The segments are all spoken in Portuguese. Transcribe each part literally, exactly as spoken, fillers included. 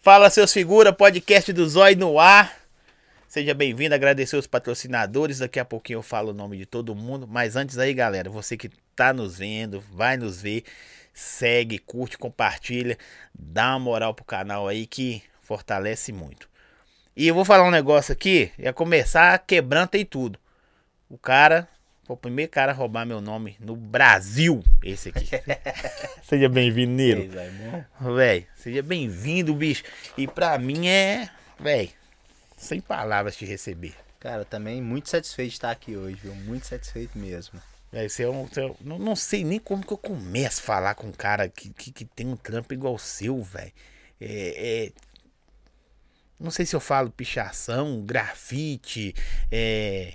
Fala, seus figura, podcast do Zói no ar. Seja bem-vindo, agradecer os patrocinadores. Daqui a pouquinho eu falo o nome de todo mundo. Mas antes aí, galera, você que tá nos vendo, vai nos ver, segue, curte, compartilha, dá uma moral pro canal aí que fortalece muito. E eu vou falar um negócio aqui, ia começar quebrando e tudo. O cara, foi o primeiro cara a roubar meu nome no Brasil, esse aqui. Seja bem-vindo, Nilo. Véi, seja bem-vindo, bicho. E pra mim é, véi, sem palavras te receber. Cara, também muito satisfeito de estar aqui hoje, viu? Muito satisfeito mesmo. Véi, você é um, você é um- não, não sei nem como que eu começo a falar com um cara que, que, que tem um trampo igual o seu, velho. É, é, não sei se eu falo pichação, grafite, é,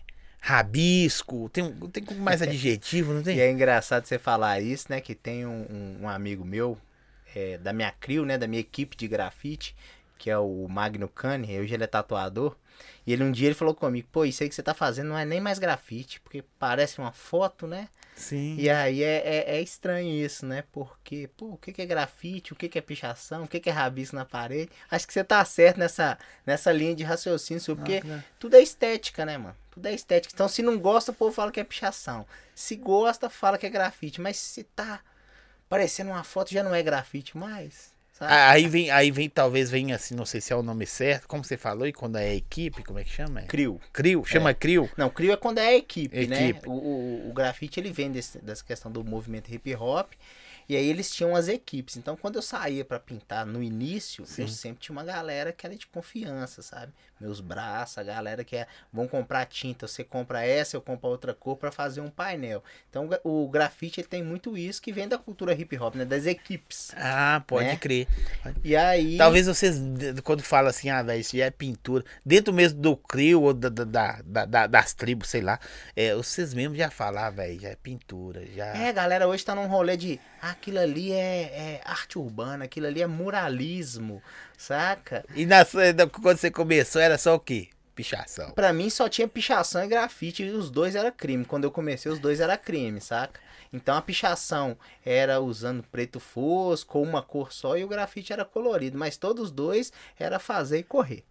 rabisco. Tem, tem mais adjetivo, não tem? E é engraçado você falar isso, né? Que tem um, um- um amigo meu, é, da minha crew, né? Da minha equipe de grafite, que é o Magno Cane. Hoje ele é tatuador. E ele um dia ele falou comigo, pô, isso aí que você tá fazendo não é nem mais grafite, porque parece uma foto, né? Sim. E aí é, é, é estranho isso, né? Porque, pô, o que que é grafite, o que que é pichação, o que que é rabisco na parede? Acho que você tá certo nessa, nessa linha de raciocínio, seu, porque Ah, né? tudo é estética, né, mano? Tudo é estética. Então, se não gosta, o povo fala que é pichação. Se gosta, fala que é grafite. Mas se tá parecendo uma foto, já não é grafite mais, sabe? Ah, Aí vem, aí vem, talvez venha assim, não sei se é o nome certo, como você falou, e quando é equipe, como é que chama? É? Crio. Crio, chama É. Crio. Não, Crio é quando é a equipe, né? Equipe. O, o, o grafite, ele vem desse, dessa questão do movimento hip hop. E aí eles tinham as equipes. Então, quando eu saía pra pintar no início, Sim. eu sempre tinha uma galera que era de confiança, sabe? Meus braços, a galera que é, vão comprar tinta, você compra essa, eu compro outra cor pra fazer um painel. Então, o grafite ele tem muito isso que vem da cultura hip hop, né? Das equipes. Ah, pode Né? crer. E aí... Talvez vocês, quando fala assim, ah, velho, isso já é pintura, dentro mesmo do Crio ou da, da, da- da- das tribos, sei lá, é, vocês mesmos já falam, ah, velho, já é pintura, já... É, a galera hoje tá num rolê de ah, aquilo ali é, é arte urbana, aquilo ali é muralismo, saca? E na, sua- quando você começou era só o quê? Pichação. Pra mim só tinha pichação e grafite e os dois era crime. Quando eu comecei, os dois era crime, saca? Então a pichação era usando preto fosco ou uma cor só e o grafite era colorido, mas todos os dois era fazer e correr.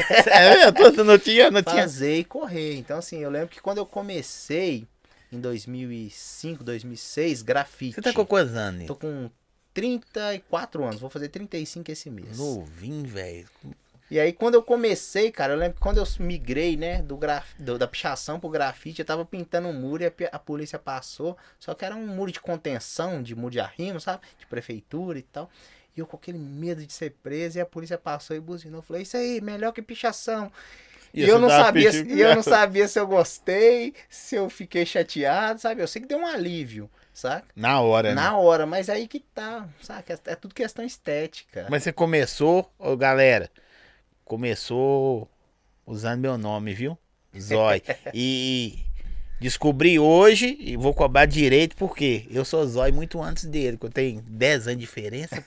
É, eu tô- não tinha, não tinha... Fazer e correr. Então assim, eu lembro que quando eu comecei em dois mil e cinco, dois mil e seis, grafite. Você tá com quantos anos? Tô com trinta e quatro anos, vou fazer trinta e cinco esse mês. Novinho, velho. E aí quando eu comecei, cara, eu lembro que quando eu migrei, né, do graf... do- da pichação pro grafite, eu tava pintando um muro e a, pi- a polícia passou, só que era um muro de contenção, de muro de arrimo, sabe? De prefeitura e tal. E eu com aquele medo de ser preso e a polícia passou e buzinou. Eu falei, isso aí, melhor que pichação. E, E eu você não tava sabia, pedindo- e eu não sabia se eu gostei, se eu fiquei chateado, sabe? Eu sei que deu um alívio, saca? Na hora, né? Na hora, mas aí que tá, saca? É tudo questão estética. Mas você começou, ô galera, começou usando meu nome, viu? Zói. E descobri hoje e vou cobrar direito porque eu sou Zói muito antes dele, que eu tenho dez anos de diferença.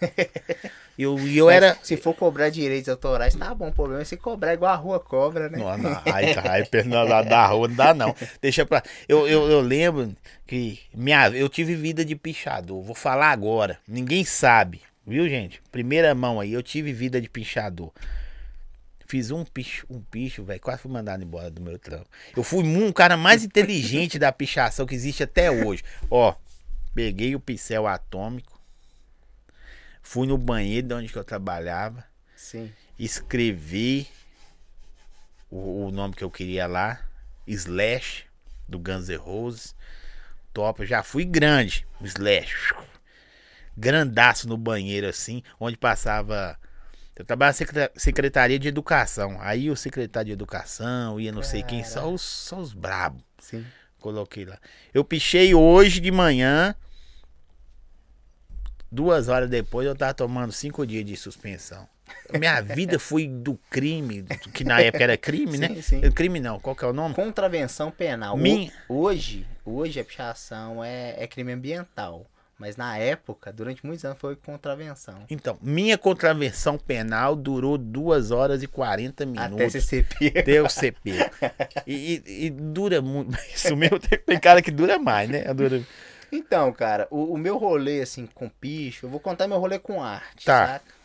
E eu, e eu Mas era... se for cobrar direitos autorais, tá bom. O problema é se cobrar igual a rua cobra, né? Não, não, aí, aí perto da, da rua não dá não. Deixa pra... Eu, eu, eu lembro que minha, eu tive vida de pichador. Vou falar agora. Ninguém sabe, viu, gente? Primeira mão aí, eu tive vida de pichador. Fiz um picho, um picho, velho. Quase fui mandado embora do meu trampo. Eu fui um cara mais inteligente da pichação que existe até hoje. Ó, peguei o pincel atômico. Fui no banheiro de onde que eu trabalhava. Sim. Escrevi o, o nome que eu queria lá. Slash, do Guns N' Roses. Top, eu já fui grande. Slash. Grandaço no banheiro assim, onde passava... Eu trabalhava na secreta- Secretaria de Educação. Aí o secretário de Educação, ia não sei quem, só os, só os brabos. Sim. Coloquei lá. Eu pichei hoje de manhã. Duas horas depois eu tava tomando cinco dias de suspensão. Minha vida foi do crime, do- que na época era crime, Sim, né? sim. Crime não, qual que é o nome? Contravenção penal. Min- Ho- Hoje, hoje a pichação é, é crime ambiental. Mas na época, durante muitos anos, foi contravenção. Então, minha contravenção penal durou duas horas e quarenta minutos. Até você ser pego. Deu C P. E, e- e dura muito. Isso mesmo, tem, tem cara que dura mais, né? Dura... Então, cara, o, o meu rolê, assim, com picho, eu vou contar meu rolê com arte, Tá. saca?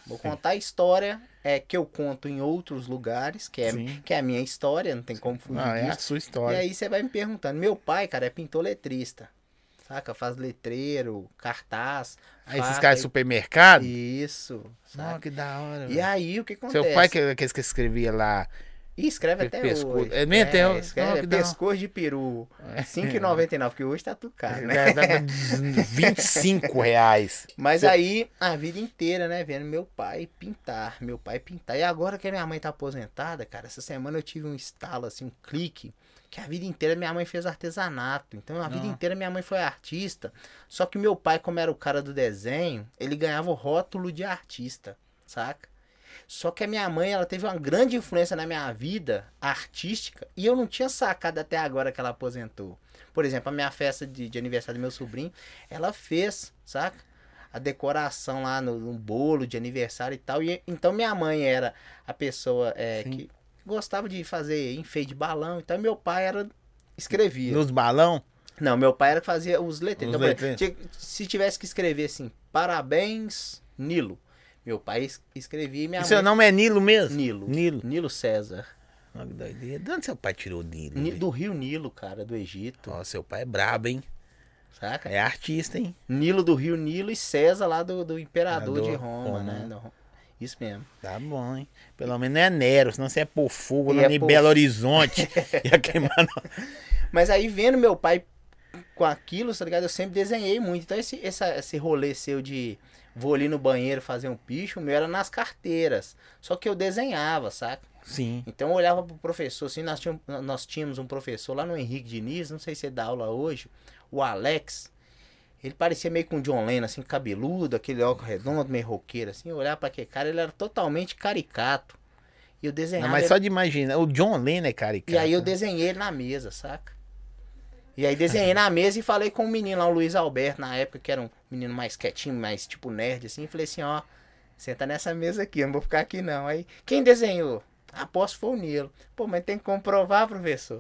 Vou contar a história é, que eu conto em outros lugares, que é, que é a minha história, não tem como fugir Ah, é disso. a sua história. E aí você vai me perguntando. Meu pai, cara, é pintor letrista. Saca? Faz letreiro, cartaz. Aí esses faca, caras de supermercado? Isso. Não, que da hora. E velho. aí, o que acontece? Seu pai que, que escrevia lá. E escreve até pescoço. hoje. É mesmo? É, Tem- escreve, não, é que dá- pescoço de peru. cinco reais e noventa e nove, porque hoje tá tudo caro, né? Dá- dá vinte e cinco reais. Mas Seu- aí, a vida inteira, né, vendo meu pai pintar, meu pai pintar. E agora que a minha mãe tá aposentada, cara, essa semana eu tive um estalo, assim, um clique, que a vida inteira minha mãe fez artesanato. Então, a vida Ah. inteira minha mãe foi artista. Só que meu pai, como era o cara do desenho, ele ganhava o rótulo de artista, saca? Só que a minha mãe, ela teve uma grande influência na minha vida artística e eu não tinha sacado até agora que ela aposentou. Por exemplo, a minha festa de, de aniversário do meu sobrinho, ela fez, saca? A decoração lá no, no bolo de aniversário e tal. E, então minha mãe era a pessoa é, que gostava de fazer enfeite de balão. Então meu pai era escrevia. Nos balão? Não, meu pai era que fazia os letreiros. Os Então, letreiros. tinha- se tivesse que escrever assim, parabéns, Nilo. Meu pai es- escrevia e minha E mãe... seu nome é Nilo mesmo? Nilo. Nilo. Nilo César. Olha que doideira. De onde seu pai tirou o Nilo? Ni- velho? do rio Nilo, cara, do Egito. Ó, seu pai é brabo, hein? Saca? É artista, hein? Nilo do rio Nilo e César lá do, do imperador Imperador, de Roma, Roma. né? Do- Isso mesmo. Tá bom, hein? Pelo menos não é Nero, senão você é por fogo E lá é em por- Belo Horizonte. Ia queimar no... Mas aí vendo meu pai com aquilo, tá ligado? Eu sempre desenhei muito. Então esse, essa, esse rolê seu de vou ali no banheiro fazer um picho, o meu era nas carteiras. Só que eu desenhava, saca? Sim. Então eu olhava pro professor, assim, nós tínhamos, nós tínhamos um professor lá no Henrique Diniz, não sei se ele dá aula hoje, o Alex. Ele parecia meio com o John Lennon, assim, cabeludo, aquele óculos redondo, meio roqueiro, assim. Eu olhava pra aquele cara, ele era totalmente caricato. E eu desenhava... Não, mas ele- só de imaginar. O John Lennon é caricato. E aí eu desenhei ele na mesa, saca? E aí desenhei na mesa e falei com o menino lá, o Luiz Alberto, na época, que era um menino mais quietinho, mais tipo nerd, assim. Falei assim, ó, senta nessa mesa aqui, eu não vou ficar aqui não. Aí, quem desenhou? Aposto foi o Nilo. Pô, mas tem que comprovar, professor.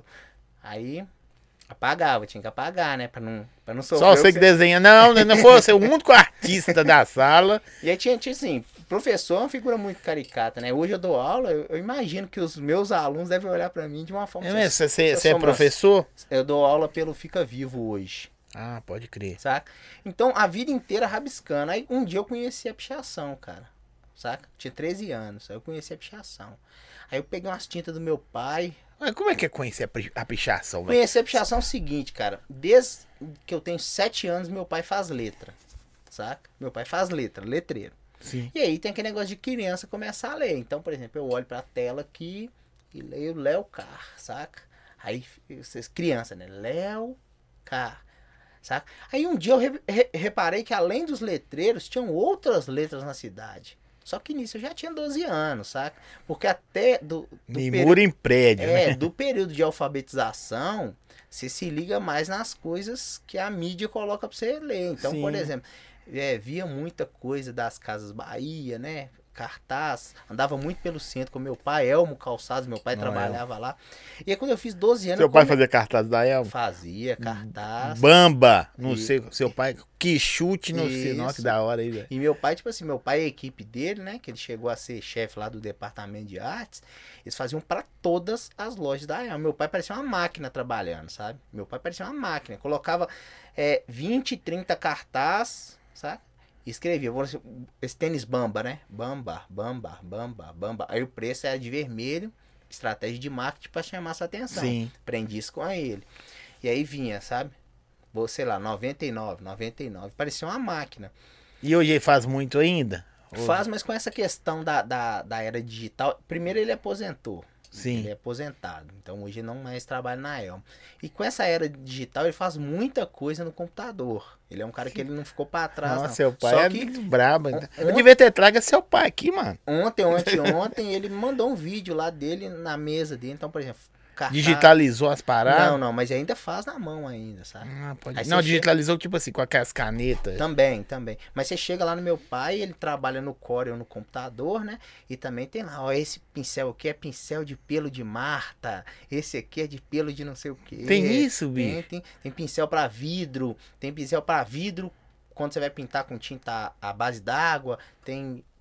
Aí, apagava, tinha que apagar, né? Pra não, pra não sofrer. Só o você que desenha. Não, não foi você o único artista da sala. E aí tinha, tinha assim, professor é uma figura muito caricata, né? Hoje eu dou aula, eu, eu imagino que os meus alunos devem olhar pra mim de uma forma... É mesmo? Você, você, eu você é sou uma- professor? Eu dou aula pelo Fica Vivo hoje, Ah, pode crer. saca? Então, a vida inteira rabiscando. Aí, um dia eu conheci a pichação, cara, saca? Tinha treze anos, aí eu conheci a pichação. Aí eu peguei umas tintas do meu pai. Mas como é que é conhecer a pi- a pichação, velho? Conheci a pichação é o seguinte, cara. Desde que eu tenho sete anos, meu pai faz letra, saca? Meu pai faz letra, letreiro. Sim. E aí tem aquele negócio de criança começar a ler. Então, por exemplo, eu olho pra tela aqui e leio Léo Car, saca? Aí, vocês, criança, né? Léo Car, saca? Aí um dia eu re- re- reparei que além dos letreiros, tinham outras letras na cidade. Só que nisso eu já tinha doze anos, saca? Porque até do, do Nem período- muro em prédio, é, né? do período de alfabetização, você se liga mais nas coisas que a mídia coloca pra você ler. Então, Sim. por exemplo, é, via muita coisa das Casas Bahia, né? Cartaz, andava muito pelo centro com meu pai, Elmo Calçados, meu pai Não, trabalhava lá. E aí quando eu fiz doze anos, Seu eu pai come- fazia cartaz da Elma? fazia cartaz. Bamba, não E- sei, seu pai, que chute, não sei, Isso. nossa, que da hora aí, velho. E meu pai, tipo assim, meu pai e a equipe dele, né? Que ele chegou a ser chefe lá do departamento de artes, eles faziam pra todas as lojas da Elma. Meu pai parecia uma máquina trabalhando, sabe? Meu pai parecia uma máquina. Colocava é, vinte, trinta cartaz, sabe? E escrevia, vou assim, esse tênis Bamba, né? Bamba, Bamba, Bamba, Bamba. Aí o preço era de vermelho, estratégia de marketing pra chamar sua atenção. Sim. Aprendi isso com ele. E aí vinha, sabe? Vou, sei lá, noventa e nove, noventa e nove. Parecia uma máquina. E hoje ele faz muito ainda? Ou- Faz, mas com essa questão da, da, da era digital. Primeiro ele aposentou. Sim. Ele é aposentado. Então hoje ele não mais trabalha na Elma. E com essa era digital ele faz muita coisa no computador. Ele é um cara que ele não ficou pra trás, Nossa, não. seu pai Só é que brabo. on- Eu on- devia ter trago seu pai aqui, mano. ontem, ontem, ontem, ele me mandou um vídeo lá dele na mesa dele. Então, por exemplo, cartaz- Digitalizou as paradas? Não, não, mas ainda faz na mão ainda, sabe? Ah, pode... Aí Não, você digitalizou tipo assim, com aquelas canetas. Também, também. Mas você chega lá no meu pai, ele trabalha no Core ou no computador, né? E também tem lá, ó, esse pincel aqui é pincel de pelo de Marta, esse aqui é de pelo de não sei o quê. Tem isso, bicho? Tem, tem, tem pincel pra vidro, tem pincel pra vidro quando você vai pintar com tinta à base d'água, tem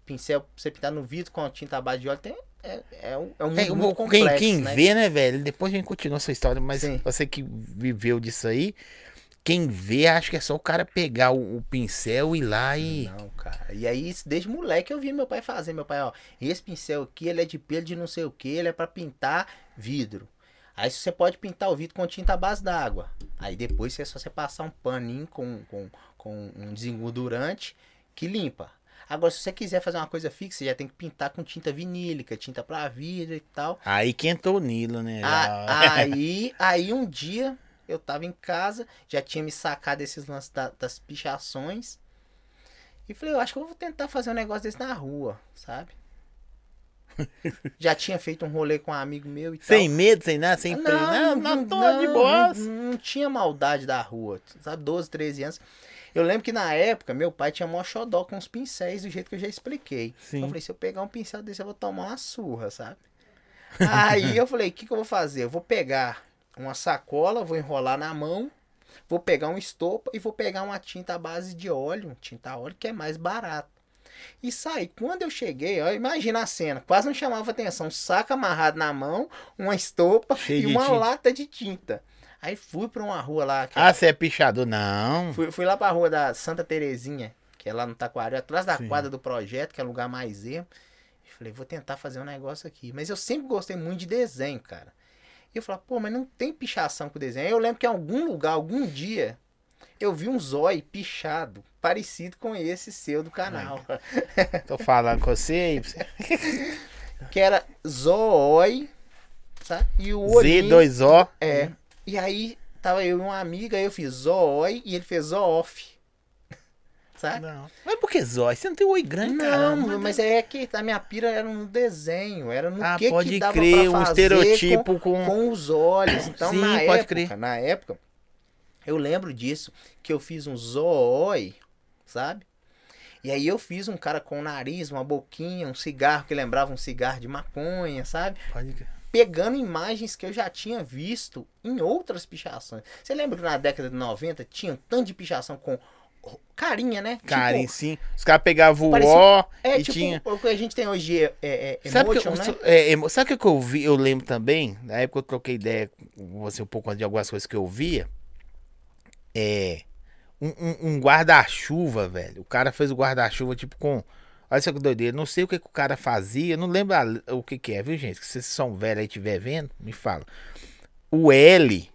pincel pra você pintar no vidro com a tinta à base de óleo, tem, é, é um, é um É, mundo muito quem, complexo, quem né? vê, né, velho? Depois a gente continua essa história, mas Sim. você que viveu disso aí, quem vê, acha que é só o cara pegar o, o pincel e ir lá e. Não, cara. E aí, isso desde moleque eu vi meu pai fazer. Meu pai, ó, esse pincel aqui, ele é de pelo de não sei o que, ele é pra pintar vidro. Aí você pode pintar o vidro com tinta à base d'água. Aí depois é só você passar um paninho com, com, com um desengordurante que limpa. Agora, se você quiser fazer uma coisa fixa, você já tem que pintar com tinta vinílica, tinta pra vidro e tal. Aí que entrou o Nilo, né? A- aí, aí um dia eu tava em casa, já tinha me sacado esses lances da- das pichações. E falei, eu acho que eu vou tentar fazer um negócio desse na rua, sabe? Já tinha feito um rolê com um amigo meu e tal. Sem medo, sem nada, sem freio. Não, não, tô de boa. Não, não tinha maldade da rua, sabe? doze, treze anos. Eu lembro que na época, meu pai tinha mó xodó com os pincéis, do jeito que eu já expliquei. Sim. Eu falei, se eu pegar um pincel desse, eu vou tomar uma surra, sabe? Aí eu falei, o que, que eu vou fazer? Eu vou pegar uma sacola, vou enrolar na mão, vou pegar um estopa e vou pegar uma tinta à base de óleo, tinta a óleo que é mais barato. E saí. Quando eu cheguei, ó, imagina a cena, quase não chamava atenção. Um saco amarrado na mão, uma estopa Cheio e de uma tinta. lata de tinta. Aí fui pra uma rua lá. que- Ah, você é pichador? Não. fui, fui lá pra rua da Santa Terezinha, que é lá no Taquari, atrás da Sim. quadra do projeto, que é o lugar mais ermo. E falei, vou tentar fazer um negócio aqui. Mas eu sempre gostei muito de desenho, cara. E eu falei, pô, mas não tem pichação com desenho. Aí eu lembro que em algum lugar, algum dia, eu vi um zóio pichado, parecido com esse seu do canal. Tô falando com você aí. pra você- Que era Zooi, sabe? E o Z olhinho... dois O. É. E aí, tava eu e uma amiga, aí eu fiz Zooi e ele fez Zoof. Sabe? Não. Mas por que zóio? Você não tem oi grande, cara. Não, mas é que a minha pira era no desenho, era no Ah, que pode que dava crer, pra um fazer estereotipo com, com- com os olhos. Então, Sim, na pode época, crer. na época, eu lembro disso, que eu fiz um zooi, sabe? E aí eu fiz um cara com o nariz, uma boquinha, um cigarro que lembrava um cigarro de maconha, sabe? Pode crer. Pegando imagens que eu já tinha visto em outras pichações. Você lembra que na década de noventa tinha um tanto de pichação com carinha, né? Cara, em Tipo, si. Os caras pegavam o parecia- O é e tipo tinha. o que a gente tem hoje é, é, é Sabe o que, emotion, eu- né? é, emo- sabe o que eu vi? Eu lembro também, na época eu troquei ideia com você um pouco antes de algumas coisas que eu via. É. Um, um- um guarda-chuva, velho. O cara fez o guarda-chuva tipo com. Olha só que doideira. Não sei o que, que o cara fazia. Não lembro a- o que, que é, viu, gente? Se vocês são velhos aí e estiver vendo, me fala. O L.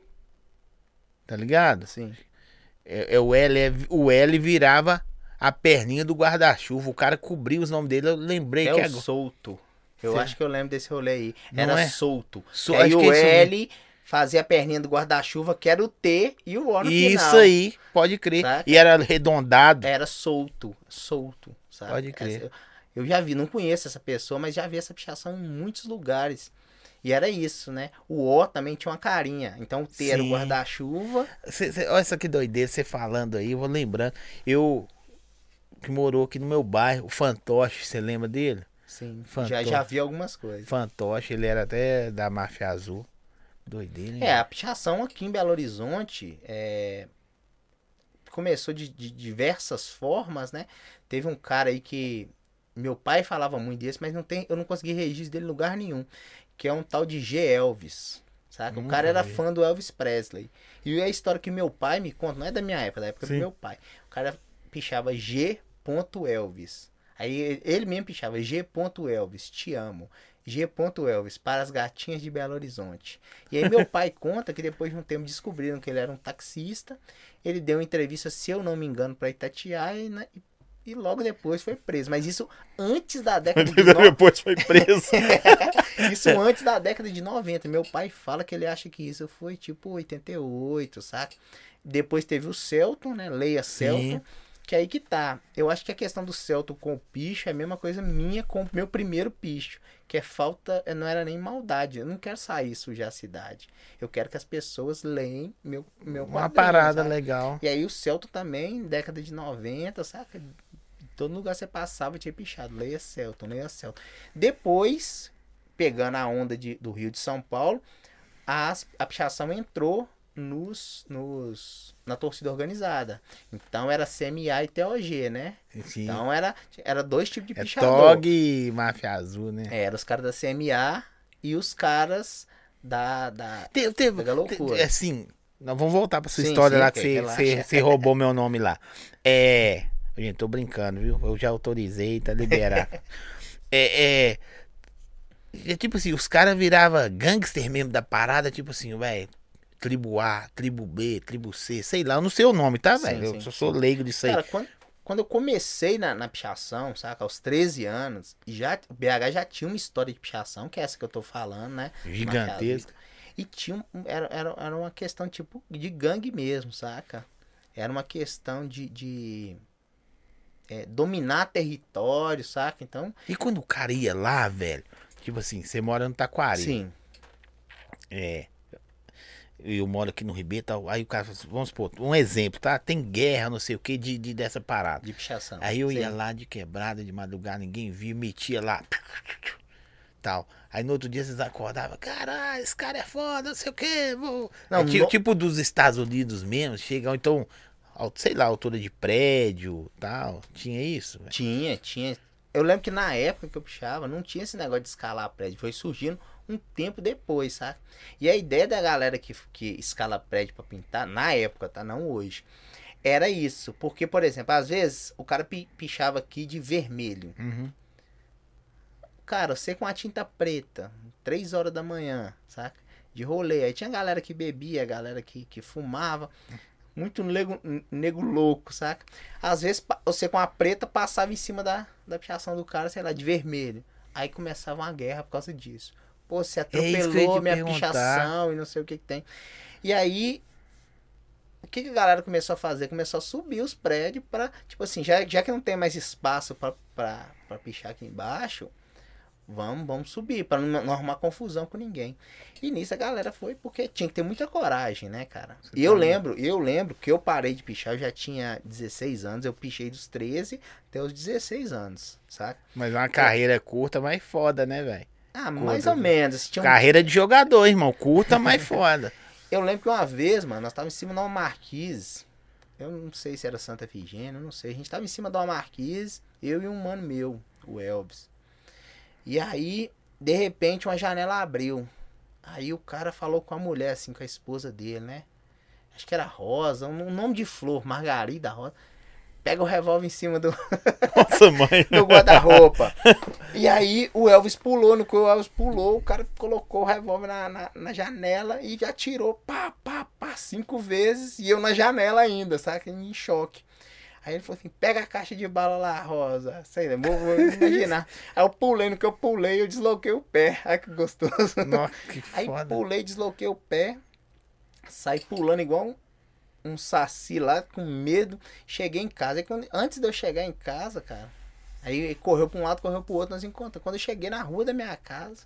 Tá ligado? Sim. É, é o L, é- o L virava a perninha do guarda-chuva. O cara cobria os nomes dele. Eu lembrei É que o agora. solto. Eu Sim. acho que eu lembro desse rolê aí. Não Era é? solto. So- aí acho o que é isso L fazia a perninha do guarda-chuva, que era o T e o O no Isso final. aí, pode crer. Saca? E era arredondado. Era solto. Solto. Sabe? Pode crer. Essa- eu, eu já vi, não conheço essa pessoa, mas já vi essa pichação em muitos lugares. E era isso, né? O O também tinha uma carinha. Então o T era o Sim. guarda-chuva. Cê, cê, olha essa que doideira, você falando aí, eu vou lembrando. Eu, que morou aqui no meu bairro, o Fantoche, você lembra dele? Sim. Já, Fantoche. já vi algumas coisas. Fantoche, ele era até da Máfia Azul. Doideira, hein? É, a pichação aqui em Belo Horizonte é, começou de, de diversas formas, né? Teve um cara aí que meu pai falava muito desse, mas não tem, eu não consegui registro dele em lugar nenhum, que é um tal de G. Elvis, saca? O Nunca cara era vi. fã do Elvis Presley. E a história que meu pai me conta, não é da minha época, é da época Sim. do meu pai. O cara pichava G. Elvis. Aí ele mesmo pichava G. Elvis, te amo. G. Elvis, para as gatinhas de Belo Horizonte. E aí meu pai conta que depois de um tempo descobriram que ele era um taxista. Ele deu uma entrevista, se eu não me engano, para Itatiaia, né? E logo depois foi preso. Mas isso antes da década de noventa. Depois foi preso. Isso antes da década de noventa. Meu pai fala que ele acha que isso foi tipo oitenta e oito, saca? Depois teve o Celton, né? Leia Celton. Sim. Que aí que tá. Eu acho que a questão do Celton com o picho é a mesma coisa minha com o meu primeiro picho. Que é falta, não era nem maldade. Eu não quero sair sujar a cidade. Eu quero que as pessoas leem meu, meu Uma quadrinho, parada sabe? legal. E aí o Celton também, década de noventa, saca? Todo lugar você passava tinha pichado. Leia Celton, leia Celton. Depois, pegando a onda de, do Rio de São Paulo, as, a pichação entrou nos, nos, na torcida organizada. Então era C M A e T O G, né? Sim. Então era, era dois tipos de É pichador. T O G e Máfia Azul, né? É, eram os caras da C M A e os caras da, da, Teve, teve, da loucura. te- assim, nós vamos voltar pra sua Sim, história sim, lá ok, que você, relaxa. você, você roubou meu nome lá. É. Gente, tô brincando, viu? Eu já autorizei, tá liberado. é, é. É tipo assim, os caras viravam gangster mesmo da parada, tipo assim, velho. Tribo A, tribo B, tribo C, sei lá, eu não sei o nome, tá, Sim, velho? Eu sim, só sou sim. leigo disso aí. Cara, quando, quando eu comecei na, na pichação, saca? Aos treze anos, já, o B H já tinha uma história de pichação, que é essa que eu tô falando, né? Gigantesca. E tinha um- era, era, era uma questão tipo de gangue mesmo, saca? Era uma questão de, de é, dominar território, saca? Então, E quando o cara ia lá, velho, tipo assim, você mora no Taquari. sim, É. Eu moro aqui no Ribeiro, tal. Aí o cara, fala assim, vamos supor, um exemplo, tá? Tem guerra, não sei o que, de, de dessa parada. de pichação. Aí eu ia sim. lá de quebrada, de madrugada, ninguém via, metia lá. Tal. Aí no outro dia vocês acordavam, caralho, esse cara é foda, não sei o que. Vou... Não, É ti- no- tipo dos Estados Unidos mesmo, chegam, então, al- sei lá, altura de prédio, tal. Tinha isso, velho. Tinha, tinha. Eu lembro que na época que eu pichava, não tinha esse negócio de escalar prédio. Foi surgindo um tempo depois, sabe? E a ideia da galera que, que escala prédio pra pintar, na época, tá? Não hoje. Era isso. Porque, por exemplo, às vezes o cara pi- pichava aqui de vermelho. Uhum. Cara, você com a tinta preta, três horas da manhã, saca? De rolê. Aí tinha galera que bebia, galera que, que fumava. Muito nego, nego louco, saca? Às vezes pa- você com a preta passava em cima da, da pichação do cara, sei lá, de vermelho. Aí começava uma guerra por causa disso. Pô, você É isso que eu ia atropelou te minha perguntar. pichação e não sei o que que tem. E aí, o que, que a galera começou a fazer? Começou a subir os prédios pra, tipo assim, já, já que não tem mais espaço pra, pra, pra pichar aqui embaixo, vamos, vamos subir, pra não, não arrumar confusão com ninguém. E nisso a galera foi porque tinha que ter muita coragem, né, cara? Você E eu tá lembro, eu lembro que eu parei de pichar, eu já tinha dezesseis anos, eu pichei dos treze até os dezesseis anos, saca? Mas uma carreira curta, mas foda, né, velho? Ah, mais Curta, ou menos. assim, tinha um- Carreira de jogador, irmão. Curta, mas foda. Eu lembro que uma vez, mano, nós tava em cima de uma marquise. Eu não sei se era Santa Efigênia, eu não sei. A gente tava em cima de uma marquise, eu e um mano meu, o Elvis. E aí, de repente, uma janela abriu. Aí o cara falou com a mulher, assim, com a esposa dele, né? Acho que era Rosa, um nome de flor, Margarida Rosa. Pega o revólver em cima do, Nossa, mãe. do guarda-roupa. E aí o Elvis pulou, no que o Elvis pulou, o cara colocou o revólver na, na, na janela e já atirou, pá, pá, pá, cinco vezes. E eu na janela ainda, sabe? Em choque. Aí ele falou assim, pega a caixa de bala lá, Rosa. Sei lá, vou, vou imaginar. Aí eu pulei, no que eu pulei, eu desloquei o pé. Ai, que gostoso. Nossa, que Aí foda. pulei, desloquei o pé. Saí pulando igual um, um saci lá, com medo. Cheguei em casa. Aí, quando, antes de eu chegar em casa, cara, aí ele correu pra um lado, correu pro outro, nós encontramos. Quando eu cheguei na rua da minha casa,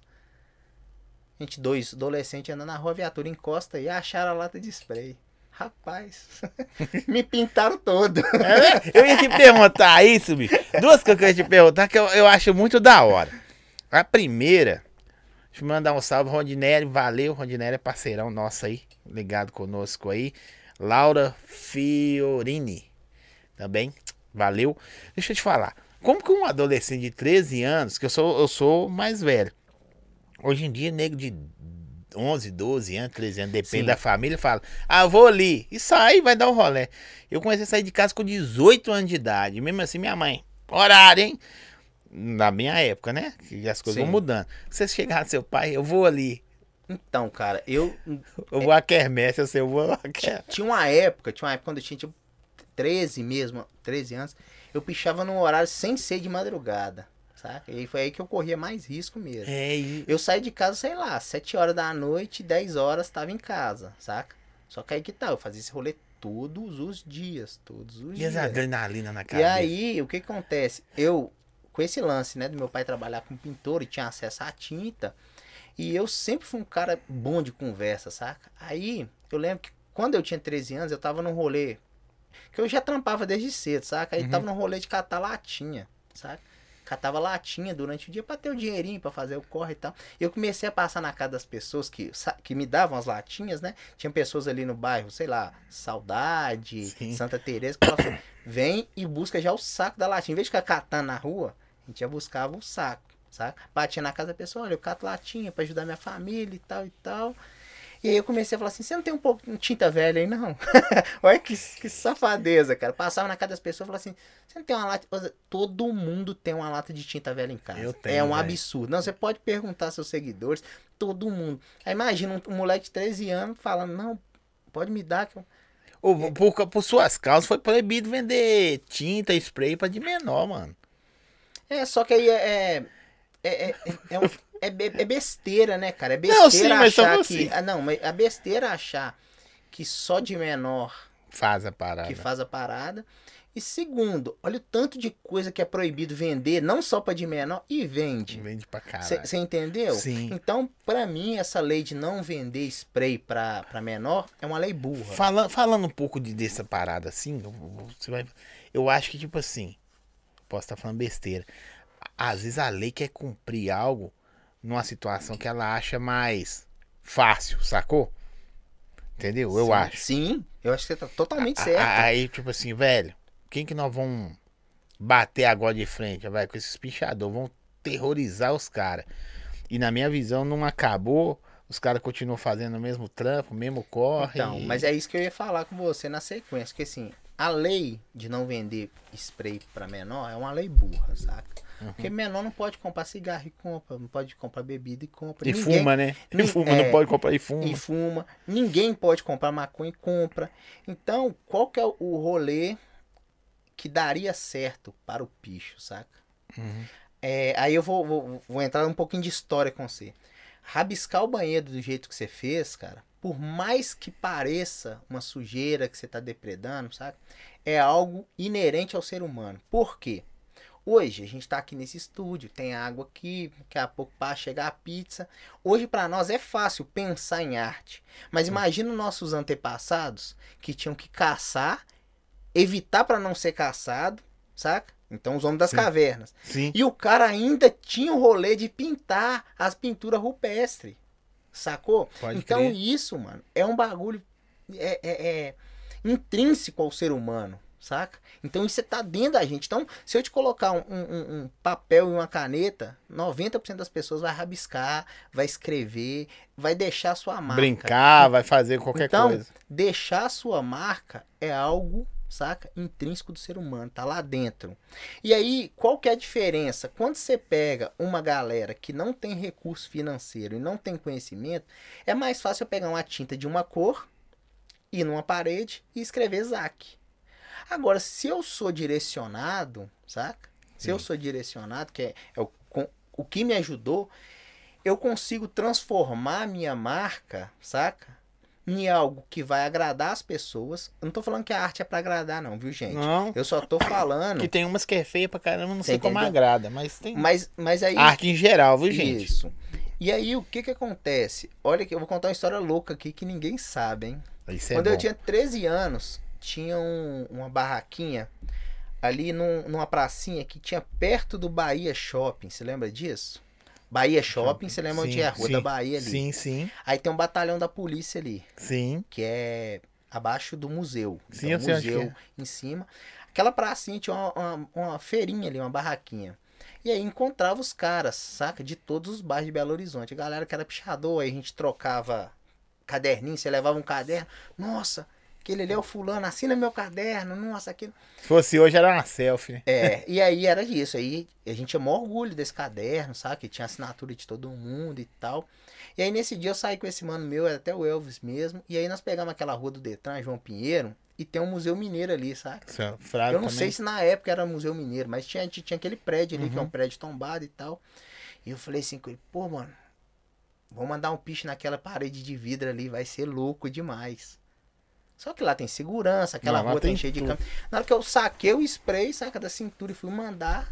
a gente, dois adolescentes andando na rua, a viatura encosta e acharam a lata de spray. Rapaz, me pintaram todo. É, eu ia te perguntar isso, bicho. Duas coisas que eu ia te perguntar que eu, eu acho muito da hora. A primeira, deixa eu mandar um salve, Rondinelli, valeu, Rondinelli é parceirão nosso aí, ligado conosco aí. Laura Fiorini, também, valeu. Deixa eu te falar, como que um adolescente de treze anos, que eu sou, eu sou mais velho, hoje em dia, nego de onze, doze anos, treze anos, depende Sim. da família, fala, ah, vou ali, e sai, vai dar um rolê. Eu comecei a sair de casa com dezoito anos de idade, mesmo assim minha mãe, horário, hein? Na minha época, né? Que as coisas Sim. vão mudando. Se você chegar no seu pai, eu vou ali, Então, cara, eu eu vou a quermesse, eu sei, eu vou a quermesse. tinha uma época, tinha uma época quando eu tinha tipo treze mesmo, treze anos, eu pichava num horário sem ser de madrugada, saca? E foi aí que eu corria mais risco mesmo. É, e... Eu saí de casa, sei lá, sete horas da noite, dez horas tava em casa, saca? Só que aí que tá, eu fazia esse rolê todos os dias, todos os e as dias. adrenalina na E cabeça. aí, o que que acontece? Eu, com esse lance, né, do meu pai trabalhar com pintor e tinha acesso à tinta, e eu sempre fui um cara bom de conversa, saca? Aí, eu lembro que quando eu tinha treze anos, eu tava num rolê, que eu já trampava desde cedo, saca? Aí Uhum. tava num rolê de catar latinha, saca? catava latinha durante o dia pra ter o dinheirinho pra fazer o corre e tal. E eu comecei a passar na casa das pessoas que, que me davam as latinhas, né? Tinha pessoas ali no bairro, sei lá, Saudade, Sim. Santa Teresa, que falavam assim, vem e busca já o saco da latinha. Em vez de ficar catando na rua, a gente já buscava o saco, sabe? Batia na casa da pessoa, olha, eu cato latinha pra ajudar minha família e tal e tal. E aí eu comecei a falar assim, você não tem um pouco de tinta velha aí, não? Olha que, que safadeza, cara. Passava na casa das pessoas e falava assim, você não tem uma lata... Todo mundo tem uma lata de tinta velha em casa. Eu tenho, é um véio. absurdo. Não, você pode perguntar aos seus seguidores, todo mundo. Aí imagina um, um moleque de treze anos falando, não, pode me dar que eu... Ô, por, por suas causas foi proibido vender tinta, spray pra de menor, mano. É, só que aí é... é, é, é, é um... É, é besteira, né, cara? É besteira não, sim, mas achar só que... assim. Ah, não, mas a besteira achar que só de menor Faz a parada. que faz a parada. E segundo, olha o tanto de coisa que é proibido vender, não só para de menor, e vende. Vende pra caralho. Você entendeu? Sim. Então, para mim, essa lei de não vender spray para menor é uma lei burra. Falando, falando um pouco de, dessa parada assim, você vai, eu acho que, tipo assim, posso estar falando besteira. Às vezes a lei quer cumprir algo numa situação que ela acha mais fácil, sacou? Entendeu? Eu sim, acho. Sim, eu acho que você tá totalmente A, certo. a, aí, tipo assim, velho, quem que nós vamos bater agora de frente? Vai com esses pichadores, vão terrorizar os caras. E na minha visão não acabou, os caras continuam fazendo o mesmo trampo, o mesmo corre. Então, e... mas é isso que eu ia falar com você na sequência, que assim, a lei de não vender spray para menor é uma lei burra, saca? Uhum. Porque menor não pode comprar cigarro e compra, não pode comprar bebida e compra. E Ninguém, fuma, né? E fuma, é, não pode comprar e fuma. E fuma. Ninguém pode comprar maconha e compra. Então, qual que é o rolê que daria certo para o picho, saca? Uhum. É, aí eu vou, vou, vou entrar um pouquinho de história com você. Rabiscar o banheiro do jeito que você fez, cara, por mais que pareça uma sujeira que você tá depredando, sabe? É algo inerente ao ser humano. Por quê? Hoje a gente tá aqui nesse estúdio, tem água aqui, daqui a pouco para chegar a pizza. Hoje para nós é fácil pensar em arte, mas imagina os nossos antepassados que tinham que caçar, evitar para não ser caçado, saca? Então os homens das Sim. cavernas. Sim. E o cara ainda tinha o rolê de pintar as pinturas rupestres, sacou? Pode então crer. isso, mano, é um bagulho é, é, é intrínseco ao ser humano. Saca? Então isso tá dentro da gente. Então, se eu te colocar um, um, um papel e uma caneta, noventa por cento das pessoas vai rabiscar, vai escrever, vai deixar a sua marca. Brincar, vai fazer qualquer então, coisa. Deixar a sua marca é algo, saca? Intrínseco do ser humano, tá lá dentro. E aí, qual que é a diferença? Quando você pega uma galera que não tem recurso financeiro e não tem conhecimento, é mais fácil eu pegar uma tinta de uma cor, ir numa parede e escrever Zac. Agora, se eu sou direcionado, saca? Se Sim. eu sou direcionado, que é, é o, com, o que me ajudou, eu consigo transformar a minha marca, saca? Em algo que vai agradar as pessoas. Eu não tô falando que a arte é pra agradar, não, viu, gente? Não. Eu só tô falando... Que tem umas que é feia pra caramba, não sei entendeu? como agrada, mas tem... Mas, mas aí... Arte em geral, viu, gente? Isso. E aí, o que que acontece? Olha que eu vou contar uma história louca aqui que ninguém sabe, hein? Isso é Quando bom. eu tinha treze anos... tinha um, uma barraquinha ali num, numa pracinha que tinha perto do Bahia Shopping. Você lembra disso? Bahia Shopping, você lembra sim, onde é a Rua sim, da Bahia ali? Sim, sim. Aí tem um batalhão da polícia ali. Sim. Que é abaixo do museu. Sim, então, eu sei museu onde que é. em cima. Aquela pracinha tinha uma, uma, uma feirinha ali, uma barraquinha. E aí encontrava os caras, saca? De todos os bairros de Belo Horizonte. A galera que era pichador, aí a gente trocava caderninho, você levava um caderno. Nossa... aquele ali é o fulano, assina meu caderno, nossa, aquilo. Se fosse hoje era uma selfie, né? É, e aí era isso, aí a gente tinha maior orgulho desse caderno, sabe? Que tinha assinatura de todo mundo e tal. E aí nesse dia eu saí com esse mano meu, era até o Elvis mesmo, e aí nós pegamos aquela rua do Detran, João Pinheiro, e tem um Museu Mineiro ali, sabe? É fraco eu não também. sei se na época era Museu Mineiro, mas tinha, tinha aquele prédio ali, uhum. que é um prédio tombado e tal. E eu falei assim com ele, pô, mano, vou mandar um piche naquela parede de vidro ali, vai ser louco demais. Só que lá tem segurança, aquela não, rua tem, tem cheia de câmera. Na hora que eu saquei o spray, saca da cintura e fui mandar.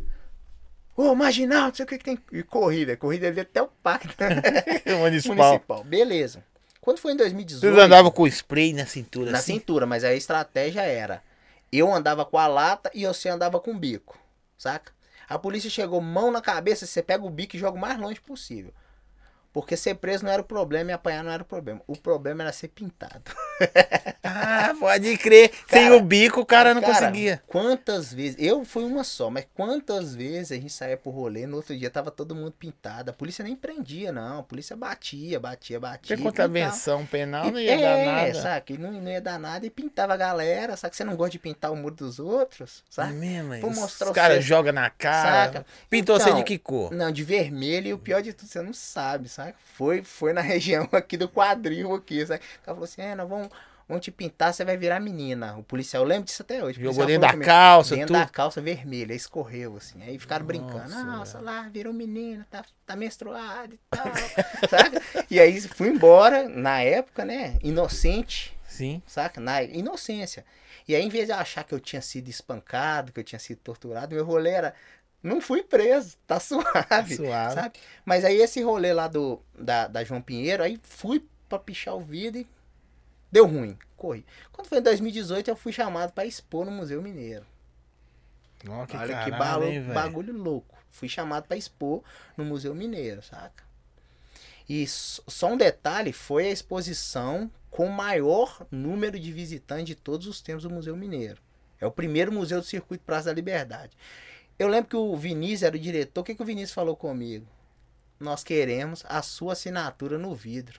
Ô, marginal, não sei o que, que tem. E corrida, corrida ali até o parque municipal. municipal. Beleza. Quando foi em dois mil e dezoito. Vocês andavam com spray na cintura Na assim? cintura, mas a estratégia era: eu andava com a lata e você andava com o bico, saca? A polícia chegou, mão na cabeça, você pega o bico e joga o mais longe possível. Porque ser preso não era o problema e apanhar não era o problema. O problema era ser pintado. Ah, pode crer. Sem Cara, o bico o cara não cara, conseguia. Quantas vezes, eu fui uma só, mas quantas vezes a gente saía pro rolê, no outro dia tava todo mundo pintado. A polícia nem prendia, não. A polícia batia, batia, batia. Porque contravenção penal E- não ia é, dar nada. saca? E não, não ia dar nada e pintava a galera, saca? Você não gosta de pintar o muro dos outros, É saca? mesmo, Vou os mostrar o caras seu- jogam na cara. Saca? Pintou você Então, de que cor? Não, de vermelho e o pior de tudo, você não sabe, saca? Foi, foi na região aqui do quadril aqui, sabe? O cara falou assim, é, nós vamos, vamos te pintar, você vai virar menina. O policial, eu lembro disso até hoje. O Jogou policial dentro falou da comigo, calça, dentro tudo. da calça vermelha, aí escorreu, assim. Aí ficaram brincando, Nossa, nossa, lá, virou menina, tá, tá menstruada e tal, saca? E aí fui embora, na época, né, inocente, Sim. saca? Na inocência. E aí, em vez de eu achar que eu tinha sido espancado, que eu tinha sido torturado, meu rolê era, não fui preso, tá suave, Suave. sabe? Mas aí esse rolê lá do, da, da João Pinheiro, aí fui pra pichar o vidro e deu ruim, corri. Quando foi em dois mil e dezoito, eu fui chamado pra expor no Museu Mineiro. Ó, que Olha caralho, que balo- hein, velho? bagulho louco. Fui chamado pra expor no Museu Mineiro, saca? E s- só um detalhe, foi a exposição com o maior número de visitantes de todos os tempos do Museu Mineiro. É o primeiro museu do Circuito Praça da Liberdade. Eu lembro que o Vinícius era o diretor. O que, que o Vinícius falou comigo? Nós queremos a sua assinatura no vidro.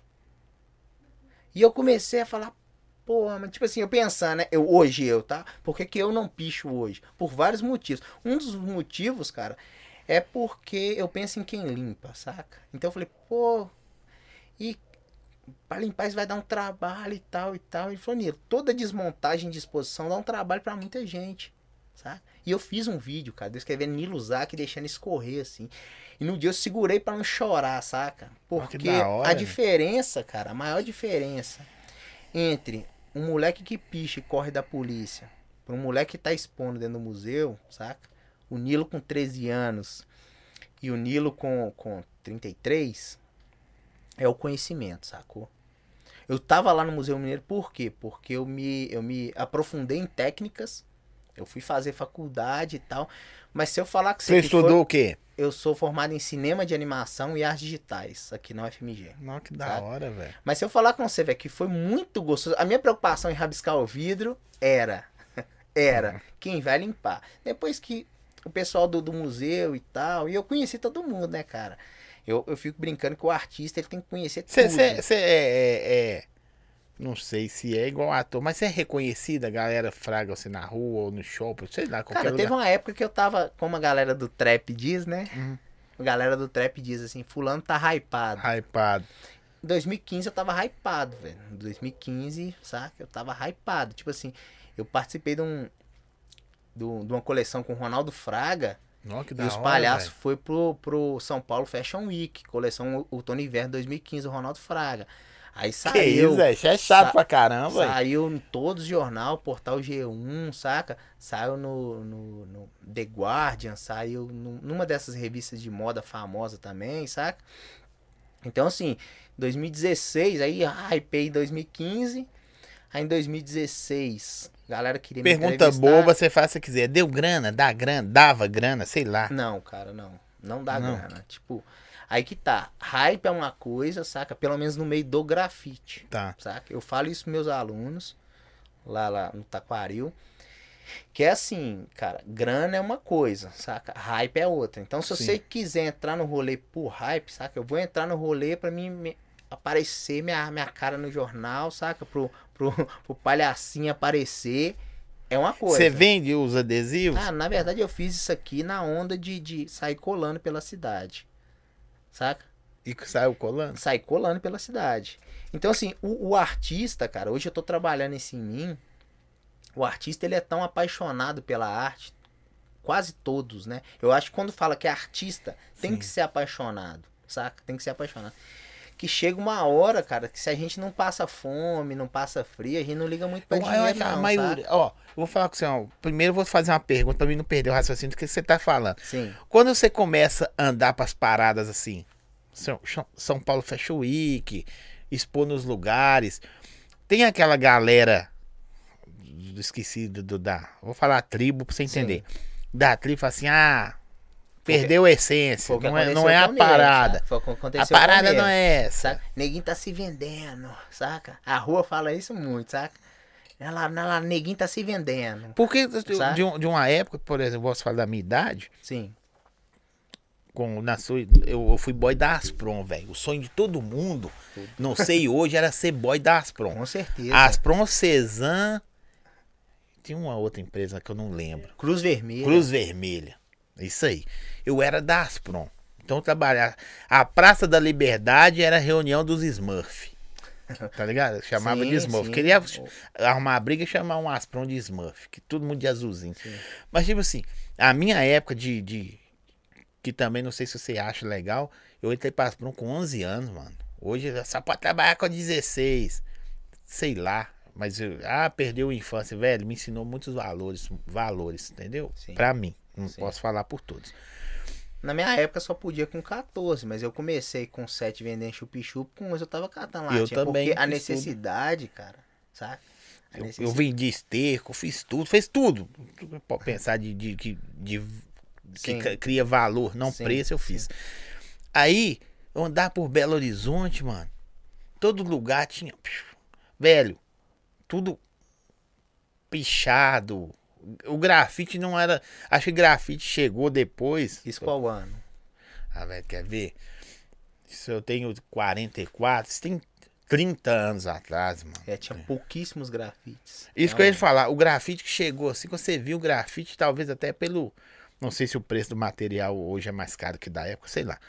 E eu comecei a falar, pô, mas tipo assim, eu pensando, né? Eu, hoje eu, tá? Por que, que eu não picho hoje? Por vários motivos. Um dos motivos, cara, é porque eu penso em quem limpa, saca? Então eu falei, pô, e pra limpar isso vai dar um trabalho e tal e tal. Ele falou, Nilo, toda desmontagem de exposição dá um trabalho pra muita gente, saca? E eu fiz um vídeo, cara, de eu escrevendo Nilo Zac e deixando escorrer, assim. E no dia eu segurei pra não chorar, saca? Porque da hora, a né? diferença, cara, a maior diferença entre um moleque que picha e corre da polícia pra um moleque que tá expondo dentro do museu, saca? O Nilo com treze anos e o Nilo com, com trinta e três é o conhecimento, sacou? Eu tava lá no Museu Mineiro por quê? Porque eu me, eu me aprofundei em técnicas, eu fui fazer faculdade e tal, mas se eu falar que Você que estudou foi- o quê? eu sou formado em cinema de animação e artes digitais, aqui na U F M G. Não, que da Sabe? hora, velho. Mas se eu falar com você, velho, que foi muito gostoso, a minha preocupação em rabiscar o vidro era, era, quem vai limpar. Depois que o pessoal do, do museu e tal, e eu conheci todo mundo, né, cara? Eu, eu fico brincando que o artista, ele tem que conhecer tudo. Você é, é, é- Não sei se é igual ator, mas você é reconhecido? A galera fraga você na rua ou no shopping, sei lá, qualquer Cara, lugar. teve uma época que eu tava, como a galera do trap diz, né? Uhum. A galera do trap diz assim, fulano tá hypado. Hypado. Em dois mil e quinze eu tava hypado, velho. Em dois mil e quinze, saca? Eu tava hypado. Tipo assim, eu participei de um de um- de uma coleção com o Ronaldo Fraga. Ó, que E da os hora, palhaços velho. foi pro, pro São Paulo Fashion Week, coleção Outono e Inverno dois mil e quinze, o Ronaldo Fraga. Aí Que saiu. isso, velho? Isso é chato sa- pra caramba, velho. Saiu em todos os jornal, portal G um, saca? Saiu no, no, no The Guardian, saiu nu- numa dessas revistas de moda famosa também, saca? Então assim, dois mil e dezesseis, aí hypei em dois mil e quinze, aí em dois mil e dezesseis, galera queria me Pergunta entrevistar. boba, você faz se quiser. Deu grana? Dá grana? Dava grana? Sei lá. Não, cara, não. Não dá Não. grana. Tipo, aí que tá. Hype é uma coisa, saca? Pelo menos no meio do grafite, Tá. saca? Eu falo isso pros meus alunos, lá, lá no Taquaril, que é assim, cara, grana é uma coisa, saca? Hype é outra. Então, se Sim. você quiser entrar no rolê por hype, saca? Eu vou entrar no rolê pra mim me- aparecer minha, minha cara no jornal, saca? Pro, pro, pro palhacinho aparecer. É uma coisa. Você vende os adesivos? Ah, na verdade eu fiz isso aqui na onda de, de sair colando pela cidade. Saca? E que saiu colando? Sair colando pela cidade. Então, assim, o, o artista, cara, hoje eu tô trabalhando isso em mim. O artista, ele é tão apaixonado pela arte. Quase todos, né? Eu acho que quando fala que é artista, tem Sim. que ser apaixonado. Saca? Tem que ser apaixonado. Que chega uma hora, cara, que se a gente não passa fome, não passa frio, a gente não liga muito pra Eu, eu dinheiro, acho que a não, maioria. saca? Ó, eu vou falar com você, ó. Primeiro eu vou fazer uma pergunta pra mim não perder o raciocínio do que você tá falando. Sim. Quando você começa a andar pras paradas assim, São, São Paulo Fashion Week, expor nos lugares, tem aquela galera do esquecido do, da. Vou falar a tribo pra você entender. Da tribo fala assim, ah, Perdeu a essência. Foi o que Não é, aconteceu não é a comigo, parada. sabe? Foi o que A aconteceu parada comigo, não é essa. saca? Neguinho tá se vendendo, saca? A rua fala isso muito, saca? Ela, ela, neguinho tá se vendendo. Porque de, Sabe? de um- de uma época, por exemplo, eu posso falar da minha idade, Sim. com, na sua, eu, eu fui boy da Aspron, velho. O sonho de todo mundo, não sei hoje, era ser boy da Aspron. Com certeza. Aspron, Cezan, tinha uma outra empresa que eu não lembro. Cruz Vermelha. Cruz Vermelha. Isso aí. Eu era da Aspron. Então eu trabalhava. A Praça da Liberdade era a reunião dos Smurf. Tá ligado? Chamava Sim, de Smurf. sim. Queria arrumar a briga e chamar um Aspron de Smurf. Que todo mundo de azulzinho. Sim. Mas tipo assim, a minha época de, de. Que também não sei se você acha legal. Eu entrei pra Aspron com onze anos, mano. Hoje só pode trabalhar com dezesseis. Sei lá. Mas eu, ah, perdeu a infância, velho. Me ensinou muitos valores. Valores, entendeu? Sim. Pra mim. Não Sim. posso falar por todos. Na minha época só podia com quatorze, mas eu comecei com sete vendendo chup-chup, com onze eu tava catando latinha. Eu também Porque a fiz necessidade, cara, sabe? A Eu, necessidade. eu vendi esterco, fiz tudo, fez tudo. Tudo que pode pensar de, de, de, de- que Sim. cria- cria valor, não Sim, preço, eu fiz. sim. Aí, eu andava por Belo Horizonte, mano. Todo lugar tinha. Velho, tudo pichado. O grafite não era. Acho que grafite chegou depois. Isso qual ano? Ah, velho, quer ver? Isso eu tenho quarenta e quatro, isso tem trinta anos atrás, mano. É, tinha pouquíssimos grafites. Isso que eu ia falar, o grafite que chegou assim, que você viu o grafite, talvez até pelo. Não sei se o preço do material hoje é mais caro que da época, sei lá.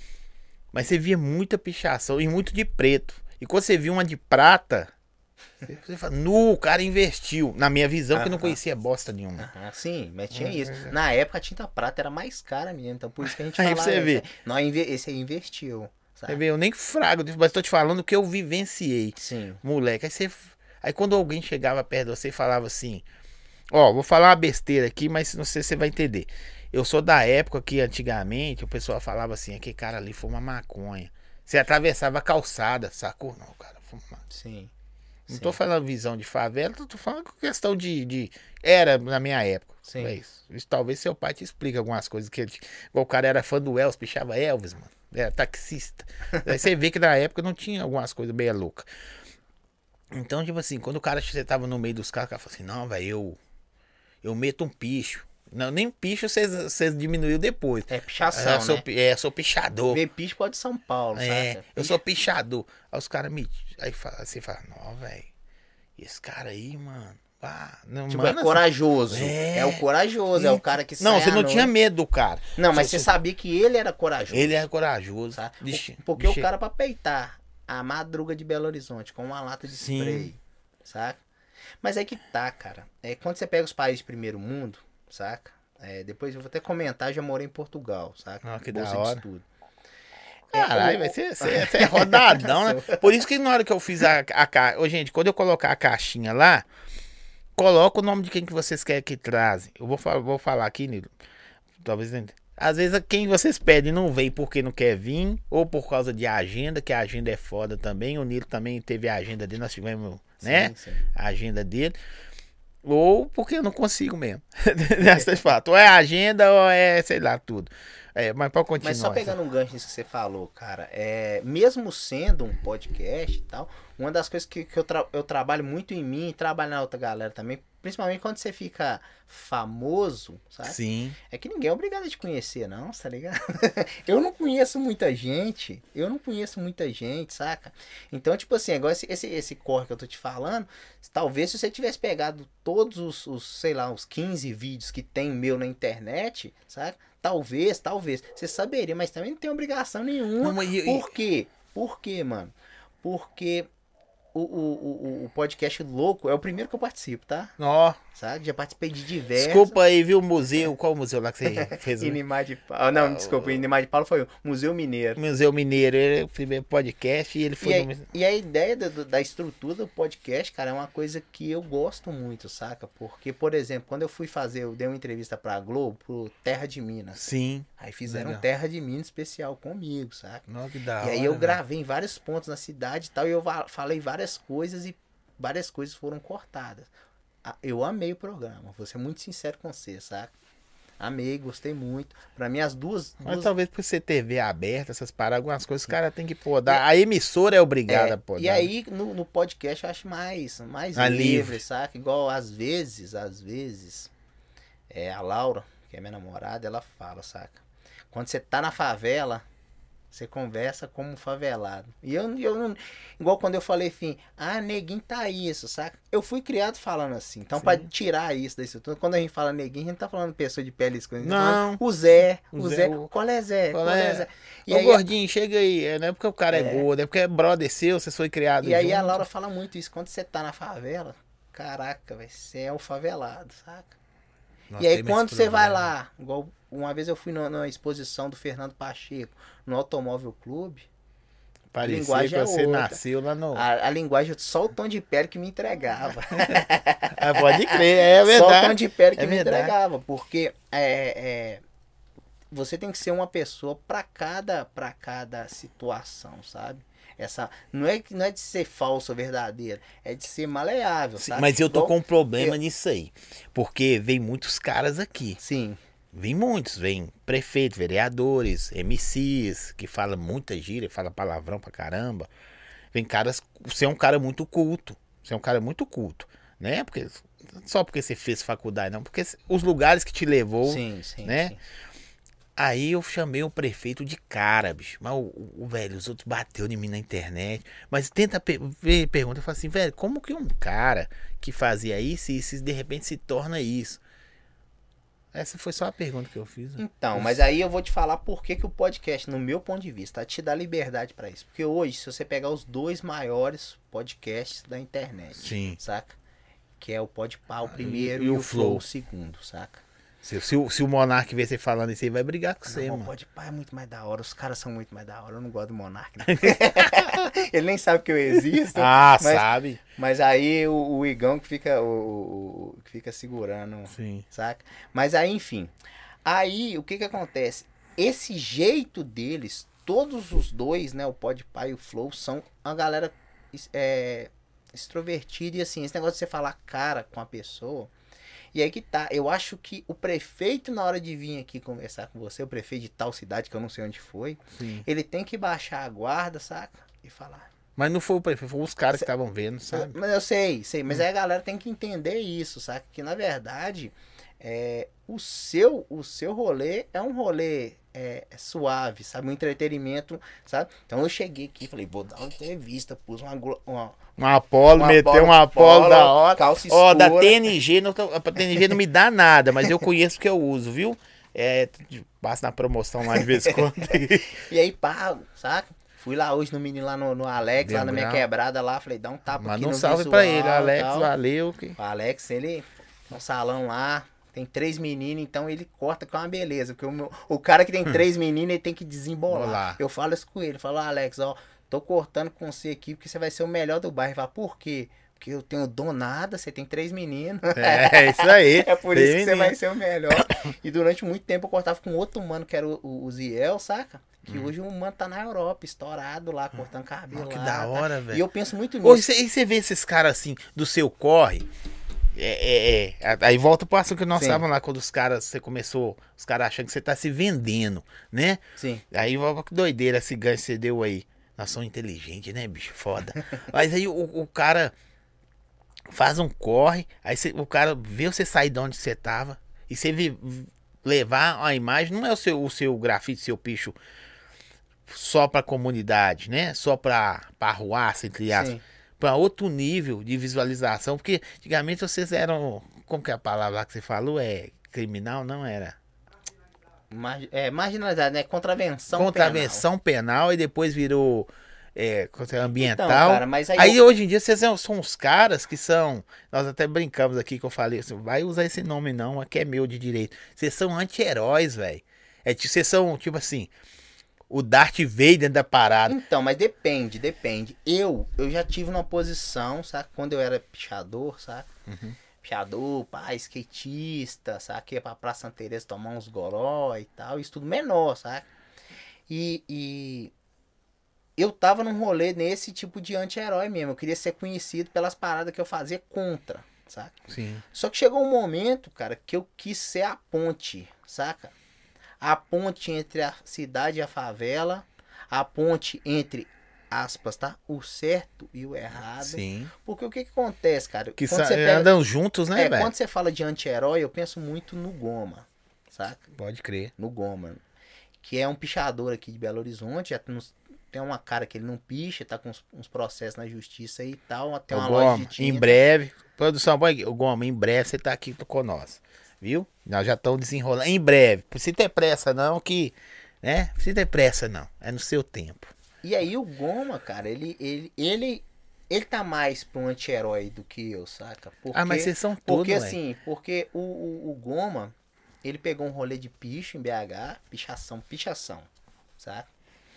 Mas você via muita pichação e muito de preto. E quando você viu uma de prata, você, você fala, nu, o cara investiu. Na minha visão, que eu não Aham. conhecia bosta nenhuma. Aham, sim, mas tinha É, isso. é, é. Na época a tinta prata era mais cara mesmo, então por isso que a gente Aí falava. você vê. esse- Nós inve- esse aí investiu, Você sabe? vê, eu nem frago, mas tô te falando o que eu vivenciei. Sim. Moleque, aí você. Aí quando alguém chegava perto de você e falava assim, ó, vou falar uma besteira aqui, mas não sei se você vai entender. Eu sou da época que antigamente o pessoal falava assim, aquele cara ali fuma maconha. Você atravessava a calçada, sacou? Não, cara, fuma maconha. Sim. Não Sim. tô falando visão de favela, tô, tô falando com questão de, de. Era na minha época. Sim. É isso. Isso talvez seu pai te explique algumas coisas. Que ele, igual o cara era fã do Elvis, pichava Elvis, mano. Era taxista. Aí você vê que na época não tinha algumas coisas bem loucas. Então, tipo assim, quando o cara você tava no meio dos caras, o cara falou assim, não, velho, eu. Eu meto um picho. Não, nem picho vocês, vocês diminuiu depois. É É, pichação, eu sou, né? pi- é, eu sou pichador. Ver picho pode São Paulo, É, sabe? eu sou pichador. Aí os caras me. Aí fala- você fala, não, velho. Esse cara aí, mano. Ah, não, Tipo, mano, é corajoso. É. É, o corajoso, é o cara que Não, sai você à não noite. tinha medo do cara. Não, mas Você- você sabia que ele era corajoso. Ele é corajoso. Tá? De O- che- Porque de o che- cara pra peitar a madruga de Belo Horizonte com uma lata de Sim. spray, saca? Mas é que tá, cara. É, quando você pega os países de primeiro mundo, saca? É, depois eu vou até comentar, já morei em Portugal, saca? Ah, que Bolsa da hora. de estudo. Caralho, o- vai ser, você, você é rodadão, né? Por isso que na hora que eu fiz a, a caixa. Ô, gente, quando eu colocar a caixinha lá, coloca o nome de quem que vocês querem que trazem. Eu vou, falar- vou falar aqui, Nilo. Talvez. Às vezes quem vocês pedem não vem porque não quer vir, ou por causa de agenda, que a agenda é foda também. O Nilo também teve a agenda dele, nós tivemos, né? Sim, sim. A agenda dele. Ou porque eu não consigo mesmo. Nessa de fato. Ou é agenda ou é, sei lá, tudo. É, mas pode continuar. Mas só pegando um gancho nisso que você falou, cara, é, mesmo sendo um podcast e tal, uma das coisas que, que eu, tra- eu trabalho muito em mim e trabalho na outra galera também, principalmente quando você fica famoso, sabe? Sim. É que ninguém é obrigado a te conhecer, não, tá ligado? Eu não conheço muita gente, eu não conheço muita gente, saca? Então, tipo assim, agora esse, esse, esse corre que eu tô te falando, talvez se você tivesse pegado todos os, os, sei lá, os quinze vídeos que tem meu na internet, saca? Talvez, talvez, você saberia, mas também não tem obrigação nenhuma. Não, mas e- e- Por quê? Por quê, mano? Porque o, o, o, o podcast Louco é o primeiro que eu participo, tá? Ó, Sabe? Já participei de diversos. desculpa aí, viu, o museu. Qual o museu lá que você fez? o Inimar de Paulo. Não, desculpa, Inimar de Paulo foi o Museu Mineiro. Museu Mineiro, ele é o primeiro podcast e ele foi E, aí- no... e a ideia da, da estrutura do podcast, cara, é uma coisa que eu gosto muito, saca? Porque, por exemplo, quando eu fui fazer, eu dei uma entrevista pra Globo, pro Terra de Minas. Sim. Aí fizeram Legal. um Terra de Minas especial comigo, saca? Nossa, que da E aí hora, eu velho. gravei em vários pontos na cidade e tal, e eu va- falei várias coisas e várias coisas foram cortadas. Ah, Eu amei o programa, vou ser muito sincero com você, saca? Amei, gostei muito. Pra mim, as duas. Mas duas... talvez por ser T V aberta, essas paradas, algumas coisas, os caras têm que podar. A emissora é obrigada É, a podar. e aí, no, no podcast, eu acho mais, mais Ah, livre, livre. saca? Igual, às vezes, às vezes, é, a Laura, que é minha namorada, ela fala, saca? Quando você tá na favela, você conversa como um favelado. E eu, eu não. Igual quando eu falei assim, ah, neguinho tá isso, saca? Eu fui criado falando assim. Então, Sim. pra tirar isso daí, tudo, quando a gente fala neguinho, a gente não tá falando pessoa de pele escura. A gente tá Não. falando o Zé, O o Zé, Zé. o- Qual é Zé? Qual Qual é é? Zé? E Ô aí, gordinho, chega aí. É, não é porque o cara é, É. gordo, é porque é brother seu, você foi criado E aí junto. a Laura fala muito isso. Quando você tá na favela, caraca, véi, você é o favelado, saca? Nós E aí temos quando esse você vai problema. lá, igual uma vez eu fui no- numa exposição do Fernando Pacheco, no Automóvel Clube, Parecia linguagem que é você outra. nasceu lá no... a, a linguagem, só o tom de pele que me entregava. Ah, pode crer, é verdade. Só o tom de pele que É me verdade. entregava. Porque é, é, você tem que ser uma pessoa pra cada, pra cada situação, sabe? Essa, não, é, não é de ser falso ou verdadeiro, é de ser maleável, Sim, sabe? mas eu tô Igual- com um problema eu- nisso aí. Porque vem muitos caras aqui. Sim, Vem muitos, vem prefeitos, vereadores, M Cs, que fala muita gíria, fala palavrão pra caramba. Vem caras, você é um cara muito culto, você é um cara muito culto, né? Porque, só porque você fez faculdade, não, porque os lugares que te levou, sim, sim, né? sim. Aí eu chamei o prefeito de cara, bicho. Mas o, o- o velho, os outros bateu em mim na internet. Mas tenta pe- ver, pergunta, eu falo assim, velho, como que um cara que fazia isso e isso de repente se torna isso? Essa foi só a pergunta que eu fiz. né? Então, mas aí eu vou te falar por que, que o podcast, no meu ponto de vista, te dá liberdade pra isso. Porque hoje, se você pegar os dois maiores podcasts da internet, Sim. saca? Que é o Podpah, o primeiro, e e, o o Flow, Flow. o segundo, saca? Se, se, o- se o Monark ver você falando isso aí, vai brigar com você, Não, o mano. Podpah é muito mais da hora, os caras são muito mais da hora, eu não gosto do Monark, não. Ele nem sabe que eu existo. Ah, mas, sabe? mas aí o, o Igão que fica, o, o- o- que fica segurando, Sim. saca? Mas aí, enfim. Aí, o que que acontece? Esse jeito deles, todos os dois, né? O Podpah e o Flow, são uma galera é, extrovertida. E assim, esse negócio de você falar cara com a pessoa. E aí que tá. Eu acho que o prefeito, na hora de vir aqui conversar com você, o prefeito de tal cidade, que eu não sei onde foi, Sim. ele tem que baixar a guarda, saca? E falar. Mas não foi o prefeito, foi os caras que estavam vendo, sabe? Mas eu sei, sei. Mas aí a galera tem que entender isso, saca? Que na verdade, é, o, seu, o seu rolê é um rolê é, suave, sabe? Um entretenimento, sabe? Então eu cheguei aqui e falei, vou dar uma entrevista, pus uma. glo- uma Um Apolo, Uma meteu Apollo, um Apolo da Apollo, hora. calça Ó, da escura. T N G, não, tô- a T N G não me dá nada, mas eu conheço que eu uso, viu? É, passa na promoção lá de vez em quando. e aí, pá, saca? Fui lá hoje no menino lá no, no Alex, lá na minha Lembrar. quebrada lá, falei, dá um tapa Manda aqui um no salve visual, pra ele, Alex, tal. valeu. Que... O Alex, ele tem um salão lá, tem três meninos, então ele corta com uma beleza. Porque o, meu, o cara que tem três meninos, ele tem que desembolar. Bolar. Eu falo isso com ele, falo, Alex, ó, tô cortando com você aqui porque você vai ser o melhor do bairro. Ele fala, por quê? Porque eu tenho dom nada, você tem três meninos. É, isso aí. É por isso que Tem você vai menino. ser o melhor. E durante muito tempo eu cortava com outro mano, que era o, o, o Ziel, saca? Que hoje o mano tá na Europa, estourado lá, cortando cabelo Ó, que lá. da tá? hora, E velho. eu penso muito nisso. Hoje você, você vê esses caras assim, do seu corre. É, é, é. Aí volta pro assunto que nós Sim. estávamos lá, quando os caras, você começou, os caras achando que você tá se vendendo, né? Sim. Aí, ó, que doideira esse ganho que você deu aí. Nós somos inteligentes, né, bicho? Foda. Mas aí o, o cara faz um corre, aí você- o cara vê você sair de onde você tava, e você vi- levar a imagem, não é o seu, o seu grafite, seu picho só pra comunidade, né? Só pra, pra arruaça, entre aspas. Sim. Pra outro nível de visualização, porque antigamente vocês eram, como que é a palavra lá que você falou? É criminal? Não era. Mar- é, marginalizado, né? Contravenção Contravenção penal, e depois virou é, contra- ambiental. Então, cara, mas aí aí eu- hoje em dia vocês são, são os caras que são. Nós até brincamos aqui que eu falei assim, vai usar esse nome não, aqui é meu de direito. Vocês são anti-heróis, velho. É, ti- vocês são, tipo assim, o Darth Vader da parada. Então, mas depende, depende. Eu, eu já tive numa posição, sabe? Quando eu era pichador, sabe? Uhum. Pichador, pá, skatista, sabe? Que ia pra Praça Santa Teresa tomar uns goró e tal. Isso tudo menor, sabe? E, e eu tava num rolê nesse tipo de anti-herói mesmo. Eu queria ser conhecido pelas paradas que eu fazia contra. saca? Sim. Só que chegou um momento, cara, que eu quis ser a ponte, saca? A ponte entre a cidade e a favela, a ponte entre, aspas, tá? O certo e o errado. Sim. Porque o que que acontece, cara? Que Quando sa- você pega, andam juntos, né, é, velho? quando você fala de anti-herói, eu penso muito no Goma, saca? Pode crer. No Goma, que é um pichador aqui de Belo Horizonte, já tem, uns- tem uma cara que ele não picha, tá com uns, uns processos na justiça aí e tal, tem Ô, uma loja Goma, de tinta. em breve, produção, põe aqui. O Goma, em breve você tá aqui com nós, viu? Nós já estamos desenrolando. Em breve, precisa ter pressa não, que, né? Precisa ter pressa não, é no seu tempo. E aí o Goma, cara, ele, ele, ele, ele tá mais pra um anti-herói do que eu, saca? Porque, Ah, mas vocês são tudo, porque velho. assim, porque o, o, o Goma, ele pegou um rolê de picho em B H, pichação, pichação, saca?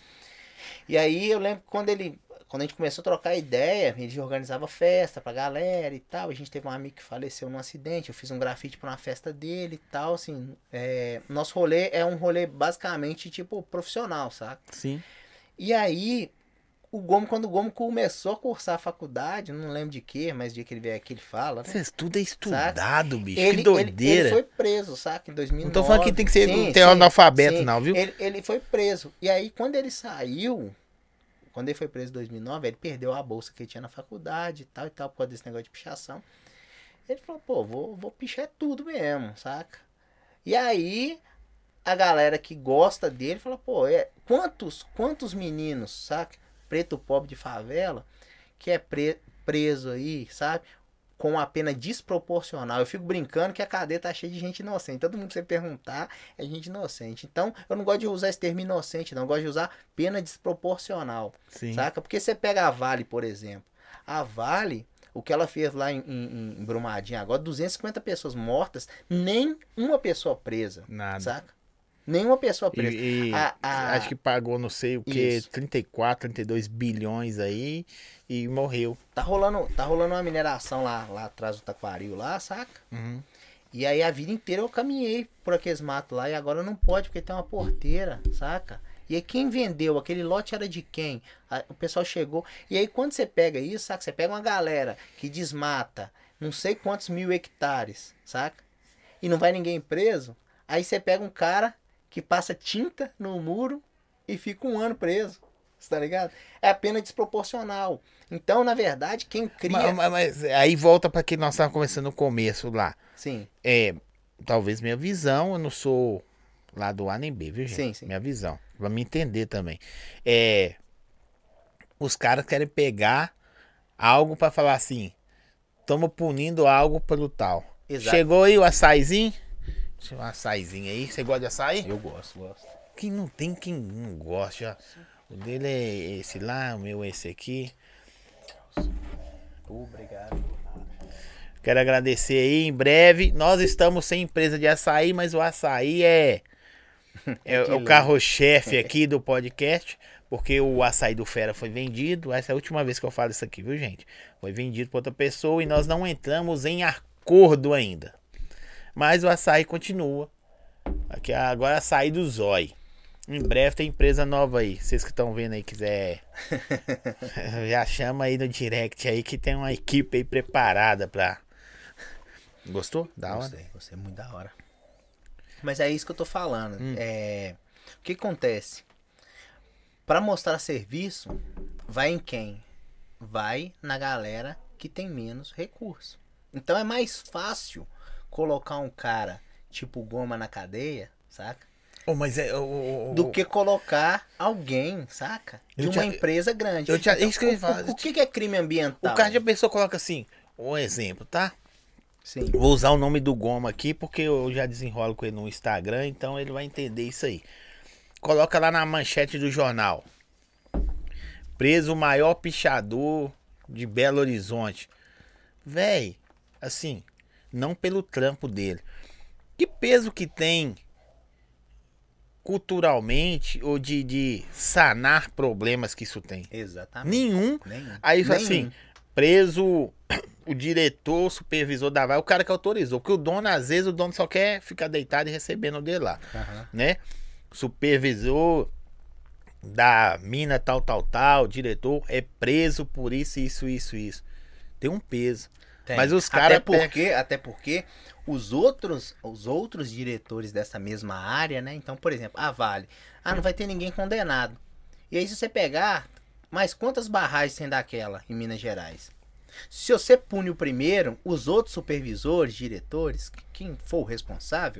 E aí eu lembro que quando ele, quando a gente começou a trocar ideia, ele organizava festa pra galera e tal. A gente teve um amigo que faleceu num acidente, eu fiz um grafite pra uma festa dele e tal, assim. É, nosso rolê é um rolê basicamente tipo profissional, saca? Sim. E aí, o Gomo, quando o Gomo começou a cursar a faculdade, não lembro de quê, mas o dia que ele vier aqui ele fala, né? Vocês tudo é estudado, bicho. Ele, que doideira. Ele, ele foi preso, saca? Em dois mil e nove. Não tô falando que tem que ser Sim, ter sim, analfabeto, sim. não, viu? Ele, ele foi preso. E aí, quando ele saiu, quando ele foi preso em dois mil e nove, ele perdeu a bolsa que ele tinha na faculdade e tal e tal, por causa desse negócio de pichação. Ele falou, pô, vou, vou pichar tudo mesmo, saca? E aí, a galera que gosta dele fala, pô, é, quantos, quantos meninos, saca? Preto pobre de favela, que é pre, preso aí, sabe? Com uma pena desproporcional. Eu fico brincando que a cadeia tá cheia de gente inocente. Todo mundo que você perguntar é gente inocente. Então, eu não gosto de usar esse termo inocente, não. Eu gosto de usar pena desproporcional. Sim. Saca? Porque você pega a Vale, por exemplo. A Vale, o que ela fez lá em, em, em Brumadinho agora, duzentas e cinquenta pessoas mortas, nem uma pessoa presa. Nada. Saca? Nenhuma pessoa presa. E, e A- a- acho que pagou não sei o que, Isso. trinta e quatro, trinta e dois bilhões aí e morreu. Tá rolando, tá rolando uma mineração lá, lá atrás do Taquaril, lá, saca? Uhum. E aí a vida inteira eu caminhei por aqueles matos lá e agora não pode porque tem uma porteira, saca? E aí quem vendeu? Aquele lote era de quem? A- o pessoal chegou. E aí quando você pega isso, saca? Você pega uma galera que desmata não sei quantos mil hectares, saca? E não vai ninguém preso. Aí você pega um cara que passa tinta no muro e fica um ano preso. Você tá ligado? É a pena desproporcional. Então, na verdade, quem cria... Mas, mas- mas aí volta para que nós estávamos conversando no começo lá. Sim, É, talvez minha visão, eu não sou lá do A nem B, viu, gente? Sim, sim. Minha visão, pra me entender também. É, os caras querem pegar algo pra falar assim, estamos punindo algo pelo tal. Exato. Chegou aí o açaizinho? Deixa eu ver um açaizinho aí. Você gosta de açaí? eu gosto, gosto. Que não tem quem não gosta. O dele é esse lá, o meu é esse aqui. Obrigado. Quero agradecer aí. Em breve, nós estamos sem empresa de açaí, mas o açaí é, é Que o lindo. carro-chefe aqui do podcast. Porque o açaí do Fera foi vendido. Essa é a última vez que eu falo isso aqui, viu, gente? Foi vendido para outra pessoa e nós não entramos em acordo ainda. Mas o açaí continua. Aqui agora é açaí do Zói. Em breve tem empresa nova aí. Vocês que estão vendo aí, quiser. Já chama aí no direct aí que tem uma equipe aí preparada pra. Gostou? Da hora? Gostei, gostei muito da hora. Mas é isso que eu tô falando. Hum. É, o que acontece? Pra mostrar serviço, vai em quem? Vai na galera que tem menos recurso. Então é mais fácil colocar um cara tipo Goma na cadeia, saca? Oh, mas é. oh, oh, Do oh, que colocar alguém, saca? De Eu uma te- empresa grande. eu te- Então, isso que eu ia o- falar. O, o que que é crime ambiental? O cara de pessoa coloca assim, um exemplo, tá? Sim. Vou usar o nome do Goma aqui porque eu já desenrolo com ele no Instagram, então ele vai entender isso aí. Coloca lá na manchete do jornal. Preso o maior pichador de Belo Horizonte. Véi, assim, não pelo trampo dele. Que peso que tem culturalmente ou de, de sanar problemas que isso tem? Exatamente. Nenhum. Nenhum. Aí fala Nenhum. assim, preso o diretor, o supervisor da Vai, o cara que autorizou. Porque o dono, às vezes, o dono só quer ficar deitado e recebendo o dele lá, Aham. né? Supervisor da mina tal, tal, tal, diretor é preso por isso, isso, isso, isso. Tem um peso. Tem. Mas os Até caras... porque, até porque os outros, os outros diretores dessa mesma área, né? Então, por exemplo, a Vale. Ah, não vai ter ninguém condenado. E aí, se você pegar, mas quantas barragens tem daquela em Minas Gerais? Se você pune o primeiro, os outros supervisores, diretores, quem for o responsável,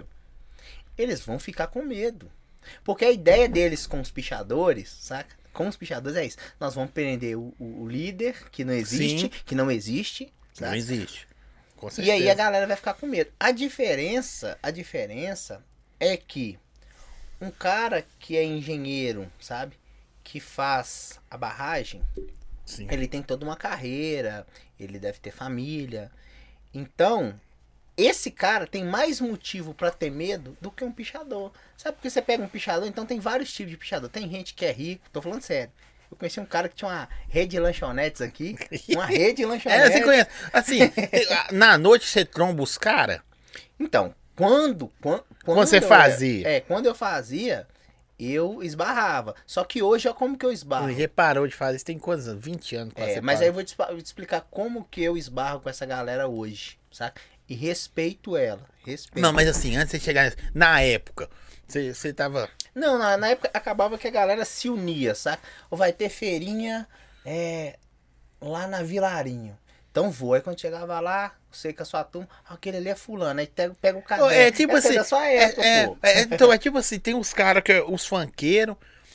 eles vão ficar com medo. Porque a ideia deles com os pichadores, saca? Com os pichadores é isso. Nós vamos prender o, o, o líder, que não existe, Sim. que não existe. Não saca? existe. Com E certeza. aí a galera vai ficar com medo. A diferença, a diferença é que um cara que é engenheiro, sabe? Que faz a barragem, Sim. ele tem toda uma carreira, ele deve ter família. Então, esse cara tem mais motivo pra ter medo do que um pichador. Sabe porque você pega um pichador, então tem vários tipos de pichador. Tem gente que é rico, tô falando sério. Eu conheci um cara que tinha uma rede de lanchonetes aqui. Uma rede de lanchonetes. É, você conhece. Assim, na noite você tromba os caras? Então, quando... Quando, Quando você eu- fazia? É, quando eu fazia, eu esbarrava. Só que hoje, ó, como que eu esbarro? Ele reparou de fazer isso tem quantos anos? vinte anos quase. É, você mas para. aí eu vou te, expa- vou te explicar como que eu esbarro com essa galera hoje, saca? E respeito ela, respeito. Não, mas assim, antes de você chegar nessa- na época, você, você tava. Não, na, na época acabava que a galera se unia, saca? Ou vai ter feirinha é, lá na Vilarinho. Então vou, aí quando chegava lá, sei que a sua turma, ah, aquele ali é fulano, aí pega, pega o caderno. É tipo Essa é assim. da sua é- época, é- pô. é- então, é tipo assim, tem uns caras que. Os funkeiros.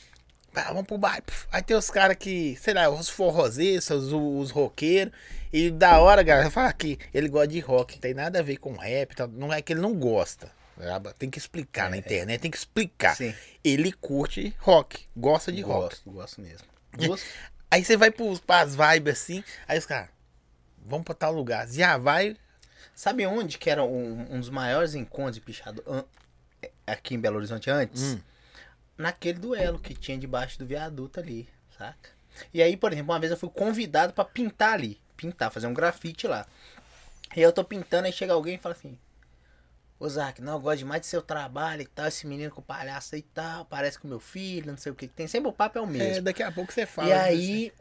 Ah, vamos pro baile. puf. Aí tem os caras que, sei lá, os forrozistas, os, os roqueiros. E da hora, galera, fala que ele gosta de rock, não tem nada a ver com rap. Tal. Não é que ele não gosta. sabe? Tem que explicar na internet, tem que explicar. Sim. Ele curte rock, gosta de rock. Gosto, gosto mesmo. Gosto. Aí você vai pros, pras vibes assim, aí os caras, vamos pra tal lugar. Já vai. Sabe onde que era um, um dos maiores encontros de pichado an- aqui em Belo Horizonte antes? Hum. Naquele duelo que tinha debaixo do viaduto ali, saca? E aí, por exemplo, uma vez eu fui convidado pra pintar ali. Pintar, fazer um grafite lá. E aí eu tô pintando, aí chega alguém e fala assim: Ô Zac, não, eu gosto demais do seu trabalho e tal, esse menino com o palhaço aí e tal, parece com o meu filho, não sei o que que tem. Sempre o papo é o mesmo. É, daqui a pouco você fala. E disso aí,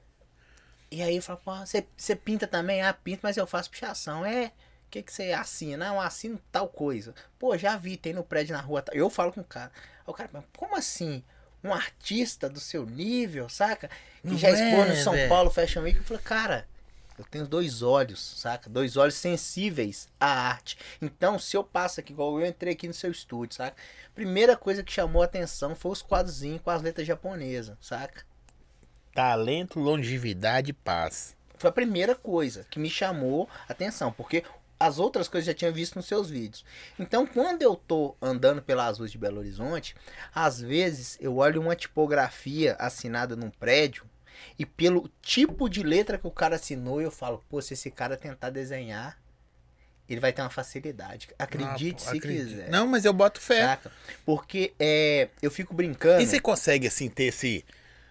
e aí eu falo, pô, você, você pinta também? Ah, pinto, mas eu faço pichação. É, o que que você assina? Não, eu assino tal coisa. Pô, já vi, tem no prédio na rua. tal. Eu falo com o cara. Aí o cara, mas como assim? Um artista do seu nível, saca? Que Não já expôs no é, São velho. Paulo Fashion Week. Eu falei, cara, eu tenho dois olhos, saca? Dois olhos sensíveis à arte. Então, se eu passo aqui, igual eu entrei aqui no seu estúdio, saca? Primeira coisa que chamou a atenção foi os quadrozinhos com as letras japonesas, saca? Talento, longevidade e paz. Foi a primeira coisa que me chamou a atenção, porque as outras coisas eu já tinha visto nos seus vídeos. Então, quando eu tô andando pelas ruas de Belo Horizonte, às vezes eu olho uma tipografia assinada num prédio e pelo tipo de letra que o cara assinou, eu falo, pô, se esse cara tentar desenhar, ele vai ter uma facilidade. Acredite Ah, pô, se acredito. quiser. Não, mas eu boto fé. Saca? Porque é, eu fico brincando. E você consegue, assim, ter esse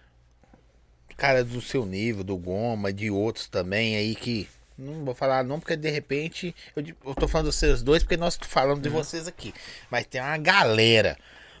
cara do seu nível, do Goma, de outros também aí que. Não vou falar não, porque de repente. Eu, di- eu tô falando dos seus dois porque nós falamos de vocês aqui. Mas tem uma galera.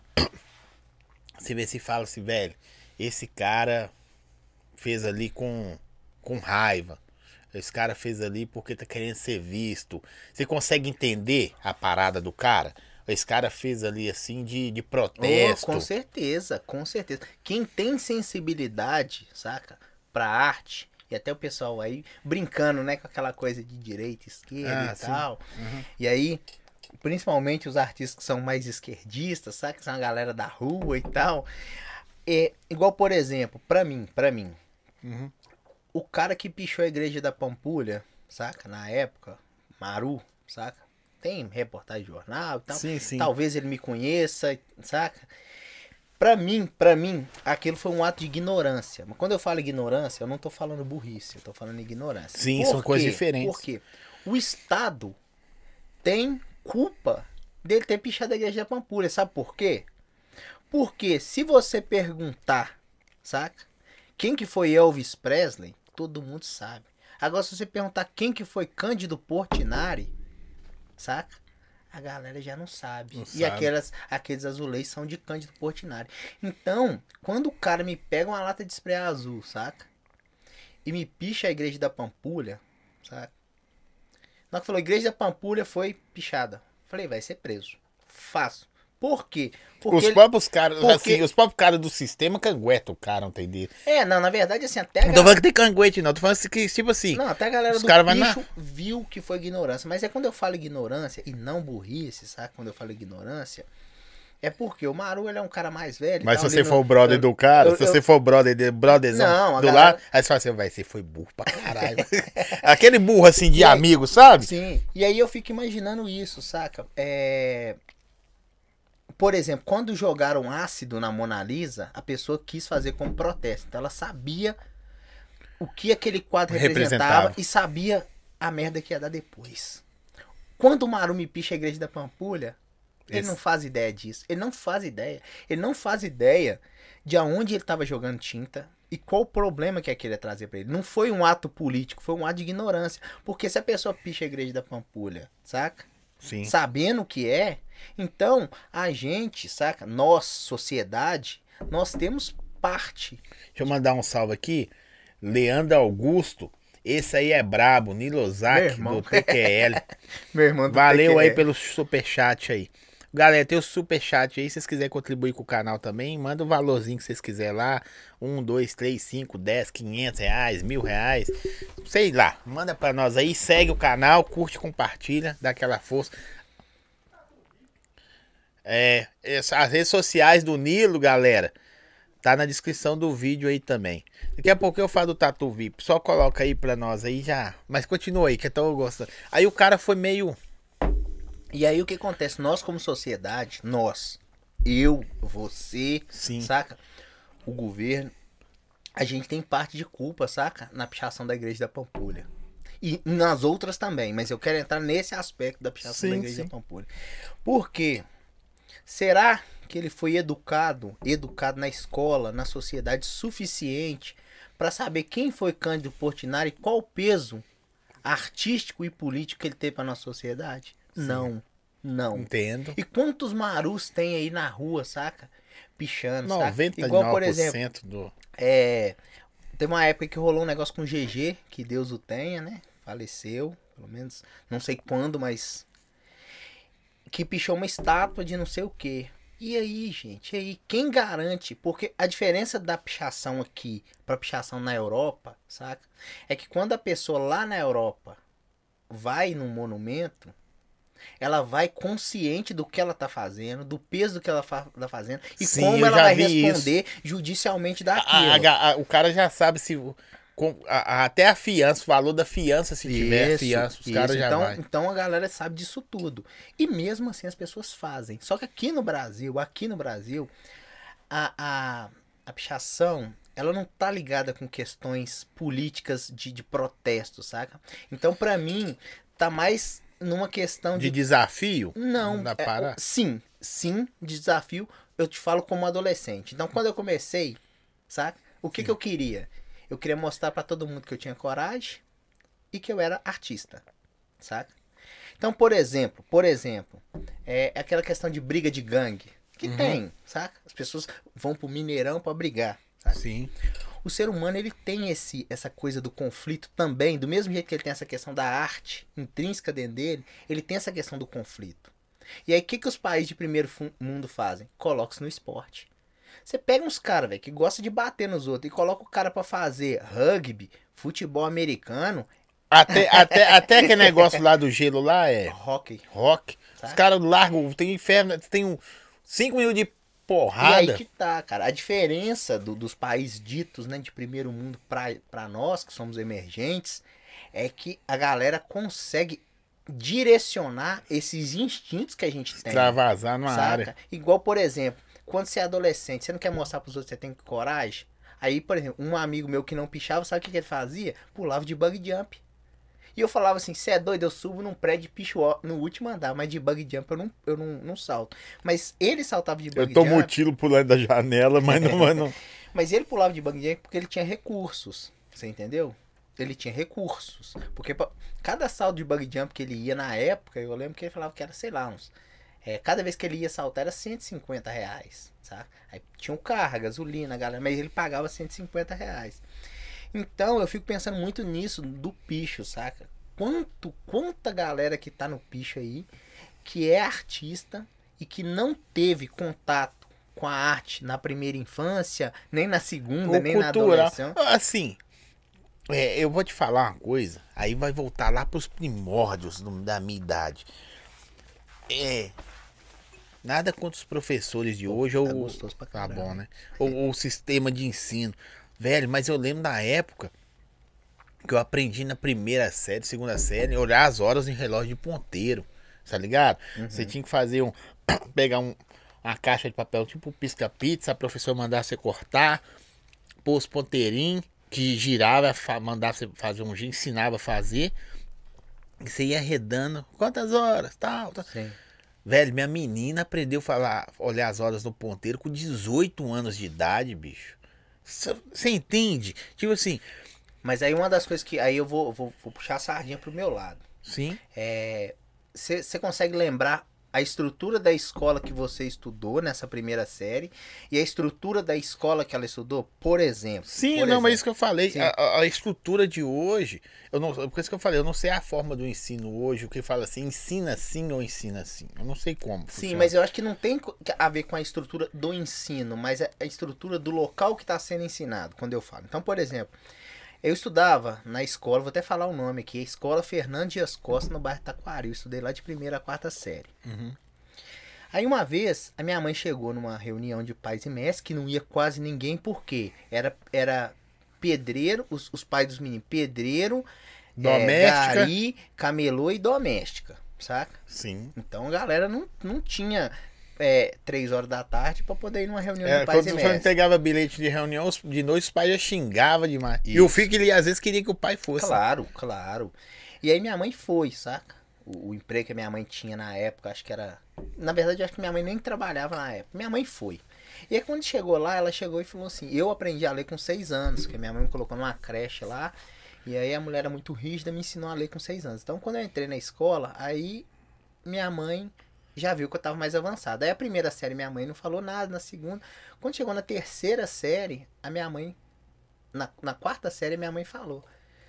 Você vê se fala assim, velho. Esse cara fez ali com, com raiva. Esse cara fez ali porque tá querendo ser visto. Você consegue entender a parada do cara? Esse cara fez ali assim de, de Oh, protesto. com certeza, com certeza. Quem tem sensibilidade, saca? Pra arte, e até o pessoal aí brincando, né, com aquela coisa de direita, esquerda Ah, e sim. tal. Uhum. E aí, principalmente os artistas que são mais esquerdistas, saca? Que são a galera da rua e tal. É, igual, por exemplo, pra mim, pra mim, Uhum. o cara que pichou a igreja da Pampulha, saca? Na época, Maru, saca? Tem reportagem de jornal e tal. Sim, sim. Talvez ele me conheça, saca? Pra mim, pra mim, aquilo foi um ato de ignorância. Mas quando eu falo ignorância, eu não tô falando burrice, eu tô falando ignorância. Sim, Por são coisas quê? diferentes. Por quê? O Estado tem culpa dele ter pichado a igreja da Pampulha. Sabe por quê? Porque se você perguntar, saca? Quem que foi Elvis Presley, todo mundo sabe. Agora, se você perguntar quem que foi Cândido Portinari, saca? A galera já não sabe. Não e sabe. Aquelas, aqueles azulejos são de Cândido Portinari. Então, quando o cara me pega uma lata de spray azul, saca? E me picha a igreja da Pampulha, saca? Na hora que falou Igreja da Pampulha, foi pichada. Falei, vai ser preso. Fácil. Por quê? Porque Os ele- próprios caras, porque- assim, os próprios caras do sistema canguetam o cara, não tem dele. É, não, na verdade, assim, até a Não tô galera... falando que tem canguete, não. Tô falando assim, que, tipo assim. Não, até a galera os do cara vai na- bicho viu que foi ignorância. Mas é quando eu falo ignorância e não burrice, sabe? Quando eu falo ignorância, é porque o Maru, ele é um cara mais velho. Mas tá se ali você no- for o brother eu- do cara, eu- se eu- você for o brother dele, brotherzão Não, a do galera- lado, aí você fala assim, vai, você foi burro pra caralho. Aquele burro assim de E aí- amigo, sabe? Sim, e aí eu fico imaginando isso, saca? É... Por exemplo, quando jogaram ácido na Mona Lisa, a pessoa quis fazer como protesto. Então ela sabia o que aquele quadro representava, Representava. e sabia a merda que ia dar depois. Quando o Maru me picha a Igreja da Pampulha, ele Esse- não faz ideia disso. Ele não faz ideia. Ele não faz ideia de aonde ele estava jogando tinta e qual o problema que aquilo ia trazer para ele. Não foi um ato político, foi um ato de ignorância. Porque se a pessoa picha a Igreja da Pampulha, saca? Sim. Sabendo o que é, então a gente, saca? Nós, sociedade, nós temos parte. Deixa eu mandar um salve aqui. Leandro Augusto. Esse aí é brabo. Meu Nilozaki irmão. do T Q L. Meu irmão do Valeu T Q L. aí pelo superchat aí. Galera, tem o superchat aí. Se vocês quiserem contribuir com o canal também, manda o valorzinho que vocês quiserem lá. Um, dois, três, cinco, dez, quinhentos reais, mil reais. Sei lá. Manda pra nós aí. Segue o canal, curte, compartilha, dá aquela força. É, essa- as redes sociais do Nilo, galera, tá na descrição do vídeo aí também. Daqui a pouco eu falo do Tatu V I P. Só coloca aí pra nós aí já. Mas continua aí, que eu tô gostando. Aí o cara foi meio... E aí o que acontece? Nós como sociedade, nós, eu, você, Sim. saca? O governo, a gente tem parte de culpa, saca? Na pichação da Igreja da Pampulha. E nas outras também, mas eu quero entrar nesse aspecto da pichação Sim, da Igreja sim. da Pampulha. Por quê? Será que ele foi educado, educado na escola, na sociedade suficiente para saber quem foi Cândido Portinari e qual o peso artístico e político que ele teve para nossa sociedade? Não, não. Entendo. E quantos marus tem aí na rua, saca? Pichando, saca? noventa e Igual, nove por por exemplo, cento do... é, teve uma época que rolou um negócio com o G G, que Deus o tenha, né? Faleceu, pelo menos, não sei quando, mas... Que pichou uma estátua de não sei o quê. E aí, gente, e aí, quem garante? Porque a diferença da pichação aqui pra pichação na Europa, saca? É que quando a pessoa lá na Europa vai num monumento, ela vai consciente do que ela tá fazendo, do peso do que ela fa tá fazendo e Sim, como eu ela já vai vi responder judicialmente A- daquilo. a- a- o cara já sabe se... com- a- a- até a fiança, o valor da fiança, se tiver Isso, fiança, os isso. caras já então, vai. então a galera sabe disso tudo. E mesmo assim as pessoas fazem. Só que aqui no Brasil, aqui no Brasil, a, a, a pichação, ela não tá ligada com questões políticas de, de protesto, saca? Então, pra mim, tá mais numa questão De de... desafio? Não, Dá é, para... sim, sim, de desafio, eu te falo como adolescente. Então, quando eu comecei, saca? O que, que eu queria? Eu queria mostrar pra todo mundo que eu tinha coragem e que eu era artista, saca? Então, por exemplo, por exemplo, é aquela questão de briga de gangue, que Uhum. tem, saca? As pessoas vão pro Mineirão pra brigar, saca? Sim. O ser humano, ele tem esse, essa coisa do conflito também, do mesmo jeito que ele tem essa questão da arte intrínseca dentro dele, ele tem essa questão do conflito. E aí, o que, que os países de primeiro fu- mundo fazem? Colocam isso no esporte. Você pega uns caras, velho, que gosta de bater nos outros e coloca o cara pra fazer rugby, futebol americano, Até, até, até aquele negócio lá do gelo lá é hockey. rock. Os Sabe? caras largam, tem inferno, tem um cinco minutos de E porrada. aí que tá, cara. A diferença do- dos países ditos, né, de primeiro mundo pra, pra nós, que somos emergentes, é que a galera consegue direcionar esses instintos que a gente tem. Extravasar numa Saca? área. Igual, por exemplo, quando você é adolescente, você não quer mostrar pros outros que você tem coragem? Aí, por exemplo, um amigo meu que não pichava, sabe o que, que ele fazia? Pulava de bug jump. E eu falava assim, você é doido, eu subo num prédio e picho ó- no último andar, mas de bug jump eu não, eu não, não salto. Mas ele saltava de bug Eu tô jump. mutilo pulando da janela, mas não, mas não. Mas ele pulava de bug jump porque ele tinha recursos. Você entendeu? Ele tinha recursos. Porque pra- cada salto de bug jump que ele ia na época, eu lembro que ele falava que era, sei lá, uns. É, cada vez que ele ia saltar era cento e cinquenta reais. Sabe? Aí tinha o carro, a gasolina, a galera, mas ele pagava cento e cinquenta reais. Então eu fico pensando muito nisso do picho, saca? quanto, quanta galera que tá no picho aí, que é artista e que não teve contato com a arte na primeira infância, nem na segunda, O nem na cultural. adolescência. Assim, é, eu vou te falar uma coisa, aí vai voltar lá pros primórdios do- da minha idade. É. Nada contra os professores de hoje, Tá ou. gostoso pra Tá caramba. bom, né? Ou ou o sistema de ensino. Velho, mas eu lembro da época que eu aprendi na primeira série, segunda série, olhar as horas em relógio de ponteiro. Tá ligado? Você tinha que fazer um. Pegar um, uma caixa de papel tipo pisca-pizza, a professora mandava você cortar, pôr os ponteirinhos, que girava, fa- mandava você fazer um giro, ensinava a fazer. E você ia arredando. Quantas horas? Tal, tal. Sim. Velho, minha menina aprendeu a falar, olhar as horas no ponteiro com dezoito anos de idade, bicho. Você entende? Tipo assim, Mas aí uma das coisas que. Aí eu vou, vou, vou puxar a sardinha pro meu lado. sim. Você consegue lembrar a estrutura da escola que você estudou nessa primeira série e a estrutura da escola que ela estudou, por exemplo? Sim, por não, mas exemplo. isso que eu falei, Sim. a, a- a estrutura de hoje, eu não, por isso que eu falei, eu não sei a forma do ensino hoje, o que fala assim, ensina assim ou ensina assim. Eu não sei como. Sim, funciona. mas eu acho que não tem co- a ver com a estrutura do ensino, mas a a estrutura do local que está sendo ensinado, quando eu falo. Então, por exemplo, eu estudava na escola, vou até falar o nome aqui, Escola Fernando Dias Costa, no bairro Taquari. Eu estudei lá de primeira a quarta série. Uhum. Aí uma vez, a minha mãe chegou numa reunião de pais e mestres, que não ia quase ninguém, porque era, era pedreiro, os, os pais dos meninos, pedreiro, é, Doméstica. gari, camelô e doméstica, saca? Sim. Então a galera não, não tinha é, três horas da tarde pra poder ir numa reunião É, de pais quando e você mestres. pegava bilhete de reunião, os- de noite os pais já xingavam demais. E o Isso. filho, ele às vezes queria que o pai fosse. Claro, claro. E aí minha mãe foi, saca? O, o emprego que minha mãe tinha na época, acho que era. Na verdade, eu acho que minha mãe nem trabalhava na época. Minha mãe foi. E aí quando chegou lá, ela chegou e falou assim: eu aprendi a ler com seis anos, porque minha mãe me colocou numa creche lá. E aí a mulher era muito rígida, me ensinou a ler com seis anos. Então quando eu entrei na escola, aí minha mãe já viu que eu tava mais avançado. Aí a primeira série minha mãe não falou nada, na segunda. Quando chegou na terceira série, a minha mãe. Na, na quarta série, minha mãe falou.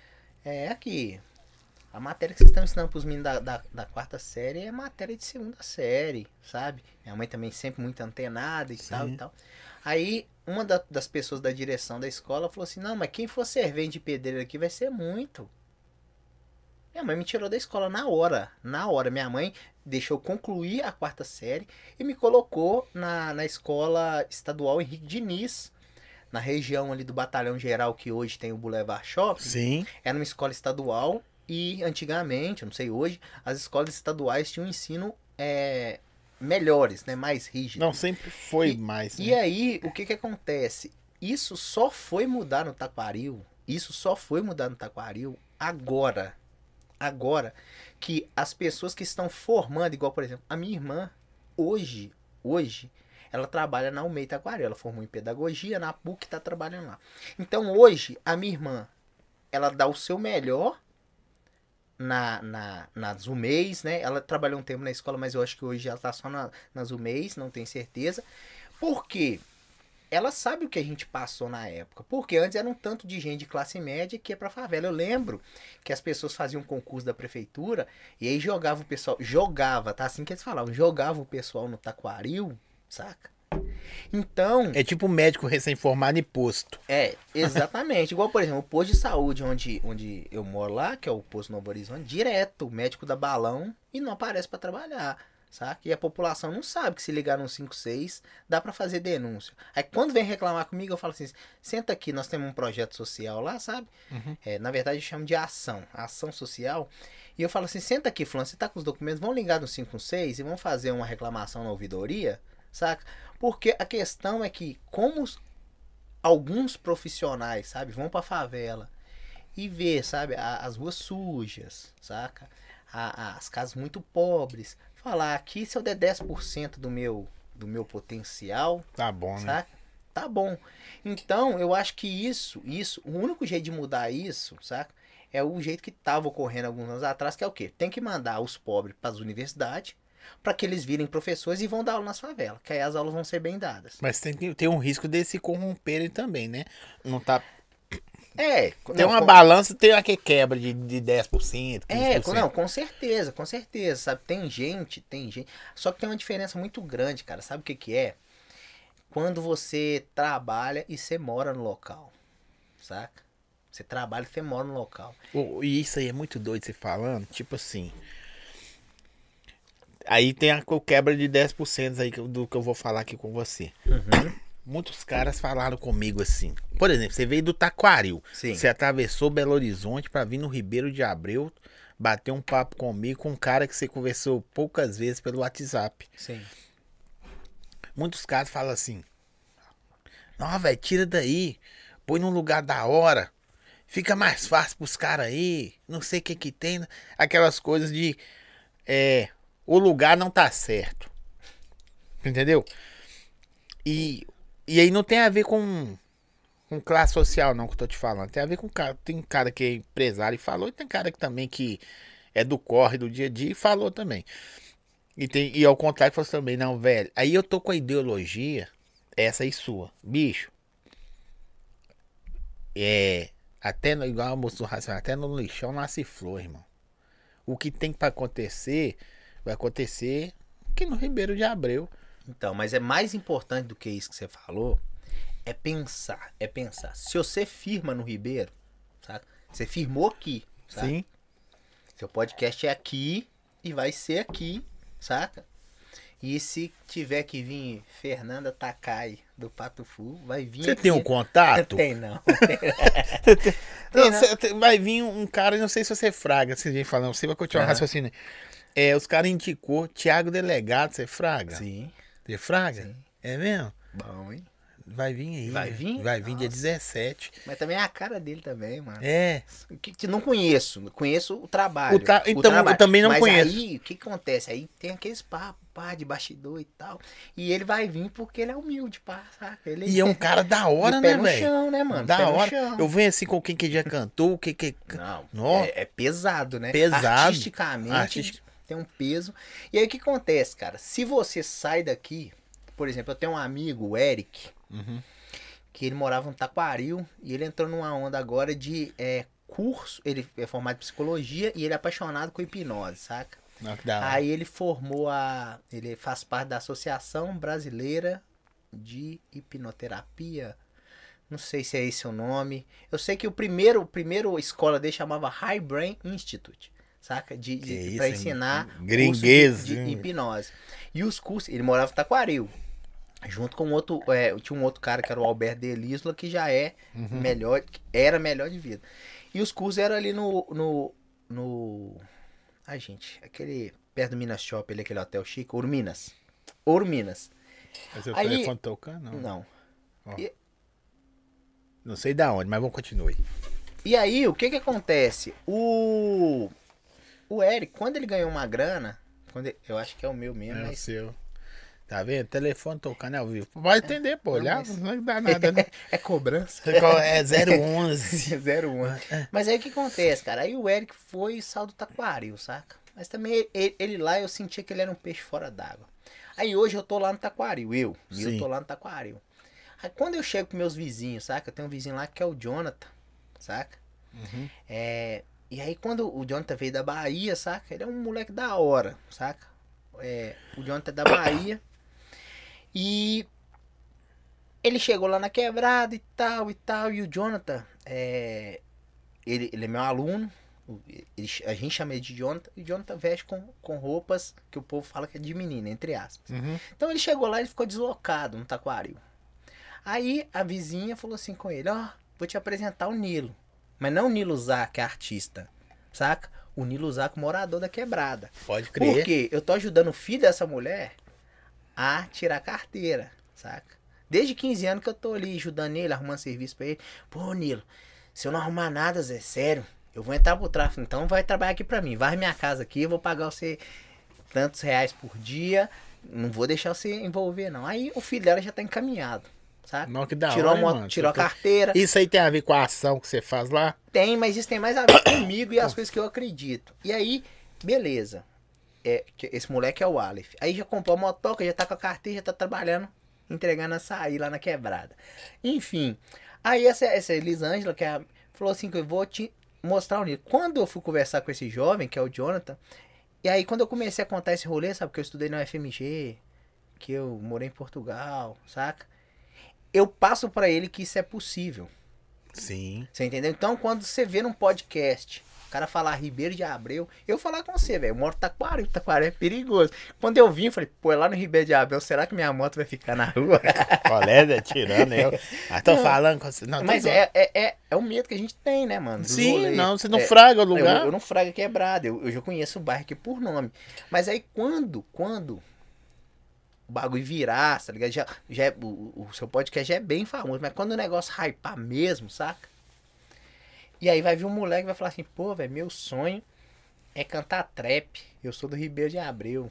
É aqui. A matéria que vocês estão ensinando pros meninos da, da, da quarta série é matéria de segunda série, sabe? Minha mãe também sempre muito antenada e Sim. tal e tal. Aí, uma da- das pessoas da direção da escola falou assim: não, mas quem for servente de pedreiro aqui vai ser muito. Minha mãe me tirou da escola na hora. Na hora. Minha mãe deixou eu concluir a quarta série e me colocou na, na escola estadual Henrique Diniz, na região ali do Batalhão Geral, que hoje tem o Boulevard Shopping. Sim. Era uma escola estadual e antigamente, eu não sei hoje, as escolas estaduais tinham um ensino é, melhores, né, mais rígido. Não, sempre foi E- mais. E Né? aí, o que que acontece? Isso só foi mudar no Taquaril, isso só foi mudar no Taquaril agora. Agora que as pessoas que estão formando, igual por exemplo, a minha irmã, hoje, hoje, ela trabalha na UMEI Taquaril, ela formou em pedagogia, na PUC está trabalhando lá. Então hoje, a minha irmã, ela dá o seu melhor na, na, nas UMEIs, né? Ela trabalhou um tempo na escola, mas eu acho que hoje ela tá só na, nas UMEIs, não tenho certeza. Por quê? Ela sabe o que a gente passou na época. Porque antes era um tanto de gente de classe média que ia pra favela. Eu lembro que as pessoas faziam um concurso da prefeitura e aí jogava o pessoal. Jogava, tá? Assim que eles falavam. Jogava o pessoal no taquaril, saca? Então. É tipo um médico recém-formado em posto. É, exatamente. Igual, por exemplo, o posto de saúde onde, onde eu moro lá, que é o posto Novo Horizonte, direto, o médico dá balão e não aparece pra trabalhar, saca? E a população não sabe que se ligar no cinco seis dá pra fazer denúncia. Aí quando vem reclamar comigo, eu falo assim, senta aqui, nós temos um projeto social lá, sabe? Uhum. É, na verdade eu chamo de ação, ação social. E eu falo assim, senta aqui, fulano, você tá com os documentos, vamos ligar no cinco seis e vamos fazer uma reclamação na ouvidoria, saca? Porque a questão é que, como os- alguns profissionais, sabe, vão pra favela e vê, sabe, a- as ruas sujas, saca? A- a- as casas muito pobres. Falar aqui, se eu der dez por cento do meu, do meu potencial, Tá bom, né? saca? Tá bom. Então, eu acho que isso, isso, o único jeito de mudar isso, saca? É o jeito que estava ocorrendo alguns anos atrás, que é o quê? Tem que mandar os pobres para as universidades, para que eles virem professores e vão dar aula nas favelas, que aí as aulas vão ser bem dadas. Mas tem que ter um risco de se corromperem também, né? Não tá. É, Tem não, uma com- balança, tem uma que quebra de, de dez por cento, quinze É, por com- cento. não, com certeza, com certeza, sabe? Tem gente, tem gente. Só que tem uma diferença muito grande, cara. Sabe o que que é? Quando você trabalha e você mora no local, saca? Você trabalha e você mora no local. Ô, E isso aí é muito doido você falando, tipo assim. Aí tem a co- quebra de dez por cento aí que eu- do que eu vou falar aqui com você. Uhum. Muitos caras falaram comigo assim. Por exemplo, você veio do Taquaril. Sim. Você atravessou Belo Horizonte pra vir no Ribeiro de Abreu, bater um papo comigo com um cara que você conversou poucas vezes pelo WhatsApp. Sim. Muitos caras falam assim: não, velho, tira daí. Põe num lugar da hora. Fica mais fácil pros caras aí. Não sei o que que tem. Aquelas coisas de. É. O lugar não tá certo. Entendeu? E, e aí não tem a ver com, com classe social, não, que eu tô te falando. Tem a ver com cara. Tem cara que é empresário e falou, e tem cara que também que é do corre do dia a dia e falou também. E, tem, e ao contrário, falou também, não, velho. Aí eu tô com a ideologia, essa aí sua. Bicho. É. Até no, igual a moça do racional, até no lixão nasce flor, irmão. O que tem pra acontecer, vai acontecer aqui no Ribeiro de Abreu. Então, mas é mais importante do que isso que você falou, é pensar, é pensar. Se você firma no Ribeiro, sabe? Você firmou aqui, sabe? Sim. Seu podcast é aqui e vai ser aqui, saca? E se tiver que vir Fernanda Takai do Pato Fu, vai vir Você aqui. tem um contato? Tem não. Não, não. cê- te- vai vir um cara, não sei se você fraga, se a gente falando, você vai continuar o Aham. raciocínio. É, os caras indicou Thiago Delegado, você fraga? Sim, Você fraga? Sim. É mesmo? bom, hein? Vai vir aí. Vai né? vir? Vai vir dia Nossa. dezessete. Mas também é a cara dele também, mano. É. Que, que não conheço, conheço o trabalho. O tra- então, eu também não Mas conheço. aí, o que que acontece? Aí tem aqueles papos, pá, de bastidor e tal. E ele vai vir porque ele é humilde, pá, saca? Ele E é um cara da hora, de né, pé no velho? chão, né, mano? Da Pé no hora. chão. Eu venho assim com quem que já cantou, o que que. Não, Nó. é, é pesado, né? Pesado. Artisticamente, Artistic- tem um peso. E aí o que acontece, cara? Se você sai daqui, por exemplo, eu tenho um amigo, o Eric, Uhum. que ele morava no Taquaril e ele entrou numa onda agora de é, curso, ele é formado em psicologia e ele é apaixonado com hipnose, saca? Não, que da hora. Aí ele formou a, ele faz parte da Associação Brasileira de Hipnoterapia. Não sei se é esse o nome. Eu sei que o primeiro, o primeiro escola dele chamava High Brain Institute, saca? De, Que de isso, para hein? ensinar curso Gringuês, de, de hein? hipnose. E os cursos, ele morava em Taquaril. Junto com outro, é, tinha um outro cara que era o Alberto Delisla, que já é Uhum. melhor, era melhor de vida. E os cursos eram ali no, no, no, ai gente, aquele, perto do Minas Shop, ali, aquele hotel chique, Ouro Minas. Ouro Minas. Mas seu aí- telefone tocando? Não. Não. Não sei da onde, mas vamos continuar. E aí, o que que acontece? O, o Eric, quando ele ganhou uma grana, quando ele- eu acho que é o meu mesmo, É o mas seu. Tá vendo? Telefone tocando ao vivo. Vai atender, pô. Não, Olhar, mas- não dá nada, né? é cobrança. É zero onze. zero um. Mas aí o que acontece, cara? Aí o Eric foi e saiu do Taquaril, saca? Mas também ele, ele lá eu sentia que ele era um peixe fora d'água. Aí hoje eu tô lá no Taquaril, eu. E Sim. eu tô lá no Taquaril. Aí quando eu chego com meus vizinhos, saca? Eu tenho um vizinho lá que é o Jonathan, saca? Uhum. É, e aí quando o Jonathan veio da Bahia, saca? Ele é um moleque da hora, saca? É, o Jonathan é da Bahia. E ele chegou lá na quebrada e tal e tal. E o Jonathan, é, ele, ele é meu aluno. o- ele- a gente chama ele de Jonathan. E o Jonathan veste com, com roupas que o povo fala que é de menina, entre aspas. Uhum. Então ele chegou lá e ficou deslocado no Taquaril. Aí a vizinha falou assim com ele: Ó, vou te apresentar o Nilo. Mas não o Nilo Zá, que é artista, saca? O Nilo Zá, que é morador da quebrada. Pode crer. Por quê? Eu tô ajudando o filho dessa mulher a tirar carteira, saca? Desde quinze anos que eu tô ali ajudando ele, arrumando serviço pra ele. Pô, Nilo, se eu não arrumar nada, Zé, sério, eu vou entrar pro tráfico, então vai trabalhar aqui pra mim. Vai minha casa aqui, eu vou pagar você tantos reais por dia. Não vou deixar você envolver, não. Aí o filho dela já tá encaminhado, saca? Não, que da tirou hora, a moto, mano. tirou a Você tá- carteira. Isso aí tem a ver com a ação que você faz lá? Tem, mas isso tem mais a ver comigo e as coisas que eu acredito. E aí, beleza. É, que esse moleque é o Aleph. Aí já comprou a motoca, já tá com a carteira, já tá trabalhando, entregando açaí lá na quebrada. Enfim. Aí essa, essa Elisângela, que é a falou assim que eu vou te mostrar o nível. Quando eu fui conversar com esse jovem, que é o Jonathan, e aí quando eu comecei a contar esse rolê, sabe, que eu estudei na U F M G, que eu morei em Portugal, saca? Eu passo pra ele que isso é possível. Sim. Você entendeu? Então, quando você vê num podcast, o cara falar Ribeiro de Abreu, eu falar com você, velho, eu moro em Taquari, Taquari é perigoso. Quando eu vim, eu falei, pô, é lá no Ribeiro de Abreu, será que minha moto vai ficar na rua? Olha, tirando eu. Ah, tô Não, falando com você. Não, Mas tô... é, é, é, é o medo que a gente tem, né, mano? Dos Sim, rolês. não, você não É, fraga o eu, lugar. eu não fraga quebrada, eu, eu já conheço o bairro aqui por nome. Mas aí quando, quando o bagulho virar, tá ligado? Já, já é, o, o seu podcast já é bem famoso, mas quando o negócio hypar mesmo, saca? E aí vai vir um moleque e vai falar assim, pô, velho, meu sonho é cantar trap. Eu sou do Ribeiro de Abreu.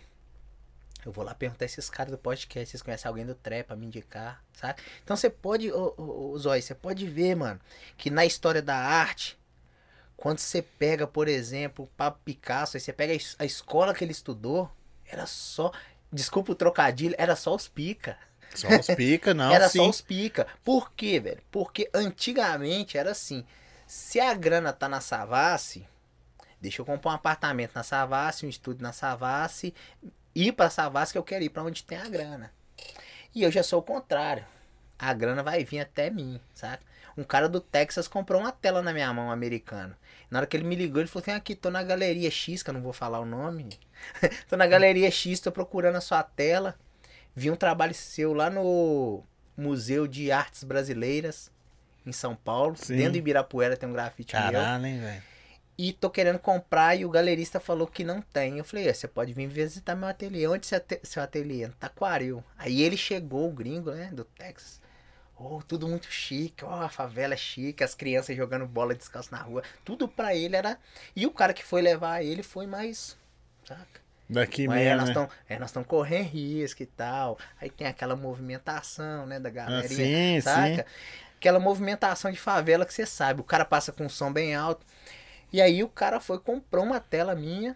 Eu vou lá perguntar esses caras do podcast, vocês conhecem alguém do trap pra me indicar, sabe? Então você pode, ô, ô, ô Zói, você pode ver, mano, que na história da arte, quando você pega, por exemplo, o Pablo Picasso, aí você pega a, es- a escola que ele estudou, era só, desculpa o trocadilho, era só os pica. Só os pica, não, Era sim. só os pica. Por quê, velho? Porque antigamente era assim. Se a grana tá na Savassi, deixa eu comprar um apartamento na Savassi, um estúdio na Savassi, ir pra Savassi que eu quero ir pra onde tem a grana. E eu já sou o contrário. A grana vai vir até mim, sabe? Um cara do Texas comprou uma tela na minha mão, um americano. Na hora que ele me ligou, ele falou assim, aqui, tô na Galeria X, que eu não vou falar o nome. Tô na Galeria X, tô procurando a sua tela. Vi um trabalho seu lá no Museu de Artes Brasileiras, em São Paulo. Sim. Dentro do Ibirapuera tem um grafite meu. Caralho, hein, velho. E tô querendo comprar e o galerista falou que não tem. Eu falei, "É, você pode vir visitar meu ateliê. Onde seu, ate- seu ateliê? No Taquaril. Aí ele chegou, o gringo, né, do Texas. Oh, tudo muito chique. Oh, a favela é chique, as crianças jogando bola descalço na rua. Tudo pra ele era... E o cara que foi levar ele foi mais... Saca? Daqui Mas é, mesmo, nós né? estamos é, nós estamos correndo risco e tal. Aí tem aquela movimentação, né, da galerinha, sim, saca? Aquela movimentação de favela que você sabe. O cara passa com um som bem alto. E aí o cara foi, comprou uma tela minha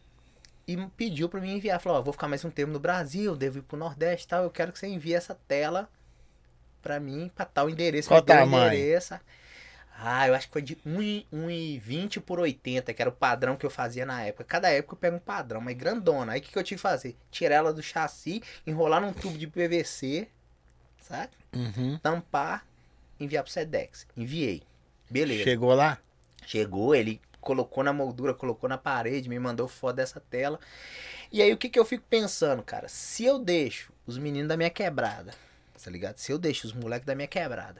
e pediu pra mim enviar. Falou, ó, vou ficar mais um tempo no Brasil, devo ir pro Nordeste e tal. Eu quero que você envie essa tela pra mim, pra tal endereço. Qual Me deu o tamanho? endereço. Ah, eu acho que foi de um e vinte por oitenta, que era o padrão que eu fazia na época. Cada época eu pego um padrão, mas grandona. Aí o que, que eu tive que fazer? Tirar ela do chassi, enrolar num tubo de P V C, sabe? Uhum. Tampar, enviar pro Sedex. Enviei. Beleza. Chegou lá? Chegou, ele colocou na moldura, colocou na parede, me mandou foto dessa tela. E aí o que, que eu fico pensando, cara? Se eu deixo os meninos da minha quebrada, tá ligado? Se eu deixo os moleques da minha quebrada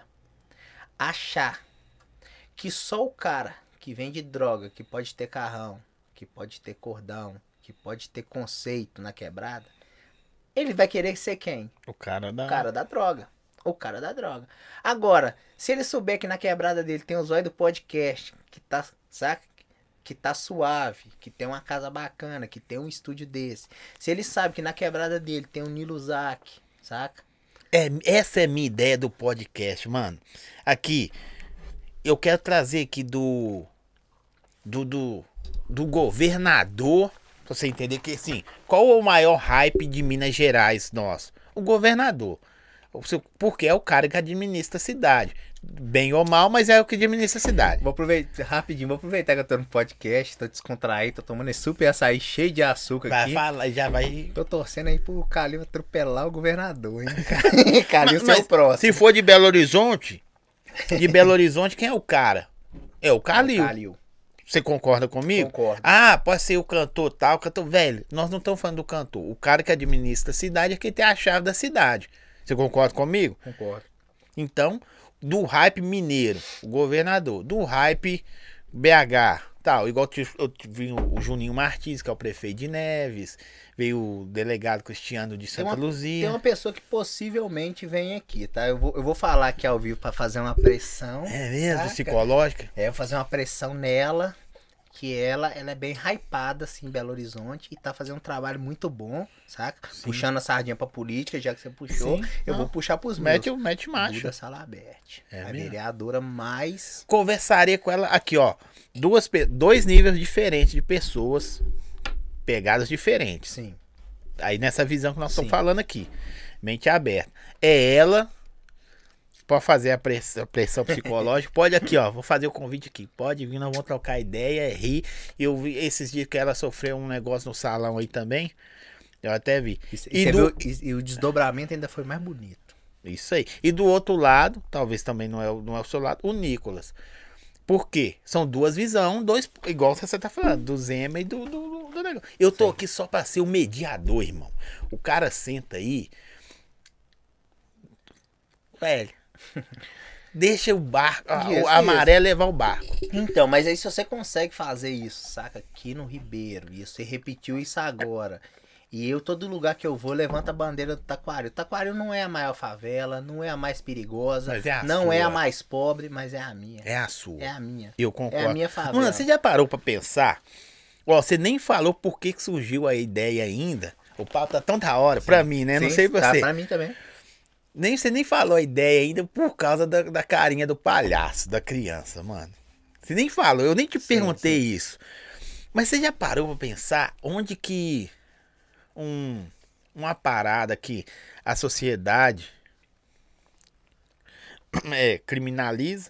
achar que só o cara que vende droga, que pode ter carrão, que pode ter cordão, que pode ter conceito na quebrada, ele vai querer ser quem? O cara da... O cara da droga. O cara da droga. Agora, se ele souber que na quebrada dele tem o zóio do podcast, que tá, saca? Que tá suave, que tem uma casa bacana, que tem um estúdio desse. Se ele sabe que na quebrada dele tem o Nilo Zac, saca? É, essa é a minha ideia do podcast, mano. Aqui, eu quero trazer aqui do... Do, do, do governador, pra você entender que, assim, qual é o maior hype de Minas Gerais nosso? O governador. Porque é o cara que administra a cidade. Bem ou mal, mas é o que administra a cidade. Vou aproveitar, rapidinho, vou aproveitar que eu tô no podcast, tô descontraído, tô tomando esse super açaí cheio de açúcar Vai aqui. falar, já vai... Tô torcendo aí pro Calil atropelar o governador, hein? Calil Mas é o próximo. se for de Belo Horizonte, de Belo Horizonte, quem é o cara? É o Calil. Calil. Você concorda comigo? Concordo. Ah, pode ser o cantor tal, cantor. Velho, nós não estamos falando do cantor. O cara que administra a cidade é quem tem a chave da cidade. Você concorda comigo? Concordo. Então, do hype mineiro, o governador. Do hype B H, tal. Igual eu vi o Juninho Martins, que é o prefeito de Neves. Veio o delegado Cristiano de Santa Tem uma, Luzia. Tem uma pessoa que possivelmente vem aqui, tá? Eu vou, eu vou falar aqui ao vivo pra fazer uma pressão. É mesmo? saca? Psicológica? É, eu vou fazer uma pressão nela, que ela, ela é bem hypada, assim, em Belo Horizonte, e tá fazendo um trabalho muito bom, saca? Sim. Puxando a sardinha pra política, já que você puxou, Sim. eu Não. vou puxar pros Mete, meus. mete macho. Duda Salabert, É a mesmo? vereadora mais... Conversaria com ela aqui, ó. Duas, pe- dois níveis diferentes de pessoas, pegadas diferentes. Sim, Aí nessa visão que nós Sim. estamos falando aqui, mente aberta. É ela pode fazer a pressão, a pressão psicológica. Pode aqui, ó. Vou fazer o convite aqui. Pode vir, nós vamos trocar ideia, rir. Eu vi esses dias que ela sofreu um negócio no salão aí também. Eu até vi. E, E, e, do... viu, e, e o desdobramento ainda foi mais bonito. Isso aí. E do outro lado, talvez também não é, o- não é o seu lado, o Nicolas. Por quê? São duas visões, dois, igual você tá falando, do Zema e do, do, do, do negócio. Eu tô Sim. aqui só pra ser o mediador, irmão. O cara senta aí. Velho. Deixa o barco, a, Isso, o amarelo levar o barco. Então, mas aí se você consegue fazer isso, saca? Aqui no Ribeiro, e você repetiu isso agora. E eu, todo lugar que eu vou, levanto a bandeira do Taquaril. Taquaril não é a maior favela, não é a mais perigosa, Mas é a não sua. é a mais pobre, mas é a minha. É a sua. É a minha. Eu concordo. É a minha favela. Mano, você já parou pra pensar? Ó, você nem falou por que, que surgiu a ideia ainda. O papo tá tão da hora, pra mim, né? Não Sim, sei pra tá, você. pra mim também. Nem, você nem falou a ideia ainda por causa da, da carinha do palhaço, da criança, mano. Você nem falou, eu nem te Sim, perguntei isso. Mas você já parou pra pensar onde que um, uma parada que a sociedade é, criminaliza?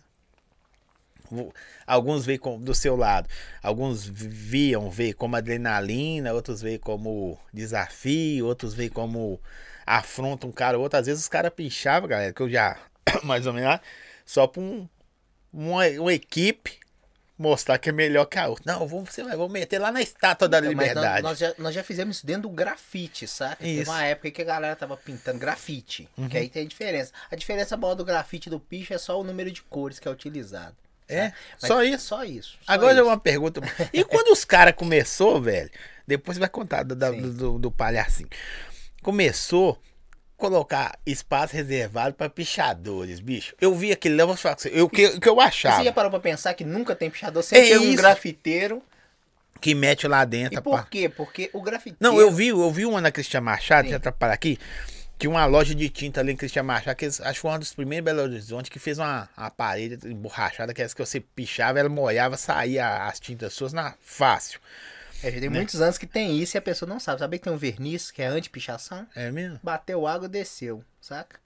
Vo- Alguns veem como, do seu lado, alguns viam ver como adrenalina, outros veem como desafio, outros veem como afronta um cara ou outro. Às vezes os caras pinchavam, galera, que eu já, mais ou menos, só pra um, uma, uma equipe mostrar que é melhor que a outra. Não, vamos, você vai, vamos meter lá na estátua da Então, mas liberdade. nós, nós já, nós já fizemos isso dentro do grafite, saca? Teve Isso. uma época que a galera tava pintando grafite, que aí tem a diferença. A diferença maior do grafite e do picho é só o número de cores que é utilizado. É, Mas só isso. Só isso. só Agora é isso. uma pergunta. E quando os caras começou, velho? Depois você vai contar do, da- Sim. do, do, do palhacinho. Começou a colocar espaço reservado pra pichadores, bicho. Eu vi aquele, eu vou falar com você, eu, que, que eu Você achava. já parou pra pensar que nunca tem pichador? Sempre É tem um isso. grafiteiro. Que mete lá dentro. E por pá. quê? Porque o grafiteiro... Não, eu vi, eu vi uma na Cristian Machado, Sim. deixa eu atrapalhar aqui. Tinha uma loja de tinta ali em Cristian Machado, que eles- acho que foi uma dos primeiros em Belo Horizonte, que fez uma, uma parede emborrachada, que essa que você pichava, ela molhava, saía as tintas suas na fácil. É, já tem né? muitos anos que tem isso e a pessoa não sabe. Sabe que tem um verniz que é anti-pichação? É mesmo? Bateu água, desceu, saca?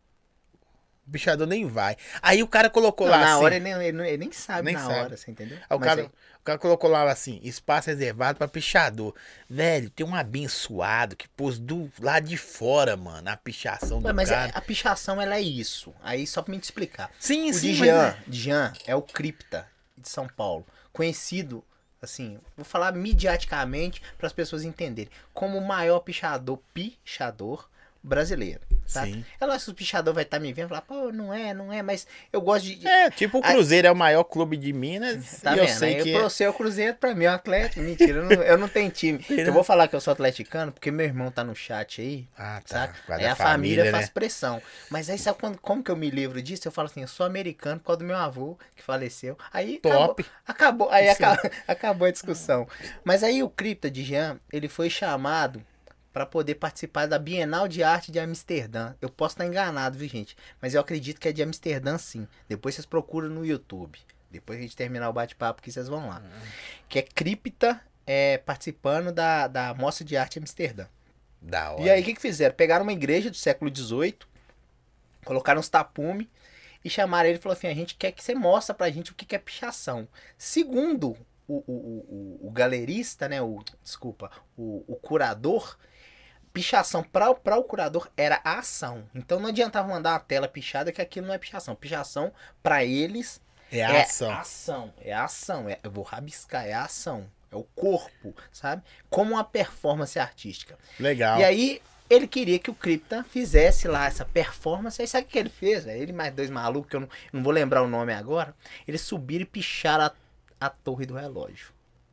O pichador nem vai. Aí o cara colocou Não, lá na assim. hora ele, nem- ele, não- ele nem sabe Nem na sabe. hora, você entendeu? Aí o, Mas cara, aí- o cara colocou lá assim, espaço reservado pra pichador. Velho, tem um abençoado que pôs do lado de fora, mano, a pichação do Ué, mas cara. é- a pichação, ela é isso. Aí, só pra me te explicar. Sim, O sim, Djan, mas... Djan é o cripta de São Paulo. Conhecido, assim, vou falar midiaticamente para as pessoas entenderem, como o maior pichador, pichador brasileiro. Tá? Sim. Ela, se o pichador vai estar me vendo, falar, pô, não é, não é, mas eu gosto de. É, tipo o Cruzeiro é o maior clube de Minas, Tá e eu vendo? sei Aí que... pra você é o Cruzeiro, pra mim é o Atlético. Mentira, eu não, eu não tenho time. Eu vou falar que eu sou atleticano, porque meu irmão tá no chat aí. Ah, tá. Saca? Por causa Aí da a família, família, faz né? pressão. Mas aí sabe quando, como que eu me livro disso? Eu falo assim, eu sou americano por causa do meu avô que faleceu. Aí Top. acabou, acabou aí Sim. acabou, acabou a discussão. Mas aí o Cripta de Jean, ele foi chamado para poder participar da Bienal de Arte de Amsterdã. Eu posso estar enganado, viu, gente? Mas eu acredito que é de Amsterdã, sim. Depois vocês procuram no YouTube. Depois que a gente terminar o bate-papo, que vocês vão lá. Que é Cripta é, participando da, da Mostra de Arte Amsterdã. Da hora. E aí, o que, que fizeram? Pegaram uma igreja do século dezoito, colocaram uns tapume e chamaram ele e falaram assim: a gente quer que você mostre pra gente o que, que é pichação. Segundo o, o, o, o galerista, né? O, desculpa, o, o curador, pichação para o curador era a ação. Então não adiantava mandar uma tela pichada, que aquilo não é pichação. Pichação, para eles, É a é ação. ação. É a ação. É, eu vou rabiscar, é a ação. É o corpo, sabe? Como uma performance artística. Legal. E aí, ele queria que o Cripta fizesse lá essa performance. Aí sabe o que ele fez? Ele mais dois malucos, que eu não, não vou lembrar o nome agora. Eles subiram e picharam a, a torre do relógio.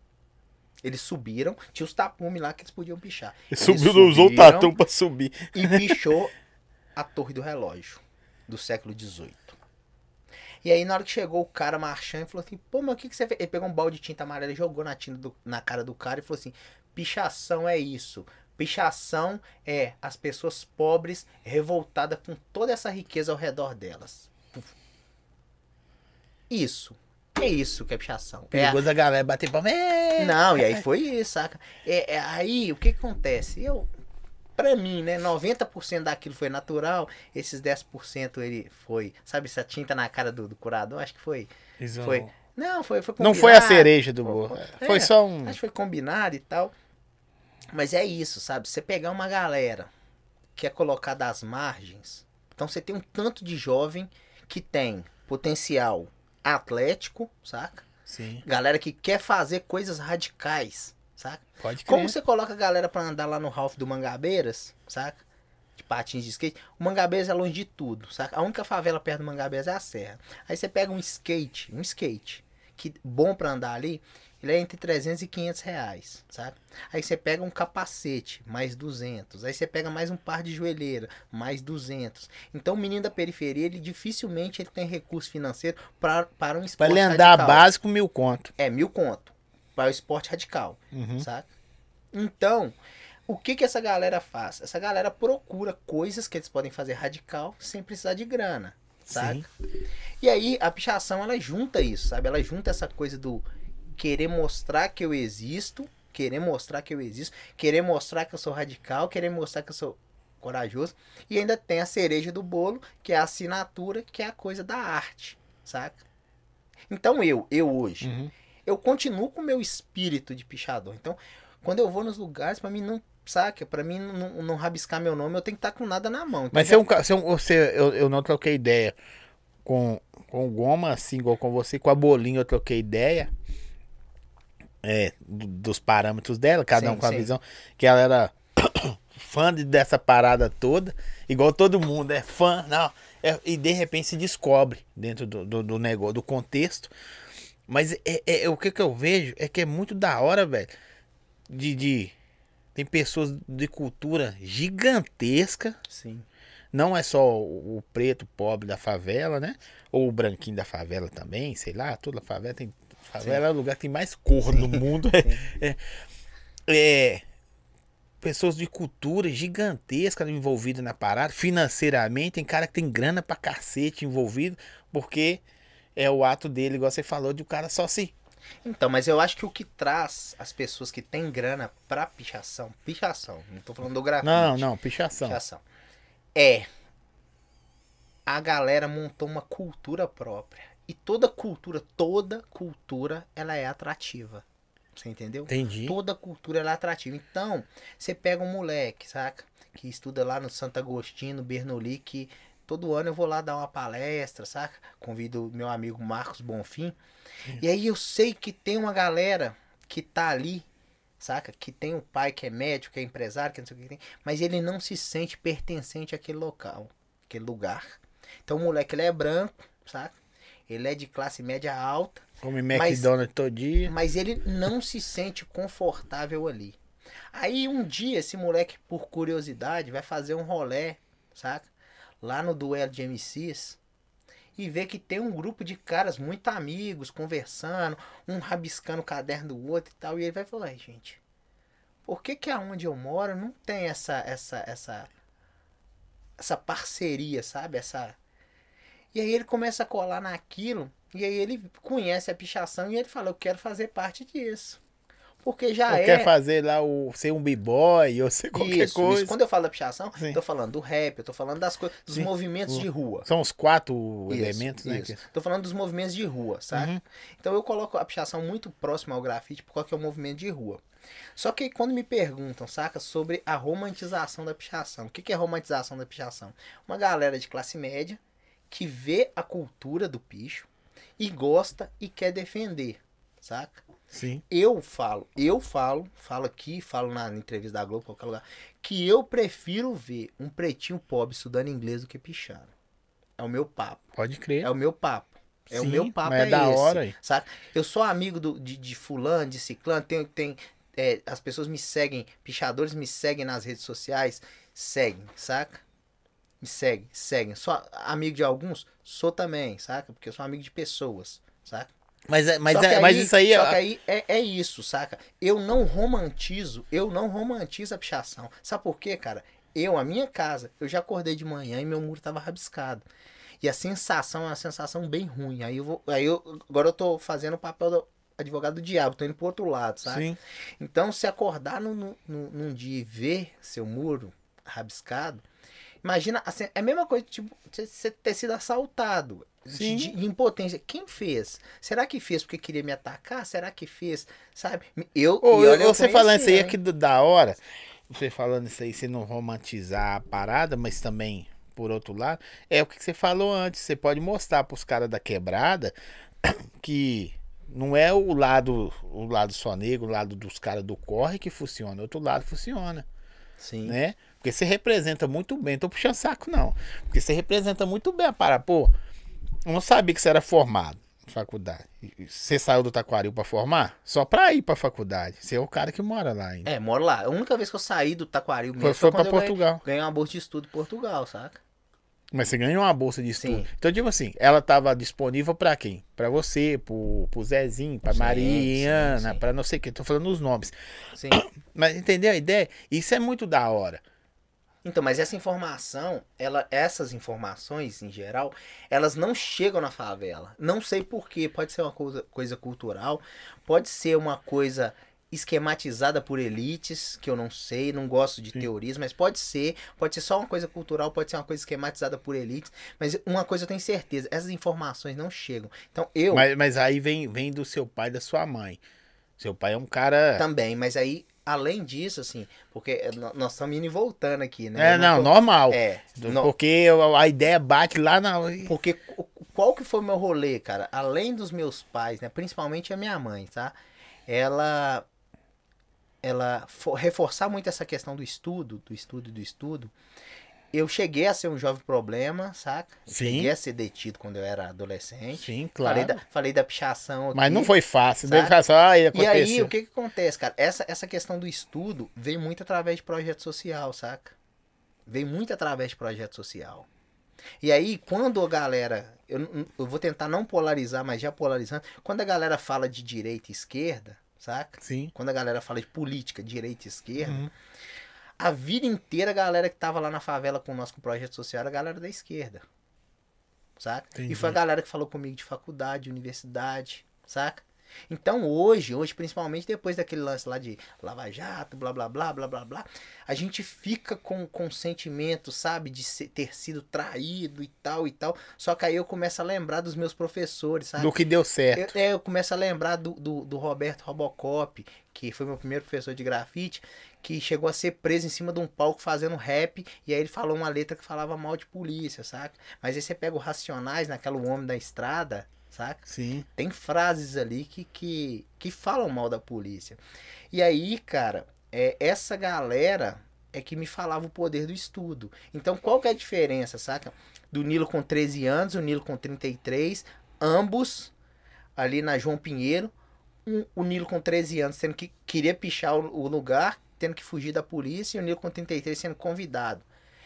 Eles subiram, tinha os tapumes lá que eles podiam pichar. Ele Eles subiu, não usou o subiram tatu pra subir. E pichou a torre do relógio do século dezoito. E aí, na hora que chegou o cara marchando, ele falou assim: pô, mas o que, que você fez? Ele pegou um balde de tinta amarela e jogou na, tinta do- na cara do cara e falou assim: pichação é isso. Pichação é as pessoas pobres revoltadas com toda essa riqueza ao redor delas. Puf. Isso. É isso que é pichação. É a- Perigoso a galera bater palma. É. Não, e aí foi isso, saca? É, é, aí, o que, que acontece? Eu, pra mim, né, noventa por cento daquilo foi natural, esses dez por cento ele foi, sabe, essa tinta na cara do, do curador, acho que foi, Isso foi, não, foi, foi não combinado. foi a cereja do Foi, bolo. foi, Foi é, só um. acho que foi combinado e tal, mas é isso, sabe, você pegar uma galera que é colocada às margens, então você tem um tanto de jovem que tem potencial atlético, saca? Sim, Galera que quer fazer coisas radicais, saca? pode crer. Como você coloca a galera pra andar lá no Ralph do Mangabeiras, saca? De patins de skate. O Mangabeiras é longe de tudo, saca? A única favela perto do Mangabeiras é a Serra. Aí você pega um skate, um skate, que bom pra andar ali, ele é entre trezentos e quinhentos reais, sabe? Aí você pega um capacete, mais duzentos. Aí você pega mais um par de joelheira, mais duzentos. Então o menino da periferia, ele dificilmente ele tem recurso financeiro pra, para um Pra esporte ele andar radical. básico, mil conto. É, mil conto. Para o esporte radical, Uhum. saca? Então, o que que essa galera faz? Essa galera procura coisas que eles podem fazer radical sem precisar de grana, saca? Sim. E aí a pichação, ela junta isso, sabe? Ela junta essa coisa do querer mostrar que eu existo, querer mostrar que eu existo, querer mostrar que eu sou radical, querer mostrar que eu sou corajoso. E ainda tem a cereja do bolo, que é a assinatura, que é a coisa da arte, saca? Então eu, eu hoje, Uhum. eu continuo com o meu espírito de pichador. Então, quando eu vou nos lugares, pra mim não, saca? Pra mim não, não, não rabiscar meu nome, eu tenho que estar com nada na mão. Então, Mas já- você, é um, ca- você, é um- você eu, eu não troquei ideia com, com o Goma, assim, igual com você. Com a Bolinha eu troquei ideia. É, do- dos parâmetros dela, cada Sim, um com a sim. visão. Que ela era fã de- dessa parada toda. Igual todo mundo, é fã. Não, é- e de repente se descobre dentro do, do, do negócio, do contexto. Mas é, é- é- o que, que eu vejo é que é muito da hora, velho. De, de- Tem pessoas de cultura gigantesca. Sim. Não é só o, o preto pobre da favela, né? Ou o branquinho da favela também, sei lá, toda favela tem. Favela é o lugar que tem mais cor no mundo. É, é, pessoas de cultura gigantesca envolvidas na parada, financeiramente, tem cara que tem grana pra cacete envolvido, porque é o ato dele, igual você falou, de o cara só se. Então, mas eu acho que o que traz as pessoas que têm grana pra pichação, pichação, não tô falando do grafite. Não, não, pichação. Pichação. É. A galera montou uma cultura própria. E toda cultura, toda cultura, ela é atrativa. Você entendeu? Entendi. Toda cultura ela é atrativa. Então, você pega um moleque, saca? Que estuda lá no Santo Agostinho, no Bernoulli, que todo ano eu vou lá dar uma palestra, saca? Convido meu amigo Marcos Bonfim. E aí eu sei que tem uma galera que tá ali, saca? Que tem um pai que é médico, que é empresário, que não sei o que tem, mas ele não se sente pertencente àquele local, aquele lugar. Então o moleque, ele é branco, saca? Ele é de classe média alta, Come Mas- McDonald's todo dia. mas ele não se sente confortável ali. Aí um dia esse moleque, por curiosidade, vai fazer um rolê, saca? Lá no duelo de M Cs e vê que tem um grupo de caras muito amigos, conversando, um rabiscando o caderno do outro e tal. E ele vai falar, "Ai, gente, por que que aonde eu moro não tem essa, essa, essa, essa parceria, sabe? Essa... E aí ele começa a colar naquilo, e aí ele conhece a pichação e ele fala, eu quero fazer parte disso. Porque já Ou é... quer fazer lá o ser um b-boy ou ser qualquer Isso, coisa. isso. Quando eu falo da pichação, Sim. eu tô falando do rap, eu tô falando das coisas, dos Sim. movimentos O- de rua. São os quatro Isso, elementos, né? isso. que- Tô falando dos movimentos de rua, sabe? Uhum. Então eu coloco a pichação muito próxima ao grafite, porque é o movimento de rua. Só que quando me perguntam, saca, sobre a romantização da pichação. O que que é romantização da pichação? Uma galera de classe média que vê a cultura do picho e gosta e quer defender, saca? Sim. Eu falo, eu falo, falo aqui, falo na entrevista da Globo, em qualquer lugar, que eu prefiro ver um pretinho pobre estudando inglês do que pichando. É o meu papo. Pode crer. É o meu papo. É o Sim, meu papo, mas é é, da esse, hora aí. saca? Eu sou amigo do, de, de fulano, de ciclano, tem, tem, é, as pessoas me seguem, pichadores me seguem nas redes sociais, seguem, saca? Me seguem, seguem. Sou amigo de alguns? Sou também, saca? Porque eu sou amigo de pessoas, saca? Mas, é- mas, Só que é- mas isso aí só é. que aí é, é isso, saca? Eu não romantizo, eu não romantizo a pichação. Sabe por quê, cara? Eu, a minha casa, eu já acordei de manhã e meu muro tava rabiscado. E a sensação é uma sensação bem ruim. Aí eu vou. Aí eu, agora eu tô fazendo o papel do advogado do diabo, tô indo pro outro lado, sabe? Sim. Então, se acordar no, no, no- num dia e ver seu muro, rabiscado. Imagina, assim, é a mesma coisa, tipo, você ter sido assaltado. De, de, de impotência. Quem fez? Será que fez porque queria me atacar? Será que fez? Sabe? Eu, Ô, e olha, eu você falando isso aí conhecia, aqui hein? do- da hora, você falando isso aí, você não romantizar a parada, mas também, por outro lado, é o que você falou antes. Você pode mostrar pros caras da quebrada que não é o lado, o lado só negro, o lado dos caras do corre que funciona, o outro lado funciona, Sim. né? Porque você representa muito bem, não tô puxando saco não, porque você representa muito bem a parada. Pô, eu não sabia que você era formado em faculdade. Você saiu do Taquaril pra formar? Só pra ir pra faculdade. Você é o cara que mora lá ainda. É, moro lá. A única vez que eu saí do Taquaril Foi, mesmo foi foi pra quando eu ganhei, Portugal. ganhei uma bolsa de estudo em Portugal, saca? Mas você ganhou uma bolsa de estudo. Sim. Então, tipo assim, ela tava disponível pra quem? Pra você, pro, pro Zezinho, pra Sim, Mariana, sim, sim. pra não sei o que. Tô falando os nomes. Sim. Mas entendeu a ideia? Isso é muito da hora. Então, mas essa informação, ela, essas informações, em geral, elas não chegam na favela. Não sei por quê. Pode ser uma coisa, coisa cultural, pode ser uma coisa esquematizada por elites, que eu não sei, não gosto de Sim. teorias, mas pode ser, pode ser só uma coisa cultural, pode ser uma coisa esquematizada por elites, mas uma coisa eu tenho certeza, essas informações não chegam. Então eu Mas, mas aí vem, vem do seu pai e da sua mãe. Seu pai é um cara. também, mas aí, além disso, assim, porque nó- nós estamos indo e voltando aqui, né? É, Eu não, tô- normal. É, no- Porque a ideia bate lá na. porque qu- qual que foi o meu rolê, cara? Além dos meus pais, né? Principalmente a minha mãe, tá? Ela ela fo- reforçar muito essa questão do estudo, do estudo, do estudo. Eu cheguei a ser um jovem problema, saca? Eu Sim. cheguei a ser detido quando eu era adolescente. Sim, Falei claro. da, falei da pichação aqui. Mas não foi fácil. sabe? Deve falar só, ah, E aconteceu. aí, o que que acontece, cara? Essa, essa questão do estudo vem muito através de projeto social, saca? Vem muito através de projeto social. E aí, quando a galera. Eu, n- eu vou tentar não polarizar, mas já polarizando. Quando a galera fala de direita e esquerda, saca? Sim. Quando a galera fala de política, direita e esquerda, Uhum. a vida inteira a galera que tava lá na favela com nós com o projeto social era a galera da esquerda. Saca? Entendi. E foi a galera que falou comigo de faculdade, universidade, saca? Então hoje, hoje principalmente depois daquele lance lá de Lava Jato, blá blá blá blá blá blá, a gente fica com, com sentimento, sabe, de ser- ter sido traído e tal e tal. Só que aí eu começo a lembrar dos meus professores, sabe? Do que deu Eu, certo. é, eu começo a lembrar do, do, do Roberto Robocop, que foi meu primeiro professor de grafite, que chegou a ser preso em cima de um palco fazendo rap, e aí ele falou uma letra que falava mal de polícia, saca? Mas aí você pega o Racionais, naquela O Homem da Estrada, saca? Sim. Tem frases ali que, que, que falam mal da polícia. E aí, cara, é, essa galera é que me falava o poder do estudo. Então, qual que é a diferença, saca? Do Nilo com treze anos, o Nilo com trinta e três, ambos ali na João Pinheiro, um- o Nilo com treze anos tendo que queria pichar o, o lugar, tendo que fugir da polícia, e o Nilo com trinta e três sendo convidado.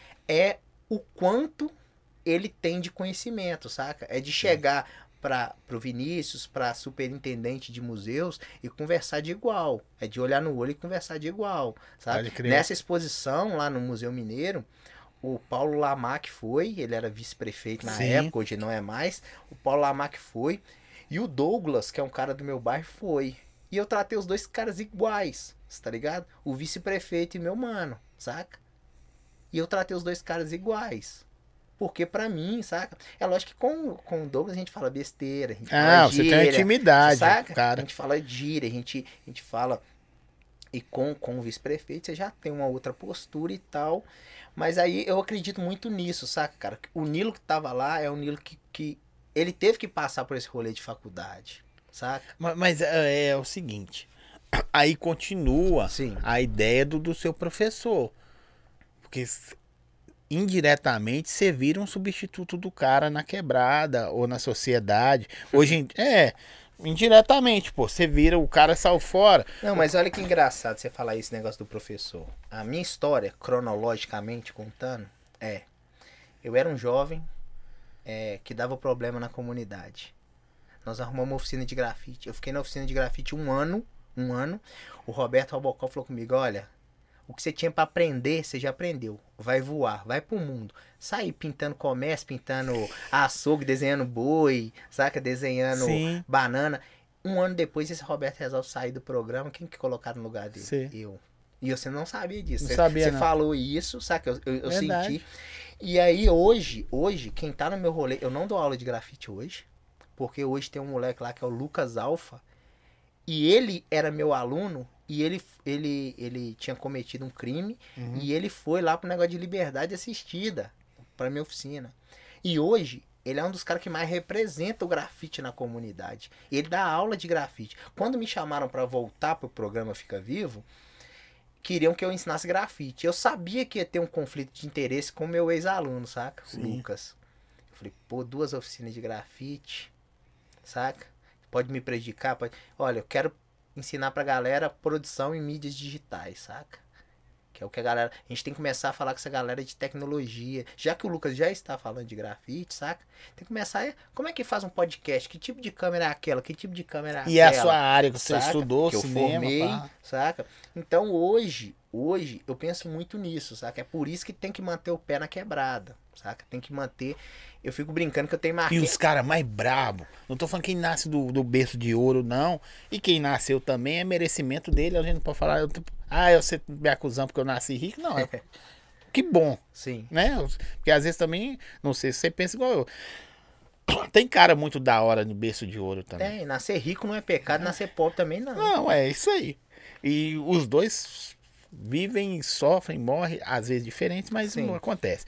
É o quanto ele tem de conhecimento, saca? É de chegar para o Vinícius, para superintendente de museus e conversar de igual. É de olhar no olho e conversar de igual, sabe? Pode crer. Nessa exposição lá no Museu Mineiro, o Paulo Lamac foi, ele era vice-prefeito na Sim. época, hoje não é mais. O Paulo Lamac foi e o Douglas, que é um cara do meu bairro, foi. E eu tratei os dois caras iguais, tá ligado? O vice-prefeito e meu mano, saca? E eu tratei os dois caras iguais. Porque pra mim, saca? É lógico que com, com o Douglas a gente fala besteira, a gente Ah, fala você tem gíria, uma intimidade, saca? cara. A gente fala gíria, a gente, a gente fala... E com, com o vice-prefeito você já tem uma outra postura e tal. Mas aí eu acredito muito nisso, saca, cara? O Nilo que tava lá é um Nilo que, que... Ele teve que passar por esse rolê de faculdade, saca? Mas, mas é, é o seguinte. Aí continua Sim. a ideia do, do seu professor. Porque s- indiretamente você vira um substituto do cara na quebrada ou na sociedade. Hoje em é, indiretamente, pô, você vira o cara saiu fora. Não, mas olha que engraçado você falar esse negócio do professor. A minha história, cronologicamente contando, é... Eu era um jovem é, que dava problema na comunidade. Nós arrumamos uma oficina de grafite. Eu fiquei na oficina de grafite um ano, um ano. O Roberto Robocop falou comigo, olha, o que você tinha pra aprender, você já aprendeu. Vai voar, vai pro mundo. Sair pintando comércio, pintando açougue, desenhando boi, saca? Desenhando Sim. banana. Um ano depois, esse Roberto resolve sair do programa. Quem que colocaram no lugar dele? Sim. Eu. E você não sabia disso. Não Você, sabia, você não. falou isso, saca? Eu, eu, eu Verdade. senti. E aí, hoje, hoje, quem tá no meu rolê, eu não dou aula de grafite hoje, porque hoje tem um moleque lá que é o Lucas Alfa, e ele era meu aluno, e ele, ele, ele tinha cometido um crime, Uhum. e ele foi lá pro negócio de liberdade assistida, pra minha oficina. E hoje, ele é um dos caras que mais representa o grafite na comunidade. Ele dá aula de grafite. Quando me chamaram pra voltar pro programa Fica Vivo, queriam que eu ensinasse grafite. Eu sabia que ia ter um conflito de interesse com o meu ex-aluno, saca? O Sim. Lucas. Eu falei, pô, duas oficinas de grafite, saca? Pode me prejudicar? Pode... Olha, eu quero ensinar pra galera produção em mídias digitais, saca? Que é o que a galera... A gente tem que começar a falar com essa galera de tecnologia. Já que o Lucas já está falando de grafite, saca? Tem que começar a... Como é que faz um podcast? Que tipo de câmera é aquela? Que tipo de câmera é E é a aquela? sua área que você Saca? estudou, Que eu cinema, formei, pá. saca? Então hoje, hoje eu penso muito nisso, saca? É por isso que tem que manter o pé na quebrada, saca? Tem que manter... Eu fico brincando que eu tenho E marquinhos... os caras mais brabo. Não tô falando quem nasce do, do berço de ouro, não. E quem nasceu também é merecimento dele. A gente não pode falar, eu, tô- ah, eu sei me acusando porque eu nasci rico. Não, é. Que bom, Sim. né? Porque às vezes também, não sei se você pensa igual eu. Tem cara muito da hora no berço de ouro também. Tem, nascer rico não é pecado, nascer pobre também não. Não, é isso aí. E os dois vivem, sofrem, morrem, às vezes diferentes, mas Sim. não acontece.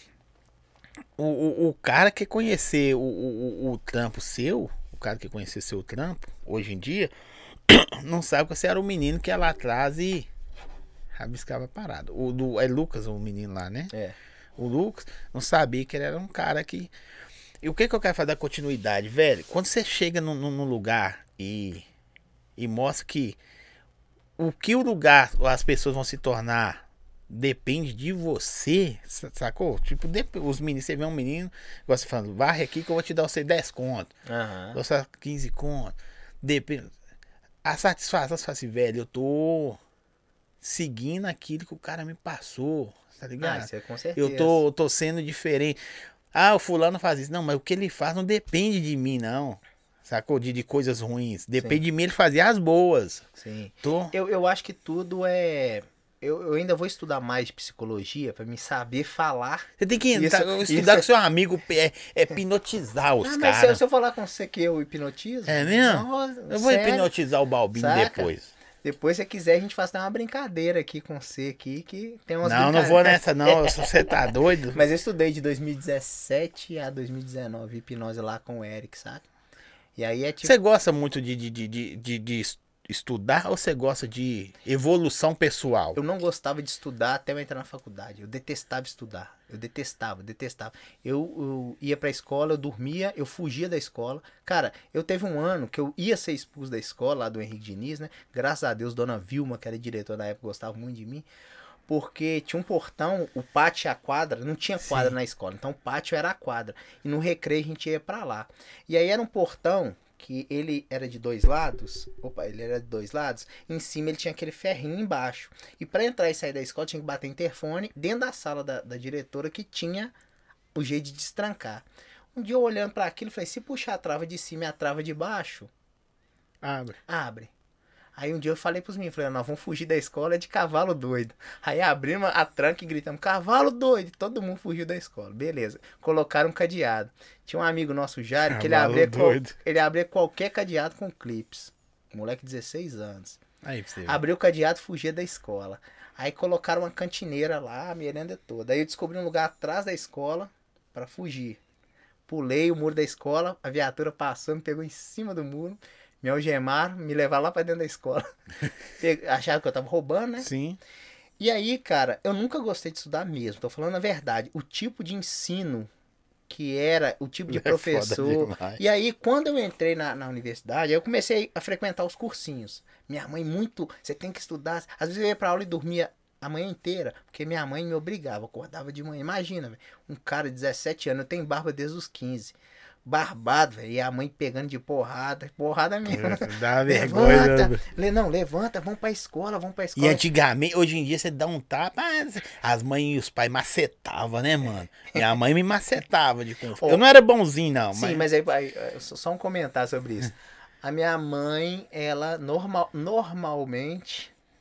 O, o, o cara que conhecer o, o, o, o trampo seu, o cara que conhecer seu trampo, hoje em dia, não sabe que você era o menino que ia lá atrás e rabiscava parado. O do, é Lucas, o menino lá, né? É. O Lucas não sabia que ele era um cara que... E o que que eu quero fazer da continuidade, velho? Quando você chega num, num lugar e, e mostra que o que o lugar, as pessoas vão se tornar, depende de você, sa- sacou? Tipo, dep- os meninos, você vê um menino, gosta falando, varre aqui que eu vou te dar você dez conto, Aham. você quinze conto. Depende. A satisfação, você fala assim, velho, eu tô seguindo aquilo que o cara me passou, tá Ah, ligado? isso é com certeza. Eu tô, eu tô sendo diferente. Ah, o fulano faz isso. Não, mas o que ele faz não depende de mim, não. Sacou? De, de coisas ruins. Depende Sim. de mim ele fazer as boas. Sim. Tô. Eu, eu acho que tudo é... Eu, eu ainda vou estudar mais de psicologia pra me saber falar. Você tem que Isso- entrar, estudar isso- com seu amigo, é, é hipnotizar os Ah, mas se, eu- caras. se eu falar com você que eu hipnotizo... É mesmo? Nossa, Eu vou sério? hipnotizar o Balbinho Saca? depois. Depois, se você quiser, a gente faz até uma brincadeira aqui com você aqui, que tem umas Não, não vou brincadeiras. nessa não. Você tá doido? Mas eu estudei de dois mil e dezessete a dois mil e dezenove hipnose lá com o Eric, sabe? E aí é tipo... Você gosta muito de, de, de, de, de- de estudar ou você gosta de evolução pessoal? Eu não gostava de estudar até eu entrar na faculdade. Eu detestava estudar. Eu detestava, detestava. Eu, eu ia pra escola, eu dormia, eu fugia da escola. Cara, eu teve um ano que eu ia ser expulso da escola, lá do Henrique Diniz, né? Graças a Deus, dona Vilma, que era diretora na época, gostava muito de mim. Porque tinha um portão, o pátio e a quadra, não tinha quadra Sim. na escola. Então o pátio era a quadra. E no recreio a gente ia pra lá. E aí era um portão que ele era de dois lados. Opa, ele era de dois lados. Em cima ele tinha aquele ferrinho embaixo. E pra entrar e sair da escola tinha que bater interfone dentro da sala da, da diretora, que tinha o jeito de destrancar. Um dia eu olhando pra aquilo, falei, se puxar a trava de cima e a trava de baixo, Abre. abre. Aí um dia eu falei pros meninos, falei, nós vamos fugir da escola, é de cavalo doido. Aí abrimos a tranca e gritamos, cavalo doido. Todo mundo fugiu da escola. Beleza. Colocaram um cadeado. Tinha um amigo nosso, Jário, que ele Cavalo abria, qual- doido. ele abria qualquer cadeado com clips. Moleque de dezesseis anos. Aí pra você ver. Abriu o cadeado e fugia da escola. Aí colocaram uma cantineira lá, a merenda toda. Aí eu descobri um lugar atrás da escola pra fugir. Pulei o muro da escola, a viatura passou, me pegou em cima do muro, me algemaram, me levaram lá pra dentro da escola. Pe- Acharam que eu tava roubando, né? Sim. E aí, cara, eu nunca gostei de estudar mesmo. Tô falando a verdade. O tipo de ensino que era, o tipo de É foda professor. demais. E aí, quando eu entrei na, na universidade, aí eu comecei a frequentar os cursinhos. Minha mãe muito, você tem que estudar. Às vezes eu ia pra aula e dormia a manhã inteira, porque minha mãe me obrigava, acordava de manhã. Imagina, velho, um cara de dezessete anos, eu tenho barba desde os quinze. Barbado, velho, e a mãe pegando de porrada, porrada mesmo. Dá vergonha. Levanta, né? le, não, levanta, vamos pra escola, vamos pra E escola. antigamente, hoje em dia, você dá um tapa, ah, as mães e os pais macetavam, né, mano? Minha mãe me macetava de confiança. Eu não era bonzinho, não. Sim, mas aí, aí, só só um comentário sobre isso. A minha mãe, ela normal, normalmente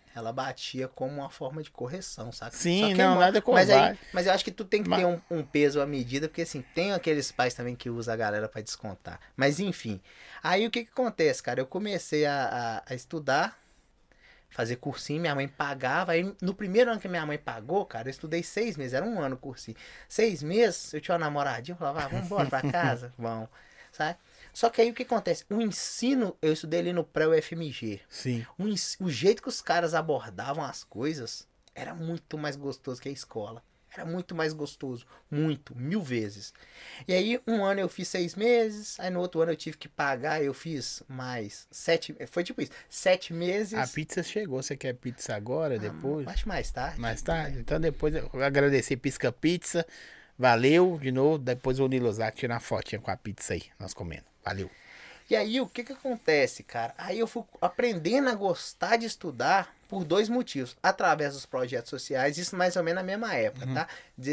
ela batia como uma forma de correção, sabe? Sim, Só que não, é nada mas covarde. aí, mas eu acho que tu tem que Mas- ter um, um peso à medida, porque assim, tem aqueles pais também que usam a galera pra descontar. Mas enfim, aí o que que acontece, cara? Eu comecei a, a, a estudar, fazer cursinho, minha mãe pagava. Aí no primeiro ano que minha mãe pagou, cara, eu estudei seis meses, era um ano o cursinho. Seis meses, eu tinha uma namoradinha, eu falava, ah, vamos embora pra casa? Vamos, sabe? Só que aí o que acontece? O ensino, eu estudei ali no pré-U F M G. Sim. O, ens- o jeito que os caras abordavam as coisas era muito mais gostoso que a escola. Era muito mais gostoso. Muito. Mil vezes. E aí, um ano eu fiz seis meses. Aí no outro ano eu tive que pagar. Eu fiz mais sete. Foi tipo isso. Sete meses. A pizza chegou. Você quer pizza agora, Ah, depois? Acho mais tarde. Mais tarde? Então depois eu vou agradecer Pisca Pizza. Valeu de novo. Depois o Nilozak tirar uma fotinha com a pizza aí. Nós comendo. Valeu. E aí, o que que acontece, cara? Aí eu fui aprendendo a gostar de estudar por dois motivos. Através dos projetos sociais, isso mais ou menos na mesma época, tá?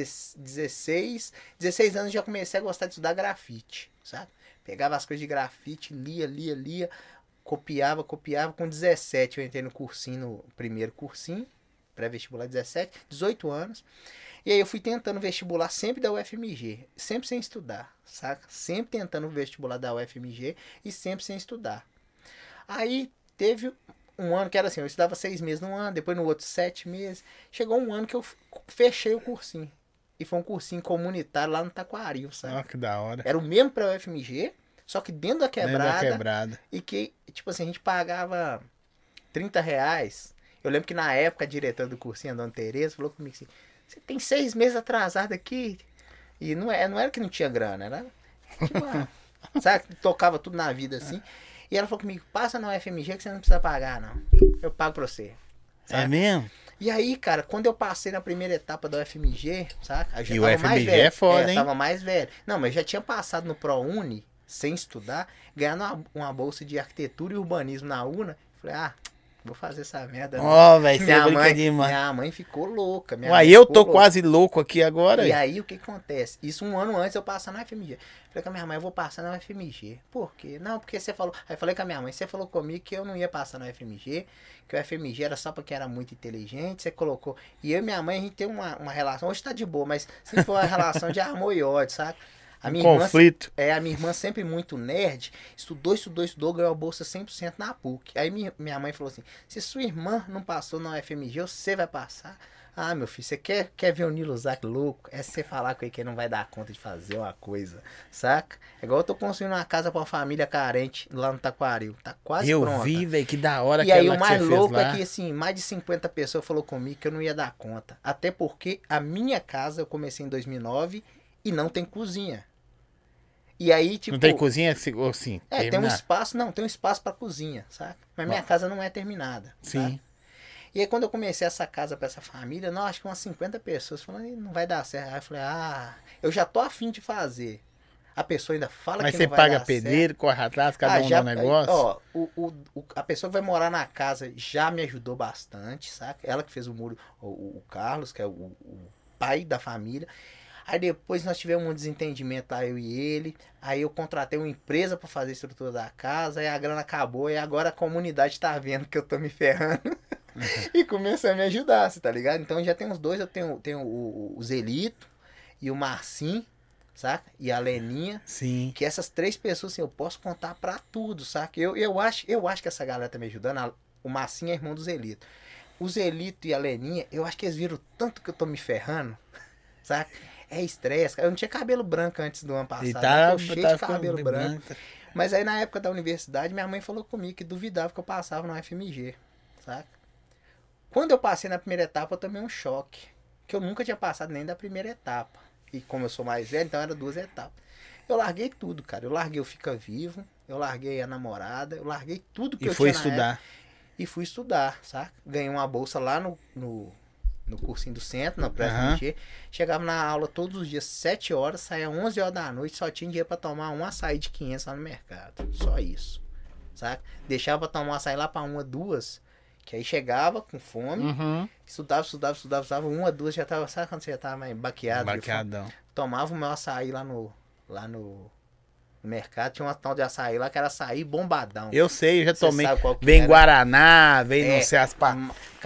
dezesseis, dezesseis anos já comecei a gostar de estudar grafite, sabe? Pegava as coisas de grafite, lia, lia, lia, copiava, copiava. Com dezessete eu entrei no cursinho, no primeiro cursinho, pré-vestibular dezessete, dezoito anos. E aí eu fui tentando vestibular sempre da U F M G, sempre sem estudar, saca? Sempre tentando o vestibular da U F M G e sempre sem estudar. Aí teve um ano que era assim, eu estudava seis meses num ano, depois no outro sete meses. Chegou um ano que eu fechei o cursinho. E foi um cursinho comunitário lá no Taquaril, sabe? Ó, que da hora. Era o mesmo para o U F M G, só que dentro da Dentro da quebrada. quebrada. E que, tipo assim, a gente pagava trinta reais. Eu lembro que na época a diretora do cursinho, a dona Tereza, falou comigo assim, você tem seis meses atrasado aqui. E não, é, não era que não tinha grana, era tipo, ah, sabe, tocava tudo na vida assim. E ela falou comigo, passa na U F M G que você não precisa pagar, não. Eu pago pra você. Sabe? É mesmo? E aí, cara, quando eu passei na primeira etapa da U F M G, saca? Eu já E o tava U F M G mais velho. é foda, é, hein? Tava mais velho. Não, mas eu já tinha passado no ProUni, sem estudar, ganhando uma, uma bolsa de arquitetura e urbanismo na U N A. Falei, ah, vou fazer essa merda. Ó, oh, velho, você minha, brinca mãe, demais. minha mãe ficou louca. Minha Uai, mãe eu ficou tô louca. quase louco aqui agora. E aí. aí, o que acontece? Isso um ano antes eu passar na U F M G. Falei com a minha mãe, eu vou passar na U F M G. Por quê? Não, porque você falou... Aí falei com a minha mãe, você falou comigo que eu não ia passar na U F M G, que o U F M G era só pra quem era muito inteligente, você colocou... E eu e minha mãe, a gente tem uma, uma relação, hoje tá de boa, mas sempre foi uma relação de amor e ódio, sabe? A minha Conflito. Irmã, é, a minha irmã sempre muito nerd, estudou, estudou, estudou, ganhou a bolsa cem por cento na P U C. Aí minha, minha mãe falou assim, se sua irmã não passou na U F M G, você vai passar. Ah, meu filho, você quer, quer ver o Nilozak louco? É você falar com ele que ele não vai dar conta de fazer uma coisa, saca? É igual eu tô construindo uma casa pra uma família carente lá no Taquaril. Tá quase Eu pronta. vi, velho, que da hora E aí aquela o que mais você fez louco lá. é que, assim, mais de cinquenta pessoas falou comigo que eu não ia dar conta. Até porque a minha casa eu comecei em dois mil e nove e não tem cozinha. E aí, tipo... Não tem cozinha assim? É, tem um terminar? espaço, não, tem um espaço pra cozinha, saca? Mas minha Bom. casa não é terminada. Sim. sabe? E aí quando eu comecei essa casa pra essa família, não, acho que umas cinquenta pessoas falando, "Ih, não vai dar certo." Aí eu falei, ah, eu já tô afim de fazer. A pessoa ainda fala Mas que você não vai paga dar pedreiro, corre atrás, cada ah, um já, dá um negócio. Ó, o, o, o- a pessoa que vai morar na casa já me ajudou bastante, saca? Ela que fez o muro, o, o Carlos, que é o, o pai da família. Aí depois nós tivemos um desentendimento, lá, eu e ele. Aí eu contratei uma empresa pra fazer a estrutura da casa. Aí a grana acabou. E agora a comunidade tá vendo que eu tô me ferrando. E começou a me ajudar, você tá ligado? Então já tem uns dois. Eu tenho, tenho o, o Zelito e o Marcinho, saca? E a Leninha. Sim. Que essas três pessoas, assim, eu posso contar pra tudo, saca? Eu, eu, acho, eu acho que essa galera tá me ajudando. A- o Marcinho é irmão do Zelito. O Zelito e a Leninha, eu acho que eles viram tanto que eu tô me ferrando, saca? É estresse. cara. Eu não tinha cabelo branco antes do ano passado. E eu tá, tô cheio tá de cabelo ficando branco. branco. Mas aí na época da universidade, minha mãe falou comigo que duvidava que eu passava no U F M G, saca? Quando eu passei na primeira etapa, eu tomei um choque. Que eu nunca tinha passado nem da primeira etapa. E como eu sou mais velho, então era duas etapas. Eu larguei tudo, cara. Eu larguei o Fica Vivo, eu larguei a namorada, eu larguei tudo que E eu foi tinha na época estudar. e fui estudar, saca? Ganhei uma bolsa lá no, no, no cursinho do centro, na pré-F M G. Chegava na aula todos os dias, sete horas, saía onze horas da noite, só tinha dinheiro pra tomar um açaí de quinhentos lá no mercado. Só isso, saca? Deixava pra tomar um açaí lá pra uma, duas, que aí chegava com fome, Uhum. estudava, estudava, estudava, estudava, uma, duas, já tava, sabe quando você já tava mais baqueado? de fome? Baqueadão. Tomava o meu açaí lá no, lá no, no mercado, tinha uma tal de açaí lá que era açaí bombadão. Eu sei, eu já Você tomei. sabe qual que Vem era? Guaraná, vem É, não sei as pa... Hum, Tem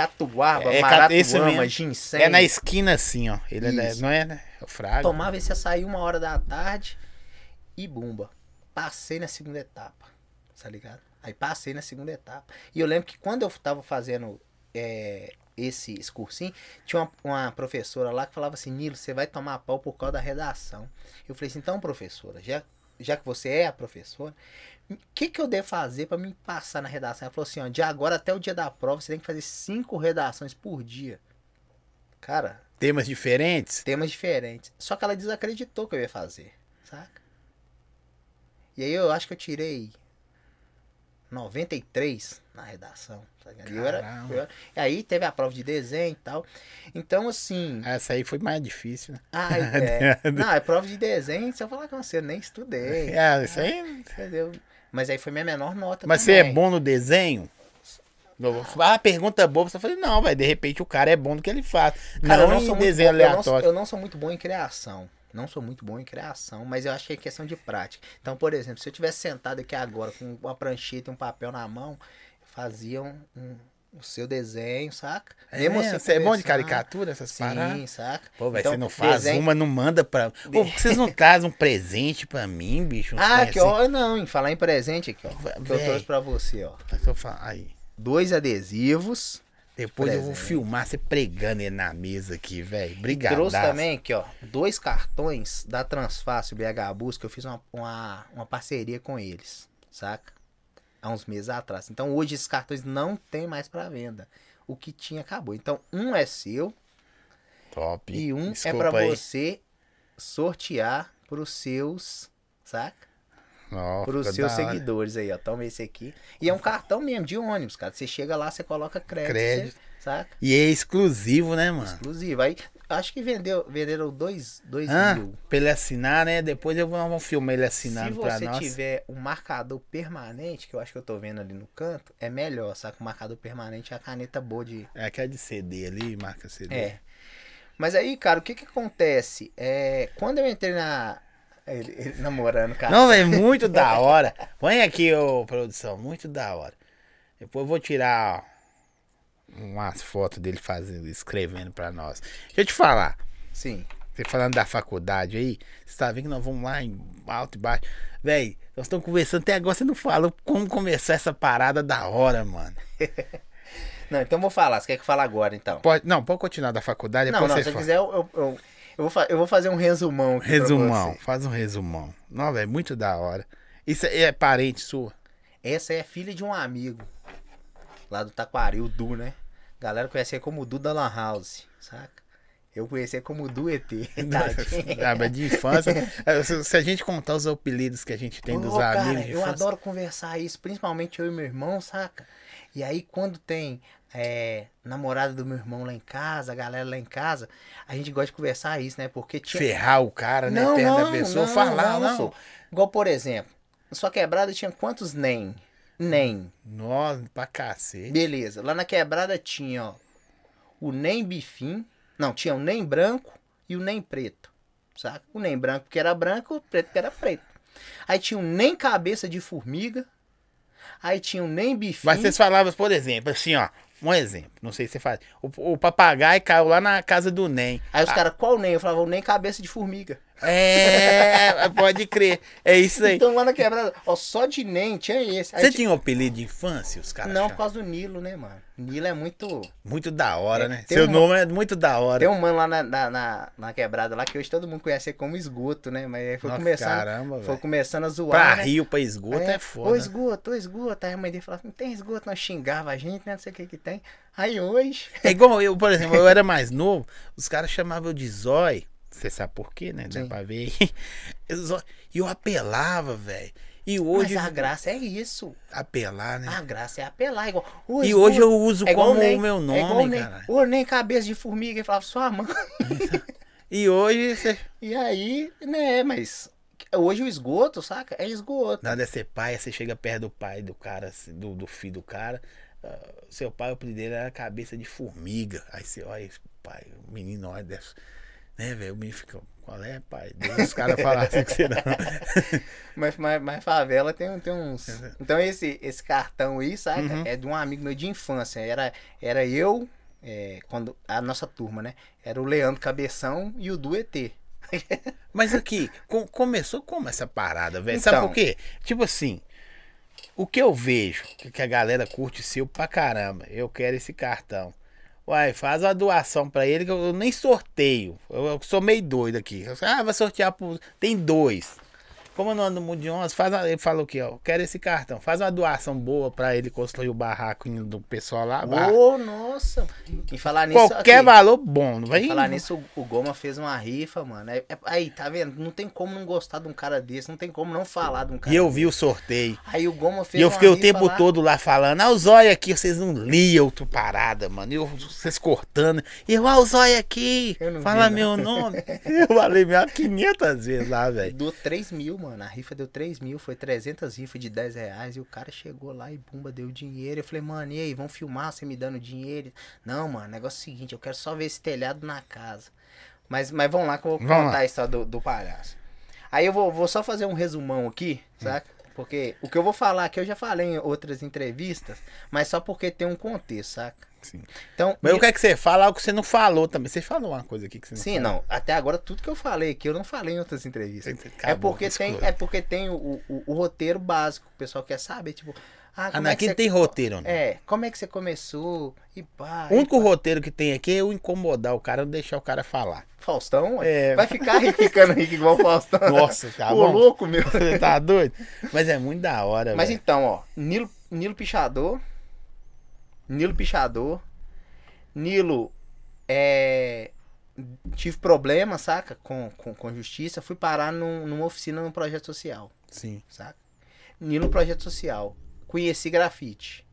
catuaba, É, esse maratuama, mesmo. ginseng. É na esquina assim, ó. Ele é, da- Isso. não é, né? É o frago. Tomava esse açaí uma hora da tarde e bumba. Passei na segunda etapa, tá ligado? Aí passei na segunda etapa. E eu lembro que quando eu tava fazendo é, esse, esse cursinho, tinha uma, uma professora lá que falava assim, Nilo, você vai tomar pau por causa da redação. Eu falei assim, então, professora, já, já que você é a professora, o que, que eu devo fazer pra me passar na redação? Ela falou assim, ó, de agora até o dia da prova, você tem que fazer cinco redações por dia. Cara, Temas diferentes? temas diferentes. Só que ela desacreditou que eu ia fazer, saca? E aí eu acho que eu tirei noventa e três na redação. Tá ligado? E eu era, Caramba. eu era- e aí teve a prova de desenho e tal. Então, assim. Essa aí foi mais difícil, né? Ah, é, não, é prova de desenho. Se eu falar com você, eu nem estudei. É, isso aí. Entendeu? Mas aí foi minha menor nota. Mas você é também. bom no desenho? Ah, pergunta boa. Você fala, não, vai, de repente o cara é bom no que ele faz. Cara, eu não não em sou muito desenho bom, eu não sou- aleatório. eu não sou muito bom em criação. Não sou muito bom em criação, mas eu acho que é questão de prática. Então, por exemplo, se eu tivesse sentado aqui agora com uma prancheta e um papel na mão, eu fazia um, um- o seu desenho, saca? É, Mesmo mesmo? você Você é bom de conversando. caricatura, essas Sim, paradas? saca? Pô, velho, Então, você não faz desenho- uma, não manda pra... Pô, por que vocês não trazem um presente pra mim, bicho? Uns Ah, trem aqui, assim? ó, não, em falar em presente aqui, ó. Que eu Véi. trouxe pra você, ó. Tá que eu falo- Aí. Dois adesivos. Depois eu vou Presente. filmar você pregando ele na mesa aqui, velho. Obrigado. Trouxe também aqui, ó, dois cartões da Transfácil B H Bus, que eu fiz uma, uma, uma parceria com eles, saca? Há uns meses atrás. Então hoje esses cartões não tem mais pra venda. O que tinha acabou. Então um é seu Top. e um Desculpa é pra aí. você sortear pros seus, saca? Ó, Pros ficou seus da hora. seguidores aí, ó. Toma esse aqui. E é um cartão mesmo de ônibus, cara. Você chega lá, você coloca crédito, Crédito. você- saca? E é exclusivo, né, mano? Exclusivo. Aí acho que vendeu, venderam dois, dois Ah, mil. pra ele assinar, né? Depois eu vou, vamos filmar ele Se assinando pra você nós. tiver um marcador permanente, que eu acho que eu tô vendo ali no canto, é melhor, sabe? O marcador permanente é a caneta boa de. É aquela de C D ali, marca C D. É. Mas aí, cara, o que que acontece? É, quando eu entrei na. Ele, ele namorando, cara. Não, velho, muito da hora. Põe aqui, ô produção, muito da hora. Depois eu vou tirar ó, umas fotos dele fazendo, escrevendo pra nós. Deixa eu te falar. Sim. Você falando da faculdade aí, você tá vendo que nós vamos lá em alto e baixo. Véi, nós estamos conversando, até agora você não falou como começar essa parada da hora, mano. Não, então eu vou falar. Você quer que eu fale agora, então? Pode, não, pode continuar da faculdade, Não, depois não, vocês se você falam. quiser, eu, eu, eu, eu vou, fa- eu vou fazer um resumão aqui pra Resumão, você. faz um resumão. Não, velho, muito da hora. Isso é é parente sua? Essa é filha de um amigo lá do Taquari, o Du, né? A galera conhecia como o Du da Lan House, saca? Eu conhecia como o Du E T. tadinho. Ah, mas de infância. Se se a gente contar os apelidos que a gente tem dos Ô, cara, amigos de eu infância. adoro conversar isso, principalmente eu e meu irmão, saca? E aí quando tem é, namorada do meu irmão lá em casa, a galera lá em casa, a gente gosta de conversar isso, né? Porque tinha... Ferrar o cara, né? Não, perto não, da pessoa, não, falar, não, não. sou. Igual, por exemplo, sua quebrada tinha quantos nem? Nem. Nossa, pra cacete. Beleza. Lá na quebrada tinha, ó, o nem bifim. Não, tinha o nem branco e o nem preto. Saca? O nem branco que era branco, o preto que era preto. Aí tinha o nem cabeça de formiga. Aí tinha o nem bifim. Mas vocês falavam, por exemplo, assim, ó. Um exemplo, não sei se você faz. O, o papagaio caiu lá na casa do Nem. Aí os caras, qual nem? Eu falava, o nem cabeça de formiga. É, pode crer. É isso aí. Então lá na quebrada, ó, só de nem tinha esse. Aí Você tinha- tinha um apelido de infância, os caras? Não, por achavam? causa do Nilo, né, mano? Nilo é muito... Muito da hora, É, né? tem Seu uma- nome é muito da hora. Tem um mano lá na, na, na, na quebrada lá que hoje todo mundo conhece como esgoto, né? Mas aí foi Nossa, começando, caramba, foi velho. começando a Pra zoar, né? rio, pra esgoto é, Ô foda. esgoto, ô esgoto. Aí a mãe dele falava, não tem esgoto, nós xingava a gente, né? Não sei o que que tem. Aí hoje... É igual eu, por exemplo, eu era mais novo, os caras chamavam eu de zói. Você sabe por quê, né? Dá Sim. pra ver aí. Zói. E eu apelava, velho. E hoje. Mas a graça é isso. Apelar, né? A graça é apelar. Igual, ô, E esgoto. hoje eu uso É igual como nem- o meu é igual nome, nem, cara. ô, nem cabeça de formiga. Ele falava, sua mãe. E hoje você. E aí, né, mas... Hoje o esgoto, saca? É esgoto. Nada é ser pai, você chega perto do pai do cara, assim, do, do filho do cara. ah, seu pai, o apelido dele era cabeça de formiga. Aí você olha, esse pai, o menino olha dessa. Né, velho? O menino fica, qual é, pai? Deixa os caras falar assim que você não. Mas, mas, mas favela tem, tem uns. Então esse, esse cartão aí, saca? Uhum. É de um amigo meu de infância. Era, era eu, é, quando a nossa turma, né? Era o Leandro Cabeção e o Du E T. Mas aqui, com- começou como essa parada, velho? Então. Sabe por quê? Tipo assim, o que eu vejo, que que a galera curte seu pra caramba, eu quero esse cartão. Uai, faz uma doação pra ele que eu, eu nem sorteio. Eu, eu sou meio doido aqui. Eu, ah, vai sortear por. Tem dois. Como eu não ando muito de onze, faz uma, ele falou aqui, ó. Quero esse cartão. Faz uma doação boa pra ele construir o barraco do pessoal lá. barra- Ô, nossa! E falar nisso. Qualquer aqui, valor bom, não e vai. falar nisso, o, o Goma fez uma rifa, mano. É- é- aí, tá vendo? Não tem como não gostar de um cara desse, não tem como não falar de um cara E eu desse. vi o sorteio. Aí o Goma fez E eu uma fiquei o rifa tempo lá. todo lá falando, ah, o zóio aqui, vocês não liam outra parada, mano. E eu, vocês cortando. E eu, ah, o zóio aqui, Eu não fala vi, meu nome. Eu falei mesmo quinhentas vezes lá, velho. Deu três mil, mano. A rifa deu três mil, foi trezentas rifas de dez reais. E o cara chegou lá e bumba, deu dinheiro. Eu falei, mano, e aí, vão filmar você me dando dinheiro? Não, mano, negócio é o seguinte, eu quero só ver esse telhado na casa. Mas, mas vamos lá que eu vou Vamos contar lá. a história do, do palhaço. Aí eu vou, vou só fazer um resumão aqui, saca? Porque o que eu vou falar aqui eu já falei em outras entrevistas, mas só porque tem um contexto, saca? Sim. Então, Mas eu quero que você fale algo que você não falou também. Você falou uma coisa aqui que você não sim, falou. não. Até agora, tudo que eu falei aqui, eu não falei em outras entrevistas. É Acabou, porque tem, exclui. é porque tem o, o, o roteiro básico. O pessoal quer saber, tipo... Ah, Ah, como não, é aqui que não você... tem roteiro, não. É, como é que você começou? E pá... O e único pá. roteiro que tem aqui é eu incomodar o cara, não deixar o cara falar. Faustão? ué? É. Vai ficar rico, ficando rico igual o Faustão. Nossa, tá Ô, bom? louco, meu. Você tá doido? Mas é muito da hora, Mas velho. então, ó. Nilo, Nilo Pichador. Nilo Pichador. Nilo, é... Tive problema, saca? Com, com, com justiça. Fui parar num, numa oficina num projeto social. Sim. Saca? Nilo Projeto Social. Conheci grafite.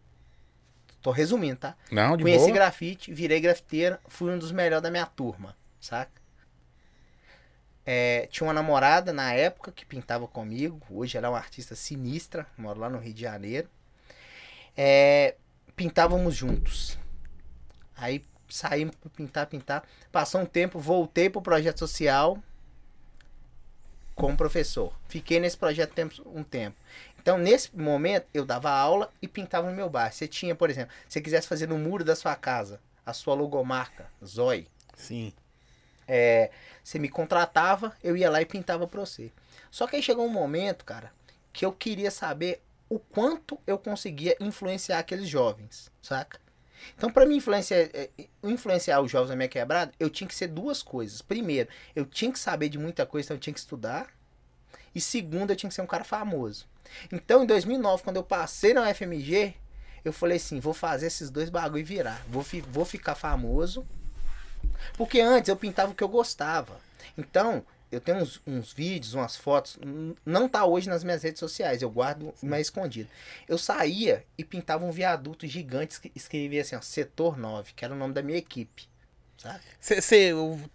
Tô resumindo, tá? Não, de Conheci boa. grafite, virei grafiteiro, fui um dos melhores da minha turma, saca? É, tinha uma namorada na época que pintava comigo. Hoje ela é uma artista sinistra, mora lá no Rio de Janeiro. É, pintávamos juntos. Aí saímos pra pintar, pintar. Passou um tempo, voltei pro projeto social como professor. Fiquei nesse projeto um tempo. Então, nesse momento, eu dava aula e pintava no meu bar. Você tinha, por exemplo, se você quisesse fazer no muro da sua casa a sua logomarca, Zói, Sim. é, você me contratava, eu ia lá e pintava pra você. Só que aí chegou um momento, cara, que eu queria saber o quanto eu conseguia influenciar aqueles jovens, saca? Então, pra mim influenciar, influenciar os jovens da minha quebrada, eu tinha que ser duas coisas. Primeiro, eu tinha que saber de muita coisa, então eu tinha que estudar. E segundo, eu tinha que ser um cara famoso. Então, em dois mil e nove, quando eu passei na U F M G, eu falei assim, vou fazer esses dois bagulho virar. Vou, fi, vou ficar famoso. Porque antes eu pintava o que eu gostava. Então, eu tenho uns, uns vídeos, umas fotos, não tá hoje nas minhas redes sociais, eu guardo mais escondido. Eu saía e pintava um viaduto gigante, escrevia assim, ó, Setor nove, que era o nome da minha equipe, sabe? Você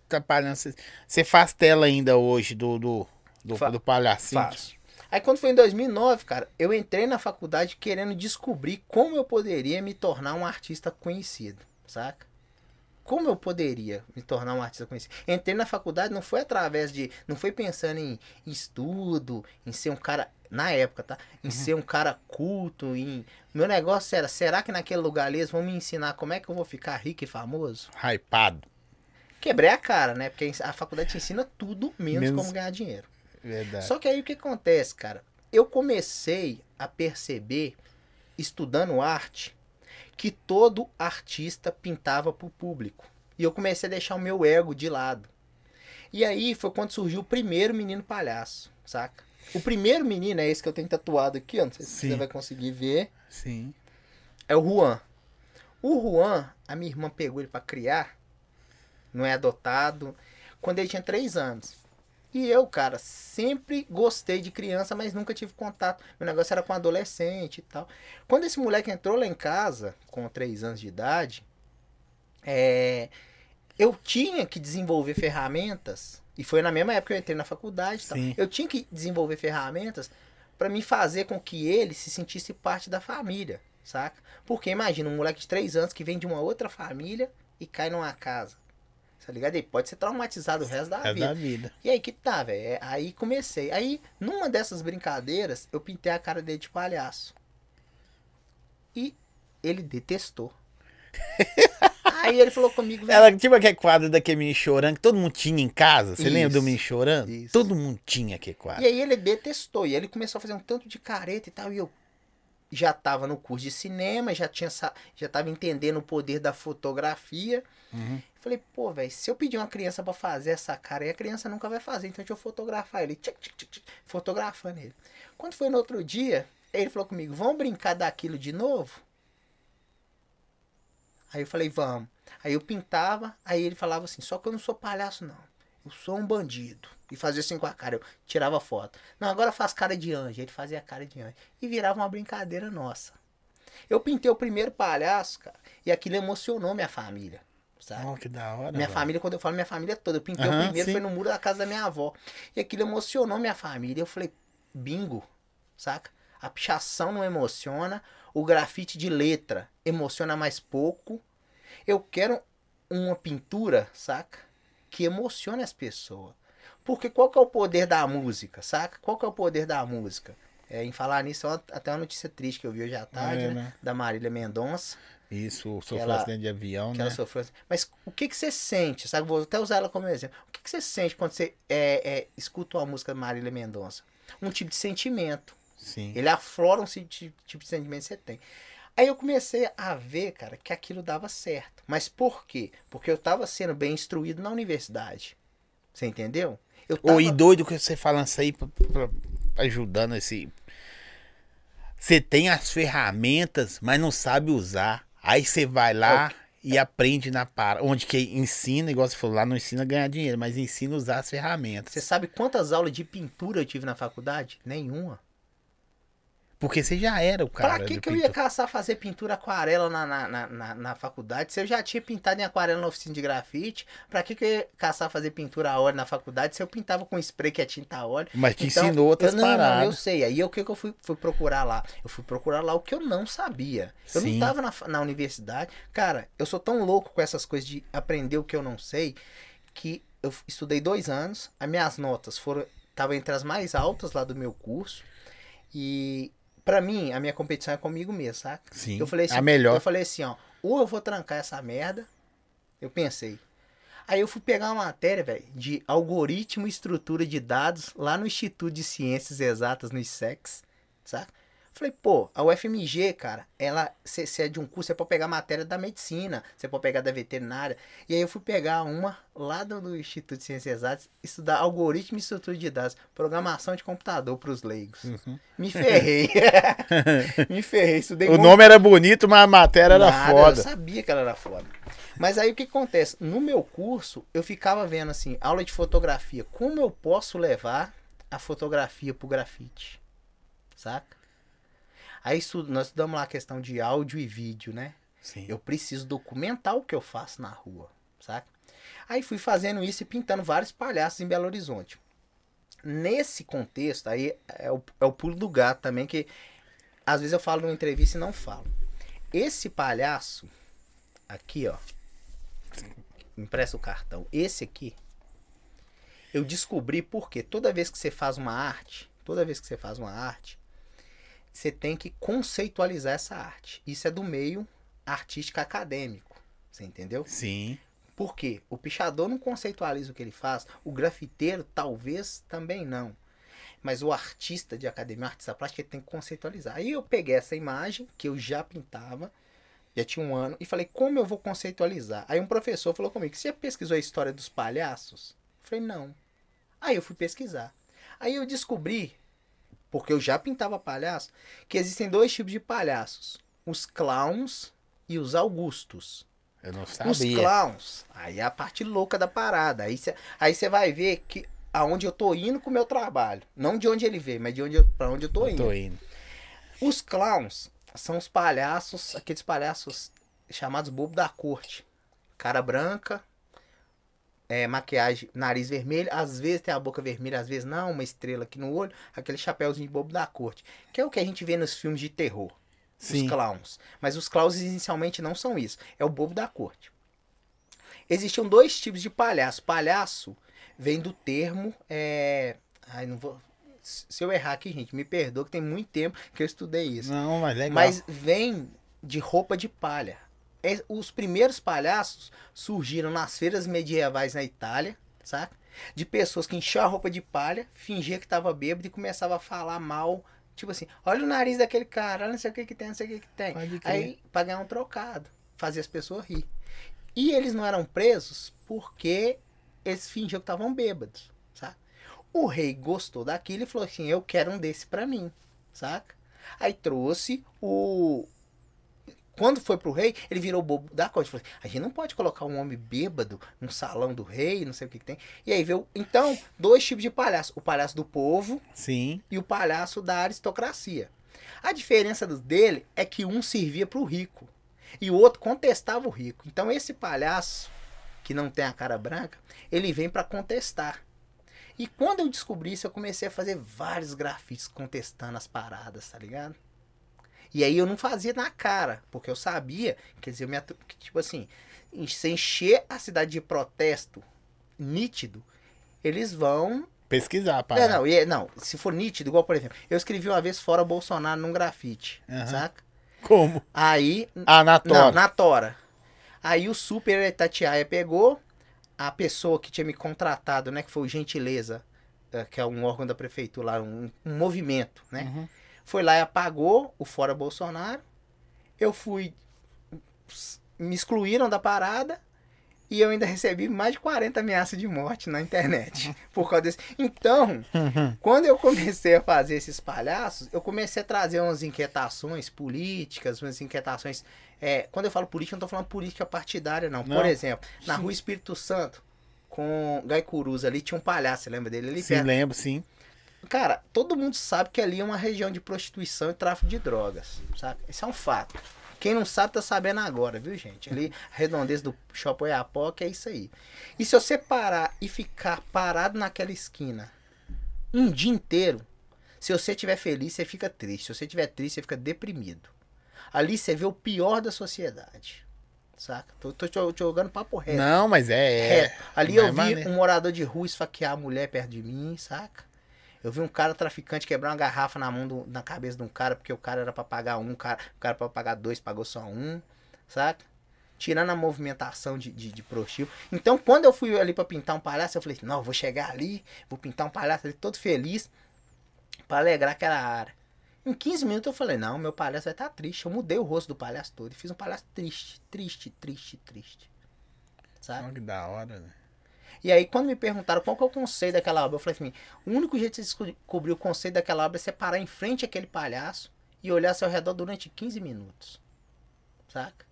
você faz tela ainda hoje do, do, do, Fa- do palhacinho? Faço. Aí quando foi em dois mil e nove, cara, eu entrei na faculdade querendo descobrir como eu poderia me tornar um artista conhecido, saca? Como eu poderia me tornar um artista conhecido? Entrei na faculdade, não foi através de... Não foi pensando em, em estudo, em ser um cara... Na época, tá? Em ser um cara culto, em... Meu negócio era, será que naquele lugar ali eles vão me ensinar como é que eu vou ficar rico e famoso? Hypado. Quebrei a cara, né? Porque a faculdade te ensina tudo, menos, Menos- como ganhar dinheiro. Verdade. Só que aí o que acontece, cara? Eu comecei a perceber, estudando arte, que todo artista pintava pro público. E eu comecei a deixar o meu ego de lado. E aí foi quando surgiu o primeiro Menino Palhaço, saca? O primeiro menino é esse que eu tenho tatuado aqui, ó, não sei se Sim. você vai conseguir ver. Sim. É o Juan. O Juan, a minha irmã pegou ele pra criar, não é adotado, quando ele tinha três anos. E eu, cara, sempre gostei de criança, mas nunca tive contato. Meu negócio era com adolescente e tal. Quando esse moleque entrou lá em casa, com três anos de idade, é, eu tinha que desenvolver ferramentas, e foi na mesma época que eu entrei na faculdade e tal. Sim. Eu tinha que desenvolver ferramentas para me fazer com que ele se sentisse parte da família, saca? Porque imagina, um moleque de três anos que vem de uma outra família e cai numa casa. Tá ligado? Ele pode ser traumatizado o resto da É vida. da vida. E aí que tá, velho. Aí comecei. Aí, numa dessas brincadeiras, eu pintei a cara dele de palhaço. E ele detestou. Aí ele falou comigo, velho. Ela, tipo aquele quadro daquele menino chorando, que todo mundo tinha em casa. Você lembra do Isso, menino chorando? isso. Todo mundo tinha aquele quadro. E aí ele detestou. E aí ele começou a fazer um tanto de careta e tal. E eu já tava no curso de cinema, já tinha sa- já tava entendendo o poder da fotografia. Uhum. Falei, pô, velho, se eu pedir uma criança pra fazer essa cara aí, a criança nunca vai fazer. Então deixa eu fotografar ele. Tchic, tchic, tchic, tchic, fotografando ele. Quando foi no outro dia, ele falou comigo, vamos brincar daquilo de novo? Aí eu falei, vamos. Aí eu pintava, aí ele falava assim, só que eu não sou palhaço, não. Eu sou um bandido. E fazia assim com a cara, eu tirava foto. Não, agora faz cara de anjo. Ele fazia cara de anjo. E virava uma brincadeira nossa. Eu pintei o primeiro palhaço, cara, e aquilo emocionou minha família, sabe? Oh, que da hora. Minha velho. família, quando eu falo minha família toda, eu pintei Aham, o primeiro, sim. foi no muro da casa da minha avó. E aquilo emocionou minha família. Eu falei, bingo, saca? A pichação não emociona, o grafite de letra emociona mais pouco. Eu quero uma pintura, saca? Que emocione as pessoas. Porque qual que é o poder da música, saca? Qual que é o poder da música? É, em falar nisso, ó, até uma notícia triste que eu vi hoje à tarde, É, né? né? Da Marília Mendonça. Isso, sofreu ela- acidente de avião, Que né? ela sofreu. Mas o que, que você sente, sabe? Vou até usar ela como exemplo. O que, que você sente quando você é, é, escuta uma música da Marília Mendonça? Um tipo de sentimento. Sim. Ele aflora um tipo tipo de sentimento que você tem. Aí eu comecei a ver, cara, que aquilo dava certo. Mas por quê? Porque eu tava sendo bem instruído na universidade. Você entendeu? Eu tava... Ô, e doido que você falando isso aí, pra- pra- ajudando esse. Você tem as ferramentas, mas não sabe usar. Aí você vai lá e aprende na para. Onde que ensina, igual você falou, lá não ensina a ganhar dinheiro, mas ensina a usar as ferramentas. Você sabe quantas aulas de pintura eu tive na faculdade? Nenhuma. Porque você já era o cara. Pra que, do que eu ia pintor. caçar fazer pintura aquarela na, na, na, na, na faculdade? Se eu já tinha pintado em aquarela na oficina de grafite, pra que, que eu ia caçar fazer pintura a óleo na faculdade se eu pintava com spray que é tinta a óleo? Mas te ensinou outras eu, não, paradas. Não, eu sei. Aí o que, que eu fui, fui procurar lá? Eu fui procurar lá o que eu não sabia. Eu Sim. não tava na, na universidade. Cara, eu sou tão louco com essas coisas de aprender o que eu não sei, que eu estudei dois anos, as minhas notas foram estavam entre as mais altas lá do meu curso. E pra mim, a minha competição é comigo mesmo, saca? Sim, Eu falei assim, a melhor. Eu falei assim, ó, ou eu vou trancar essa merda, eu pensei. Aí eu fui pegar uma matéria, velho, de algoritmo e estrutura de dados lá no Instituto de Ciências Exatas, no ISEX, saca? Falei, pô, a U F M G, cara, ela, se, se é de um curso, você pode pegar matéria da medicina, você pode pegar da veterinária. E aí eu fui pegar uma lá do, do Instituto de Ciências Exatas, estudar algoritmo e estrutura de dados, programação de computador para os leigos. Uhum. Me ferrei. Me ferrei, estudei O com- nome era bonito, mas a matéria era Nada, foda. Eu sabia que ela era foda. Mas aí o que acontece? No meu curso, eu ficava vendo assim, aula de fotografia. Como eu posso levar a fotografia pro grafite? Saca? Aí estu- nós estudamos lá a questão de áudio e vídeo, né? Sim. Eu preciso documentar o que eu faço na rua, saca? Aí fui fazendo isso e pintando vários palhaços em Belo Horizonte. Nesse contexto, aí é o, é o pulo do gato também, que às vezes eu falo numa entrevista e não falo. Esse palhaço, aqui ó, me empresta o cartão, esse aqui, eu descobri porque toda vez que você faz uma arte, toda vez que você faz uma arte, você tem que conceitualizar essa arte. Isso é do meio artístico acadêmico, você entendeu? Sim. Por quê? O pichador não conceitualiza o que ele faz, o grafiteiro talvez também não. Mas o artista de academia, o artista plástico, ele tem que conceitualizar. Aí eu peguei essa imagem, que eu já pintava, já tinha um ano, e falei, como eu vou conceitualizar? Aí um professor falou comigo, você já pesquisou a história dos palhaços? Eu falei, não. Aí eu fui pesquisar. Aí eu descobri, porque eu já pintava palhaço, que existem dois tipos de palhaços. Os clowns e os augustos. Eu não Os sabia. clowns, aí é a parte louca da parada. Aí você aí você vai ver que aonde eu tô indo com o meu trabalho. Não de onde ele veio, mas de onde eu, pra onde eu tô Eu indo. tô indo. Os clowns são os palhaços, aqueles palhaços chamados bobo da corte. Cara branca, é, maquiagem, nariz vermelho, às vezes tem a boca vermelha, às vezes não, uma estrela aqui no olho, aquele chapéuzinho de bobo da corte. Que é o que a gente vê nos filmes de terror. Sim. Os clowns. Mas os clowns inicialmente não são isso. É o bobo da corte. Existiam dois tipos de palhaço. Palhaço vem do termo. É... Ai, não vou. Se eu errar aqui, gente, me perdoa que tem muito tempo que eu estudei isso. Não, mas legal. Mas vem de roupa de palha. É, os primeiros palhaços surgiram nas feiras medievais na Itália, saca? De pessoas que enchiam a roupa de palha, fingia que tava bêbado e começava a falar mal. Tipo assim, olha o nariz daquele cara, olha não sei o que que tem, não sei o que que tem. Pode crer. Aí, pra ganhar um trocado, fazia as pessoas rir. E eles não eram presos porque eles fingiam que estavam bêbados, saca? O rei gostou daquilo e falou assim, eu quero um desse pra mim, saca? Aí trouxe o... Quando foi pro rei, ele virou bobo da corte. Falou assim, a gente não pode colocar um homem bêbado no salão do rei, não sei o que, que tem. E aí veio, então, dois tipos de palhaço. O palhaço do povo Sim. e o palhaço da aristocracia. A diferença dos dele é que um servia pro rico e o outro contestava o rico. Então esse palhaço, que não tem a cara branca, ele vem para contestar. E quando eu descobri isso, eu comecei a fazer vários grafites contestando as paradas, tá ligado? E aí eu não fazia na cara, porque eu sabia, quer dizer, eu me atu... que, tipo assim, se encher a cidade de protesto nítido, eles vão... Pesquisar, pá. É, não, e- não, se for nítido, igual, por exemplo, eu escrevi uma vez fora Bolsonaro num grafite, Aham. saca? Como? Aí... Ah, na tora. Não, na tora. Aí o Super Itatiaia pegou a pessoa que tinha me contratado, né, que foi o Gentileza, eh, que é um órgão da prefeitura, lá, um, um movimento, né? Uhum. Foi lá e apagou o Fora Bolsonaro. Eu fui. Me excluíram da parada. E eu ainda recebi mais de quarenta ameaças de morte na internet. Por causa desse. Então, quando eu comecei a fazer esses palhaços, eu comecei a trazer umas inquietações políticas, umas inquietações. É, quando eu falo política, eu não tô falando política partidária, não. Não. Por exemplo, na Rua Espírito Santo, com Gaicurus ali, tinha um palhaço, você lembra dele? Ali Sim, perto. lembro, sim. Cara, todo mundo sabe que ali é uma região de prostituição e tráfico de drogas, sabe? Isso é um fato. Quem não sabe tá sabendo agora, viu, gente? Ali, a redondeza do Shopping Oiapoque é isso aí. E se você parar e ficar parado naquela esquina um dia inteiro, se você estiver feliz, você fica triste. Se você estiver triste, você fica deprimido. Ali você vê o pior da sociedade, saca? Tô, tô, tô jogando papo reto. Não, mas é. é reto. Ali mas eu é vi maneiro. um morador de rua esfaquear a mulher perto de mim, saca? Eu vi um cara traficante quebrar uma garrafa na mão do, na cabeça de um cara, porque o cara era pra pagar um, o cara, o cara pra pagar dois, pagou só um, saca? Tirando a movimentação de, de, de prostíbulo. Então, quando eu fui ali pra pintar um palhaço, eu falei, não, eu vou chegar ali, vou pintar um palhaço ali todo feliz, pra alegrar aquela área. Em quinze minutos eu falei, não, meu palhaço vai estar triste. Eu mudei o rosto do palhaço todo e fiz um palhaço triste, triste, triste, triste. Sabe? Olha que da hora, né? E aí, quando me perguntaram qual que é o conceito daquela obra, eu falei assim, o único jeito de você descobrir o conceito daquela obra é você parar em frente àquele palhaço e olhar ao seu redor durante quinze minutos. Saca?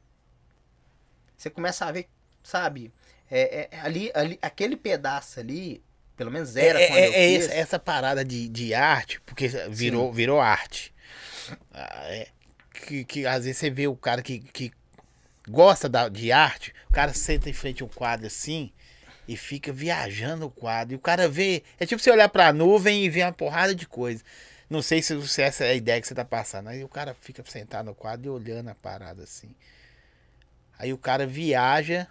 Você começa a ver, sabe? É, é, ali, ali, aquele pedaço ali, pelo menos era é, quando é, eu é fiz. essa, essa parada de, de arte, porque virou, virou arte. Ah, é, que, que às vezes você vê o cara que, que gosta da, de arte, o cara senta em frente a um quadro assim e fica viajando o quadro. E o cara vê. É tipo você olhar pra nuvem e ver uma porrada de coisa. Não sei se, se essa é a ideia que você tá passando. Aí o cara fica sentado no quadro e olhando a parada assim. Aí o cara viaja.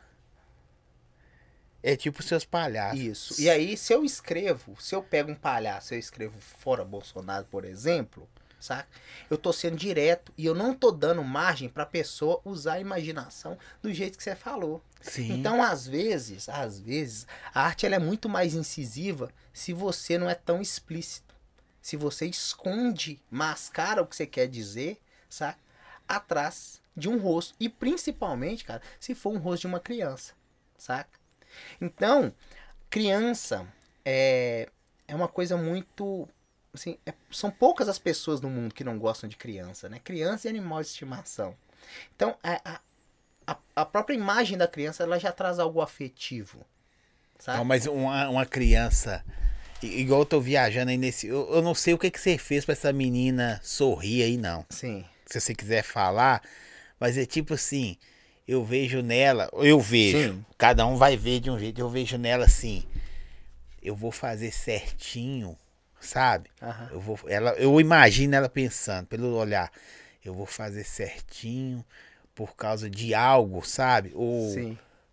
É tipo seus palhaços. Isso. E aí, se eu escrevo, se eu pego um palhaço, eu escrevo fora Bolsonaro, por exemplo, saca? Eu tô sendo direto e eu não tô dando margem pra pessoa usar a imaginação do jeito que você falou. Sim. Então, às vezes, às vezes, a arte ela é muito mais incisiva se você não é tão explícito. Se você esconde, mascara o que você quer dizer, saca? Atrás de um rosto. E principalmente, cara, se for um rosto de uma criança, saca? Então, criança é, é uma coisa muito... Assim, é, são poucas as pessoas no mundo que não gostam de criança, né? Criança e animal de estimação. Então, a, a, a própria imagem da criança, ela já traz algo afetivo, sabe? Não, mas uma, uma criança... Igual eu tô viajando aí nesse... Eu, eu não sei o que, que você fez pra essa menina sorrir aí, não. Sim. Se você quiser falar. Mas é tipo assim... Eu vejo nela... Eu vejo. Sim. Cada um vai ver de um jeito. Eu vejo nela assim... Eu vou fazer certinho... Sabe? Aham. Eu, vou, ela, eu imagino ela pensando, pelo olhar, eu vou fazer certinho por causa de algo, sabe? Ou Sim.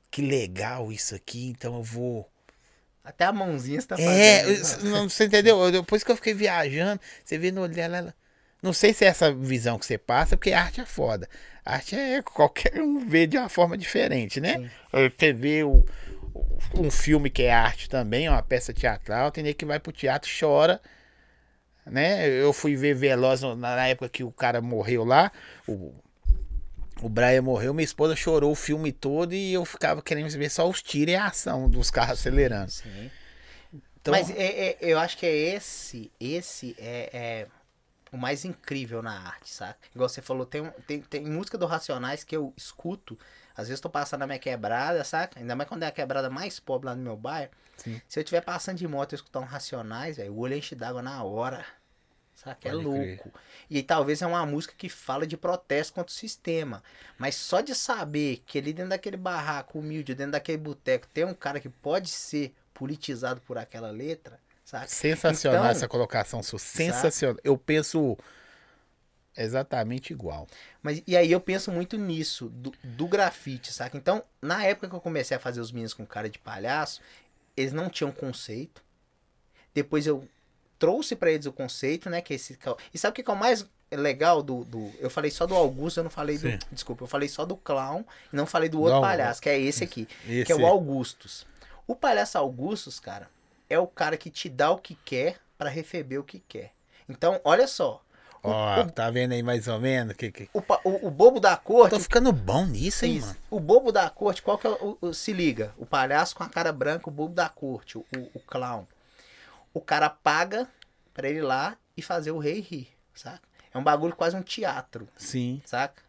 que legal isso aqui, então eu vou... Até a mãozinha você tá fazendo. É, isso, né? não, você entendeu? Depois que eu fiquei viajando, você vê no olho dela, ela... Não sei se é essa visão que você passa, porque a arte é foda. A arte é qualquer um vê de uma forma diferente, né? Sim. Você vê o, um filme que é arte também, uma peça teatral, tem gente que vai pro teatro e chora, né? Eu fui ver Veloz na época que o cara morreu lá, o, o Brian morreu, minha esposa chorou o filme todo e eu ficava querendo ver só os tiros e a ação dos carros acelerando. Sim. Então, Mas é, é, eu acho que é esse, esse é, é o mais incrível na arte, sabe? Igual você falou, tem, um- tem, tem música do Racionais que eu escuto, às vezes tô passando na minha quebrada, saca? Ainda mais quando é a quebrada mais pobre lá no meu bairro. sim, Se eu estiver passando de moto e escutar um Racionais, velho, o olho enche d'água na hora. Saca? É Pode crer. louco. E aí, talvez é uma música que fala de protesto contra o sistema. Mas só de saber que ali dentro daquele barraco humilde, dentro daquele boteco, tem um cara que pode ser politizado por aquela letra, saca? sensacional Então, essa colocação sua. Sensacional. Eu penso exatamente igual. Mas e aí eu penso muito nisso, do, do grafite, saca? Então, na época que eu comecei a fazer os meninos com cara de palhaço, eles não tinham conceito. Depois eu trouxe pra eles o conceito, né? Que esse, que é o- e sabe o que que é o mais legal do, do. Eu falei só do Augusto, eu não falei do. Sim. Desculpa, eu falei só do clown e não falei do outro Não, palhaço, que é esse aqui, esse. que é o Augustus. O palhaço Augustus, cara, é o cara que te dá o que quer pra receber o que quer. Então, olha só. O, Ó, o, tá vendo aí mais ou menos? Que, que... o, pa- o- o bobo da corte. Tô ficando bom nisso, hein, Isso. mano? O bobo da corte, qual que é o, o- se liga? O palhaço com a cara branca, o bobo da corte, o, o, o clown. O cara paga pra ele ir lá e fazer o rei rir, saca? É um bagulho quase um teatro, Sim. saca?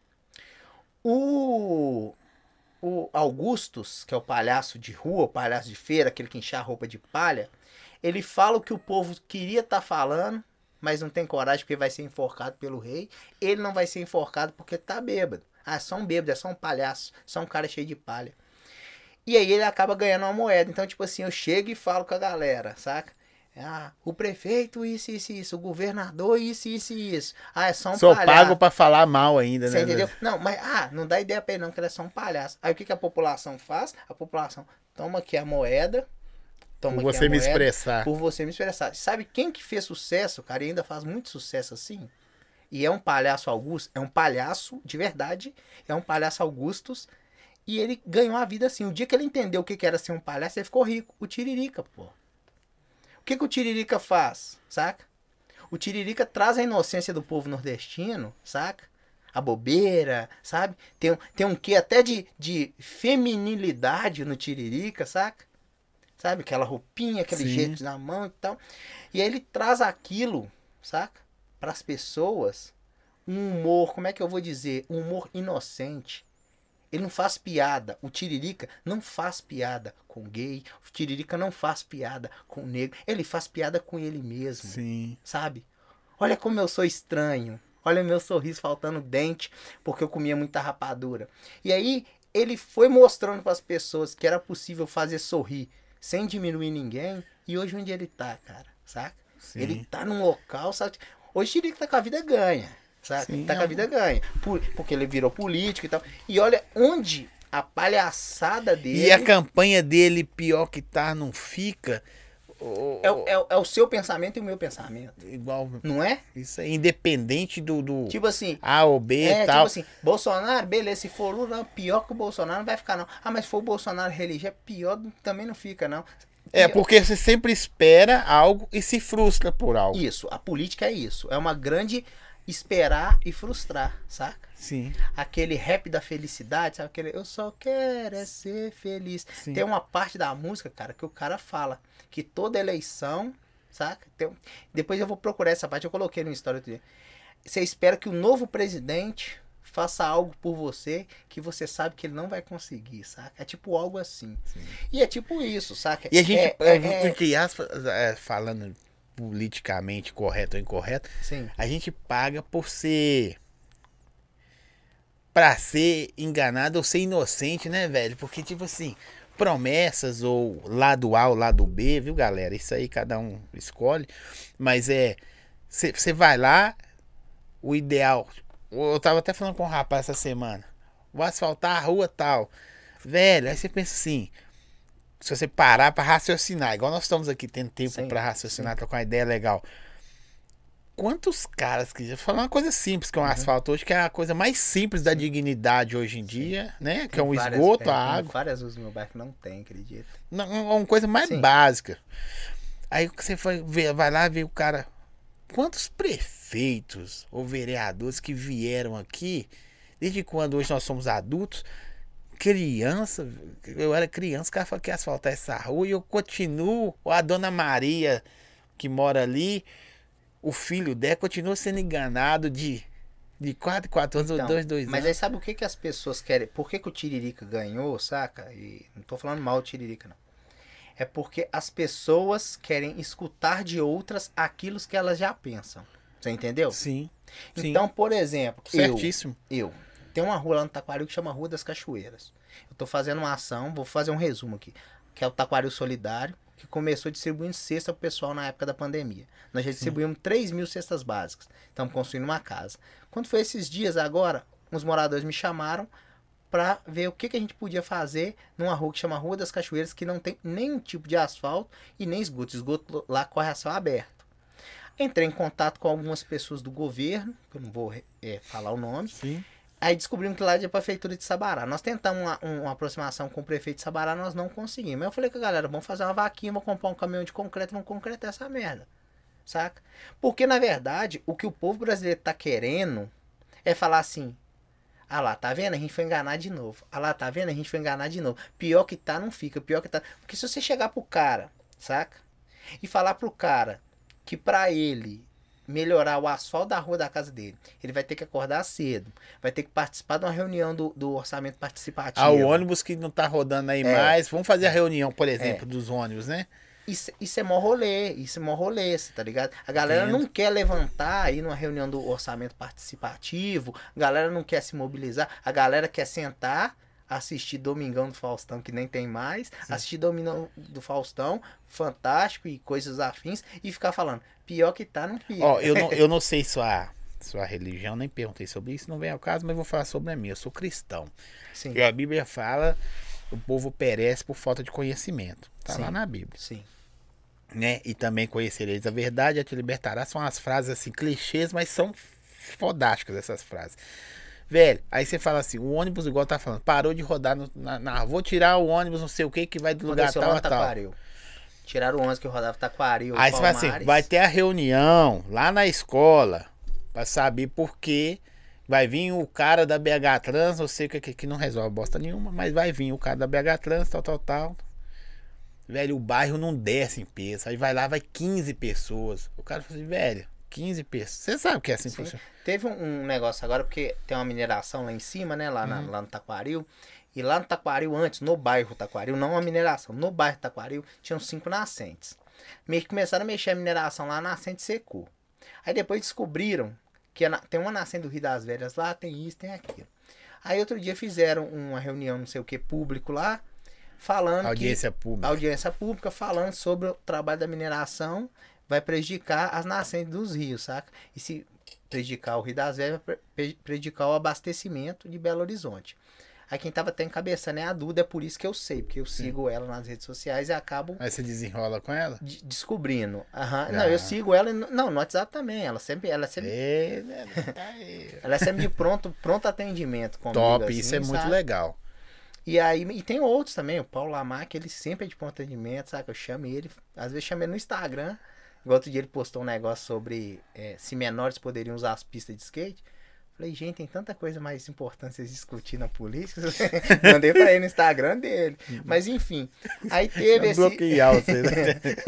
O, o Augustus, que é o palhaço de rua, o palhaço de feira, aquele que enche a roupa de palha, ele fala o que o povo queria estar falando, mas não tem coragem porque vai ser enforcado pelo rei. Ele não vai ser enforcado porque tá bêbado. Ah, é só um bêbado, é só um palhaço, só um cara cheio de palha. E aí ele acaba ganhando uma moeda. Então, tipo assim, eu chego e falo com a galera, saca? Ah, o prefeito, isso, isso, isso. O governador, isso, isso, isso. Ah, é só um Sou palhaço. pago pra falar mal ainda, Você né? entendeu? Não, mas, ah, não dá ideia pra ele não, que ele é só um palhaço. Aí o que, que a população faz? A população toma aqui a moeda, toma Por aqui você a me moeda, expressar. por você me expressar. Sabe quem que fez sucesso, cara, e ainda faz muito sucesso assim? E é um palhaço Augusto, é um palhaço de verdade, é um palhaço Augustus, e ele ganhou a vida assim. O dia que ele entendeu o que que era ser um palhaço, ele ficou rico. O Tiririca, pô. O que que o Tiririca faz, saca? O Tiririca traz a inocência do povo nordestino, saca? A bobeira, sabe? Tem, um- tem um quê até de, de feminilidade no Tiririca, saca? Sabe? Aquela roupinha, aquele Sim. jeito na mão e tal. E aí ele traz aquilo, saca? Para as pessoas, um humor, como é que eu vou dizer? Um humor inocente. Ele não faz piada. O Tiririca não faz piada com gay. O Tiririca não faz piada com negro. Ele faz piada com ele mesmo, Sim. sabe? Olha como eu sou estranho. Olha meu sorriso faltando dente, porque eu comia muita rapadura. E aí ele foi mostrando para as pessoas que era possível fazer sorrir sem diminuir ninguém. E hoje onde ele tá, cara, saca? Sim. Ele tá num local, sabe? Hoje o Tiririca tá com a vida ganha, saca? Sim, tá é com a um- vida ganha. Por- porque ele virou político e tal. E olha onde a palhaçada dele... E a campanha dele, pior que tá, não fica. o- É, o- é, o- é o seu pensamento e o meu pensamento. Igual. Não é? Isso é independente do, do Tipo assim, A ou B e é tal. tipo assim, Bolsonaro, beleza, se for Lula, não, pior que o Bolsonaro não vai ficar não. Ah, mas se for o Bolsonaro religião, pior também não fica não. É, Pior- porque você sempre espera algo e se frustra por algo. Isso, a política é isso. É uma grande esperar e frustrar, saca? Sim. Aquele rap da felicidade, sabe? Aquele eu só quero é ser feliz. Sim. Tem uma parte da música, cara, que o cara fala que toda eleição, saca? Tem um- Depois eu vou procurar essa parte, eu coloquei no história outro dia. Você espera que o novo presidente faça algo por você que você sabe que ele não vai conseguir, saca? É tipo algo assim. E é tipo isso, saca? E a gente, É, é, é, é- entre aspas, é, falando politicamente correto ou incorreto, Sim, a gente paga por ser. Pra ser enganado ou ser inocente, né, velho? Porque, tipo assim, promessas ou lado A ou lado B, viu, galera? Isso aí cada um escolhe. Mas é. Você vai lá, o ideal. Eu tava até falando com um rapaz essa semana. Vou asfaltar a rua tal. Velho, aí você pensa assim, se você parar pra raciocinar, igual nós estamos aqui tendo tempo Sim, pra raciocinar, sim. trocar uma ideia legal. Quantos caras que já falar uma coisa simples que é um Uhum. asfalto hoje, que é a coisa mais simples da Sim, dignidade hoje em sim. dia, né? Que é Tem um várias, esgoto, é, a tem água. várias ruas no meu bairro que não tem, acredita? Não, é uma coisa mais Sim. básica. Aí você vai, ver, vai lá ver o cara. Quantos prefeitos ou vereadores que vieram aqui, desde quando hoje nós somos adultos, criança, eu era criança, o cara falou que ia asfaltar essa rua e eu continuo, ou a dona Maria que mora ali, o filho dela continua sendo enganado de, de quatro, quatro anos ou Então, dois, dois mas aí anos. sabe o que que as pessoas querem? Por que que o Tiririca ganhou, saca? E não tô falando mal do Tiririca, não. É porque as pessoas querem escutar de outras aquilo que elas já pensam. Você entendeu? Sim, sim, Então, por exemplo, eu, certíssimo. eu, tem uma rua lá no Taquaril que chama Rua das Cachoeiras. Eu tô fazendo uma ação, vou fazer um resumo aqui, que é o Taquaril Solidário, que começou distribuindo cesta pro pessoal na época da pandemia. Nós já Sim. distribuímos três mil cestas básicas. Estamos construindo uma casa. Quando foi esses dias agora, uns moradores me chamaram para ver o que, que a gente podia fazer numa rua que chama Rua das Cachoeiras, que não tem nenhum tipo de asfalto e nem esgoto. Esgoto lá corre a céu aberto. Entrei em contato com algumas pessoas do governo, que eu não vou é, falar o nome. Sim. Aí descobrimos que lá é a prefeitura de Sabará. Nós tentamos uma, uma aproximação com o prefeito de Sabará, nós não conseguimos. Eu falei com a galera, vamos fazer uma vaquinha, vamos comprar um caminhão de concreto, vamos concretar essa merda. Saca? Porque, na verdade, o que o povo brasileiro tá querendo é falar assim, ah lá, tá vendo? A gente foi enganar de novo. Ah lá, tá vendo? A gente foi enganar de novo. Pior que tá, não fica. Pior que tá. Porque se você chegar pro cara, saca? E falar pro cara que pra ele melhorar o asfalto da rua da casa dele, ele vai ter que acordar cedo, vai ter que participar de uma reunião do, do orçamento participativo. Ah, o ônibus que não tá rodando aí É, mais, vamos fazer a reunião, por é. exemplo, dos ônibus, né? Isso, isso é mó rolê, isso é mó rolê, cê tá ligado? A galera Entendo. não quer levantar aí numa reunião do orçamento participativo, a galera não quer se mobilizar, a galera quer sentar, assistir Domingão do Faustão, que nem tem mais, Sim. assistir Domingão do Faustão, Fantástico e coisas afins, e ficar falando, pior que tá, não fica. Ó, eu não, eu não sei sua, sua religião, nem perguntei sobre isso, não vem ao caso, mas vou falar sobre a minha. Eu sou cristão. Sim, E a Bíblia fala, o povo perece por falta de conhecimento. Tá Sim. lá na Bíblia. sim, Né? E também conhecereis a verdade, a te libertará. São as frases assim, clichês, mas são fodásticas essas frases. Velho, aí você fala assim, o ônibus, igual tá falando, parou de rodar no, na, na- vou tirar o ônibus, não sei o que, que vai do lugar aconteceu tal lá a no tal. Taquaril. Tiraram o onze que eu rodava Taquaril, Aí você fala assim, Palmares. vai ter a reunião lá na escola pra saber por que vai vir o cara da B H Trans, não sei o que, que, que não resolve bosta nenhuma, mas vai vir o cara da B H Trans, tal, tal, tal. Velho, o bairro não desce em peso. Aí vai lá, vai quinze pessoas. O cara fala assim, velho, quinze pessoas. Você sabe que é assim que Sim. funciona. Teve um, um negócio agora, porque tem uma mineração lá em cima, né? Lá, na- lá no Taquaril. E lá no Taquaril, antes, no bairro Taquaril, não a mineração, no bairro Taquaril, tinham cinco nascentes. Meio que começaram a mexer a mineração lá, a nascente secou. Aí depois descobriram que a na- tem uma nascente do Rio das Velhas lá, tem isso, tem aquilo. Aí outro dia fizeram uma reunião, não sei o que, público lá, falando Audiência que... pública. Audiência pública, falando sobre o trabalho da mineração vai prejudicar as nascentes dos rios, saca? E se prejudicar o Rio das Velhas, vai pre- prejudicar o abastecimento de Belo Horizonte. Aí quem tava até encabeçando é a Duda, é por isso que eu sei, porque eu sigo ela nas redes sociais e acabo Aí você desenrola com ela? de- descobrindo. Aham. Ah. Não, eu sigo ela, no- não, no WhatsApp também, ela sempre, ela é sempre, É, né, tá aí. ela é sempre de pronto, pronto atendimento comigo. Top, assim, isso é muito sabe? legal. E aí, e tem outros também, o Paulo Lamarck, ele sempre é de pronto atendimento, sabe? Eu chamo ele, às vezes chamo ele no Instagram. Igual outro dia ele postou um negócio sobre é, se menores poderiam usar as pistas de skate. Falei, gente, tem tanta coisa mais importante vocês discutir na política. Mandei pra ele no Instagram dele. Mas enfim, aí teve esse... Bloquear você, né?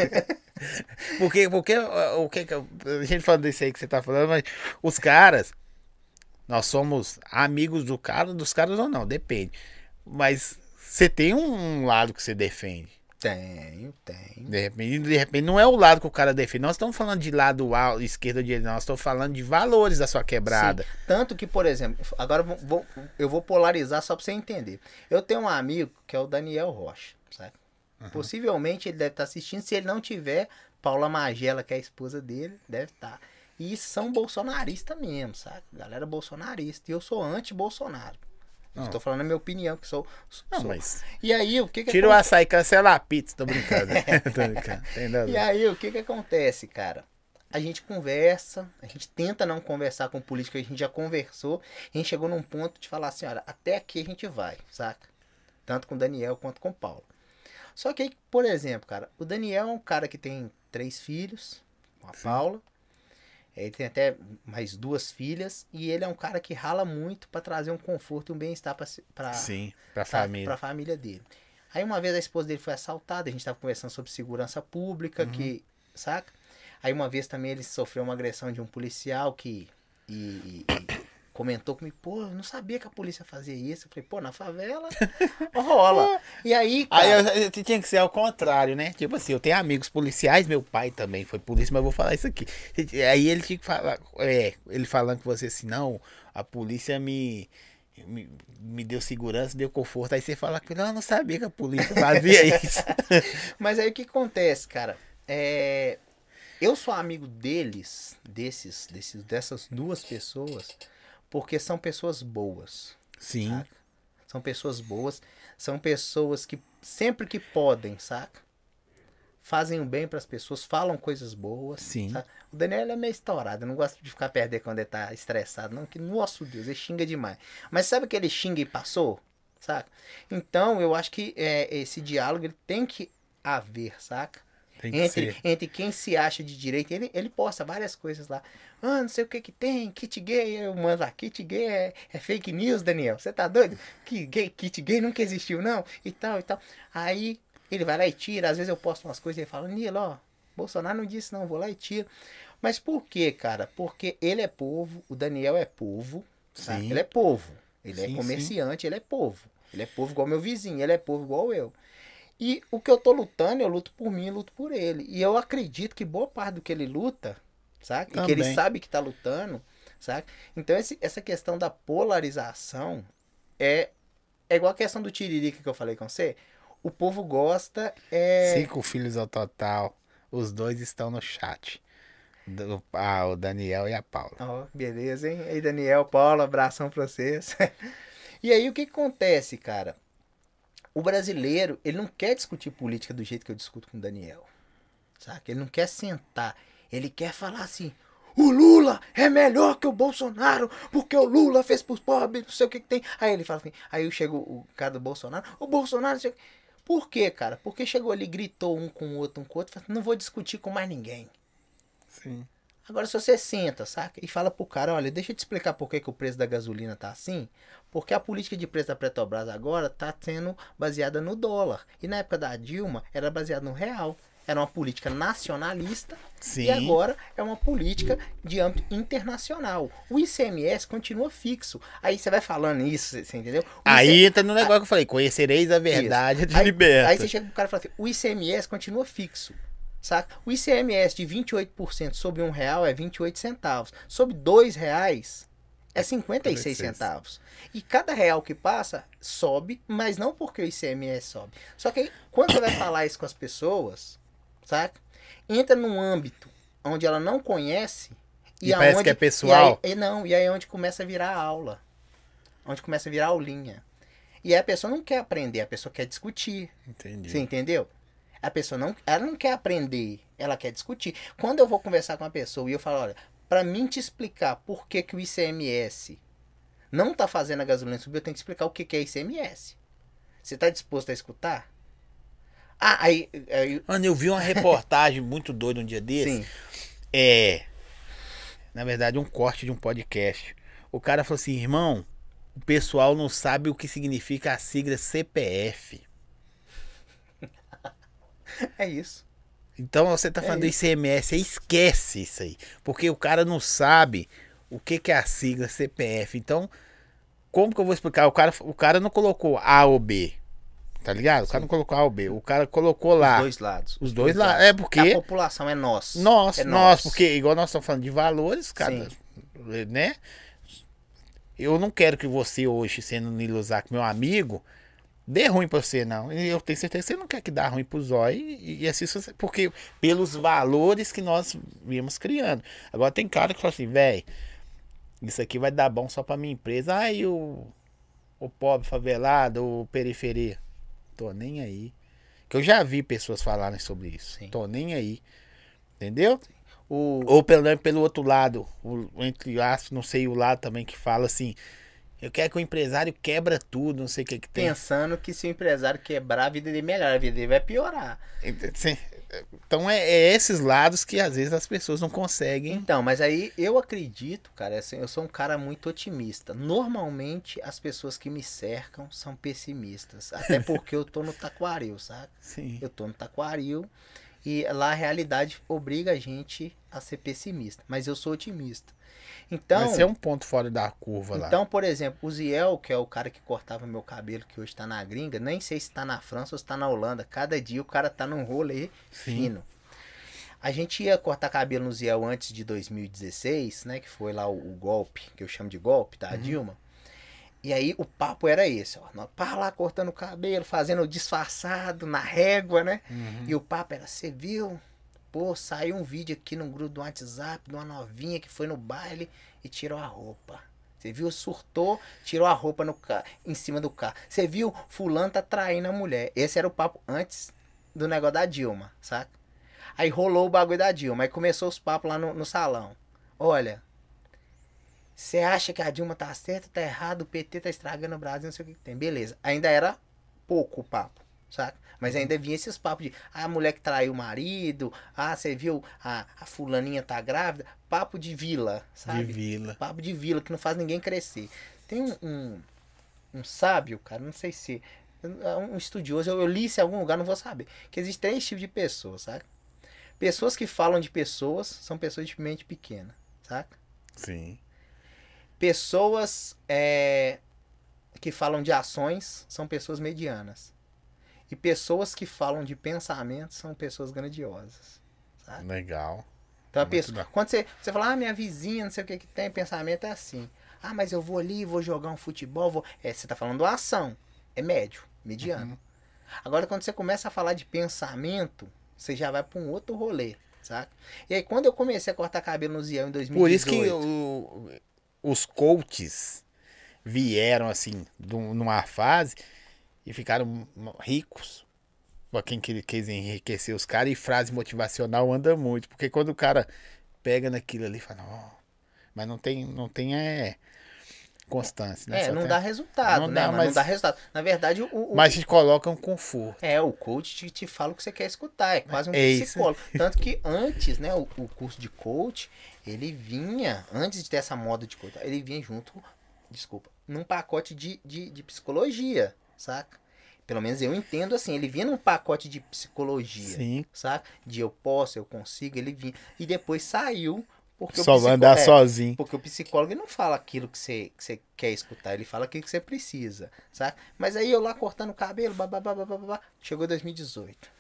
porque, porque o que que eu- a gente falando disso aí que você tá falando, mas os caras, nós somos amigos do cara, dos caras ou não, depende. Mas você tem um lado que você defende. Tenho, tenho. De repente, de repente não é o lado que o cara defende. Nós estamos falando de lado A, esquerda ou direita, nós estamos falando de valores da sua quebrada. Sim. Tanto que, por exemplo, agora eu vou- vou- eu vou polarizar só pra você entender. Eu tenho um amigo que é o Daniel Rocha, sabe? Possivelmente ele deve estar assistindo. Se ele não tiver, Paula Magela, que é a esposa dele, deve estar. E são bolsonaristas mesmo, sabe? Galera bolsonarista. E eu sou anti-Bolsonaro. Não. Estou falando a minha opinião, que sou. Não, sou. mas... E aí, o que que Tira o acontece? açaí, cancela a pizza. Tô brincando. Tô brincando. Entendeu? E aí, o que que acontece, cara? A gente conversa, a gente tenta não conversar com política, a gente já conversou, a gente chegou num ponto de falar assim, olha, até aqui a gente vai, saca? Tanto com o Daniel quanto com o Paulo. Só que aí, por exemplo, cara, o Daniel é um cara que tem três filhos, com a Sim. Paula, ele tem até mais duas filhas, e ele é um cara que rala muito pra trazer um conforto e um bem-estar pra, se- pra, Sim, pra saca? família. Pra família dele. Aí uma vez a esposa dele foi assaltada, a gente tava conversando sobre segurança pública, Uhum. que, saca? Aí uma vez também ele sofreu uma agressão de um policial que e, e- e comentou comigo, pô, eu não sabia que a polícia fazia isso. Eu falei, pô, na favela rola. E aí, cara, Aí eu, eu tinha que ser ao contrário, né? Tipo assim, eu tenho amigos policiais, meu pai também foi polícia, mas eu vou falar isso aqui. Aí ele tinha que falar, é, ele falando com você assim, não, a polícia me, me, me deu segurança, deu conforto. Aí você fala que não, eu não sabia que a polícia fazia isso. mas aí o que acontece, cara? É, eu sou amigo deles, desses, desses, dessas duas pessoas, porque são pessoas boas. Sim, Saca? São pessoas boas, são pessoas que sempre que podem, saca? Fazem o bem pras pessoas, falam coisas boas. Sim. Saca? O Daniel ele é meio estourado, eu não gosto de ficar perto dele quando ele tá estressado, não, que, nosso Deus, ele xinga demais. Mas sabe que ele xinga e passou? Saca? Então, eu acho que é, esse diálogo ele tem que haver, saca? tem que Entre, ser. entre quem se acha de direita, ele, ele posta várias coisas lá. Ah, não sei o que que tem, kit gay, eu mando lá, kit gay é, é fake news, Daniel, você tá doido? Que gay, kit gay nunca existiu não, e tal, e tal. Aí ele vai lá e tira, às vezes eu posto umas coisas e ele fala, Nilo, ó, Bolsonaro não disse não, vou lá e tiro. Mas por quê, cara? Porque ele é povo, o Daniel é povo, tá? Sim. Ele é povo, ele Sim, é comerciante, ele é povo. Ele é povo igual meu vizinho, ele é povo igual eu. E o que eu tô lutando, eu luto por mim, eu luto por ele. E eu acredito que boa parte do que ele luta, sabe? E que ele Também. sabe que tá lutando, sabe? Então esse, essa questão da polarização é, é igual a questão do tiririca que eu falei com você. O povo gosta, é... Cinco filhos ao total. Os dois estão no chat. Do- ah, o Daniel e a Paula. Ó, beleza, hein? Aí, Daniel, Paulo, abração pra vocês. E aí, o que que acontece, cara? O brasileiro, ele não quer discutir política do jeito que eu discuto com o Daniel. Saca? Ele não quer sentar. Ele quer falar assim: o Lula é melhor que o Bolsonaro, porque o Lula fez pros pobres, não sei o que, que tem. Aí ele fala assim, aí chega o cara do Bolsonaro, o Bolsonaro. Não sei o que. Por quê, cara? Porque chegou ali, gritou um com o outro, um com o outro, falou, não vou discutir com mais ninguém. Sim. Agora, se você senta, saca? E fala pro cara, olha, deixa eu te explicar por que, que o preço da gasolina tá assim. Porque a política de preço da Petrobras agora tá sendo baseada no dólar. E na época da Dilma, era baseada no real. Era uma política nacionalista. Sim. E agora é uma política de âmbito internacional. O I C M S continua fixo. Aí você vai falando isso, você entendeu? O Aí entra no negócio que eu falei, conhecereis a verdade de aí, liberta. aí você chega pro cara e fala assim, o I C M S continua fixo. Saca? O I C M S de vinte e oito por cento sobre um real é vinte e oito centavos. Sobre dois reais é cinquenta e seis centavos. E cada real que passa sobe, mas não porque o I C M S sobe. Só que aí, quando você vai falar isso com as pessoas, saca? Entra num âmbito onde ela não conhece E parece que é pessoal. E aí, e não, e aí é onde começa a virar aula. Onde começa a virar aulinha. E aí a pessoa não quer aprender, a pessoa quer discutir. Entendi. Você entendeu? A pessoa não, ela não quer aprender, ela quer discutir. Quando eu vou conversar com uma pessoa e eu falo, olha, para mim te explicar por que, que o I C M S não tá fazendo a gasolina subir, eu tenho que explicar o que, que é I C M S. Você tá disposto a escutar? Ah, aí... aí Mano, eu vi uma reportagem muito doida um dia desse. sim, É. Na verdade, um corte de um podcast. O cara falou assim, irmão, o pessoal não sabe o que significa a sigla C P F. é isso. Então você tá falando do I isso. C M S, você esquece isso aí. Porque o cara não sabe o que, que é a sigla C P F. Então, como que eu vou explicar? O cara, o cara não colocou A ou B. Tá ligado? O cara não colocou A ou B. O cara colocou lá. Os dois lados. Os dois lados. É porque. A população é nós. Nós, é nós, porque igual nós estamos falando de valores, cara, Sim. né? Eu não quero que você hoje, sendo Nilo Zac, meu amigo, dê ruim pra você, não. E eu tenho certeza que você não quer que dá ruim pro Zói e, e assim, porque pelos valores que nós viemos criando. Agora tem cara que fala assim, velho, isso aqui vai dar bom só pra minha empresa. Aí o o pobre favelado, o periferia. Tô nem aí. Que eu já vi pessoas falarem sobre isso. Sim. Tô nem aí. Entendeu? O... Ou pelo, pelo outro lado, o, entre aspas, não sei o lado também que fala assim, eu quero que o empresário quebra tudo, não sei o que que tem. Pensando que se o empresário quebrar, a vida dele melhora, a vida dele vai piorar. Então é, é esses lados que às vezes as pessoas não conseguem. Então, mas aí eu acredito, cara, assim, eu sou um cara muito otimista. Normalmente as pessoas que me cercam são pessimistas. Até porque eu tô no taquaril, sabe? Sim. Eu tô no taquaril e lá a realidade obriga a gente a ser pessimista. Mas eu sou otimista. Então, Vai ser um ponto fora da curva lá. então, por exemplo, o Ziel, que é o cara que cortava meu cabelo, que hoje tá na gringa, nem sei se tá na França ou se tá na Holanda. Cada dia o cara tá num rolê Sim. fino. A gente ia cortar cabelo no Ziel antes de dois mil e dezesseis, né? Que foi lá o, o golpe, que eu chamo de golpe, tá? A Uhum. Dilma. E aí o papo era esse, ó. Nós pá lá cortando o cabelo, fazendo o disfarçado na régua, né? Uhum. E o papo era, você viu? Pô, saiu um vídeo aqui no grupo do WhatsApp de uma novinha que foi no baile e tirou a roupa. Você viu? Surtou, tirou a roupa no ca... em cima do carro. Você viu? Fulano tá traindo a mulher. Esse era o papo antes do negócio da Dilma, saca? Aí rolou o bagulho da Dilma. Aí começou os papos lá no, no salão. Olha, você acha que a Dilma tá certa, tá errado, o P T tá estragando o Brasil, não sei o que, que tem. Beleza. Ainda era pouco o papo, saca? Mas ainda vinha esses papos de, ah, a mulher que traiu o marido, ah, você viu, a, a fulaninha tá grávida. Papo de vila, sabe? De vila. Papo de vila, que não faz ninguém crescer. Tem um, um, um sábio, cara, não sei se... Um estudioso, eu, eu li isso em algum lugar, não vou saber. Que existem três tipos de pessoas, sabe? Pessoas que falam de pessoas são pessoas de mente pequena, saca? Sim. Pessoas é, que falam de ações são pessoas medianas. E pessoas que falam de pensamentos são pessoas grandiosas. Sabe? Legal. Então a Muito pessoa, legal. quando você, você fala, ah, minha vizinha, não sei o que que tem, pensamento é assim. Ah, mas eu vou ali, vou jogar um futebol, vou... É, você tá falando uma ação. É médio, mediano. Uhum. Agora, quando você começa a falar de pensamento, você já vai para um outro rolê, saca? E aí, quando eu comecei a cortar cabelo no Ziel em dois mil e dezoito... Por isso que o- os coaches vieram assim, dum- numa fase e ficaram ricos. Pra quem que- quis enriquecer os caras, e frase motivacional anda muito. Porque quando o cara pega naquilo ali e fala, ó, mas não tem, não tem é, constância, né? É, Só não tem- dá resultado, não né? dá, mas, mas- não dá resultado. Na verdade, o, o- Mas te colocam com conforto. é, o coach te, te fala o que você quer escutar. É quase um É isso. psicólogo. Tanto que antes, né, o, o curso de coach, ele vinha, antes de ter essa moda de coach, ele vinha junto, desculpa, num pacote de, de, de psicologia, saca? Pelo menos eu entendo assim, ele vinha num pacote de psicologia, Sim. saca? De eu posso, eu consigo, ele vinha. E depois saiu, porque Só o vai psico- andar é, sozinho. porque o psicólogo ele não fala aquilo que você, que você quer escutar, ele fala aquilo que você precisa, sabe? Mas aí eu lá cortando o cabelo, babá, babá, chegou dois mil e dezoito.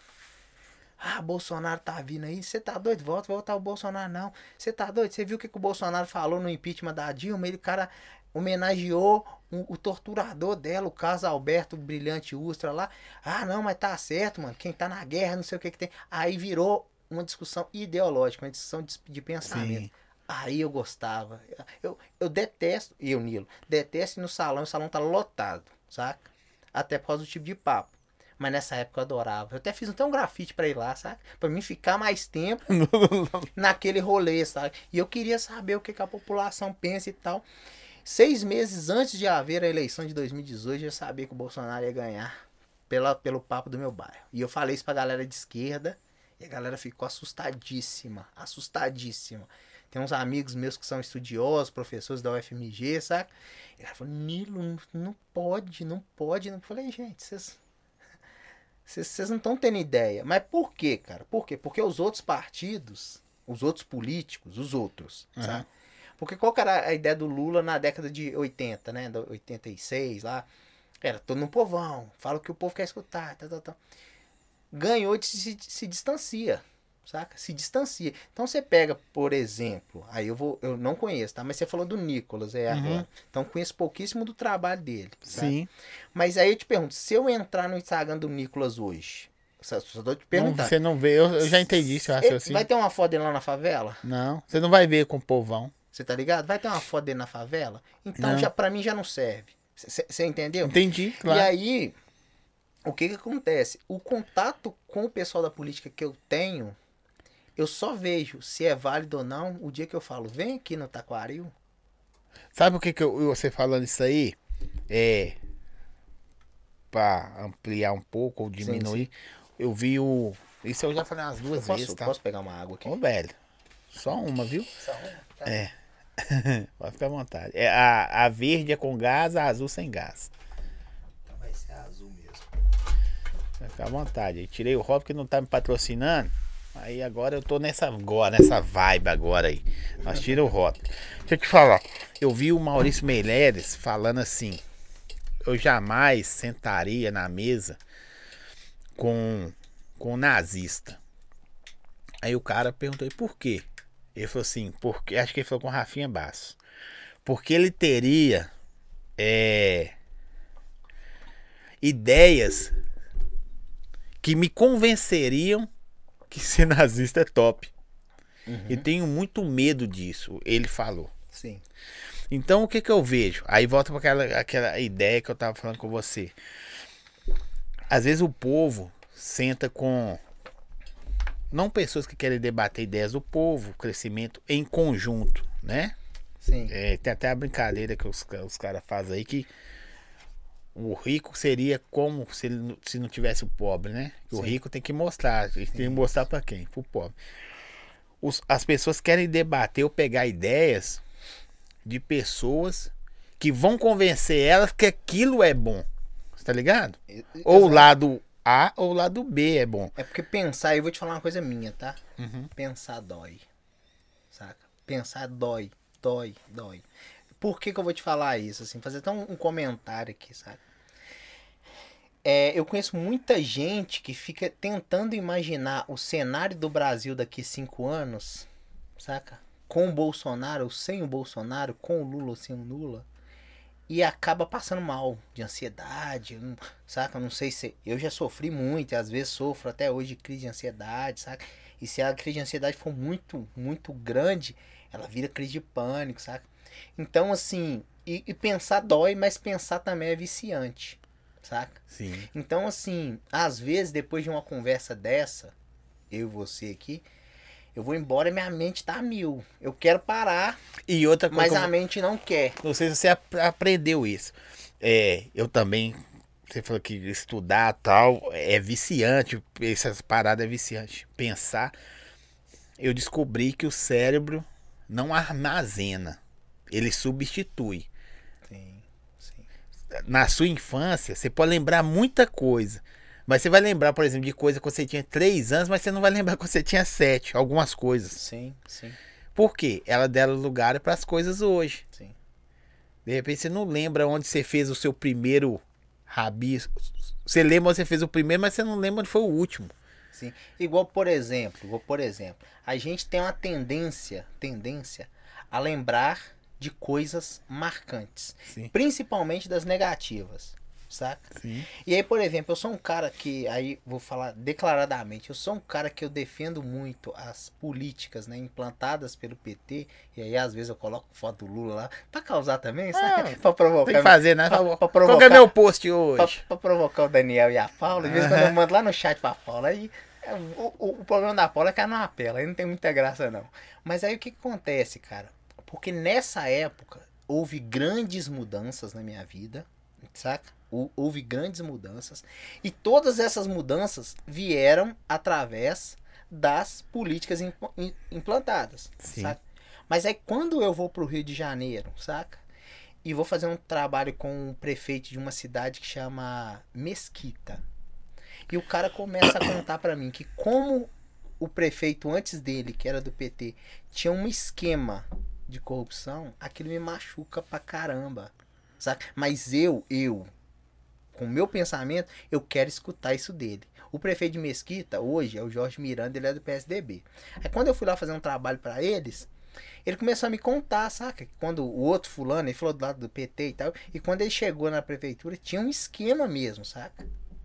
Ah, Bolsonaro tá vindo aí, você tá doido? Volta, vai votar o Bolsonaro não. Você tá doido? Você viu o que, que o Bolsonaro falou no impeachment da Dilma? Ele, cara, homenageou o, o torturador dela, o Carlos Alberto Brilhante Ustra lá. Ah, não, mas tá certo, mano, quem tá na guerra, não sei o que que tem. Aí virou uma discussão ideológica, uma discussão de, de pensamento. Sim. Aí eu gostava. Eu, eu detesto, e eu, Nilo, detesto ir no salão, o salão tá lotado, saca? Até por causa do tipo de papo. Mas nessa época eu adorava. Eu até fiz até um grafite pra ir lá, sabe? Pra mim ficar mais tempo naquele rolê, sabe? E eu queria saber o que, que a população pensa e tal. Seis meses antes de haver a eleição de dois mil e dezoito, eu já sabia que o Bolsonaro ia ganhar pela, pelo papo do meu bairro. E eu falei isso pra galera de esquerda e a galera ficou assustadíssima. Assustadíssima. Tem uns amigos meus que são estudiosos, professores da U F M G, sabe? E ela falou, Nilo, não, não pode, não pode. Eu falei, gente, vocês... Vocês não estão tendo ideia. Mas por quê, cara? Por quê? Porque os outros partidos, os outros políticos, os outros, Uhum. sabe? Porque qual que era a ideia do Lula na década de oitenta, né? Da oitenta e seis lá. Era todo no povão. Fala o que o povo quer escutar. Tá, tá, tá. Ganhou e se, se distancia. Saca? Se distancia. Então você pega, por exemplo, aí eu vou, eu não conheço, tá? Mas você falou do Nicolas, é Uhum. agora. Então conheço pouquíssimo do trabalho dele. sabe? Sim. Mas aí eu te pergunto, se eu entrar no Instagram do Nicolas hoje, só, só tô te Não, perguntando. você não vê, eu, eu já entendi seu Ele- raciocínio. Vai ter uma foto dele lá na favela? Não, você não vai ver com o povão. Você tá ligado? Vai ter uma foto dele na favela? Então Não. já para mim já não serve. Você entendeu? Entendi, claro. E aí, o que que acontece? O contato com o pessoal da política que eu tenho, eu só vejo se é válido ou não o dia que eu falo, vem aqui no Taquaril. Sabe o que, que eu, você falando isso aí? É. Pra ampliar um pouco ou Sim, diminuir. sim. Eu vi o. Isso eu já falei umas duas Eu posso, vezes, tá? posso pegar uma água aqui? Ô, velho. Só uma, viu? Só uma? Tá. É. Pode ficar à vontade. É, a, a verde é com gás, a azul sem gás. Então vai ser azul mesmo. Pode ficar à vontade. Eu tirei o rótulo que não tá me patrocinando. Aí agora eu tô nessa agora, nessa vibe agora aí. Nós tira o rótulo. Deixa eu te falar. Eu vi o Maurício Meirelles falando assim. Eu jamais sentaria na mesa com, com um nazista. Aí o cara perguntou, e por quê? Ele falou assim, porque, acho que ele falou com Rafinha Basso. Porque ele teria é, ideias que me convenceriam que ser nazista é top. Uhum. E tenho muito medo disso, ele falou. Sim. Então o que que eu vejo? Aí volta para aquela, aquela ideia que eu tava falando com você. Às vezes o povo senta com não pessoas que querem debater ideias do povo, crescimento em conjunto, né? Sim. É, tem até a brincadeira que os, os caras fazem aí que o rico seria como se, ele, se não tivesse o pobre, né? Que o rico tem que mostrar. Ele tem que mostrar para quem? Pro pobre. Os, as pessoas querem debater ou pegar ideias de pessoas que vão convencer elas que aquilo é bom. Você tá ligado? Ou o lado A ou o lado B é bom. É porque pensar, eu vou te falar uma coisa minha, tá? Uhum. Pensar dói. Saca? Pensar dói, dói, dói. Por que que eu vou te falar isso? Assim, fazer até um, um comentário aqui, sabe? É, eu conheço muita gente que fica tentando imaginar o cenário do Brasil daqui cinco anos, saca? Com o Bolsonaro ou sem o Bolsonaro, com o Lula ou sem o Lula, e acaba passando mal de ansiedade, não- saca? Não sei se. Eu já sofri muito, e às vezes sofro até hoje de crise de ansiedade, saca? E se a crise de ansiedade for muito, muito grande, ela vira crise de pânico, saca? Então, assim, e, e pensar dói, mas pensar também é viciante, saca? Sim. Então, assim, às vezes, depois de uma conversa dessa, eu e você aqui, eu vou embora e minha mente tá a mil. Eu quero parar, E outra coisa. mas que a eu- mente não quer. Não sei se você ap- aprendeu isso. É, eu também. Você falou que estudar tal é viciante. Essas paradas é viciante. Pensar. Eu descobri que o cérebro não armazena. Ele substitui. Sim, sim. Na sua infância, você pode lembrar muita coisa. Mas você vai lembrar, por exemplo, de coisa que você tinha três anos, mas você não vai lembrar que você tinha sete. Algumas coisas. Sim, sim, Por quê? Ela deram lugar para as coisas hoje. sim. De repente você não lembra onde você fez o seu primeiro rabisco. Você lembra onde você fez o primeiro, mas você não lembra onde foi o último. Sim. Igual, por exemplo, igual, por exemplo, a gente tem uma tendência, tendência a lembrar de coisas marcantes, Sim. principalmente das negativas, saca? Sim. E aí, por exemplo, eu sou um cara que, aí vou falar declaradamente, eu sou um cara que eu defendo muito as políticas, né, implantadas pelo P T, e aí às vezes eu coloco foto do Lula lá, pra causar também, sabe? Ah, pra provocar. Tem que fazer, né? Pra, Pra, pra Qual que é provocar, meu post pra, hoje? pra provocar o Daniel e a Paula, às vezes quando eu mando lá no chat pra Paula, aí é, o, o, o problema da Paula é que ela não apela, aí não tem muita graça não. Mas aí o que, que acontece, cara? Porque nessa época houve grandes mudanças na minha vida, saca? Houve grandes mudanças. E todas essas mudanças vieram através das políticas imp- im- implantadas, Sim. saca? Mas aí quando eu vou pro Rio de Janeiro, saca? E vou fazer um trabalho com um prefeito de uma cidade que chama Mesquita. E o cara começa a contar pra mim que como o prefeito antes dele, que era do P T, tinha um esquema de corrupção, aquilo me machuca pra caramba, saca? Mas eu, eu, com o meu pensamento, eu quero escutar isso dele. O prefeito de Mesquita, hoje, é o Jorge Miranda, ele é do P S D B. Aí quando eu fui lá fazer um trabalho pra eles, ele começou a me contar, saca? Quando o outro fulano, ele falou do lado do P T e tal, e quando ele chegou na prefeitura, tinha um esquema mesmo, saca?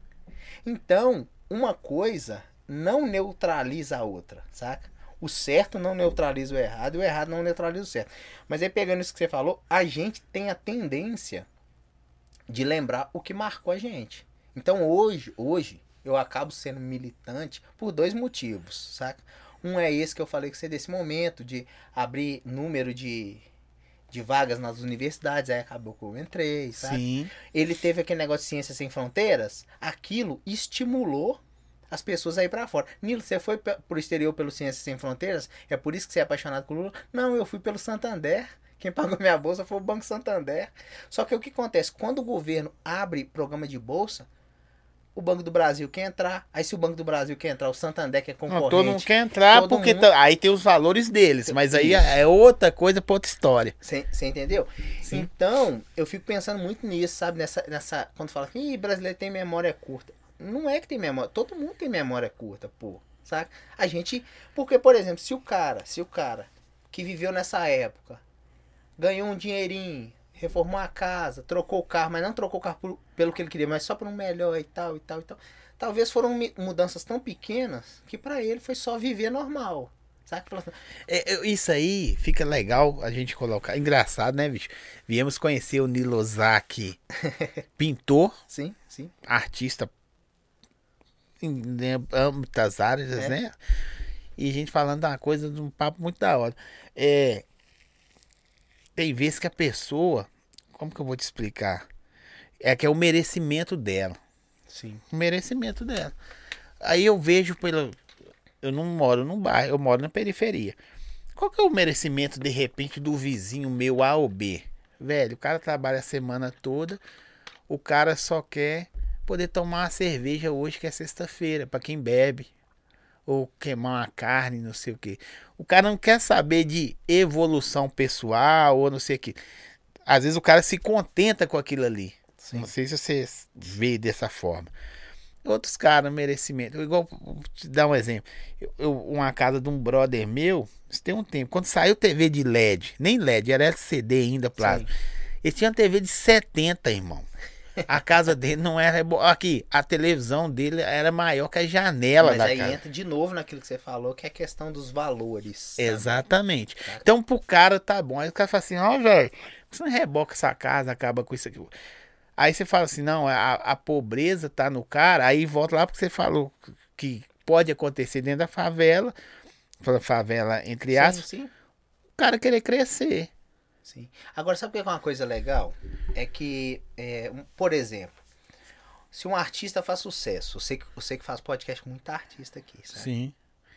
Então, uma coisa não neutraliza a outra, saca? O certo não neutraliza o errado e o errado não neutraliza o certo. Mas aí pegando isso que você falou, a gente tem a tendência de lembrar o que marcou a gente. Então hoje, hoje, eu acabo sendo militante por dois motivos, saca? Um é esse que eu falei que você desse momento de abrir número de, de vagas nas universidades, aí acabou que eu entrei, sabe? Sim. Ele teve aquele negócio de Ciências Sem Fronteiras, aquilo estimulou as pessoas a ir pra fora. Nilo, você foi pe- pro exterior pelo Ciências Sem Fronteiras? É por isso que você é apaixonado por Lula? Não, eu fui pelo Santander. Quem pagou minha bolsa foi o Banco Santander. Só que o que acontece? Quando o governo abre programa de bolsa, o Banco do Brasil quer entrar. Aí se o Banco do Brasil quer entrar, o Santander que é Não, concorrente. todo mundo quer entrar todo porque mundo- tá- aí tem os valores deles, mas aí Isso. é outra coisa pra outra história. Você entendeu? Sim. Então, eu fico pensando muito nisso, sabe? Nessa, nessa, quando fala que Ih, brasileiro tem memória curta. Não é que tem memória. Todo mundo tem memória curta, pô. Sabe? A gente. Porque, por exemplo, se o cara, se o cara que viveu nessa época ganhou um dinheirinho, reformou a casa, trocou o carro, mas não trocou o carro por- pelo que ele queria, mas só por um melhor e tal, e tal, e tal. Talvez foram mi- mudanças tão pequenas que pra ele foi só viver normal. Sabe? Falou assim, É, é, isso aí fica legal a gente colocar. Engraçado, né, bicho? Viemos conhecer o Nilo Ozaki, pintor, sim, sim. artista em né, muitas áreas, É. né? E a gente falando de uma coisa, de um papo muito da hora. É, tem vezes que a pessoa, como que eu vou te explicar? É que é o merecimento dela. Sim. O merecimento dela. Aí eu vejo pelo. Eu não moro num bairro, eu moro na periferia. Qual que é o merecimento, de repente, do vizinho meu A ou B? Velho, o cara trabalha a semana toda, o cara só quer poder tomar uma cerveja hoje, que é sexta-feira, pra quem bebe. Ou queimar uma carne, não sei o quê. O cara não quer saber de evolução pessoal ou não sei o quê. Às vezes o cara se contenta com aquilo ali. Sim. Não sei se você vê dessa forma. Outros caras, merecimento. Igual, vou te dar um exemplo. Eu, eu- uma casa de um brother meu, isso tem um tempo. Quando saiu T V de L E D, nem L E D, era L C D ainda, plasma. Sim. Ele tinha uma T V de setenta, irmão. A casa dele não era. bo- Aqui, a televisão dele era maior que a janela Mas da aí casa. entra de novo naquilo que você falou, que é a questão dos valores. também. Exatamente. Tá. Então, pro cara tá bom. Aí o cara fala assim: ó, velho, você não reboca essa casa, acaba com isso aqui. Aí você fala assim: não, a, a pobreza tá no cara. Aí volta lá porque você falou que pode acontecer dentro da favela, fala favela entre Sim, aspas, sim, o cara querer crescer. sim. Agora, sabe o que é uma coisa legal? É que, é, um- por exemplo, se um artista faz sucesso, você, que- você que faz podcast com muita artista aqui, sabe? Sim.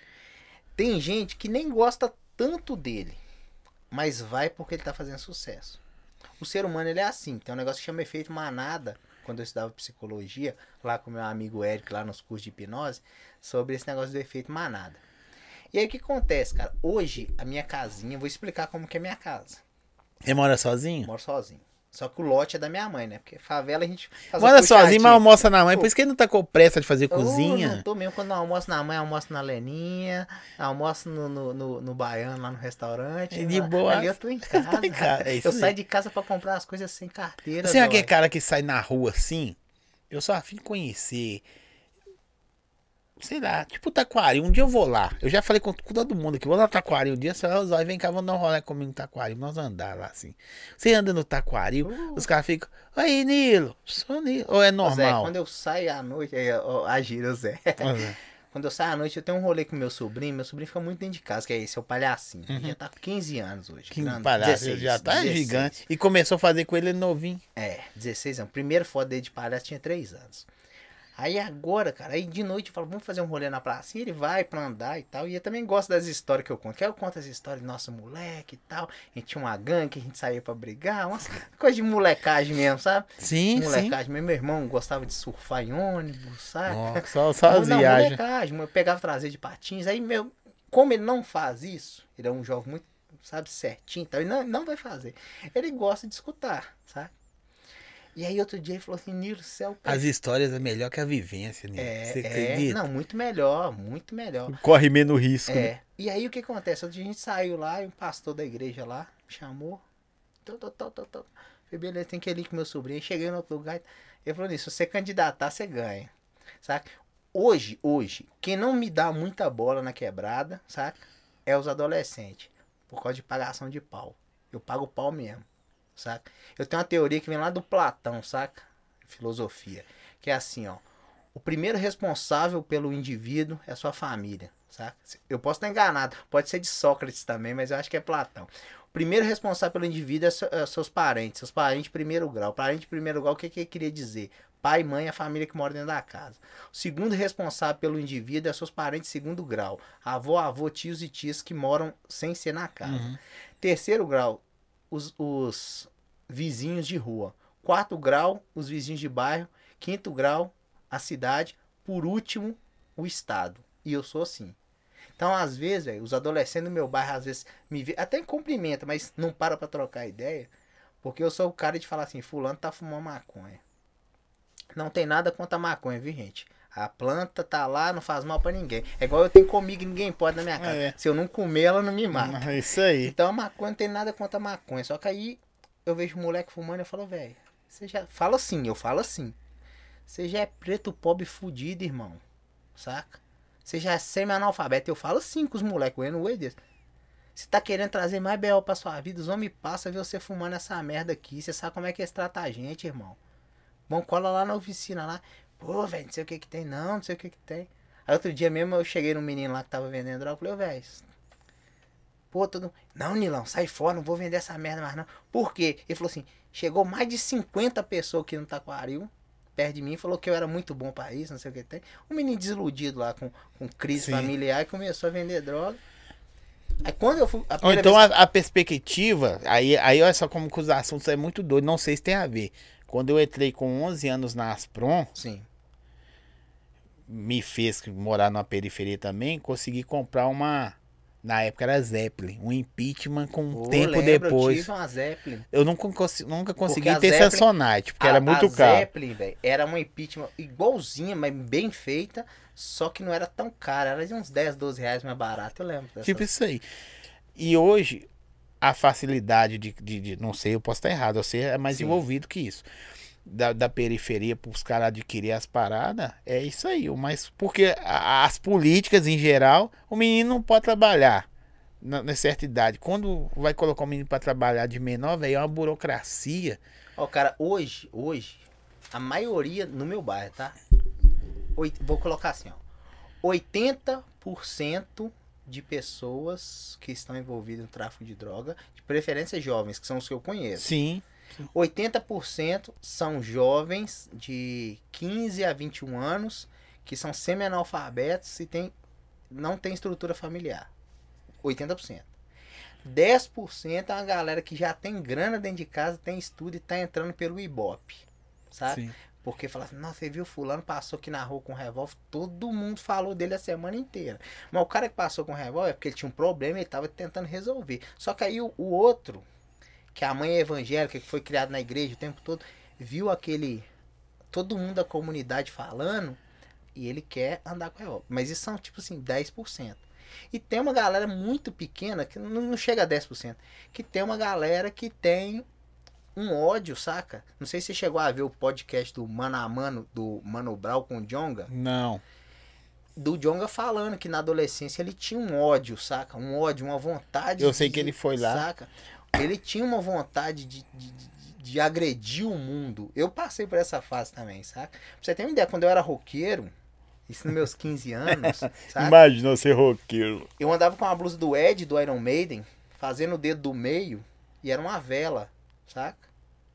Tem gente que nem gosta tanto dele, mas vai porque ele tá fazendo sucesso. O ser humano, ele é assim. Tem um negócio que chama efeito manada, quando eu estudava psicologia, lá com meu amigo Eric, lá nos cursos de hipnose, sobre esse negócio do efeito manada. E aí o que acontece, cara? Hoje, a minha casinha, eu vou explicar como que é a minha casa. Você mora Eu sozinho? moro sozinho. Só que o lote é da minha mãe, né? Porque favela a gente faz Mora um sozinho, mas puxadinho. almoça na mãe. Pô. Por isso que ele não tá com pressa de fazer Eu não cozinha. tô mesmo, quando eu almoço na mãe, eu almoço na Leninha, almoço no, no, no, no Baiano, lá no restaurante. É de lá- boa. Ali eu tô em casa. Tá em casa, é isso eu aí. saio de casa pra comprar as coisas sem carteira. Você é aquele dói. cara que sai na rua assim? Eu só afim de conhecer. Sei lá, tipo Taquari. Um dia eu vou lá. Eu já falei com, com todo mundo aqui. Vou lá no Taquari um dia. Você vai, Zói, vem cá, vamos dar um rolê comigo no Taquari. Nós vamos andar lá assim. Você anda no Taquari, Uh. os caras ficam. Aí, Nilo, sou Nilo. Ou é Ô, Zé, normal? quando eu saio à noite, aí, ó, a gira, Zé. Ô, Zé. Quando eu saio à noite, eu tenho um rolê com meu sobrinho. Meu sobrinho fica muito dentro de casa, que é esse, é o palhacinho. Ele já tá com quinze anos hoje. Uhum. Que grande, palhaço, dezesseis, ele já tá dezesseis. gigante. E começou a fazer com ele novinho. É, dezesseis anos. Primeiro foto dele de palhaço tinha três anos. Aí agora, cara, aí de noite eu falo, vamos fazer um rolê na praça. E ele vai pra andar e tal. E eu também gosto das histórias que eu conto. Que aí eu conto as histórias do nosso moleque e tal. A gente tinha uma gangue que a gente saía pra brigar. Umas coisas de molecagem mesmo, sabe? Sim, sim. Molecagem. Meu irmão gostava de surfar em ônibus, sabe? Ó, só, só as Não, viagens. molecagem. Eu pegava trazer de patins. Aí, meu, como ele não faz isso, ele é um jovem muito, sabe, certinho e tal. Ele não, não vai fazer. Ele gosta de escutar, sabe? E aí outro dia ele falou assim, Nilo, céu... As histórias é melhor que a vivência, né? É, Você é, acredita? não, muito melhor, muito melhor. Corre menos risco, né? É. E aí o que acontece? Outro dia a gente saiu lá e o pastor da igreja lá me chamou. Tô, tô, tô, tô, tô. Falei, beleza, tem que ir ali com meu sobrinho. Aí cheguei no outro lugar. Ele falou nisso, se você candidatar, você ganha. Saca? Hoje, hoje, quem não me dá muita bola na quebrada, saca? É os adolescentes. Por causa de pagação de pau. Eu pago pau mesmo. saca? Eu tenho uma teoria que vem lá do Platão, saca? Filosofia. Que é assim, ó. O primeiro responsável pelo indivíduo é a sua família, saca? Eu posso estar enganado, pode ser de Sócrates também, mas eu acho que é Platão. O primeiro responsável pelo indivíduo é, seu, é seus parentes, seus parentes de primeiro grau. Parente de primeiro grau, o que, que ele queria dizer? Pai, mãe, a família que mora dentro da casa. O segundo responsável pelo indivíduo é seus parentes de segundo grau. Avô, avô, tios e tias que moram sem ser na casa. Uhum. Terceiro grau, os, os vizinhos de rua. Quarto grau, os vizinhos de bairro. Quinto grau, a cidade. Por último, o estado. E eu sou assim. Então, às vezes, véio, os adolescentes do meu bairro, às vezes, me vê, até cumprimenta, mas não para pra trocar ideia. Porque eu sou o cara de falar assim, fulano tá fumando maconha. Não tem nada contra a maconha, viu, gente? A planta tá lá, não faz mal pra ninguém. É igual eu tenho comigo e ninguém pode na minha casa. É. Se eu não comer, ela não me mata. É isso aí. Então a maconha não tem nada contra a maconha. Só que aí eu vejo um moleque fumando e eu falo, velho, você já. Fala assim, eu falo assim. Você já é preto, pobre, fudido, irmão. Saca? Você já é semi-analfabeto. Eu falo assim com os moleques, eu não vou desse. Você tá querendo trazer mais B O pra sua vida, os homens passam a ver você fumando essa merda aqui. Você sabe como é que eles tratam a gente, irmão. Bom, cola lá na oficina lá. Pô, velho, não sei o que que tem, não, não sei o que que tem. Aí outro dia mesmo eu cheguei num menino lá que tava vendendo droga. Eu falei, ô, velho, pô, todo. Não, Nilão, sai fora, não vou vender essa merda mais não. Por quê? Ele falou assim: chegou mais de cinquenta pessoas aqui no Taquaril, perto de mim, falou que eu era muito bom pra isso, não sei o que tem. Um menino desiludido lá com, com crise Sim. familiar e começou a vender droga. Aí quando eu fui. Ou então vez... a, a perspectiva, aí, aí olha só como que os assuntos é muito doido, não sei se tem a ver. Quando eu entrei com onze anos na Asprom, Sim. me fez morar numa periferia também, consegui comprar uma, na época era Zeppelin, um impeachment com oh, tempo lembro, depois. Eu tive uma Zeppelin. Eu nunca, nunca consegui ter essa Sonite, porque a, era muito a caro. A Zeppelin, velho, era uma impeachment igualzinha, mas bem feita, só que não era tão cara, era de uns dez, doze reais mais barato, eu lembro. Dessas... Tipo isso aí. E hoje... a facilidade de, de, de, não sei, eu posso estar errado, você é mais Sim. envolvido que isso, da, da periferia para os caras adquirir as paradas, é isso aí, mas porque a, as políticas em geral, o menino não pode trabalhar na, na certa idade, quando vai colocar o menino para trabalhar de menor, velho, é uma burocracia. Ó, cara, hoje, hoje, a maioria no meu bairro, tá? Oito, vou colocar assim, ó, oitenta por cento de pessoas que estão envolvidas no tráfico de droga, de preferência jovens, que são os que eu conheço. Sim. oitenta por cento são jovens de quinze a vinte e um anos, que são semi-analfabetos e tem, não tem estrutura familiar. oitenta por cento. dez por cento é uma galera que já tem grana dentro de casa, tem estudo e tá entrando pelo Ibope. Sabe? Sim. Porque fala assim, nossa, você viu fulano, passou aqui na rua com um revólver, todo mundo falou dele a semana inteira. Mas o cara que passou com um revólver é porque ele tinha um problema e ele tava tentando resolver. Só que aí o, o outro, que a mãe é evangélica, que foi criado na igreja o tempo todo, viu aquele, todo mundo da comunidade falando, e ele quer andar com revólver. Mas isso são tipo assim, dez por cento. E tem uma galera muito pequena, que não, não chega a dez por cento, que tem uma galera que tem... um ódio, saca? Não sei se você chegou a ver o podcast do Mano a Mano, do Mano Brown com o Djonga. Não. Do Djonga falando que na adolescência ele tinha um ódio, saca? Um ódio, uma vontade. Eu sei de, que ele foi lá. Saca? Ele tinha uma vontade de, de, de, de agredir o mundo. Eu passei por essa fase também, saca? Pra você ter uma ideia, quando eu era roqueiro, isso nos meus quinze anos, saca? Imagina ser roqueiro. Eu andava com a blusa do Ed, do Iron Maiden, fazendo o dedo do meio, e era uma vela, saca?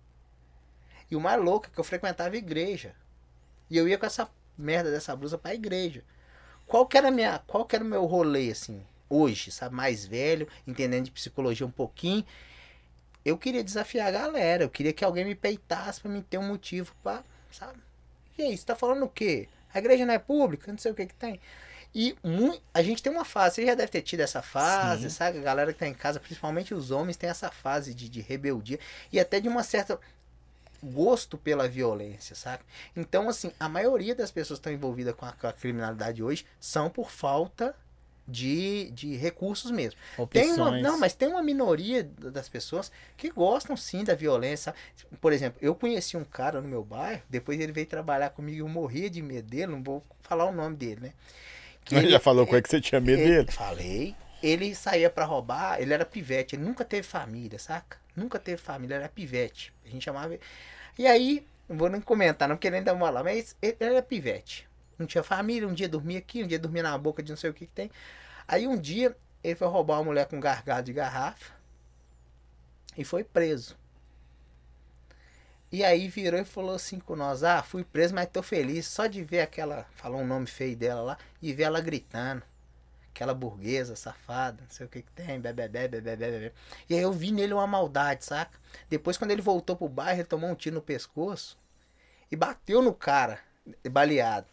E o mais louco é que eu frequentava a igreja. E eu ia com essa merda dessa blusa pra igreja. Qual que era, a minha, qual que era o meu rolê, assim, hoje, sabe? Mais velho, entendendo de psicologia um pouquinho. Eu queria desafiar a galera. Eu queria que alguém me peitasse pra mim ter um motivo pra, sabe? E aí, você tá falando o quê? A igreja não é pública? Não sei o que que tem. E muito, a gente tem uma fase, você já deve ter tido essa fase, Sim. sabe? A galera que tá em casa, principalmente os homens, tem essa fase de, de rebeldia. E até de uma certa... gosto pela violência, sabe? Então, assim, a maioria das pessoas que estão envolvidas com a, com a criminalidade hoje são por falta de, de recursos mesmo. Tem uma, não, mas tem uma minoria das pessoas que gostam sim da violência. Por exemplo, eu conheci um cara no meu bairro, depois ele veio trabalhar comigo e eu morria de medo dele, não vou falar o nome dele, né? Que ele, já falou com ele que você tinha medo ele, dele? Falei. Ele saía pra roubar, ele era pivete, ele nunca teve família, saca? Nunca teve família, era pivete. A gente chamava. E aí, não vou nem comentar, não, porque ele ainda mora lá, mas ele era pivete. Não tinha família, um dia dormia aqui, um dia dormia na boca de não sei o que, que tem. Aí um dia ele foi roubar uma mulher com gargalo de garrafa e foi preso. E aí virou e falou assim com nós, ah, fui preso, mas tô feliz só de ver aquela, falou um nome feio dela lá, e ver ela gritando. Aquela burguesa, safada, não sei o que que tem, bebê, bebê, bebê, bebê. E aí eu vi nele uma maldade, saca? Depois quando ele voltou pro bairro, ele tomou um tiro no pescoço e bateu no cara, baleado.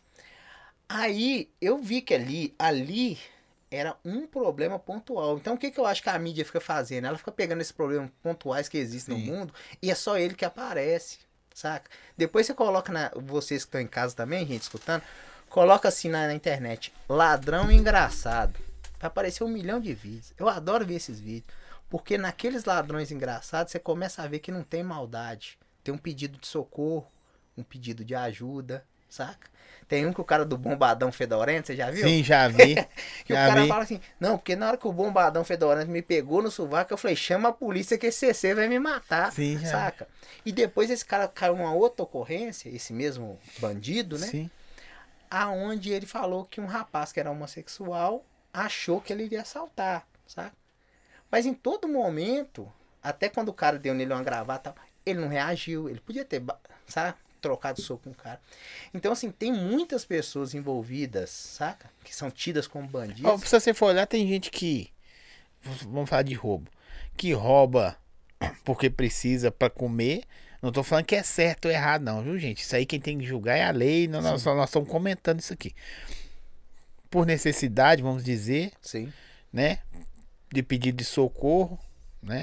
Aí eu vi que ali, ali era um problema pontual. Então o que, que eu acho que a mídia fica fazendo? Ela fica pegando esses problemas pontuais que existem Sim. no mundo e é só ele que aparece, saca? Depois você coloca, na, vocês que estão em casa também, gente, escutando, coloca assim na, na internet, ladrão engraçado. Vai aparecer um milhão de vídeos. Eu adoro ver esses vídeos. Porque naqueles ladrões engraçados, você começa a ver que não tem maldade. Tem um pedido de socorro, um pedido de ajuda, saca? Tem um que o cara do Bombadão Fedorento, você já viu? Sim, já vi. Que já o cara vi. fala assim, não, porque na hora que o Bombadão Fedorento me pegou no sovaco, eu falei, chama a polícia que esse C C vai me matar, Sim, já. saca? E depois esse cara caiu numa outra ocorrência, esse mesmo bandido, né? Sim. Aonde ele falou que um rapaz que era homossexual achou que ele iria assaltar, sabe? Mas em todo momento, até quando o cara deu nele uma gravata, ele não reagiu, ele podia ter, sabe, trocado soco com o cara. Então, assim, tem muitas pessoas envolvidas, saca? Que são tidas como Ó, bandidos. se você for olhar, tem gente que, vamos falar de roubo, que rouba porque precisa pra comer. Não tô falando que é certo ou errado, não, viu, gente? Isso aí quem tem que julgar é a lei. Nós, nós, nós estamos comentando isso aqui. Por necessidade, vamos dizer, Sim. né? De pedido de socorro, né?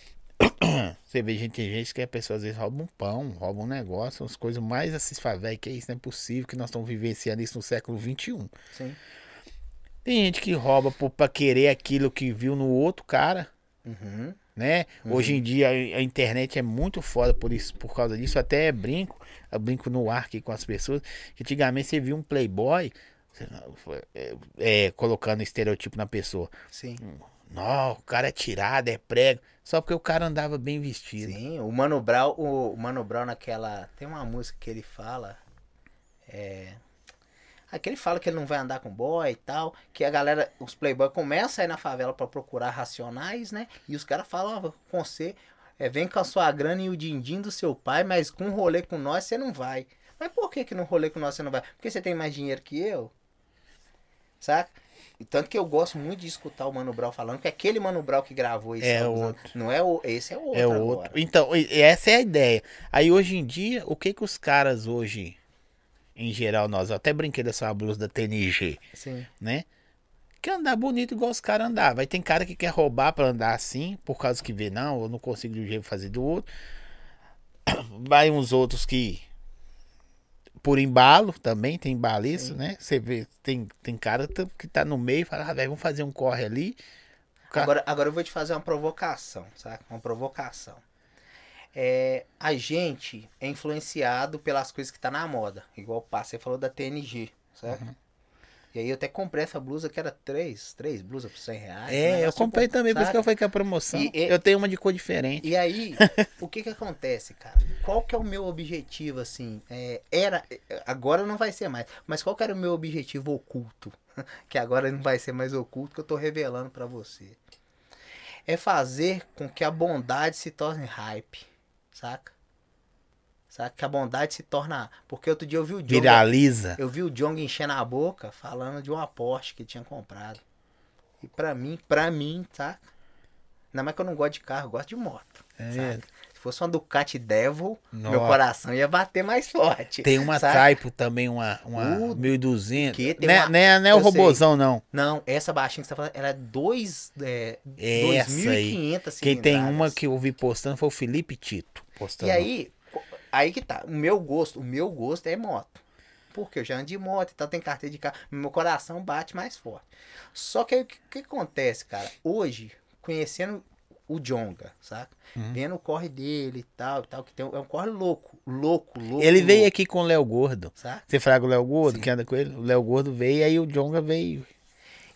Você vê, gente, tem gente que a pessoa às vezes rouba um pão, rouba um negócio, umas coisas mais assim, você fala, velho, que isso não é possível, que nós estamos vivenciando isso no século vinte e um. Sim. Tem gente que rouba por, pra querer aquilo que viu no outro cara, Uhum. né? Uhum. Hoje em dia a, a internet é muito foda por isso, por causa disso. Até brinco, eu brinco no ar aqui com as pessoas. Que antigamente você via um playboy é, é, colocando estereotipo na pessoa. Sim. Não, o cara é tirado, é prego. Só porque o cara andava bem vestido. Sim, o Mano Brown, o Mano Brown naquela. Tem uma música que ele fala. É. Aqui ele fala que ele não vai andar com boy e tal. Que a galera, os playboy começam a ir na favela pra procurar racionais, né? E os caras falam, ó, com você, é, vem com a sua grana e o din-din do seu pai, mas com um rolê com nós você não vai. Mas por que que no rolê com nós você não vai? Porque você tem mais dinheiro que eu? Saca? E tanto que eu gosto muito de escutar o Mano Brown falando que aquele Mano Brown que gravou esse É álbum, outro. não é o, esse é o outro É agora. outro. Então, e- essa é a ideia. Aí hoje em dia, o que que os caras hoje, em geral, nós, eu até brinquei dessa blusa da T N G, Sim. né? Quer andar bonito igual os caras andar. Vai tem cara que quer roubar pra andar assim, por causa que vê, não, eu não consigo de um jeito fazer do outro. Vai uns outros que por embalo também, tem embaliço, Sim. né? Você vê, tem, tem cara que tá no meio e fala, ah, velho, vamos fazer um corre ali. O cara- Agora, agora eu vou te fazer uma provocação, saca? Uma provocação. É, a gente é influenciado pelas coisas que tá na moda. Igual o Pá, você falou da T N G, certo? Uhum. E aí eu até comprei essa blusa que era três, três blusas por cem reais. um É, eu negócio comprei tipo, também, por isso saca? que eu falei que a promoção. E- e- eu tenho uma de cor diferente. E aí, o que que acontece, cara? Qual que é o meu objetivo, assim? É, era, agora não vai ser mais, mas qual que era o meu objetivo oculto? Que agora não vai ser mais oculto, que eu tô revelando pra você. É fazer com que a bondade se torne hype, saca? Saca? Que a bondade se torna... Porque outro dia eu vi o Jong... Viraliza. Eu vi o Jong enchendo a boca falando de uma Porsche que ele tinha comprado. E pra mim, pra mim, saca? Ainda mais que eu não gosto de carro, eu gosto de moto. É. Saca? Se fosse uma Ducati Devil, meu Nossa. coração ia bater mais forte. Tem uma saca? Typo também, uma, uma Uh, mil e duzentos. que tem Não é, uma- não é, não é o eu sei. robozão, não. Não, essa baixinha que você tá falando, ela é dois, é, Essa dois mil e quinhentas Quem tem cilindradas. uma que eu vi postando foi o Felipe Tito. Postando. E aí, aí que tá. O meu gosto, o meu gosto é moto. Porque eu já ando de moto, então tem carteira de carro. Meu coração bate mais forte. Só que aí o que, que acontece, cara? Hoje, conhecendo o Jonga, saca? Uhum. Vendo o corre dele e tal, e tal, que tem, um- é um corre louco, louco, louco. Ele veio louco, aqui com o Léo Gordo. saca? Você fraga o Léo Gordo, Sim. que anda com ele? O Léo Gordo veio e aí o Jonga veio.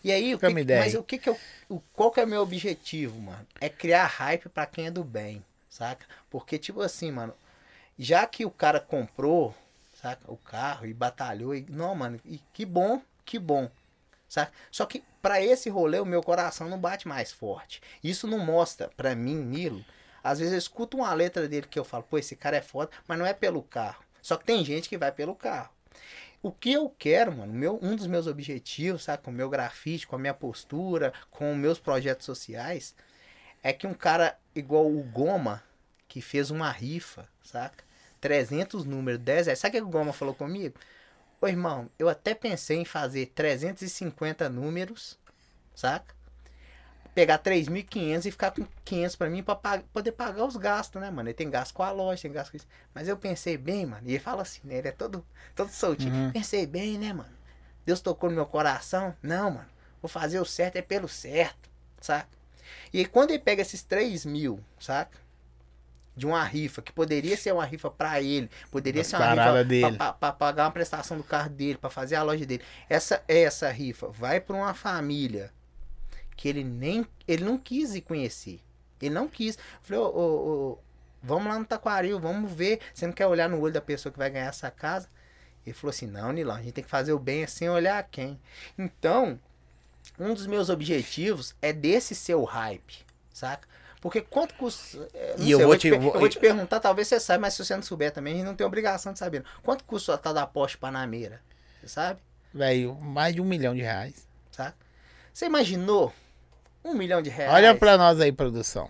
E aí, o Fica que, uma ideia mas aí. o que que eu, o, qual que é o meu objetivo, mano? É criar hype pra quem é do bem, saca? Porque, tipo assim, mano, já que o cara comprou, saca, o carro e batalhou, e, não, mano, e que bom, que bom, saca? Só que pra esse rolê o meu coração não bate mais forte. Isso não mostra pra mim, Nilo. Às vezes eu escuto uma letra dele que eu falo, pô, esse cara é foda, mas não é pelo carro. Só que tem gente que vai pelo carro. O que eu quero, mano, meu, um dos meus objetivos, sabe, com o meu grafite, com a minha postura, com os meus projetos sociais, é que um cara igual o Goma, que fez uma rifa, saca? trezentos números, dez reais. Sabe o que o Goma falou comigo? Ô, irmão, eu até pensei em fazer trezentos e cinquenta números, saca? Pegar três mil e quinhentos e ficar com quinhentos pra mim pra pag- poder pagar os gastos, né, mano? Ele tem gasto com a loja, tem gasto com isso. Mas eu pensei bem, mano. E ele fala assim, né? Ele é todo, todo soltinho. Uhum. Pensei bem, né, mano? Deus tocou no meu coração. Não, mano. Vou fazer o certo é pelo certo, saca? E aí quando ele pega esses três mil, saca? De uma rifa, que poderia ser uma rifa pra ele, poderia Das ser uma paradas rifa dele. pra, pra- pra pagar uma prestação do carro dele, pra fazer a loja dele. Essa, essa rifa vai pra uma família que ele nem, ele não quis ir conhecer. Ele não quis. Eu falei, ô, ô, ô, vamos lá no Taquaril, vamos ver. Você não quer olhar no olho da pessoa que vai ganhar essa casa? Ele falou assim, não, Nilão, a gente tem que fazer o bem sem olhar a quem. Então, um dos meus objetivos é desse seu hype, saca? Porque quanto custa. é, Não E eu sei, vou te, te- per- vou- eu vou te perguntar, talvez você saiba, mas se você não souber também, a gente não tem obrigação de saber. Quanto custa a tal da Porsche Panamera? Você sabe? Velho, mais de um milhão de reais. Saca? Você imaginou um milhão de reais? Olha pra nós aí, produção.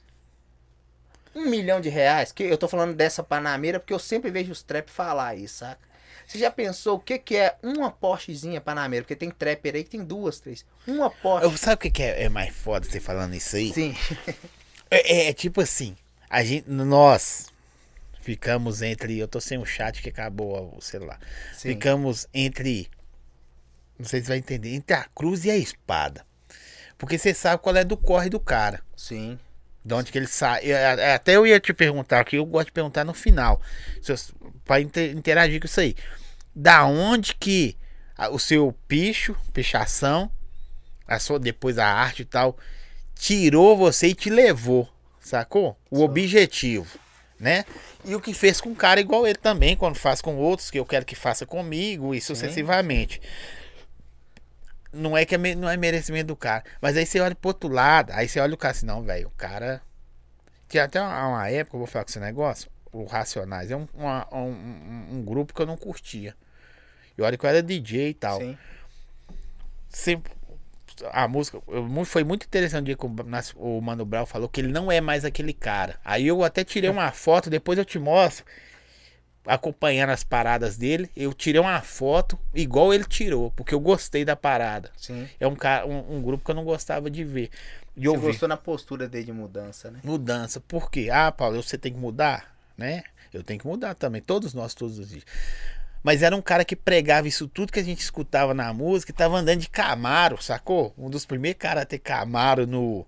Um milhão de reais? Que eu tô falando dessa Panamera porque eu sempre vejo os trap falar isso, saca? Você já pensou o que, que é uma Porschezinha Panamera? Porque tem trapper aí que tem duas, três. Uma Porsche. Eu, sabe o que, que é, é mais foda você falando isso aí? Sim. É, é- é tipo assim, a gente, nós ficamos entre. Eu tô sem o chat que acabou o celular. Sim. Ficamos entre. Não sei se vai entender. Entre a cruz e a espada. Porque você sabe qual é do corre do cara. Sim. De onde que ele sai. Eu- é, Até eu ia te perguntar aqui, eu gosto de perguntar no final. se eu- Pra inter- interagir com isso aí. Da onde que a- o seu picho, pichação, a sua, depois a arte e tal, tirou você e te levou, sacou? O Só. objetivo, né? E o que fez com um cara igual ele também, quando faz com outros, que eu quero que faça comigo e sucessivamente. Não é que é, me- não é merecimento do cara. Mas aí você olha pro outro lado, aí você olha o cara assim, não, velho, o cara. Tinha até uma, uma época, eu vou falar com esse negócio, o Racionais, é um, uma- um, um- um grupo que eu não curtia. E olha que eu era D J e tal. Sim. Sempre, a música eu- mu- foi muito interessante o dia que o, nas- o Mano Brown falou que ele não é mais aquele cara. Aí eu até tirei uma foto, depois eu te mostro, acompanhando as paradas dele. Eu tirei uma foto igual ele tirou, porque eu gostei da parada. Sim. É um, cara, um, um grupo que eu não gostava de ver. De Você ouvir. gostou na postura dele de mudança, né? Mudança. Por quê? Ah, Paulo, você tem que mudar, né? Eu tenho que mudar também. Todos nós, todos os dias. Mas era um cara que pregava isso tudo que a gente escutava na música e tava andando de Camaro, sacou? Um dos primeiros caras a ter Camaro no...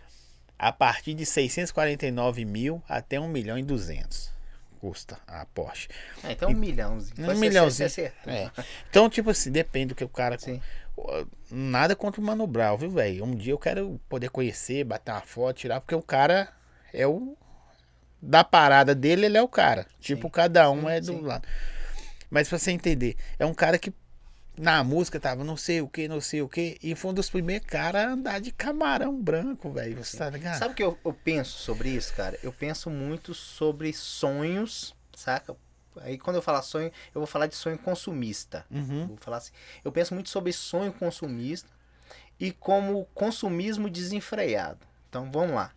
A partir de seiscentos e quarenta e nove mil até um milhão e duzentos. Custa a Porsche. Ah, então um milhãozinho. Um Foi você- milhãozinho. você acertou. É. Então, tipo assim, depende do que o cara... Sim. Nada contra o Mano Brown, viu, velho? Um dia eu quero poder conhecer, bater uma foto, tirar, porque o cara é o... Da parada dele, ele é o cara. Tipo, Sim. cada um Sim, é do sim. lado. Mas pra você entender, é um cara que na música tava não sei o que, não sei o que, e foi um dos primeiros caras a andar de camarão branco, velho. Você tá ligado? Sabe o que eu, eu penso sobre isso, cara? Eu penso muito sobre sonhos, saca? Aí quando eu falar sonho, eu vou falar de sonho consumista. Uhum. Vou falar assim. Eu penso muito sobre sonho consumista e como consumismo desenfreado. Então vamos lá.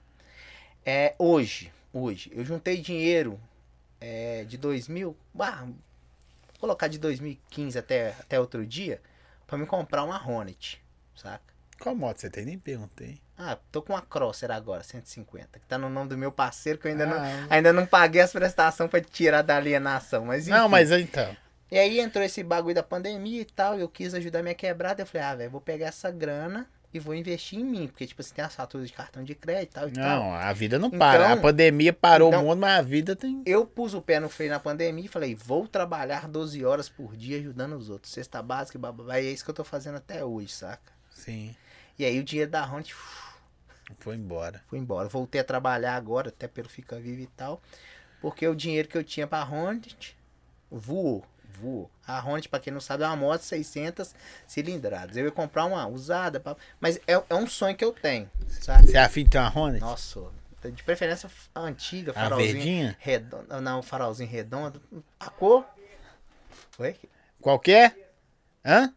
É, hoje, hoje, eu juntei dinheiro é, de dois mil, ah, vou colocar de dois mil e quinze até, até outro dia, pra me comprar uma Hornet, saca? Qual moto você tem? Nem perguntei. Ah, tô com uma Crosser agora, cento e cinquenta, que tá no nome do meu parceiro, que eu ainda, não, Ah, ainda não paguei as prestações pra tirar da alienação, mas enfim. não, mas então. E aí entrou esse bagulho da pandemia e tal, eu quis ajudar minha quebrada, eu falei, ah, velho, vou pegar essa grana e vou investir em mim, porque, tipo, assim, tem as faturas de cartão de crédito e tal e tal. Não, a vida não para. Então- a pandemia parou então- o mundo, mas a vida tem. Eu pus o pé no freio na pandemia e falei, vou trabalhar doze horas por dia ajudando os outros. Cesta básica, bababá, e é isso que eu tô fazendo até hoje, saca? Sim. E aí o dinheiro da Hornet Foi embora. foi embora. Voltei a trabalhar agora, até pelo Fica Vivo e tal, porque o dinheiro que eu tinha pra Hornet voou. Voou. A Hornet, pra quem não sabe, é uma moto seiscentas cilindradas. Eu ia comprar uma usada, pra... mas é, é um sonho que eu tenho, sabe? Você é afim de ter uma Hornet? Nossa, de preferência a antiga, A verdinha? redondo. Não, farolzinho redondo. A cor? Oi? Qualquer? Hã?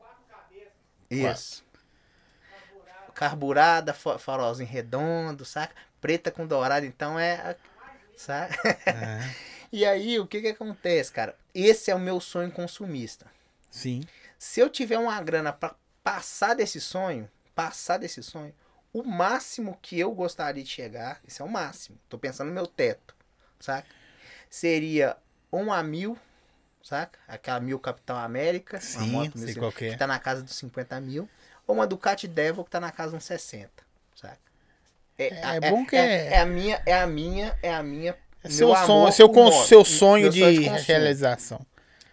Isso. Carburada, farolzinho redondo, saca? Preta com dourado, então é... Saca? Ah, E aí, o que que acontece, cara? Esse é o meu sonho consumista. sim. Se eu tiver uma grana pra passar desse sonho, passar desse sonho, o máximo que eu gostaria de chegar, esse é o máximo, tô pensando no meu teto, saca? Seria uma mil, saca? Aquela mil Capitão América, uma Sim, moto sei mil, qual que é. que tá na casa dos cinquenta mil, ou uma Ducati Devil que tá na casa dos sessenta, saca? É bom que é, é- é a minha, é a minha, é a minha, É meu seu amor sonho, seu, por con- moto, seu sonho meu de, consumo. realização.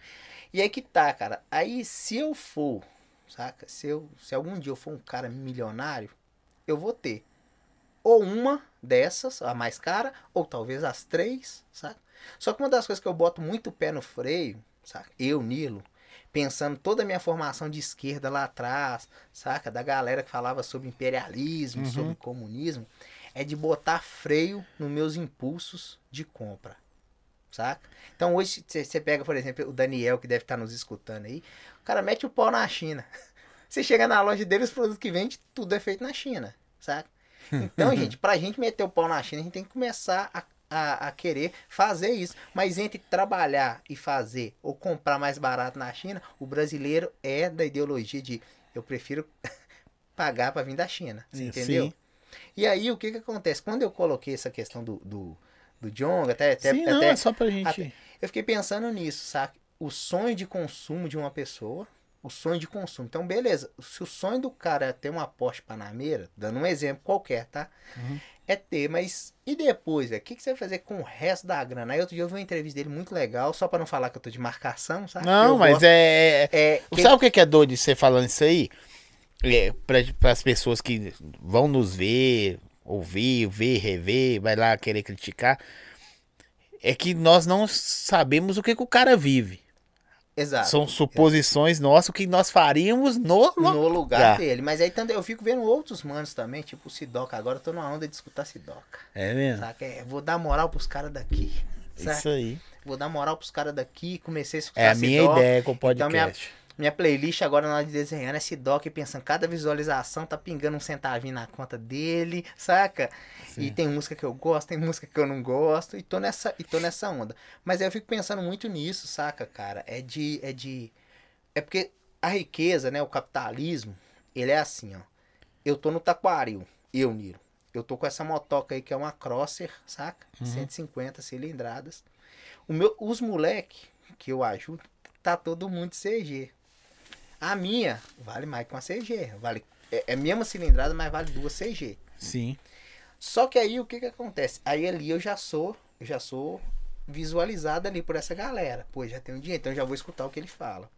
E aí que tá, cara. Aí se eu for, saca? Se, eu, se algum dia eu for um cara milionário, eu vou ter ou uma dessas, a mais cara, ou talvez as três, saca? Só que uma das coisas que eu boto muito pé no freio, saca? Eu, Nilo, pensando toda a minha formação de esquerda lá atrás, saca? Da galera que falava sobre imperialismo, Uhum. sobre comunismo, é de botar freio nos meus impulsos de compra. Saca? Então hoje você pega, por exemplo, o Daniel, que deve estar nos escutando aí, o cara mete o pau na China. Você chega na loja dele, os produtos que vende, tudo é feito na China, saca? Então, gente, pra gente meter o pau na China, a gente tem que começar a, a, a querer fazer isso. Mas entre trabalhar e fazer, ou comprar mais barato na China, o brasileiro é da ideologia de eu prefiro pagar pra vir da China, você entendeu? Sim. E aí, o que que acontece? Quando eu coloquei essa questão do, do, do Jong, até, até, Sim, não, até é só pra gente. até- eu fiquei pensando nisso, sabe? O sonho de consumo de uma pessoa, o sonho de consumo. Então, beleza, se o sonho do cara é ter uma Porsche Panamera, dando um exemplo qualquer, tá? Uhum. É ter, mas e depois, o que, que você vai fazer com o resto da grana? Aí outro dia eu vi uma entrevista dele muito legal, só pra não falar que eu tô de marcação, sabe? Não, Eu mas gosto- é. é- é que- Sabe o que que é doido de você falando isso aí? É, para as pessoas que vão nos ver, ouvir, ver, rever, vai lá querer criticar. É que nós não sabemos o que, que o cara vive. Exato. São suposições nossas, o que nós faríamos no, No lugar lugar. dele. Mas aí tanto- eu fico vendo outros manos também, tipo o Sidoca. Agora eu tô numa onda de escutar Sidoca. É mesmo? Saca? É, vou dar moral pros caras daqui. Saca? Isso aí. Vou dar moral pros caras daqui. Comecei a escutar É a minha Sidoca. ideia com o Então minha, podcast. minha playlist agora na hora de desenhar é Sidoca e pensando, cada visualização tá pingando um centavinho na conta dele, saca? Sim. E tem música que eu gosto, tem música que eu não gosto, e tô nessa, e tô nessa onda. Mas aí eu fico pensando muito nisso, saca, cara? É de. É de. É porque a riqueza, né? O capitalismo, ele é assim, ó. Eu tô no Taquaril, eu, Niro. Eu tô com essa motoca aí que é uma Crosser, saca? Uhum. cento e cinquenta cilindradas. O meu, os moleque que eu ajudo, tá todo mundo de C G. A minha vale mais que uma C G. Vale, é, é a mesma cilindrada, mas vale duas C G. Sim. Só que aí o que que acontece? Aí ali eu já sou, eu já sou visualizado ali por essa galera. Pô, já tenho dinheiro, então eu já vou escutar o que ele fala.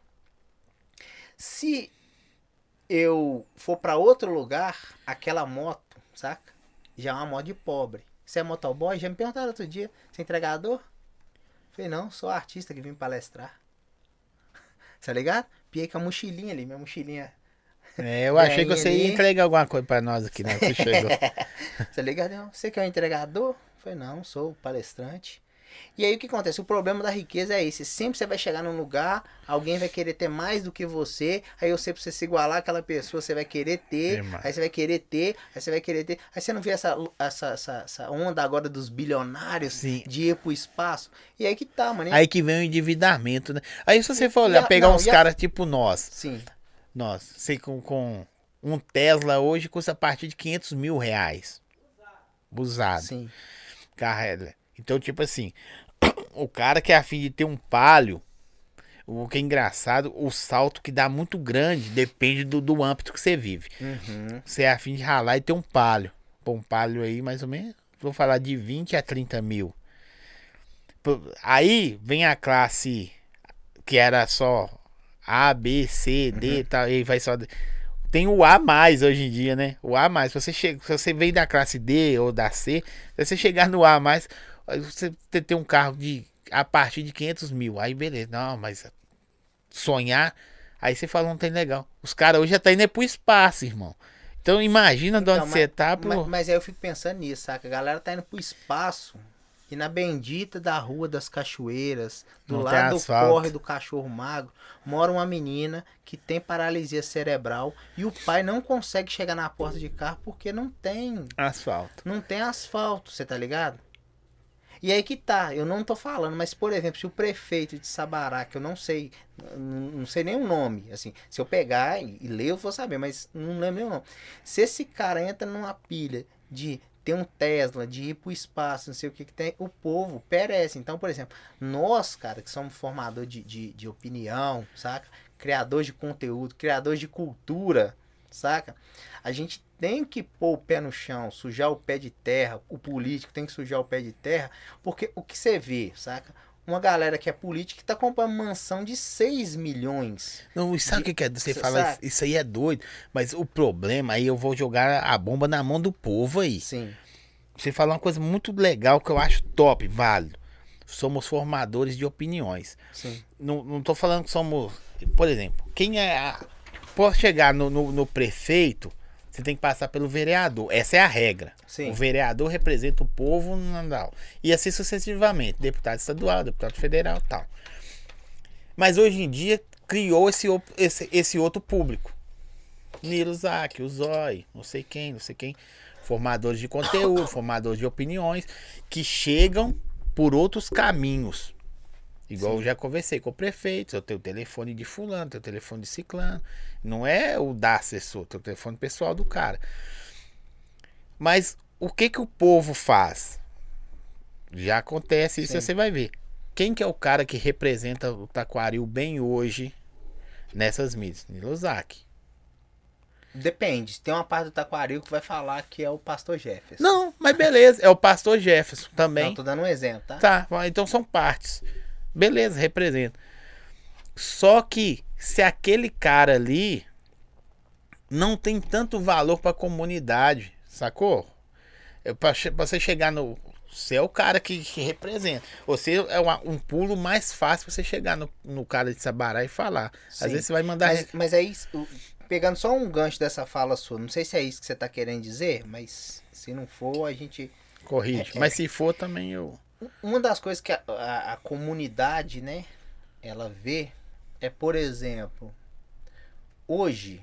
Se eu for pra outro lugar, aquela moto, saca? Já é uma moto de pobre. Você é motoboy? Já me perguntaram outro dia, você é entregador? Falei, não, sou artista que vim palestrar. Tá ligado? Piei com a mochilinha ali, minha mochilinha. É, eu achei que Ganhei você ia ali. entregar alguma coisa pra nós aqui, né? Você chegou. Tá ligado? Não, você que é um entregador? Falei, não, sou palestrante. E aí o que acontece? O problema da riqueza é esse. Sempre você vai chegar num lugar, alguém vai querer ter mais do que você. Aí você, pra você se igualar àquela pessoa, você vai querer ter. Tem mais. Aí você vai querer ter. Aí você vai querer ter. Aí você não vê essa, essa, essa, essa onda agora dos bilionários Sim. de ir pro espaço. E aí que tá, mano. Aí que vem o endividamento, né? Aí se você for E olhar, a- pegar não, uns e a- caras tipo nós. Sim. Nós, sei com, com um Tesla hoje custa a partir de quinhentos mil reais. Usado. Sim. Carrega. Então, tipo assim, o cara que é afim de ter um Palio, o que é engraçado, o salto que dá muito grande depende do, do âmbito que você vive. Uhum. Você é afim de ralar e ter um Palio. Pô, um Palio aí, mais ou menos, vou falar de vinte a trinta mil. Pô, aí vem a classe que era só A, B, C, D e tal, e vai só... tem o A mais hoje em dia, né? O A mais. Se você, chega, se você vem da classe D ou da C, se você chegar no A mais, aí você tem um carro de a partir de quinhentos mil. Aí beleza. Não, mas sonhar. Aí você fala, não tem legal. Os caras hoje já tá indo é pro espaço, irmão. Então imagina de Então, onde você tá pro... mas, mas aí eu fico pensando nisso, saca? A galera tá indo pro espaço e na bendita da Rua das Cachoeiras, do Não tem lado do asfalto. Corre do Cachorro Magro, mora uma menina que tem paralisia cerebral e o pai não consegue chegar na porta de carro porque não tem, asfalto. não tem asfalto, você tá ligado? E aí que tá, eu não tô falando, mas por exemplo, se o prefeito de Sabará, que eu não sei, não não sei nem o nome, assim, se eu pegar e, e ler eu vou saber, mas não lembro nem o nome. Se esse cara entra numa pilha de ter um Tesla, de ir pro espaço, não sei o que que tem, o povo perece. Então, por exemplo, nós, cara, que somos formador de, de, de opinião, saca? Criadores de conteúdo, criadores de cultura, saca? A gente tem que pôr o pé no chão, sujar o pé de terra, o político tem que sujar o pé de terra, porque o que você vê, saca? Uma galera que é política que tá comprando mansão de seis milhões. Não, e sabe o De- que, que é? Você sa- fala, sabe? isso, isso aí é doido. Mas o problema aí eu vou jogar a bomba na mão do povo aí. Sim, Você falou uma coisa muito legal que eu acho top, válido. Somos formadores de opiniões. sim, Não, não tô falando que somos. Por exemplo, quem é. A, por chegar no, no, no prefeito, você tem que passar pelo vereador. Essa é a regra. sim. O vereador representa o povo no Natal. E assim sucessivamente. Deputado estadual, deputado federal e tal. Mas hoje em dia criou esse, op- esse, esse outro público. Nilo Zac, o Zói, não sei quem, não sei quem. Formadores de conteúdo, formadores de opiniões, que chegam por outros caminhos. Igual Sim. eu já conversei com o prefeito, eu tenho o telefone de fulano, tenho o telefone de ciclano. Não é o da assessor, tenho o telefone pessoal do cara. Mas o que que o povo faz? Já acontece isso, Sim. você vai ver. Quem que é o cara que representa o Taquaril bem hoje nessas mídias? Nilo Zac. Depende. Tem uma parte do Taquaril que vai falar que é o pastor Jefferson. Não, mas beleza, é o pastor Jefferson também. Não, tô dando um exemplo, tá? Tá, então são partes. Beleza, representa. Só que se aquele cara ali não tem tanto valor pra comunidade, sacou? É pra, che- pra você chegar no. Você é o cara que, que representa. Você é uma- um pulo mais fácil pra você chegar no, no cara de Sabará e falar. Sim. Às vezes você vai mandar. Mas, mas aí, o- pegando só um gancho dessa fala sua, não sei se é isso que você tá querendo dizer, mas se não for, a gente... Corrige. é- Mas se for também eu. Uma das coisas que a, a, a comunidade, né, ela vê é, por exemplo, hoje,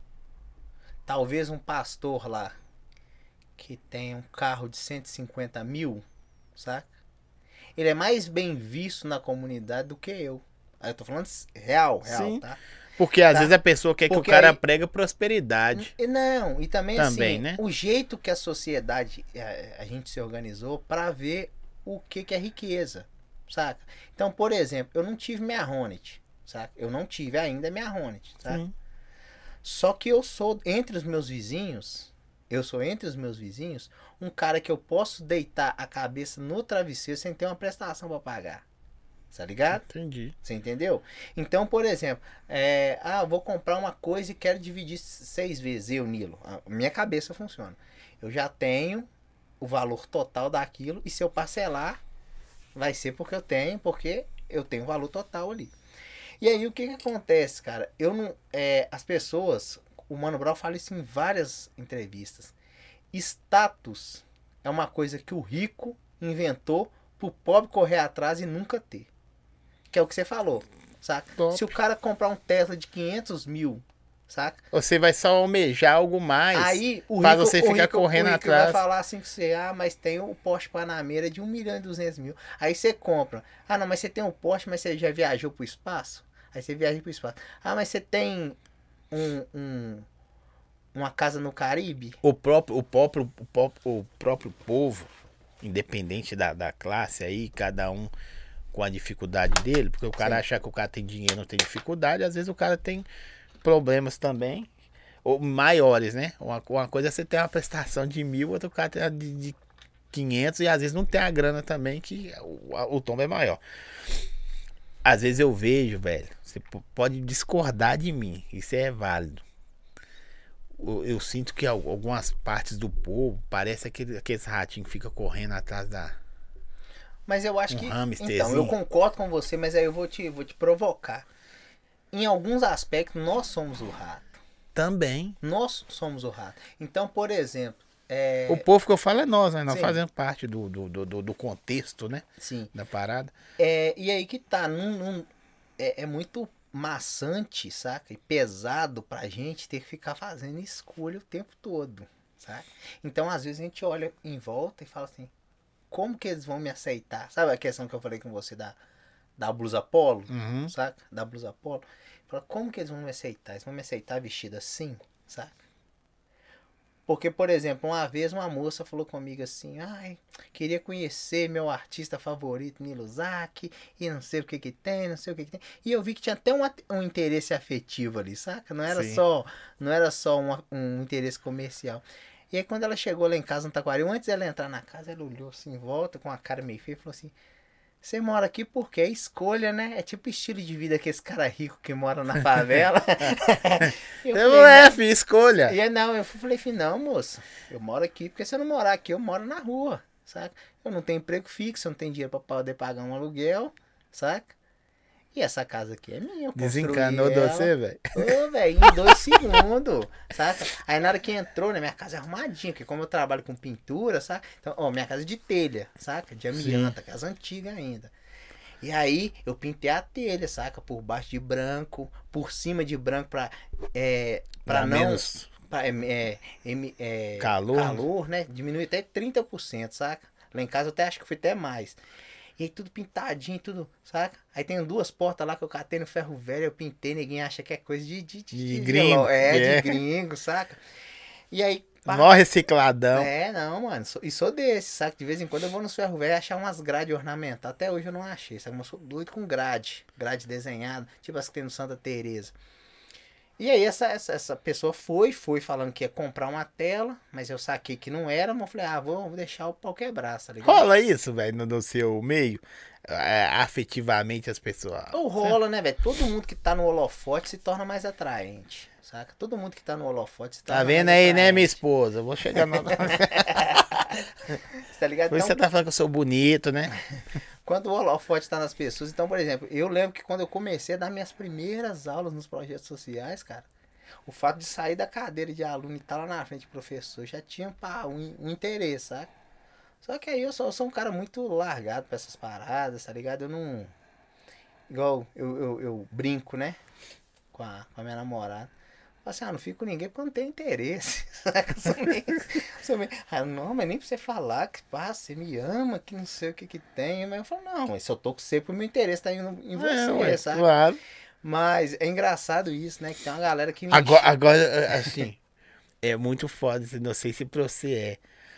talvez um pastor lá que tem um carro de cento e cinquenta mil, saca? Ele é mais bem visto na comunidade do que eu. Aí eu tô falando real, real, Sim. tá? Porque às Tá. vezes a pessoa quer que Porque o cara aí- prega prosperidade. E não, e também, Também, assim, né? o jeito que a sociedade, a, a gente se organizou pra ver o que, que é riqueza, saca? Então, por exemplo, eu não tive minha Hornet, saca? Eu não tive ainda minha Hornet, saca? Sim. Só que eu sou, entre os meus vizinhos, eu sou entre os meus vizinhos, um cara que eu posso deitar a cabeça no travesseiro sem ter uma prestação pra pagar, tá ligado? Entendi. Você entendeu? Então, por exemplo, é, ah, eu vou comprar uma coisa e quero dividir seis vezes. Eu, Nilo, a minha cabeça funciona. Eu já tenho o valor total daquilo e se eu parcelar, vai ser porque eu tenho, porque eu tenho o valor total ali. E aí, o que que acontece, cara? Eu não, é, as pessoas, o Mano Brown fala isso em várias entrevistas. Status é uma coisa que o rico inventou pro pobre correr atrás e nunca ter. Que é o que você falou, saca? Top. Se o cara comprar um Tesla de quinhentos mil, saca? Você vai só almejar algo mais. Aí o faz rico, você o ficar rico- correndo o rico atrás. vai falar assim que você, ah, mas tem o Porsche Panamera de um milhão e duzentos mil. Aí você compra. Ah, não, mas você tem o Porsche, mas você já viajou pro espaço? Aí você viaja pro espaço. Ah, mas você tem um, um- uma casa no Caribe? O próprio, o próprio, o próprio, o próprio povo, independente da, da classe aí, cada um com a dificuldade dele, porque o cara Sim. achar que o cara tem dinheiro, não tem dificuldade, às vezes o cara tem problemas também, ou maiores, né? Uma, uma coisa é você ter uma prestação de mil, outro cara tem a de, de quinhentos e às vezes não tem a grana também, que o, a- o tombo é maior. Às vezes eu vejo, velho, você p- pode discordar de mim, isso é válido. eu, eu sinto que al- algumas partes do povo parece aquele, aqueles ratinhos que ficam correndo atrás da Mas eu acho um que. Então, eu hamsterzinho. concordo com você, mas aí eu vou te, vou te provocar. Em alguns aspectos, nós somos o rato. Também. Nós somos o rato. Então, por exemplo. O É... povo que eu falo é nós, né? Nós Sim, fazemos parte do, do, do, do- do contexto, né? sim. Da parada. É, e aí que tá. Num, num- é, é muito maçante, saca? E pesado pra gente ter que ficar fazendo escolha o tempo todo, saca? Então, às vezes, a gente olha em volta e fala assim: como que eles vão me aceitar? Sabe a questão que eu falei com você da, da blusa polo, Uhum. saca? Da blusa polo. Fala, como que eles vão me aceitar? Eles vão me aceitar vestido assim, saca? Porque, por exemplo, uma vez uma moça falou comigo assim: ai, queria conhecer meu artista favorito, Nilo Zaki, e não sei o que que tem, não sei o que que tem. E eu vi que tinha até um, at- um interesse afetivo ali, saca? Não era Sim. só, não era só uma- um interesse comercial. E aí quando ela chegou lá em casa no Taquaril, antes dela entrar na casa, ela olhou assim em volta com a cara meio feia e falou assim: você mora aqui porque é escolha, né? É tipo estilo de vida que esse cara rico que mora na favela. Eu Então falei, é, não. filho, escolha. E aí, não, eu falei assim, não, moça, eu moro aqui porque se eu não morar aqui, eu moro na rua, saca? Eu não tenho emprego fixo, eu não tenho dinheiro pra poder pagar um aluguel, saca? E essa casa aqui é minha, eu construí Desencanou de ela. você, velho. Ô, velho, em dois segundos, saca? Aí na hora que entrou, né, minha casa é arrumadinha, porque como eu trabalho com pintura, saca? Então, ó, minha casa é de telha, saca? De amianta, casa antiga ainda. E aí eu pintei a telha, saca? Por baixo de branco, por cima de branco pra, é, pra Dá não... menos pra, é, é, emi- é, calor. calor, né? Diminui até trinta por cento, saca? Lá em casa eu até acho que foi até mais. E aí tudo pintadinho, tudo, saca? Aí tem duas portas lá que eu catei no ferro velho, eu pintei, ninguém acha que é coisa de... De, de, De de gringo. geló- É, É. de gringo, saca? E aí, pá, Mó recicladão. é, não, mano. sou- E sou desse, sabe? De vez em quando eu vou no ferro velho achar umas grades ornamentais. Até hoje eu não achei, sabe? Mas eu sou doido com grade. Grade desenhada, tipo as que tem no Santa Teresa. E aí essa, essa, essa pessoa foi, foi falando que ia comprar uma tela, mas eu saquei que não era, mas eu falei, ah, vou, vou deixar o pau quebrar, tá ligado? Rola isso, velho, no, no seu meio? É, afetivamente as pessoas. Ou rola, né, velho? Todo mundo que tá no holofote se torna mais atraente, saca? Todo mundo que tá no holofote se torna Tá mais vendo atraente. aí, né, minha esposa? Eu vou chegar no. Tá ligado? Por isso Então, você tá falando que eu sou bonito, né? quando o holofote está nas pessoas, então, por exemplo, eu lembro que quando eu comecei a dar minhas primeiras aulas nos projetos sociais, cara, o fato de sair da cadeira de aluno e estar lá na frente do professor já tinha pá, um, um interesse, sabe? Só que aí eu sou, eu sou um cara muito largado pra essas paradas, tá ligado? Eu não. Igual eu, eu, eu brinco, né? Com a, com a minha namorada. Falo assim, ah, não fico com ninguém porque eu não tenho interesse. Saca? Eu sou meio, sou meio, ah, não, mas nem pra você falar que pá, você me ama, que não sei o que que tem. Mas eu falo, não, mas se eu tô com você, por meu interesse tá indo em você, É, ué, sabe? claro. Mas é engraçado isso, né? Que tem uma galera que me Agora, xinga. agora, assim, é muito foda. Não sei se pra você é.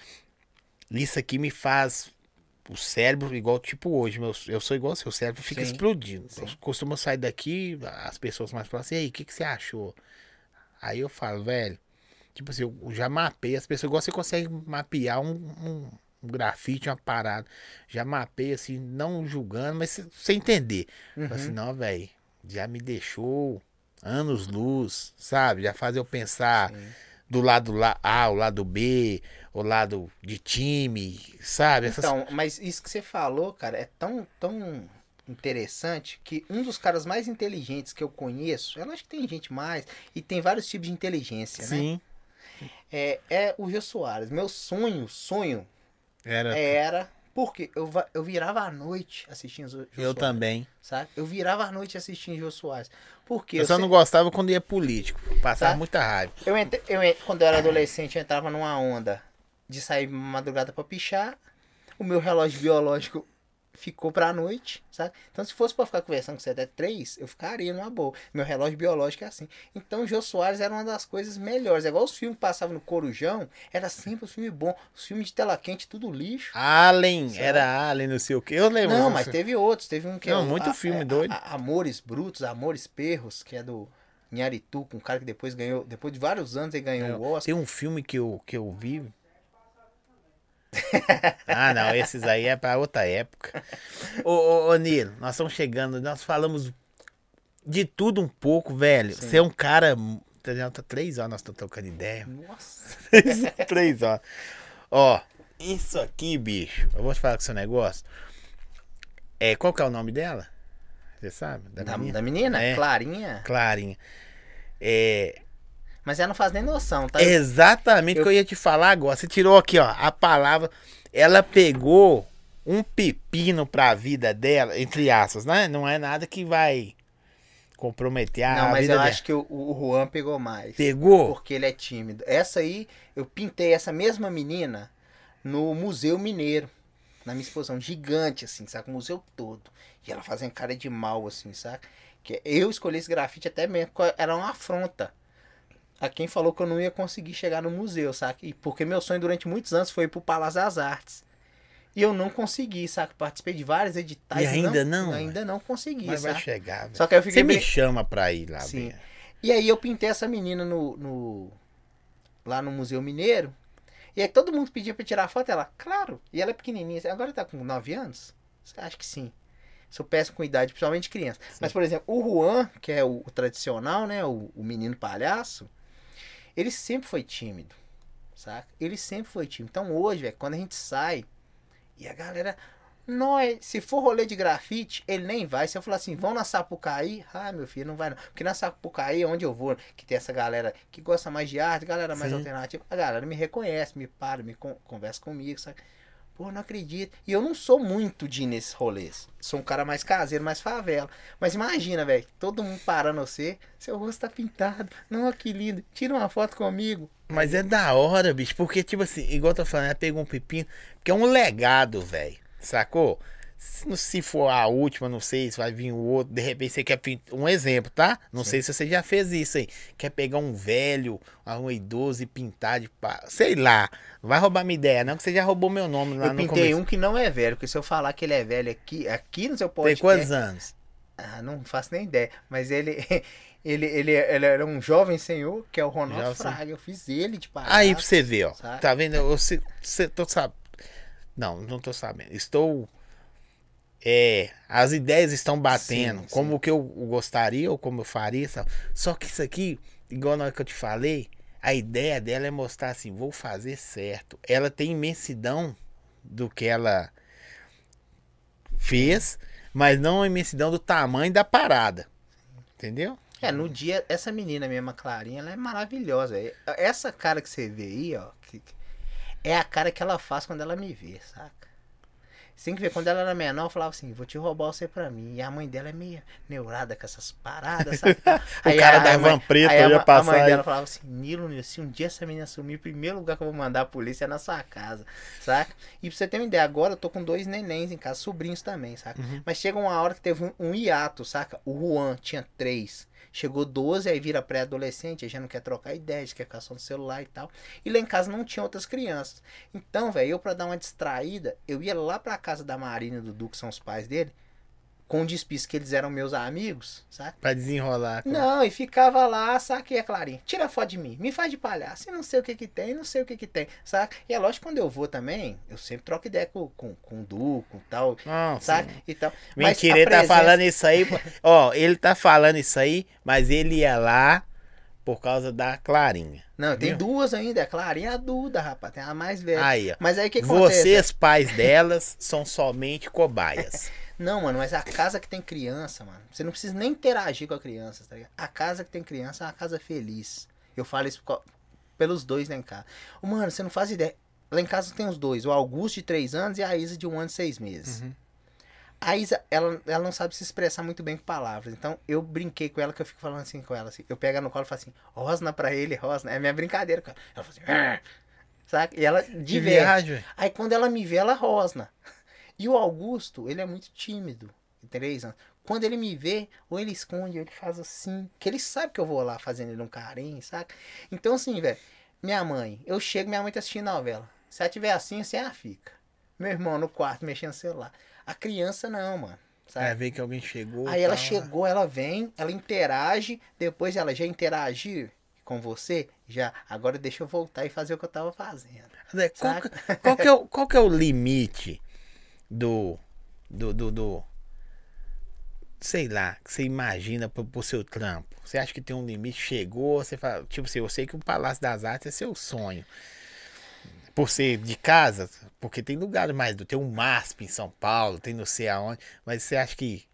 Isso aqui me faz o cérebro igual tipo hoje. Meu, eu sou igual seu, o cérebro fica Sim, explodindo. sim. Eu costumo sair daqui, as pessoas mais próximas, e aí, o que, que você achou? Aí eu falo, velho, tipo assim, eu já mapei as pessoas, igual você consegue mapear um, um, um grafite, uma parada. Já mapei assim, não julgando, mas sem- sem entender. Falo assim, Uhum, não, velho, já me deixou anos luz, sabe? Já faz eu pensar sim. do lado lá A, o lado B, o lado de time, sabe? Essas... Então, mas isso que você falou, cara, é tão, tão interessante que um dos caras mais inteligentes que eu conheço, eu acho que tem gente mais, e tem vários tipos de inteligência, né? Sim, É, é o Jô Soares. Meu sonho, sonho era. era. Porque eu, va- eu virava à noite assistindo Jô Jô Eu Soares. também. Sabe? Eu virava à noite assistindo Jô Soares. Porque Eu eu, só se- não gostava quando ia político. Passava Tá. muita raiva. eu, entre- eu en- quando eu era adolescente, eu entrava numa onda de sair madrugada pra pichar. O meu relógio biológico ficou pra noite, sabe? Então, se fosse pra ficar conversando com você até três, eu ficaria numa boa. Meu relógio biológico é assim. Então, o Jô Soares era uma das coisas melhores. É igual os filmes que passavam no Corujão, era sempre um filme bom. Os filmes de tela quente, tudo lixo. Allen, Sabe? era Allen, não sei o que. Eu lembro. Não, mas teve outros. Teve um que é Não, o muito a- filme a- doido. a- Amores Brutos, Amores Perros, que é do Inharitu, com um cara que depois ganhou, depois de vários anos ele ganhou Não, o Oscar. tem um filme que eu, que eu vi. Ah, não, esses aí é pra outra época. Ô, ô, ô Nilo, nós estamos chegando, nós falamos de tudo um pouco, velho. Sim. Você é um cara já tá três horas, nós estamos trocando ideia. Nossa. Três horas. Ó, isso aqui, bicho, eu vou te falar com o seu negócio. É, qual que é o nome dela? Você sabe? Da, da menina? Da menina? É. Clarinha. Clarinha. É... Mas ela não faz nem noção, tá? Exatamente o eu... que eu ia te falar agora. Você tirou aqui, ó, a palavra. Ela pegou um pepino pra vida dela, entre aspas, né? Não é nada que vai comprometer a vida dela. Não, mas eu dela. acho que o, o Juan pegou mais. Pegou? Porque ele é tímido. Essa aí, eu pintei essa mesma menina no Museu Mineiro. Na minha exposição, gigante, assim, saca? O museu todo. E ela fazendo cara de mal, assim, saca? Que eu escolhi esse grafite até mesmo, era uma afronta a quem falou que eu não ia conseguir chegar no museu, saca? E porque meu sonho durante muitos anos foi ir pro Palácio das Artes. E eu não consegui, saca? Participei de vários editais. E ainda não? não ainda não consegui, Mas saca? vai chegar, velho. Só que eu fiquei Você me bem... chama pra ir lá, Sim. Bia. E aí eu pintei essa menina no, no... lá no Museu Mineiro. E aí todo mundo pedia pra tirar foto, ela, claro. E ela é pequenininha. Agora tá com nove anos? Acho que sim. Sou péssimo com idade, principalmente criança. Sim. Mas, por exemplo, o Juan, que é o, o tradicional, né? O, o menino palhaço, ele sempre foi tímido, saca? Ele sempre foi tímido. Então hoje, velho, quando a gente sai e a galera... Nós, se for rolê de grafite, ele nem vai. Se eu falar assim, vão na Sapucaí, ah, meu filho, não vai não. Porque na Sapucaí é onde eu vou, que tem essa galera que gosta mais de arte, galera mais Sim. alternativa. A galera me reconhece, me para, me con conversa comigo, sabe? Pô, não acredito. E eu não sou muito de ir nesses rolês. Sou um cara mais caseiro, mais favela. Mas imagina, velho, todo mundo parando você, seu rosto tá pintado. Não, que lindo. Tira uma foto comigo. Mas é da hora, bicho, porque, tipo assim, igual eu tô falando, ela pegou um pepino, porque é um legado, velho. Sacou? Se, se for a última, não sei se vai vir o outro. De repente você quer pintar. Um exemplo, tá? Não Sim. sei se você já fez isso aí. Quer pegar um velho, um idoso e pintar de pá. Sei lá. Não vai roubar minha ideia, não, que você já roubou meu nome lá eu no começo. Eu pintei um que não é velho, porque se eu falar que ele é velho aqui, aqui no seu podcast. Tem quantos anos? Ah, não faço nem ideia. Mas ele. Ele, ele, ele era um jovem senhor, que é o Ronaldo Fraga. Eu fiz ele de palhaço. Aí pra você ver, ó. Sabe? Tá vendo? Você, você tô sabendo. Não, não tô sabendo. Estou. É. As ideias estão batendo. Sim, como sim. que eu gostaria ou como eu faria. Sabe? Só que isso aqui, igual na hora que eu te falei, a ideia dela é mostrar assim: vou fazer certo. Ela tem imensidão do que ela fez, mas não a imensidão do tamanho da parada. Entendeu? É, no dia, essa menina mesmo, a Clarinha, ela é maravilhosa. Essa cara que você vê aí, ó. Que, é a cara que ela faz quando ela me vê, saca? Você tem que ver, quando ela era menor, eu falava assim, vou te roubar você pra mim. E a mãe dela é meio neurada com essas paradas, sabe? o aí cara a, da van preta ia a, passar. A mãe dela falava assim, Nilo, se um dia essa menina sumir, o primeiro lugar que eu vou mandar a polícia é na sua casa, saca? E pra você ter uma ideia, agora eu tô com dois nenéns em casa, sobrinhos também, saca? Uhum. Mas chega uma hora que teve um, um hiato, saca? O Juan tinha três. Chegou doze, aí vira pré-adolescente, aí já não quer trocar ideia, já quer ficar só no celular e tal. E lá em casa não tinha outras crianças. Então, velho, eu pra dar uma distraída, eu ia lá pra casa da Marina e do Dudu, que são os pais dele, com o despiste que eles eram meus amigos, sabe? Pra desenrolar. Cara. Não, e ficava lá, saca? E a Clarinha, tira foto de mim, me faz de palhaço, e não sei o que que tem, não sei o que que tem, saca? E é lógico que quando eu vou também, eu sempre troco ideia com, com, com o Du, com tal, não, saca? E tal. Mentira, ele presença... tá falando isso aí, ó, ele tá falando isso aí, mas ele ia lá por causa da Clarinha. Não, viu? Tem duas ainda, a Clarinha e a Duda, rapaz, tem a mais velha. Aí, ó. Mas aí o que acontece? Vocês, pais delas, são somente cobaias. Não, mano, mas a casa que tem criança, mano, você não precisa nem interagir com a criança, tá ligado? A casa que tem criança é uma casa feliz. Eu falo isso pelos dois lá em casa. Mano, você não faz ideia. Lá em casa tem os dois, o Augusto de três anos e a Isa de um ano e seis meses. Uhum. A Isa, ela, ela não sabe se expressar muito bem com palavras. Então, eu brinquei com ela, que eu fico falando assim com ela. Assim, eu pego ela no colo e falo assim, rosna pra ele, rosna. É minha brincadeira com ela. Ela fala assim, ah! Saca? E ela diverte. Aí, quando ela me vê, ela rosna. E o Augusto, ele é muito tímido, três anos. Quando ele me vê, ou ele esconde, ou ele faz assim, que ele sabe que eu vou lá fazendo ele um carinho, saca? Então assim, velho, minha mãe, eu chego, minha mãe tá assistindo novela. Se ela tiver assim, assim ela fica. Meu irmão no quarto mexendo no celular. A criança não, mano. Sabe? É, ver que alguém chegou. Aí ela chegou, ela vem, ela interage, depois ela já interagir com você, já, agora deixa eu voltar e fazer o que eu tava fazendo. Qual, que, qual, que é o, qual que é o limite do, do, do, do sei lá, que você imagina pro, pro seu trampo? Você acha que tem um limite? Chegou, você fala, tipo assim, eu sei que o Palácio das Artes é seu sonho. Por ser de casa, porque tem lugares mais, tem um MASP em São Paulo, tem não sei aonde, mas você acha que,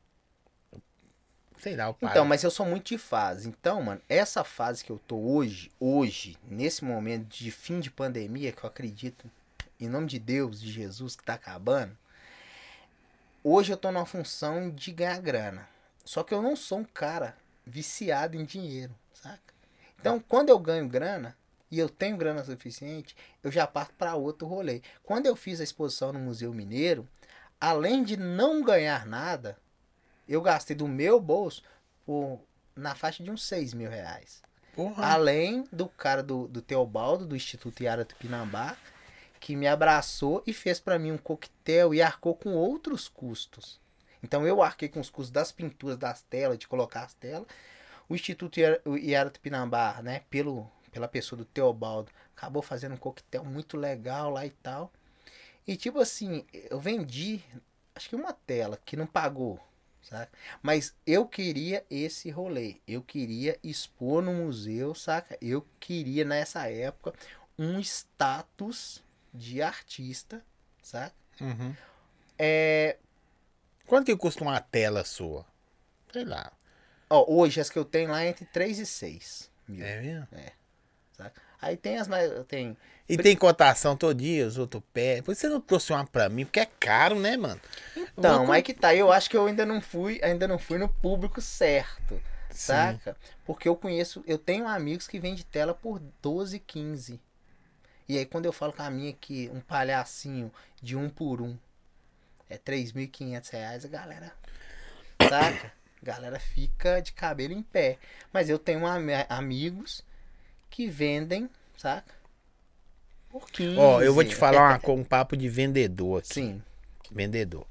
sei lá, o Então, Palácio... mas eu sou muito de fase. Então, mano, essa fase que eu tô hoje, hoje, nesse momento de fim de pandemia, que eu acredito, em nome de Deus, de Jesus, que tá acabando, hoje eu tô numa função de ganhar grana. Só que eu não sou um cara viciado em dinheiro, saca? Então, quando eu ganho grana e eu tenho grana suficiente, eu já parto para outro rolê. Quando eu fiz a exposição no Museu Mineiro, além de não ganhar nada, eu gastei do meu bolso por, na faixa de uns seis mil reais. Porra. Além do cara do, do Teobaldo, do Instituto Iara Tupinambá, que me abraçou e fez para mim um coquetel e arcou com outros custos. Então eu arquei com os custos das pinturas, das telas, de colocar as telas. O Instituto Iara Tupinambá, né, pelo, pela pessoa do Teobaldo, acabou fazendo um coquetel muito legal lá e tal. E tipo assim, eu vendi, acho que uma tela que não pagou, saca? Mas eu queria esse rolê. Eu queria expor no museu, saca? Eu queria nessa época um status de artista, saca? Uhum. É, Quanto que custa uma tela sua? Sei lá. ó, hoje as que eu tenho lá é entre três e seis mil. É mesmo? Saca? Aí tem as mais. Tem. E tem cotação todo dia, os outros pés. Por que você não trouxe uma pra mim? Porque é caro, né, mano? Então, Vou aí que tá. Eu acho que eu ainda não fui, ainda não fui no público certo. Sim. Saca? Porque eu conheço, eu tenho amigos que vendem tela por doze, quinze. E aí quando eu falo com a minha que um palhacinho de um por um é três mil e quinhentos reais, a galera, saca? A galera fica de cabelo em pé. Mas eu tenho ami- amigos que vendem, saca? Por quinze. Ó, eu vou te falar uma, co- um papo de vendedor aqui. Sim. Vendedor.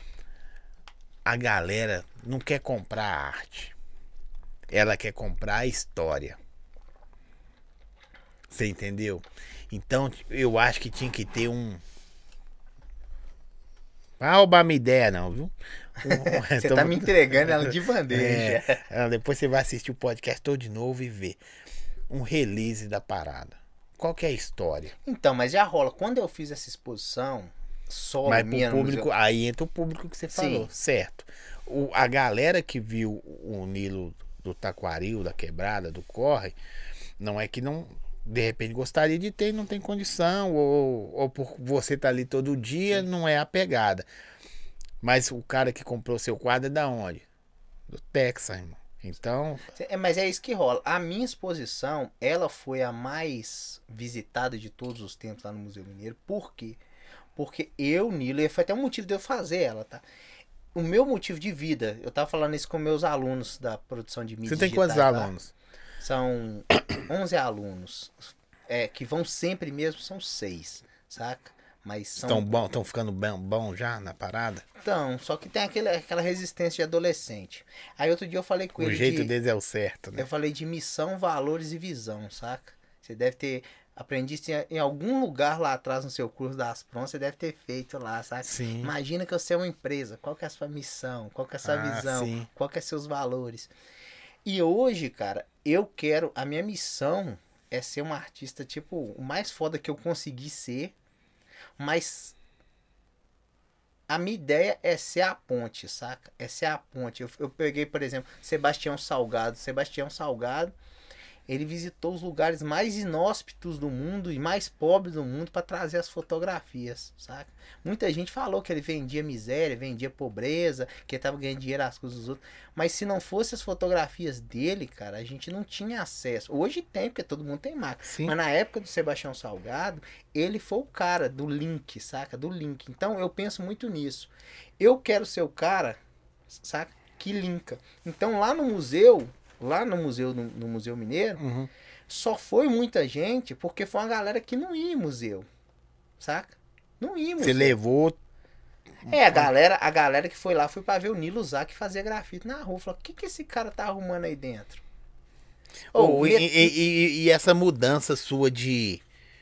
A galera não quer comprar arte. Ela quer comprar a história. Você entendeu? Então eu acho que tinha que ter um. Vai roubar minha ideia, não, viu? Um- Você então- tá me entregando ela de bandeja. É, ah, depois você vai assistir o podcast todo de novo e ver um release da parada. Qual que é a história? Então, mas já rola. Quando eu fiz essa exposição solo Mas minha pro no público, museu, aí entra o público que você falou, certo? O, a galera que viu o Nilo do Taquaril, da Quebrada, do Corre, não é que não, de repente gostaria de ter e não tem condição, ou, ou por você estar ali todo dia, Sim. não é a pegada. Mas o cara que comprou seu quadro é da onde? Do Texas, irmão. Então, É, mas é isso que rola. A minha exposição, ela foi a mais visitada de todos os tempos lá no Museu Mineiro. Por quê? Porque eu, Nilo, e foi até um motivo de eu fazer ela, tá? O meu motivo de vida, eu tava falando isso com meus alunos da produção de mídias você tem quantos digitais lá. alunos? São onze alunos. É, que vão sempre mesmo, são seis, saca? Mas são. Estão bom, estão ficando bom, bom já na parada? Então, só que tem aquele, aquela resistência de adolescente. Aí outro dia eu falei com O ele jeito de, deles é o certo, né? eu falei de missão, valores e visão, saca? Você deve ter aprendido isso em, em algum lugar lá atrás no seu curso das prontas, você deve ter feito lá, saca? Sim. Imagina que você é uma empresa, qual que é a sua missão, qual que é a sua Ah, visão, sim. qual que é seus valores. E hoje, cara, eu quero, a minha missão é ser um artista, tipo, o mais foda que eu consegui ser, mas a minha ideia é ser a ponte, saca? É ser a ponte. Eu, eu peguei, por exemplo, Sebastião Salgado. Sebastião Salgado, ele visitou os lugares mais inóspitos do mundo e mais pobres do mundo para trazer as fotografias, saca? Muita gente falou que ele vendia miséria, vendia pobreza, que ele tava ganhando dinheiro às custas dos outros. Mas se não fosse as fotografias dele, cara, a gente não tinha acesso. Hoje tem, porque todo mundo tem máquina. Sim. Mas na época do Sebastião Salgado, ele foi o cara do link, saca? Do link. Então eu penso muito nisso. Eu quero ser o cara, saca? Que linka. Então lá no museu, lá no museu, no, no Museu Mineiro, Uhum. só foi muita gente porque foi uma galera que não ia em museu, saca? Não ia em Você museu. levou. É, a galera, a galera que foi lá foi pra ver o Nilo usar que fazia grafite na rua. Falou, o que que esse cara tá arrumando aí dentro? Oh, Ô, e, met- e- e- e essa mudança sua de.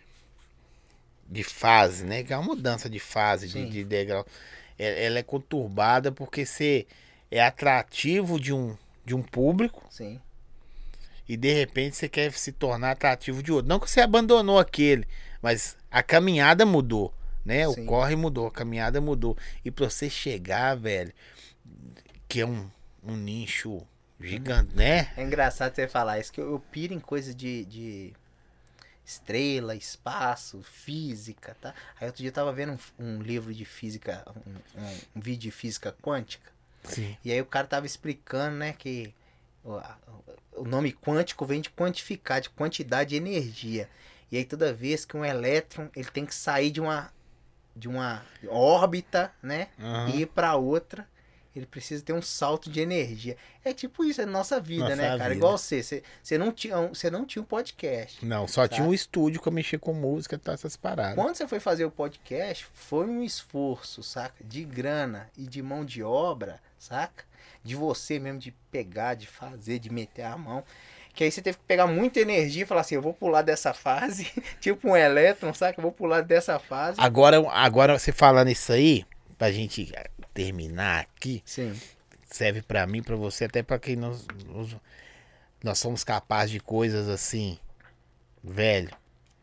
De fase, né? Que é uma mudança de fase, de, Sim. de degrau. É- Ela é conturbada porque você. é atrativo de um, de um público Sim. e de repente você quer se tornar atrativo de outro. Não que você abandonou aquele, mas a caminhada mudou, né? O Sim. corre mudou, a caminhada mudou. E pra você chegar, velho, que é um, um nicho gigante, né? É engraçado você falar isso, que eu, eu piro em coisa de, de estrela, espaço, física, tá? Aí outro dia eu tava vendo um, um livro de física, um, um, um vídeo de física quântica, Sim. e aí o cara tava explicando, né, que o, a- o nome quântico vem de quantificar, de quantidade de energia. E aí toda vez que um elétron, ele tem que sair de uma, de uma órbita, né, Aham. e ir para outra, ele precisa ter um salto de energia. É tipo isso, é nossa vida, Nossa né, cara? vida. Igual você, você, você não tinha, um- você não tinha um podcast. Não, só Sabe? tinha um estúdio que eu mexia com música, tá essas paradas. Quando você foi fazer o podcast, foi um esforço, saca? De grana e de mão de obra, saca? De você mesmo, de pegar, de fazer, de meter a mão. Que aí você teve que pegar muita energia e falar assim, eu vou pular dessa fase, tipo um elétron, saca? Eu vou pular dessa fase. Agora, agora você falando isso aí, pra gente terminar aqui, Sim. serve pra mim, pra você, até pra quem nós, nós, nós somos capazes de coisas assim, velho,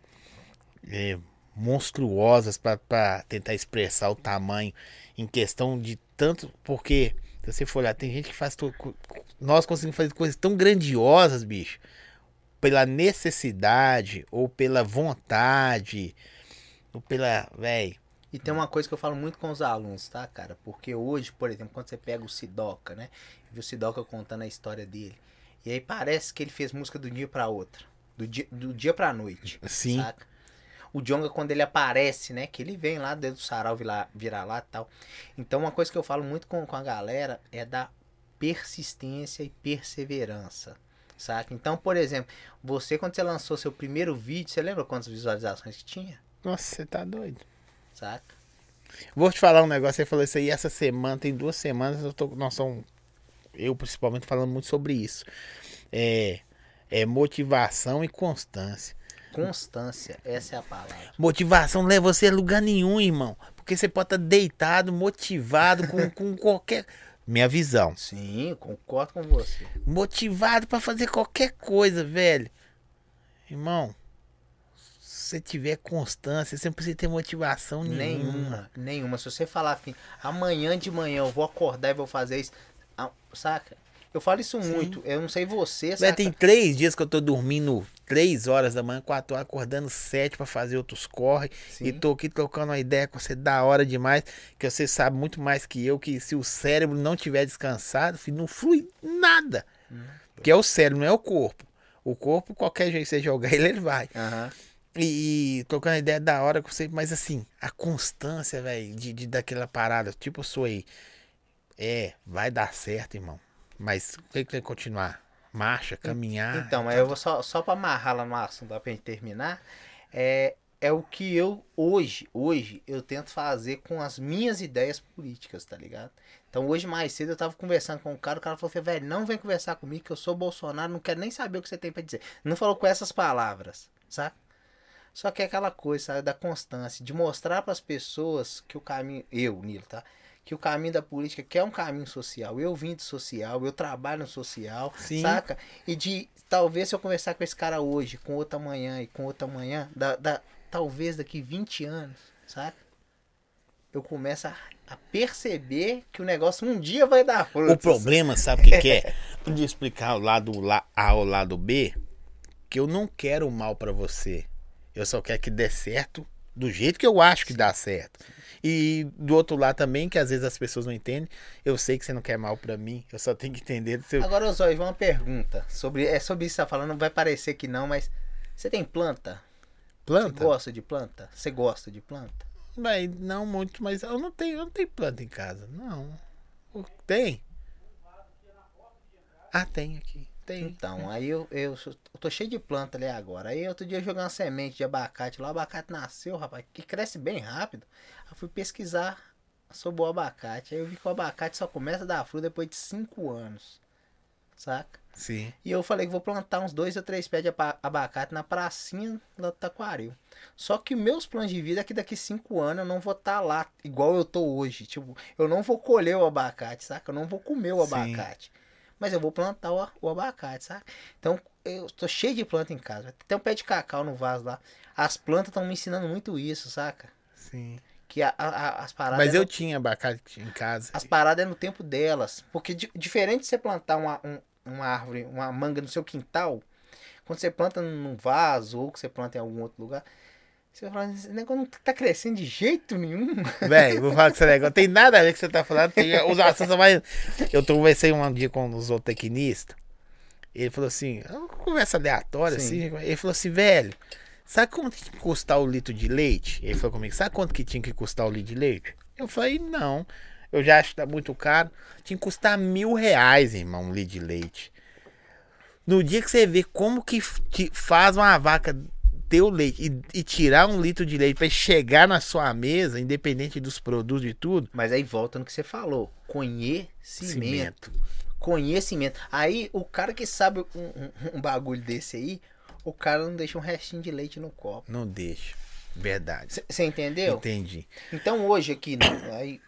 é, monstruosas pra, pra tentar expressar o tamanho em questão de tanto, porque se você for olhar, tem gente que faz, to- co- nós conseguimos fazer coisas tão grandiosas, bicho, pela necessidade ou pela vontade, ou pela, velho, E tem uma coisa que eu falo muito com os alunos, tá, cara? Porque hoje, por exemplo, quando você pega o Sidoca, né? Viu o Sidoca contando a história dele. E aí parece que ele fez música do dia pra outra. Do dia, do dia pra noite. Sim. Saca? O Djonga, quando ele aparece, né? Que ele vem lá dentro do sarau virar, virar lá e tal. Então, uma coisa que eu falo muito com, com a galera é da persistência e perseverança. Saca? Então, por exemplo, você, quando você lançou seu primeiro vídeo, você lembra quantas visualizações que tinha? nossa, você tá doido. Saca? Vou te falar um negócio, você falou isso aí essa semana, tem duas semanas, eu tô, nós somos, eu principalmente falando muito sobre isso. É, é motivação e constância. Constância, essa é a palavra. Motivação não leva você a lugar nenhum, irmão. Porque você pode estar deitado, motivado com, com qualquer. Minha visão. Sim, concordo com você. Motivado pra fazer qualquer coisa, velho. Irmão, se você tiver constância, você não precisa ter motivação nenhuma. Nenhuma, nenhuma. Se você falar assim, amanhã de manhã eu vou acordar e vou fazer isso, ah, saca? Eu falo isso Sim. muito. Eu não sei você, Velho, saca? tem três dias que eu tô dormindo três horas da manhã, quatro horas, acordando sete pra fazer outros corre. Sim. E tô aqui trocando uma ideia com você da hora demais. Que você sabe muito mais que eu que se o cérebro não tiver descansado, filho, não flui nada. Hum. Que é o cérebro, não é o corpo. O corpo, qualquer jeito que você jogar ele, ele vai. Aham. E, e trocando uma ideia da hora com você, mas assim, a constância, velho, de, de daquela parada, tipo eu sou aí. É, vai dar certo, irmão. Mas o que que tem que continuar? Marcha, caminhar. Então, mas eu vou só, só pra amarrar lá no assunto, pra gente terminar, é, é o que eu, hoje, hoje, eu tento fazer com as minhas ideias políticas, tá ligado? Então, hoje mais cedo eu tava conversando com um cara, o cara falou, velho, não vem conversar comigo que eu sou Bolsonaro, não quero nem saber o que você tem pra dizer. Não falou com essas palavras, sabe? Só que é aquela coisa, sabe, da constância, de mostrar pras pessoas que o caminho, eu, Nilo, tá? Que o caminho da política que é um caminho social. Eu vim de social, eu trabalho no social, Sim. saca? E de, talvez se eu conversar com esse cara hoje, com outro amanhã e com outro amanhã, da, da, talvez daqui vinte anos, saca? Eu começo a, a perceber que o negócio um dia vai dar frutos. O problema, sabe o que, que é? De explicar o lado lá- A ao lado B, que eu não quero mal pra você. Eu só quero que dê certo do jeito que eu acho que dá certo. E do outro lado também, que às vezes as pessoas não entendem, eu sei que você não quer mal pra mim, eu só tenho que entender do seu... Agora, Zóio, uma pergunta. Sobre, é sobre isso que você tá falando, vai parecer que não, mas você tem planta? Planta? Você gosta de planta? Você gosta de planta? Vai, não muito, mas eu não tenho, eu não tenho planta em casa, não. Tem? Ah, tem aqui. Tem. Então, aí eu, eu, sou- eu tô cheio de planta ali agora. Aí outro dia eu joguei uma semente de abacate lá, o abacate nasceu, rapaz, que cresce bem rápido. Aí eu fui pesquisar sobre o abacate. Aí eu vi que o abacate só começa a dar fruta depois de cinco anos. saca? Sim. E eu falei que vou plantar uns dois ou três pés de aba- abacate na pracinha lá do Taquaril. Só que meus planos de vida é que daqui cinco anos eu não vou estar lá igual eu tô hoje. Tipo, eu não vou colher o abacate, saca? Eu não vou comer o Sim. abacate. Mas eu vou plantar o, o abacate, saca? Então, eu tô cheio de planta em casa. Tem um pé de cacau no vaso lá. As plantas estão me ensinando muito isso, saca? Sim. Que a- a- a- as paradas... Mas é eu no- tinha abacate em casa. as paradas é no tempo delas. Porque di- diferente de você plantar uma, um- uma árvore, uma manga no seu quintal, quando você planta num vaso ou que você planta em algum outro lugar, você vai falar, esse negócio não tá crescendo de jeito nenhum. Véi, vou falar com esse negócio. Tem nada a ver com o que você tá falando. Tem os assuntos mais. Eu tô, conversei um dia com um zootecnista. Ele falou assim, é uma conversa aleatória, Sim. assim. Ele falou assim, velho, sabe quanto que tinha que custar o litro de leite? Ele falou comigo, sabe quanto que tinha que custar o litro de leite? Eu falei, não. Eu já acho que tá muito caro. Tinha que custar mil reais, irmão, um litro de leite. No dia que você vê como que f- que faz uma vaca ter o leite e, e tirar um litro de leite pra chegar na sua mesa, independente dos produtos e tudo, Mas aí volta no que você falou. Conhecimento. cimento. Conhecimento. Aí o cara que sabe um, um- um bagulho desse aí, o cara não deixa um restinho de leite no copo. Não deixa. Verdade. Você entendeu? Entendi. Então hoje aqui, né, aí,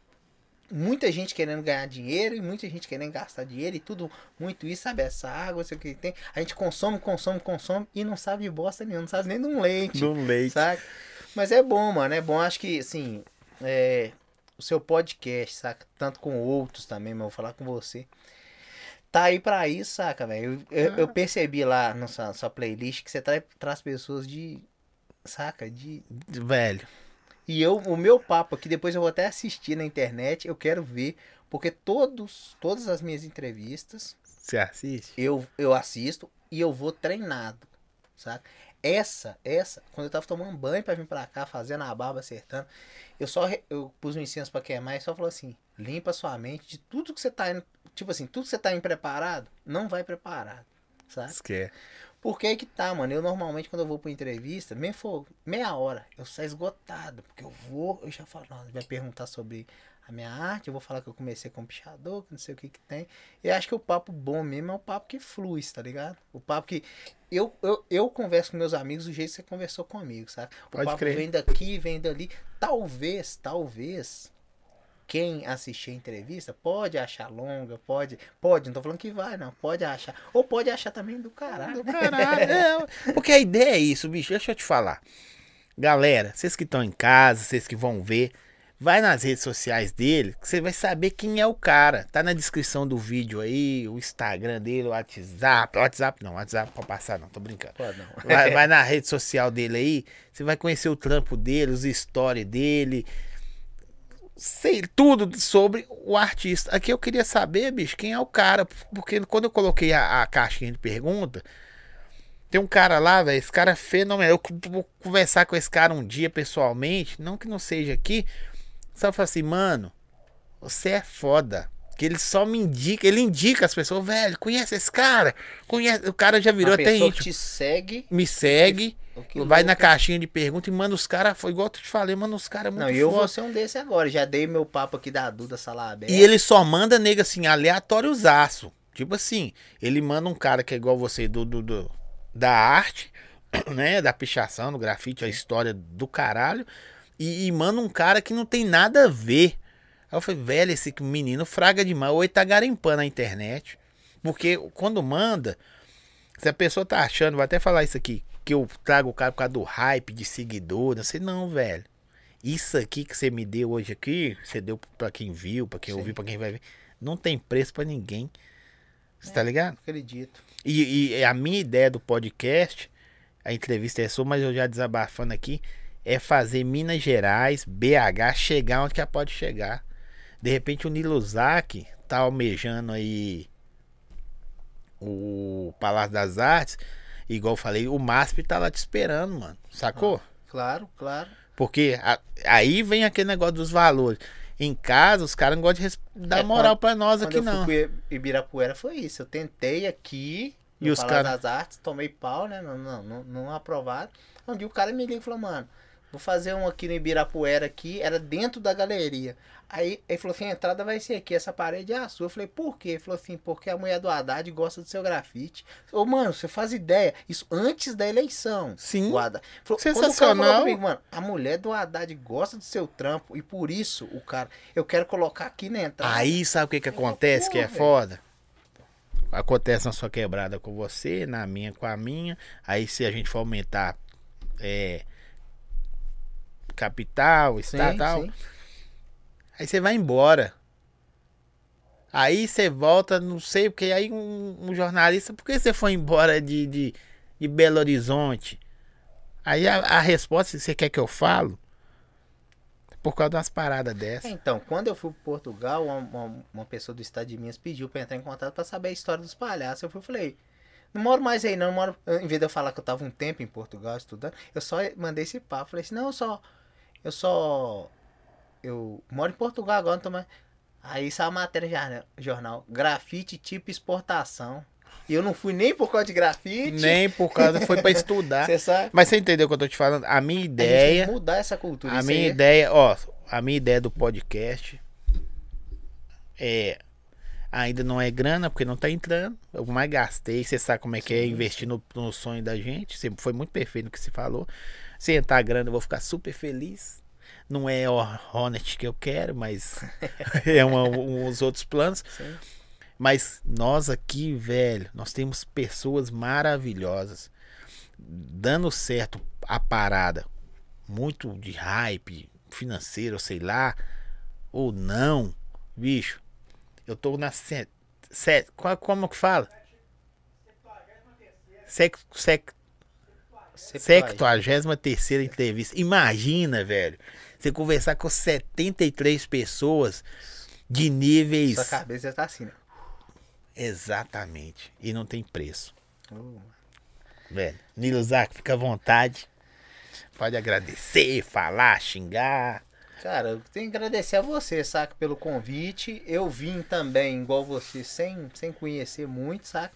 muita gente querendo ganhar dinheiro e muita gente querendo gastar dinheiro e tudo, muito isso, sabe? Essa água, isso que tem. A gente consome, consome, consome e não sabe de bosta nenhuma, não sabe nem de um leite. Do leite. Saca? Mas é bom, mano, é bom. Acho que, assim, é, o seu podcast, saca? Tanto com outros também, mas eu vou falar com você. Tá aí pra isso, saca, velho? Eu, eu, eu percebi lá na sua, sua playlist que você tra traz pessoas de. Saca? De. Velho. E eu, o meu papo aqui, depois eu vou até assistir na internet, eu quero ver, porque todos, todas as minhas entrevistas Você assiste? eu, eu assisto e eu vou treinado, saca? Essa, essa, quando eu tava tomando banho pra vir pra cá, fazendo a barba, acertando, eu só, re- eu pus um incenso pra queimar e só falou assim, limpa sua mente de tudo que você tá indo, tipo assim, tudo que você tá indo preparado, não vai preparado, sabe? Esquece. Porque aí que tá, mano. Eu normalmente, quando eu vou pra entrevista, mesmo for meia hora, eu saio esgotado. Porque eu vou, eu já falo, não, vai perguntar sobre a minha arte, eu vou falar que eu comecei com pichador, que não sei o que que tem. E acho que o papo bom mesmo é o papo que flui, tá ligado? O papo que. Eu, eu, eu converso com meus amigos do jeito que você conversou comigo, sabe? O Pode papo crer. vem daqui, vem dali. Talvez, talvez. Quem assistir a entrevista pode achar longa, pode, pode, não tô falando que vai, não, pode achar. Ou pode achar também do caralho. Do caralho. É, porque a ideia é isso, bicho. Deixa eu te falar. Galera, vocês que estão em casa, vocês que vão ver, vai nas redes sociais dele, que você vai saber quem é o cara. Tá na descrição do vídeo aí, o Instagram dele, o WhatsApp. WhatsApp não, WhatsApp pode passar não, tô brincando. Pode não. Vai, vai na rede social dele aí, você vai conhecer o trampo dele, os stories dele. Sei tudo sobre o artista. Aqui eu queria saber, bicho, quem é o cara. Porque quando eu coloquei a, a caixinha de pergunta, tem um cara lá, velho. Esse cara é fenomenal. Eu vou conversar com esse cara um dia pessoalmente. Não que não seja aqui. Só falar assim, mano, você é foda. Que ele só me indica, ele indica as pessoas, velho, conhece esse cara? Conhece, o cara já virou A até pessoa íntimo. que te segue. Me segue, o que vai louco. na caixinha de pergunta e manda os caras, foi igual eu te falei, manda os caras muito Não, e eu foda. vou ser um desse agora. Já dei meu papo aqui da Duda Salabé. E ele só manda, nega, assim, aleatóriozaço. Tipo assim, ele manda um cara que é igual você, do, do, do- da arte, né? Da pichação, do grafite, a história do caralho. E, e manda um cara que não tem nada a ver. Aí eu falei, velho, esse menino fraga demais. Ou ele tá garimpando na internet. Porque quando manda, se a pessoa tá achando, vou até falar isso aqui, que eu trago o cara por causa do hype de seguidor, não sei, não, velho. Isso aqui que você me deu hoje aqui, você deu pra quem viu, pra quem Sim. ouviu, pra quem vai ver, não tem preço pra ninguém. Você tá ligado? Acredito. E, e a minha ideia do podcast, a entrevista é sua, mas eu já desabafando aqui, é fazer Minas Gerais, B H, chegar onde que ela pode chegar. De repente o Niluzak tá almejando aí o Palácio das Artes, igual eu falei, o M A S P tá lá te esperando, mano. Sacou? Claro, claro. Porque a- aí vem aquele negócio dos valores. Em casa, os caras não gostam de res- dar É, moral quando- pra nós Quando aqui, eu não. fui pro Ibirapuera foi isso. Eu tentei aqui, E no os Palácio cara- das Artes, tomei pau, né? Não, não, não, não aprovado. Um dia o cara me liga e falou, mano, vou fazer um aqui no Ibirapuera aqui, era dentro da galeria. Aí ele falou assim, a entrada vai ser aqui, essa parede é a sua. Eu falei, por quê? Ele falou assim, porque a mulher do Haddad gosta do seu grafite. Ô, mano, você faz ideia, isso antes da eleição. Sim. O Haddad. Falou, Sensacional. falou comigo, mano, a mulher do Haddad gosta do seu trampo e por isso o cara, eu quero colocar aqui na entrada. Aí sabe o que que acontece, que é foda? Acontece na sua quebrada com você, na minha com a minha. Aí se a gente for aumentar é, capital, estado e tal, sim. aí você vai embora. Aí você volta, não sei, porque aí um, um jornalista, por que você foi embora de, de, de Belo Horizonte? Aí a, a resposta, você quer que eu falo? Por causa de umas paradas dessas. Então, quando eu fui para Portugal, uma, uma, uma pessoa do estado de Minas pediu para entrar em contato para saber a história dos palhaços. Eu fui, falei, não moro mais aí não, moro... Em vez de eu falar que eu tava um tempo em Portugal estudando, eu só mandei esse papo. Falei assim, não, eu só... Eu só... Eu moro em Portugal agora, não tô mais... Aí saiu a matéria já, jornal, grafite tipo exportação. E eu não fui nem por causa de grafite. Nem por causa, foi para estudar. Você sabe? Mas você entendeu o que eu tô te falando? A minha ideia... A gente tem que mudar essa cultura. A isso minha aí. ideia, ó, a minha ideia do podcast é... Ainda não é grana, porque não tá entrando. Eu mais gastei, você sabe como é que é investir no, no sonho da gente. Você foi muito perfeito no que você falou. Se entrar grana, eu vou ficar super feliz. Não é o Hornet que eu quero, mas é uma, um, uns outros planos. Sim. Mas nós aqui, velho, nós temos pessoas maravilhosas dando certo a parada. Muito de hype financeiro, sei lá, ou não. Bicho, eu tô na set, set, qual, como que fala? Sec, sec, sextuagésima terceira entrevista. Imagina, velho, você conversar com setenta e três pessoas de níveis... Sua cabeça tá assim, né? Exatamente. E não tem preço. Uh. Velho, Nilo Zac, fica à vontade. Pode agradecer, falar, xingar. Cara, eu tenho que agradecer a você, saca, pelo convite. Eu vim também, igual você, sem, sem conhecer muito, saca?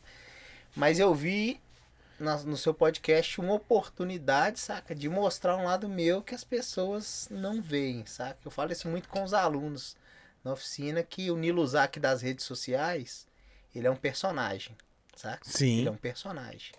Mas eu vi na, no seu podcast uma oportunidade, saca, de mostrar um lado meu que as pessoas não veem, saca? Eu falo isso muito com os alunos na oficina, que o Nilo Zac das redes sociais, ele é um personagem, saca? Sim. Ele é um personagem.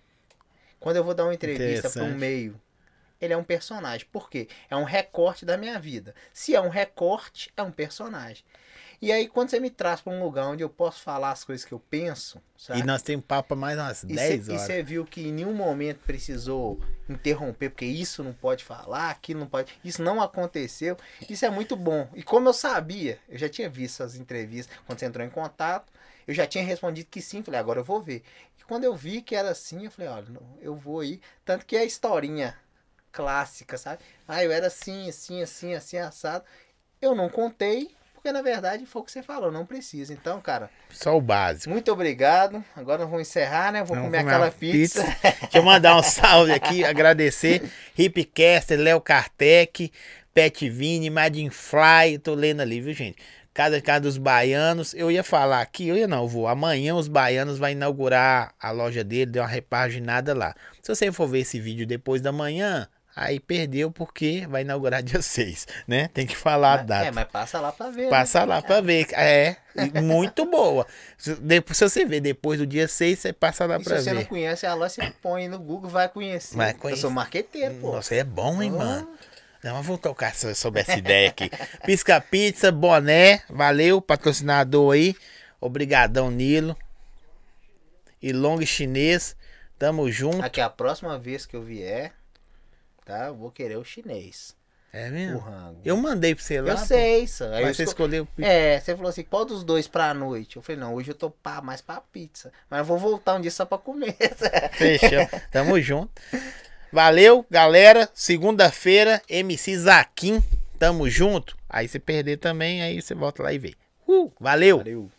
Quando eu vou dar uma entrevista para um meio, ele é um personagem. Por quê? É um recorte da minha vida. Se é um recorte, é um personagem. E aí, quando você me traz para um lugar onde eu posso falar as coisas que eu penso... Sabe? E nós temos papo para mais umas dez horas. E você viu que em nenhum momento precisou interromper, porque isso não pode falar, aquilo não pode... Isso não aconteceu. Isso é muito bom. E como eu sabia, eu já tinha visto as entrevistas, quando você entrou em contato, eu já tinha respondido que sim. Falei, agora eu vou ver. E quando eu vi que era assim, eu falei, olha, eu vou ir. Tanto que é a historinha clássica, sabe? Ah, eu era assim, assim, assim, assim, assado. Eu não contei, porque na verdade foi o que você falou, não precisa. Então, cara... Só o básico. Muito obrigado. Agora nós vamos encerrar, né? Vou Vamos comer comer aquela pizza. pizza. Deixa eu mandar um salve aqui, agradecer. Hipcaster, Léo Kartek, Pet Vini, Madin Fly. Tô lendo ali, viu, gente? Casa de Casa dos Baianos. Eu ia falar aqui, eu ia não, eu vou. Amanhã os Baianos vai inaugurar a loja dele, deu uma repaginada lá. Se você for ver esse vídeo depois da manhã... Aí perdeu porque vai inaugurar dia seis, né? Tem que falar mas, a data. É, mas passa lá pra ver. Passa né? lá pra ver. É, muito boa. Se, depois, se você ver depois do dia seis, você passa lá e pra ver. se você não conhece a loja, você põe no Google, vai conhecer. Vai conhecer. Eu sou marqueteiro, pô. Nossa, é bom, hein, oh. mano? Não, mas vamos tocar sobre essa ideia aqui. Pisca Pizza, boné, valeu, patrocinador aí. Obrigadão, Nilo. E Long Chinês, tamo junto. Aqui, a próxima vez que eu vier... Tá? Eu vou querer o chinês. É mesmo? O rango. Eu mandei pra você lá. Eu sei, isso. Mas eu você esco... escolheu. É, você falou assim, qual dos dois pra noite? Eu falei, não, hoje eu tô pá, mais pra pizza. Mas eu vou voltar um dia só pra comer. Fechou. Tamo junto. Valeu, galera. Segunda-feira, M C Zaquim. Tamo junto. Aí você perder também, aí você volta lá e vê. Uh, valeu. Valeu.